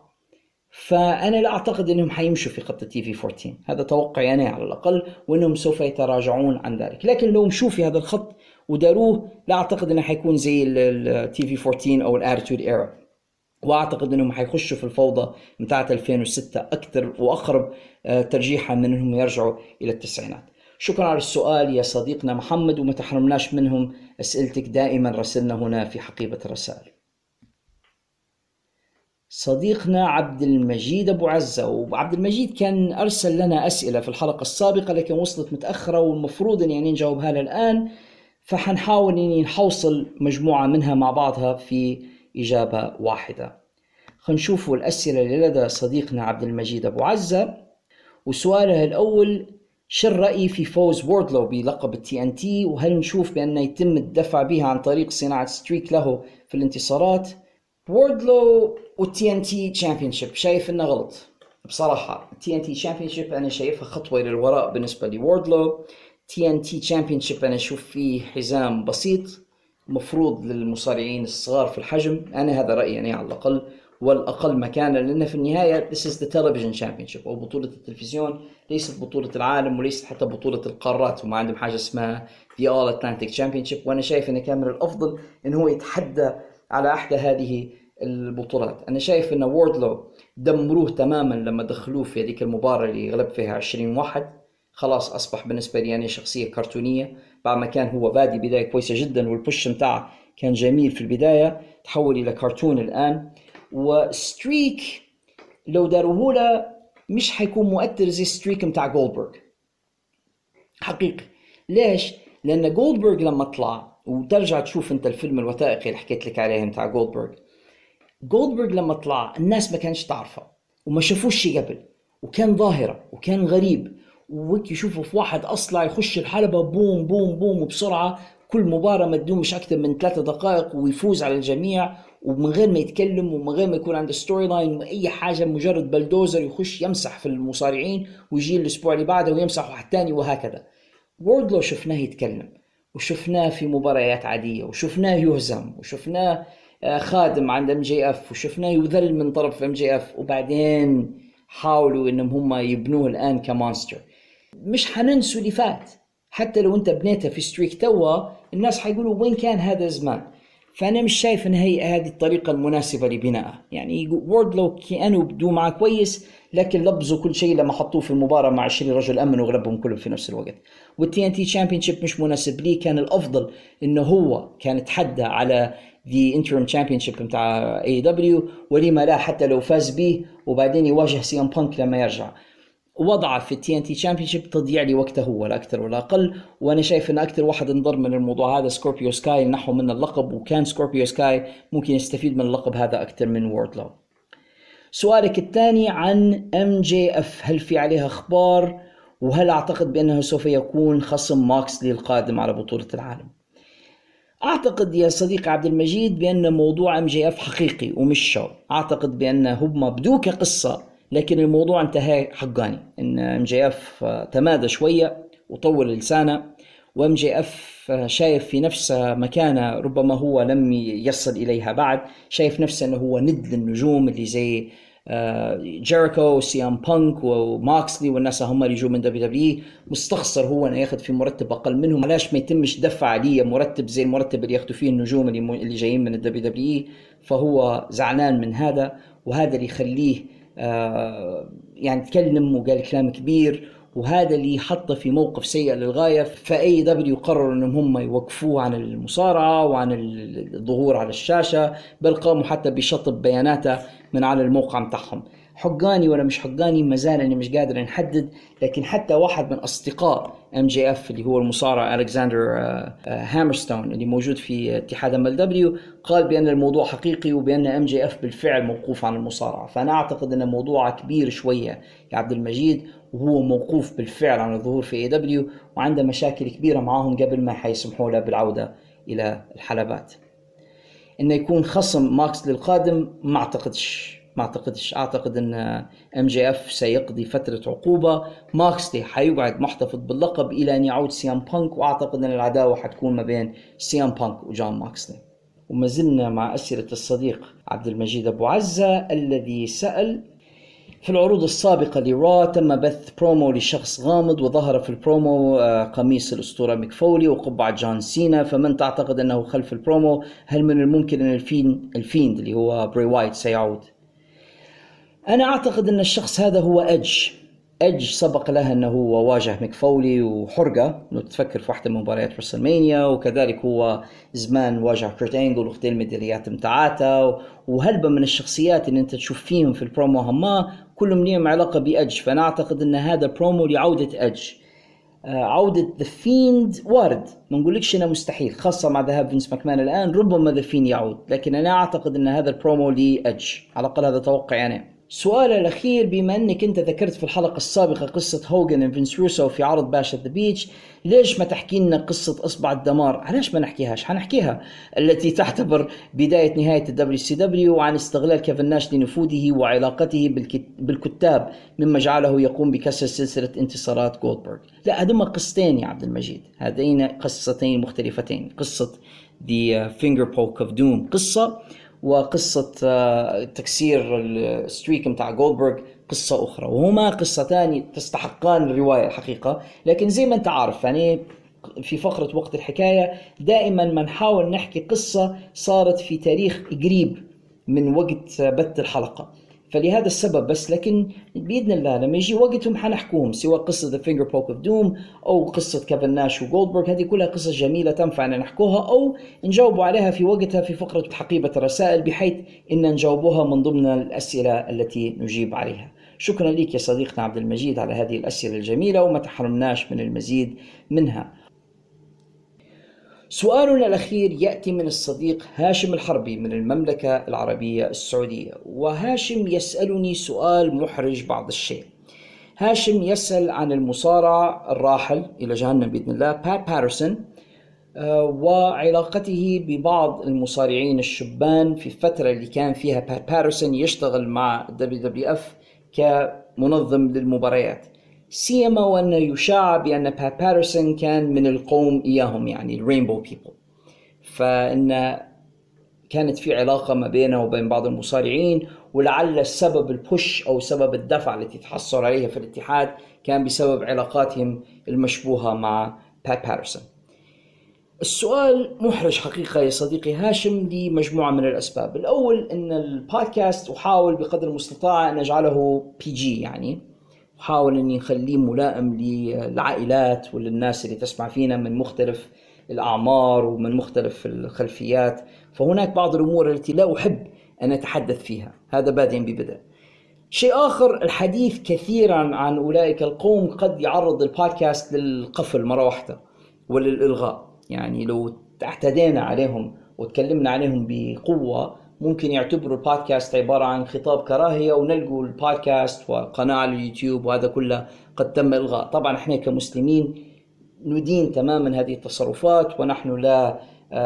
فأنا لا أعتقد أنهم حيمشوا في خط TV 14، هذا توقعي أنا على الأقل، وأنهم سوف يتراجعون عن ذلك. لكن لو مشوا في هذا الخط وداروه لا أعتقد أنه حيكون زي TV 14 أو الاتيتود إيرا، وأعتقد أنهم حيخشوا في الفوضى متاعت 2006 أكثر وأقرب ترجيحا من أنهم يرجعوا إلى التسعينات. شكرا على السؤال يا صديقنا محمد، وما تحرمناش منهم أسئلتك دائما، راسلنا هنا في حقيبة الرسائل. صديقنا عبد المجيد أبو عزة. وعبد المجيد كان أرسل لنا أسئلة في الحلقة السابقة لكن وصلت متأخرة والمفروض أن نجاوبها الآن، فحنحاول أن نحوصل مجموعة منها مع بعضها في إجابة واحدة. خلينا نشوف الأسئلة اللي لدى صديقنا عبد المجيد أبو عزة. وسؤاله الأول: شو الرأي في فوز ووردلو بلقب TNT، وهل نشوف بأنه يتم الدفع به عن طريق صناعة ستريك له في الانتصارات؟ ووردلو والTNT Championship شايف إنه غلط بصراحة. TNT Championship أنا شايفها خطوة إلى الوراء بالنسبة لووردلو. TNT Championship أنا أشوف فيه حزام بسيط مفروض للمصارعين الصغار في الحجم، أنا هذا رأيي يعني على الأقل والأقل مكانة، لأن في النهاية this is the television championship أو بطولة التلفزيون، ليست بطولة العالم وليست حتى بطولة القارات، وما عندهم حاجة اسمها the All Atlantic Championship. وأنا شايف إن كان من الأفضل إن هو يتحدى على أحدى هذه البطولات. أنا شايف إن ووردلو دمروه تماما لما دخلوه في هذيك المباراة اللي غلب فيها 20-1. خلاص أصبح بالنسبة لي يعني شخصية كرتونية، بعد ما كان هو بادي بداية كويسة جدا والبوش متاعه كان جميل في البداية، تحول إلى كرتون الآن. وستريك لو داروه له مش حيكون مؤثر زي ستريك متاع جولدبرغ حقيقي. ليش؟ لأن جولدبرغ لما طلع، وترجع تشوف انت الفيلم الوثائقي اللي حكيت لك عليه متاع جولدبرغ لما طلع الناس ما كانش تعرفه وما شافوش شيء قبل، وكان ظاهرة وكان غريب، ووك يشوفوا في واحد أصلع يخش الحلبة بوم بوم بوم وبسرعة، كل مباراة ما تدوم مش أكثر من 3 دقائق ويفوز على الجميع ومن غير ما يتكلم ومن غير ما يكون عنده ستوري لاين وأي حاجة، مجرد بلدوزر يخش يمسح في المصارعين ويجي الأسبوع اللي بعده ويمسح واحد تاني وهكذا. ووردلو شفناه يتكلم وشفناه في مباريات عادية وشفناه يهزم وشفناه خادم عند MJF وشفناه يذل من طرف MJF، وبعدين حاولوا إنهم هم يبنوه الآن كمونستر. مش حننسوا اللي فات، حتى لو انت بنيتها في ستريك توا الناس حيقولوا وين كان هذا الزمان. فأنا مش شايف إن هذه الطريقة المناسبة لبنائها. يعني ووردلو كانوا بدوا معه كويس لكن لبزوا كل شيء لما حطوه في المباراة مع 20 رجل أمن وغلبهم كلهم في نفس الوقت. والTNT Championship مش مناسب ليه، كان الأفضل إنه هو كان يتحدى على the interim championship متاع AEW، ولما لا حتى لو فاز به وبعدين يواجه CM Punk لما يرجع. وضعه في TNT Championship تضيع لي وقته هو لا أكثر ولا أقل. وأنا شايف إن أكثر واحد انضر من الموضوع هذا سكوربيو سكاي، نحو من اللقب، وكان سكوربيو سكاي ممكن يستفيد من اللقب هذا أكثر من ووردلو. سؤالك الثاني عن MJF، هل في عليها أخبار؟ وهل أعتقد بأنه سوف يكون خصم ماكسلي القادم على بطولة العالم؟ أعتقد يا صديقي عبد المجيد بأن موضوع MJF حقيقي ومش شو. أعتقد بأن هم بدوا كقصة لكن الموضوع انتهى حقاني، ان MJF تمادى شوية وطول لسانه، وMJF شايف في نفسه مكانه ربما هو لم يصل إليها بعد، شايف نفسه أنه هو ند للنجوم اللي زي جيريكو وسيام بانك وماكسلي والناس هم اللي يجوا من WWE. مستخسر هو أنه ياخد في مرتب أقل منهم، علاش ما يتمش دفع عليه مرتب زي المرتب اللي ياخدوا فيه النجوم اللي جايين من WWE. فهو زعلان من هذا، وهذا اللي يخليه يعني تكلم وقال كلام كبير، وهذا اللي حطه في موقف سيء للغاية. فAEW قرروا أنهم هم يوقفوه عن المصارعة وعن الظهور على الشاشة، بل قاموا حتى بشطب بياناته من على الموقع متاعهم. حقاني ولا مش حقاني مازال أني مش قادر نحدد، لكن حتى واحد من أصدقاء MJF اللي هو المصارع ألكسندر هامرستون اللي موجود في اتحاد MLW قال بأن الموضوع حقيقي وبأن MJF بالفعل موقوف عن المصارعة. فأنا أعتقد أن موضوع كبير شوية يا عبد المجيد، وهو موقوف بالفعل عن الظهور في AEW وعنده مشاكل كبيرة معهم قبل ما حيسمحوا له بالعودة إلى الحلبات. إنه يكون خصم ماكس للقادم ما أعتقدش. أعتقد أن MJF سيقضي فترة عقوبة، ماكسلي حيقعد محتفظ باللقب إلى أن يعود سيام بانك، وأعتقد أن العداوة حتكون ما بين سيام بانك وجون ماكسلي. وما زلنا مع أسئلة الصديق عبد المجيد أبو عزة الذي سأل: في العروض السابقة لرا تم بث برومو لشخص غامض، وظهر في البرومو قميص الأسطورة ميك فولي وقبعة جون سينا، فمن تعتقد أنه خلف البرومو؟ هل من الممكن أن الفيند اللي هو بري وايت سيعود؟ أنا أعتقد أن الشخص هذا هو إدج، إدج سبق له أنه هو واجه ميك فولي وحرقة، لو تفكر في واحدة من مباريات رسلمانيا، وكذلك هو زمان واجه كورت أنجل وخذ الميداليات متاعته، وهلبة من الشخصيات اللي أنت تشوف فيهم في البرومو هما كلهم ليهم علاقة بإدج. فأنا أعتقد أن هذا برومو لعودة إدج. عودة ذا فيند وارد، ما نقولكش أنه مستحيل، خاصة مع ذهاب فينس ماكمان الآن ربما ذا فيند يعود، لكن أنا أعتقد أن هذا البرومو لإدج، على الأقل هذا توقعي أنا. سؤال الأخير، بما أنك أنت ذكرت في الحلقة السابقة قصة هوغن وفينس روسو في عرض باش ذا بيتش، ليش ما تحكي لنا قصة إصبع الدمار؟ علاش ما نحكيهاش؟ حنحكيها، التي تعتبر بداية نهاية WCW، وعن استغلال كيفن ناش لنفوذه وعلاقته بالكتاب مما جعله يقوم بكسر سلسلة انتصارات جولدبرغ. لا، هذوما قصتين يا عبد المجيد، هذين قصتين مختلفتين. قصة The Finger Poke of Doom قصة، وقصة تكسير الستريك متاع جولدبرغ قصة أخرى، وهما قصتان تستحقان الرواية الحقيقة. لكن زي ما أنت عارف يعني في فقرة وقت الحكاية دائما ما نحاول نحكي قصة صارت في تاريخ قريب من وقت بث الحلقة، فلهذا السبب بس. لكن بإذن الله لما يجي وقتهم حنحكوهم، سواء قصة The Finger Poke of Doom أو قصة كيفن ناش وجولدبرغ، هذه كلها قصص جميلة تنفع أن نحكوها أو نجاوبوا عليها في وقتها في فقرة حقيبة الرسائل، بحيث أن نجاوبوها من ضمن الأسئلة التي نجيب عليها. شكرا لك يا صديقنا عبد المجيد على هذه الأسئلة الجميلة، وما تحرمناش من المزيد منها. سؤالنا الأخير يأتي من الصديق هاشم الحربي من المملكة العربية السعودية، وهاشم يسألني سؤال محرج بعض الشيء. هاشم يسأل عن المصارع الراحل إلى جهنم بإذن الله بات باترسون، وعلاقته ببعض المصارعين الشبان في الفترة اللي كان فيها بات باترسون يشتغل مع WWF كمنظم للمباريات، سيما وأنه يشاع بأن بات باترسون كان من القوم إياهم، يعني الرينبو بيبل، فإن كانت في علاقة ما بينه وبين بعض المصارعين، ولعل السبب البوش أو سبب الدفع التي تحصل عليها في الاتحاد كان بسبب علاقاتهم المشبوهة مع بات باترسون. السؤال محرج حقيقة يا صديقي هاشم لمجموعة من الأسباب. الأول أن البودكاست أحاول بقدر المستطاع أن أجعله PG، يعني أحاول أن نخليه ملائم للعائلات وللناس اللي تسمع فينا من مختلف الأعمار ومن مختلف الخلفيات، فهناك بعض الأمور التي لا أحب أن أتحدث فيها، هذا بادئ ببدء. شيء آخر، الحديث كثيرا عن أولئك القوم قد يعرض البودكاست للقفل مرة واحدة وللإلغاء، يعني لو اعتدينا عليهم وتكلمنا عليهم بقوة ممكن يعتبروا البودكاست عبارة عن خطاب كراهية، ونلقوا البودكاست وقناة على اليوتيوب وهذا كله قد تم إلغاء. طبعا احنا كمسلمين ندين تماما هذه التصرفات، ونحن لا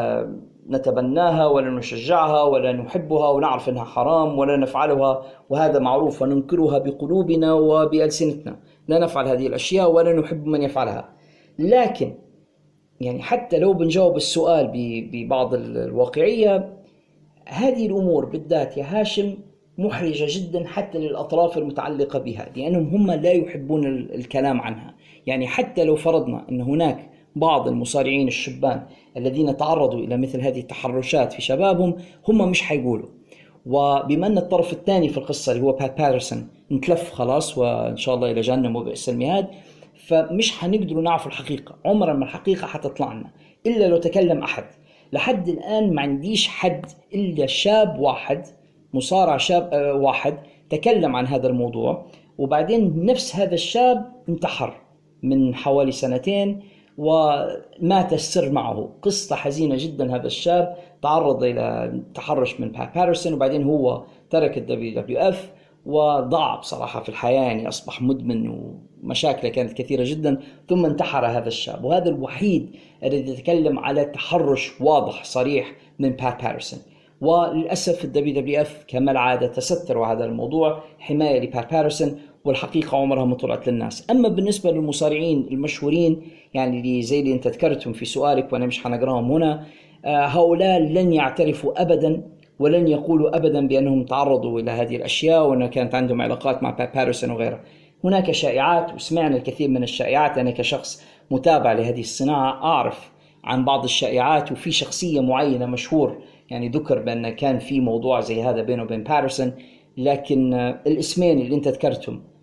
نتبناها ولا نشجعها ولا نحبها، ونعرف أنها حرام ولا نفعلها، وهذا معروف، وننكرها بقلوبنا وبألسنتنا، لا نفعل هذه الأشياء ولا نحب من يفعلها. لكن يعني حتى لو بنجاوب السؤال ببعض الواقعية، هذه الأمور بالذات يا هاشم محرجة جدا حتى للأطراف المتعلقة بها، لأنهم هم لا يحبون الكلام عنها. يعني حتى لو فرضنا أن هناك بعض المصارعين الشبان الذين تعرضوا إلى مثل هذه التحرشات في شبابهم، هم مش حيقولوا. وبما أن الطرف الثاني في القصة اللي هو بات باترسون نتلف خلاص وإن شاء الله إلى جهنم وبئس المهاد، فمش حنقدروا نعرف الحقيقة، عمرا ما الحقيقة حتطلع لنا إلا لو تكلم أحد. لحد الآن ما عنديش حد إلا شاب واحد، مصارع شاب واحد تكلم عن هذا الموضوع، وبعدين نفس هذا الشاب انتحر من حوالي 2 ومات السر معه. قصة حزينة جدا، هذا الشاب تعرض إلى تحرش من بات باترسون، وبعدين هو ترك WWF وضاع بصراحة في الحياة، يعني أصبح مدمن ومشاكله كانت كثيرة جدا، ثم انتحر هذا الشاب. وهذا الوحيد الذي يتكلم على تحرش واضح صريح من بات باترسون. وللأسف WWF كما العادة تستروا هذا الموضوع حماية لبات باترسون، والحقيقة عمرها ما طلعت للناس. أما بالنسبة للمصارعين المشهورين يعني اللي زي اللي أنت ذكرتهم في سؤالك وأنا مش حنقراهم هنا، هؤلاء لن يعترفوا أبدا ولن يقولوا أبدا بأنهم تعرضوا إلى هذه الأشياء وأن كانت عندهم علاقات مع بات باترسون وغيره. هناك شائعات وسمعنا الكثير من الشائعات، أنا كشخص متابع لهذه الصناعة أعرف عن بعض الشائعات، وفي شخصية معينة مشهور يعني ذكر بأن كان في موضوع زي هذا بينه وبين باترسون، لكن الاسمين اللي أنت ذكرتهم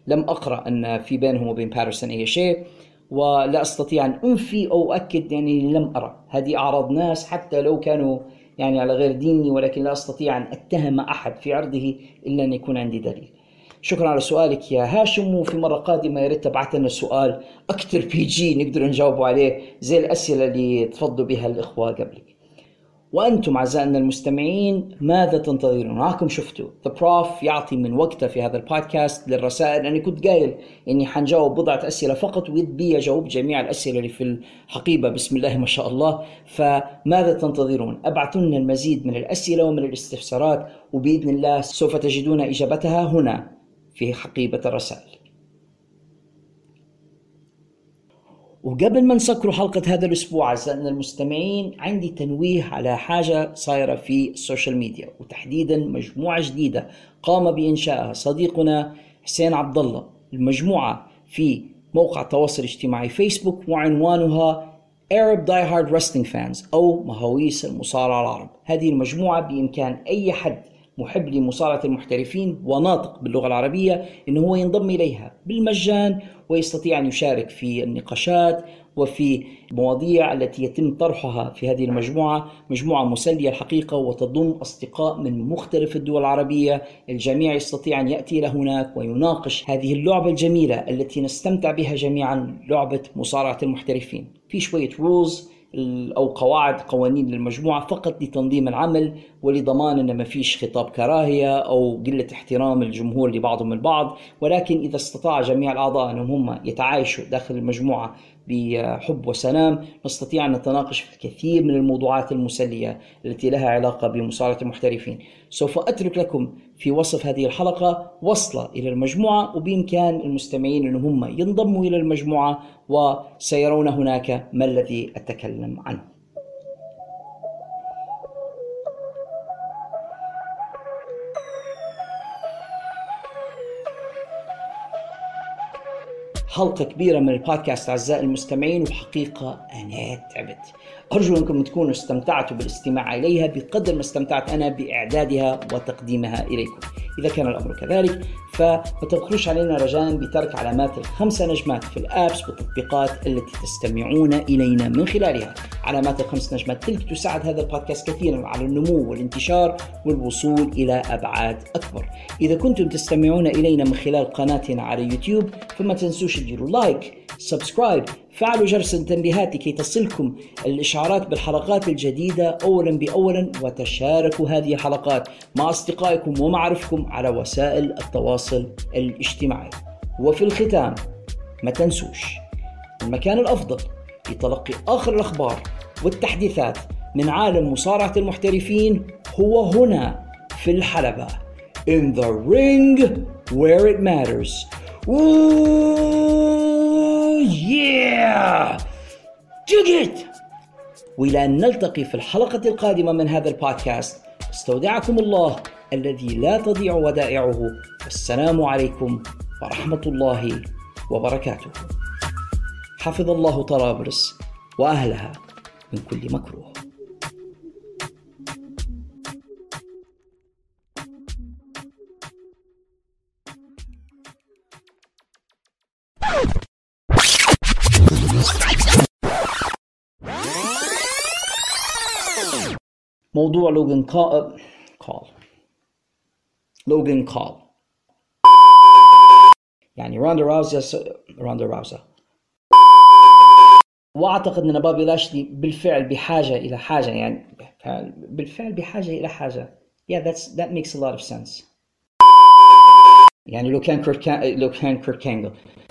لم أقرأ أن في بينهم وبين باترسون أي شيء، ولا أستطيع أن أنفي أو أكد يعني لم أرى. هذه أعراض ناس حتى لو كانوا يعني على غير ديني، ولكن لا أستطيع أن أتهم أحد في عرضه إلا أن يكون عندي دليل. شكرا على سؤالك يا هاشم، وفي مرة قادمة يا ريت تبعت لنا سؤال أكثر PG نقدر نجاوبه عليه زي الأسئلة اللي تفضلوا بها الإخوة قبلك. وأنتم أعزائنا المستمعين ماذا تنتظرون؟ معكم شفتوا The Prof يعطي من وقته في هذا البودكاست للرسائل. أنا كنت قايل إني حنجاوب بضعة أسئلة فقط ويدبي أجاوب جميع الأسئلة اللي في الحقيبة بسم الله ما شاء الله. فماذا تنتظرون؟ أبعثوا لنا المزيد من الأسئلة ومن الاستفسارات، وبإذن الله سوف تجدون إجابتها هنا في حقيبة الرسائل. وقبل ما نسكر حلقة هذا الأسبوع أعزائنا المستمعين، عندي تنويه على حاجة صايرة في السوشيال ميديا، وتحديدا مجموعة جديدة قام بإنشائها صديقنا حسين عبد الله. المجموعة في موقع التواصل الاجتماعي فيسبوك، وعنوانها Arab Die Hard Wrestling Fans أو مهاويس المصارعة العرب. هذه المجموعة بإمكان أي حد محب لمصارعة المحترفين وناطق باللغة العربية إنه هو ينضم إليها بالمجان، ويستطيع أن يشارك في النقاشات وفي المواضيع التي يتم طرحها في هذه المجموعة. مجموعة مسلية الحقيقة، وتضم أصدقاء من مختلف الدول العربية. الجميع يستطيع أن يأتي إلى هناك ويناقش هذه اللعبة الجميلة التي نستمتع بها جميعا، لعبة مصارعة المحترفين. في شوية رولز أو قوانين للمجموعة فقط لتنظيم العمل ولضمان أن ما فيش خطاب كراهية أو قلة احترام الجمهور لبعضهم البعض، ولكن إذا استطاع جميع الأعضاء أنهم هم يتعايشوا داخل المجموعة بحب وسلام، نستطيع أن نتناقش في الكثير من الموضوعات المسلية التي لها علاقة بمصارعة المحترفين. سوف أترك لكم في وصف هذه الحلقة وصلة إلى المجموعة، وبإمكان المستمعين أن هم ينضموا إلى المجموعة وسيرون هناك ما الذي أتكلم عنه. حلقة كبيرة من البودكاست أعزائي المستمعين، وحقيقة أنا تعبت. أرجو أنكم تكونوا استمتعتوا بالاستماع إليها بقدر ما استمتعت أنا بإعدادها وتقديمها إليكم. إذا كان الأمر كذلك فما تبخلوش علينا رجاء بترك علامات ال5 نجمات في الآبس والتطبيقات التي تستمعون إلينا من خلالها. علامات ال5 نجمات تلك تساعد هذا البودكاست كثيرا على النمو والانتشار والوصول إلى أبعاد أكبر. إذا كنتم تستمعون إلينا من خلال قناتنا على يوتيوب فما تنسوش تديروا لايك، سبسكرايب، فعلوا جرس التنبيهات لكي تصلكم الإشعارات بالحلقات الجديدة أولا بأولا، وتشاركوا هذه الحلقات مع أصدقائكم ومعارفكم على وسائل التواصل الاجتماعي. وفي الختام ما تنسوش المكان الأفضل لتلقي آخر الأخبار والتحديثات من عالم مصارعة المحترفين هو هنا في الحلبة. In the ring where it matters. Ooh, yeah! Dig it! وإلى أن نلتقي في الحلقة القادمة من هذا البودكاست، استودعكم الله الذي لا تضيع ودائعه، والسلام عليكم ورحمة الله وبركاته. حفظ الله طرابلس وأهلها من كل مكروه. موضوع لوغان كول يعني روندا راوزا. واعتقد ان بابي لاشلي بالفعل بحاجه الى حاجه، يعني بالفعل بحاجه الى حاجه. that makes a lot of sense. يعني لو كان كورت كانجل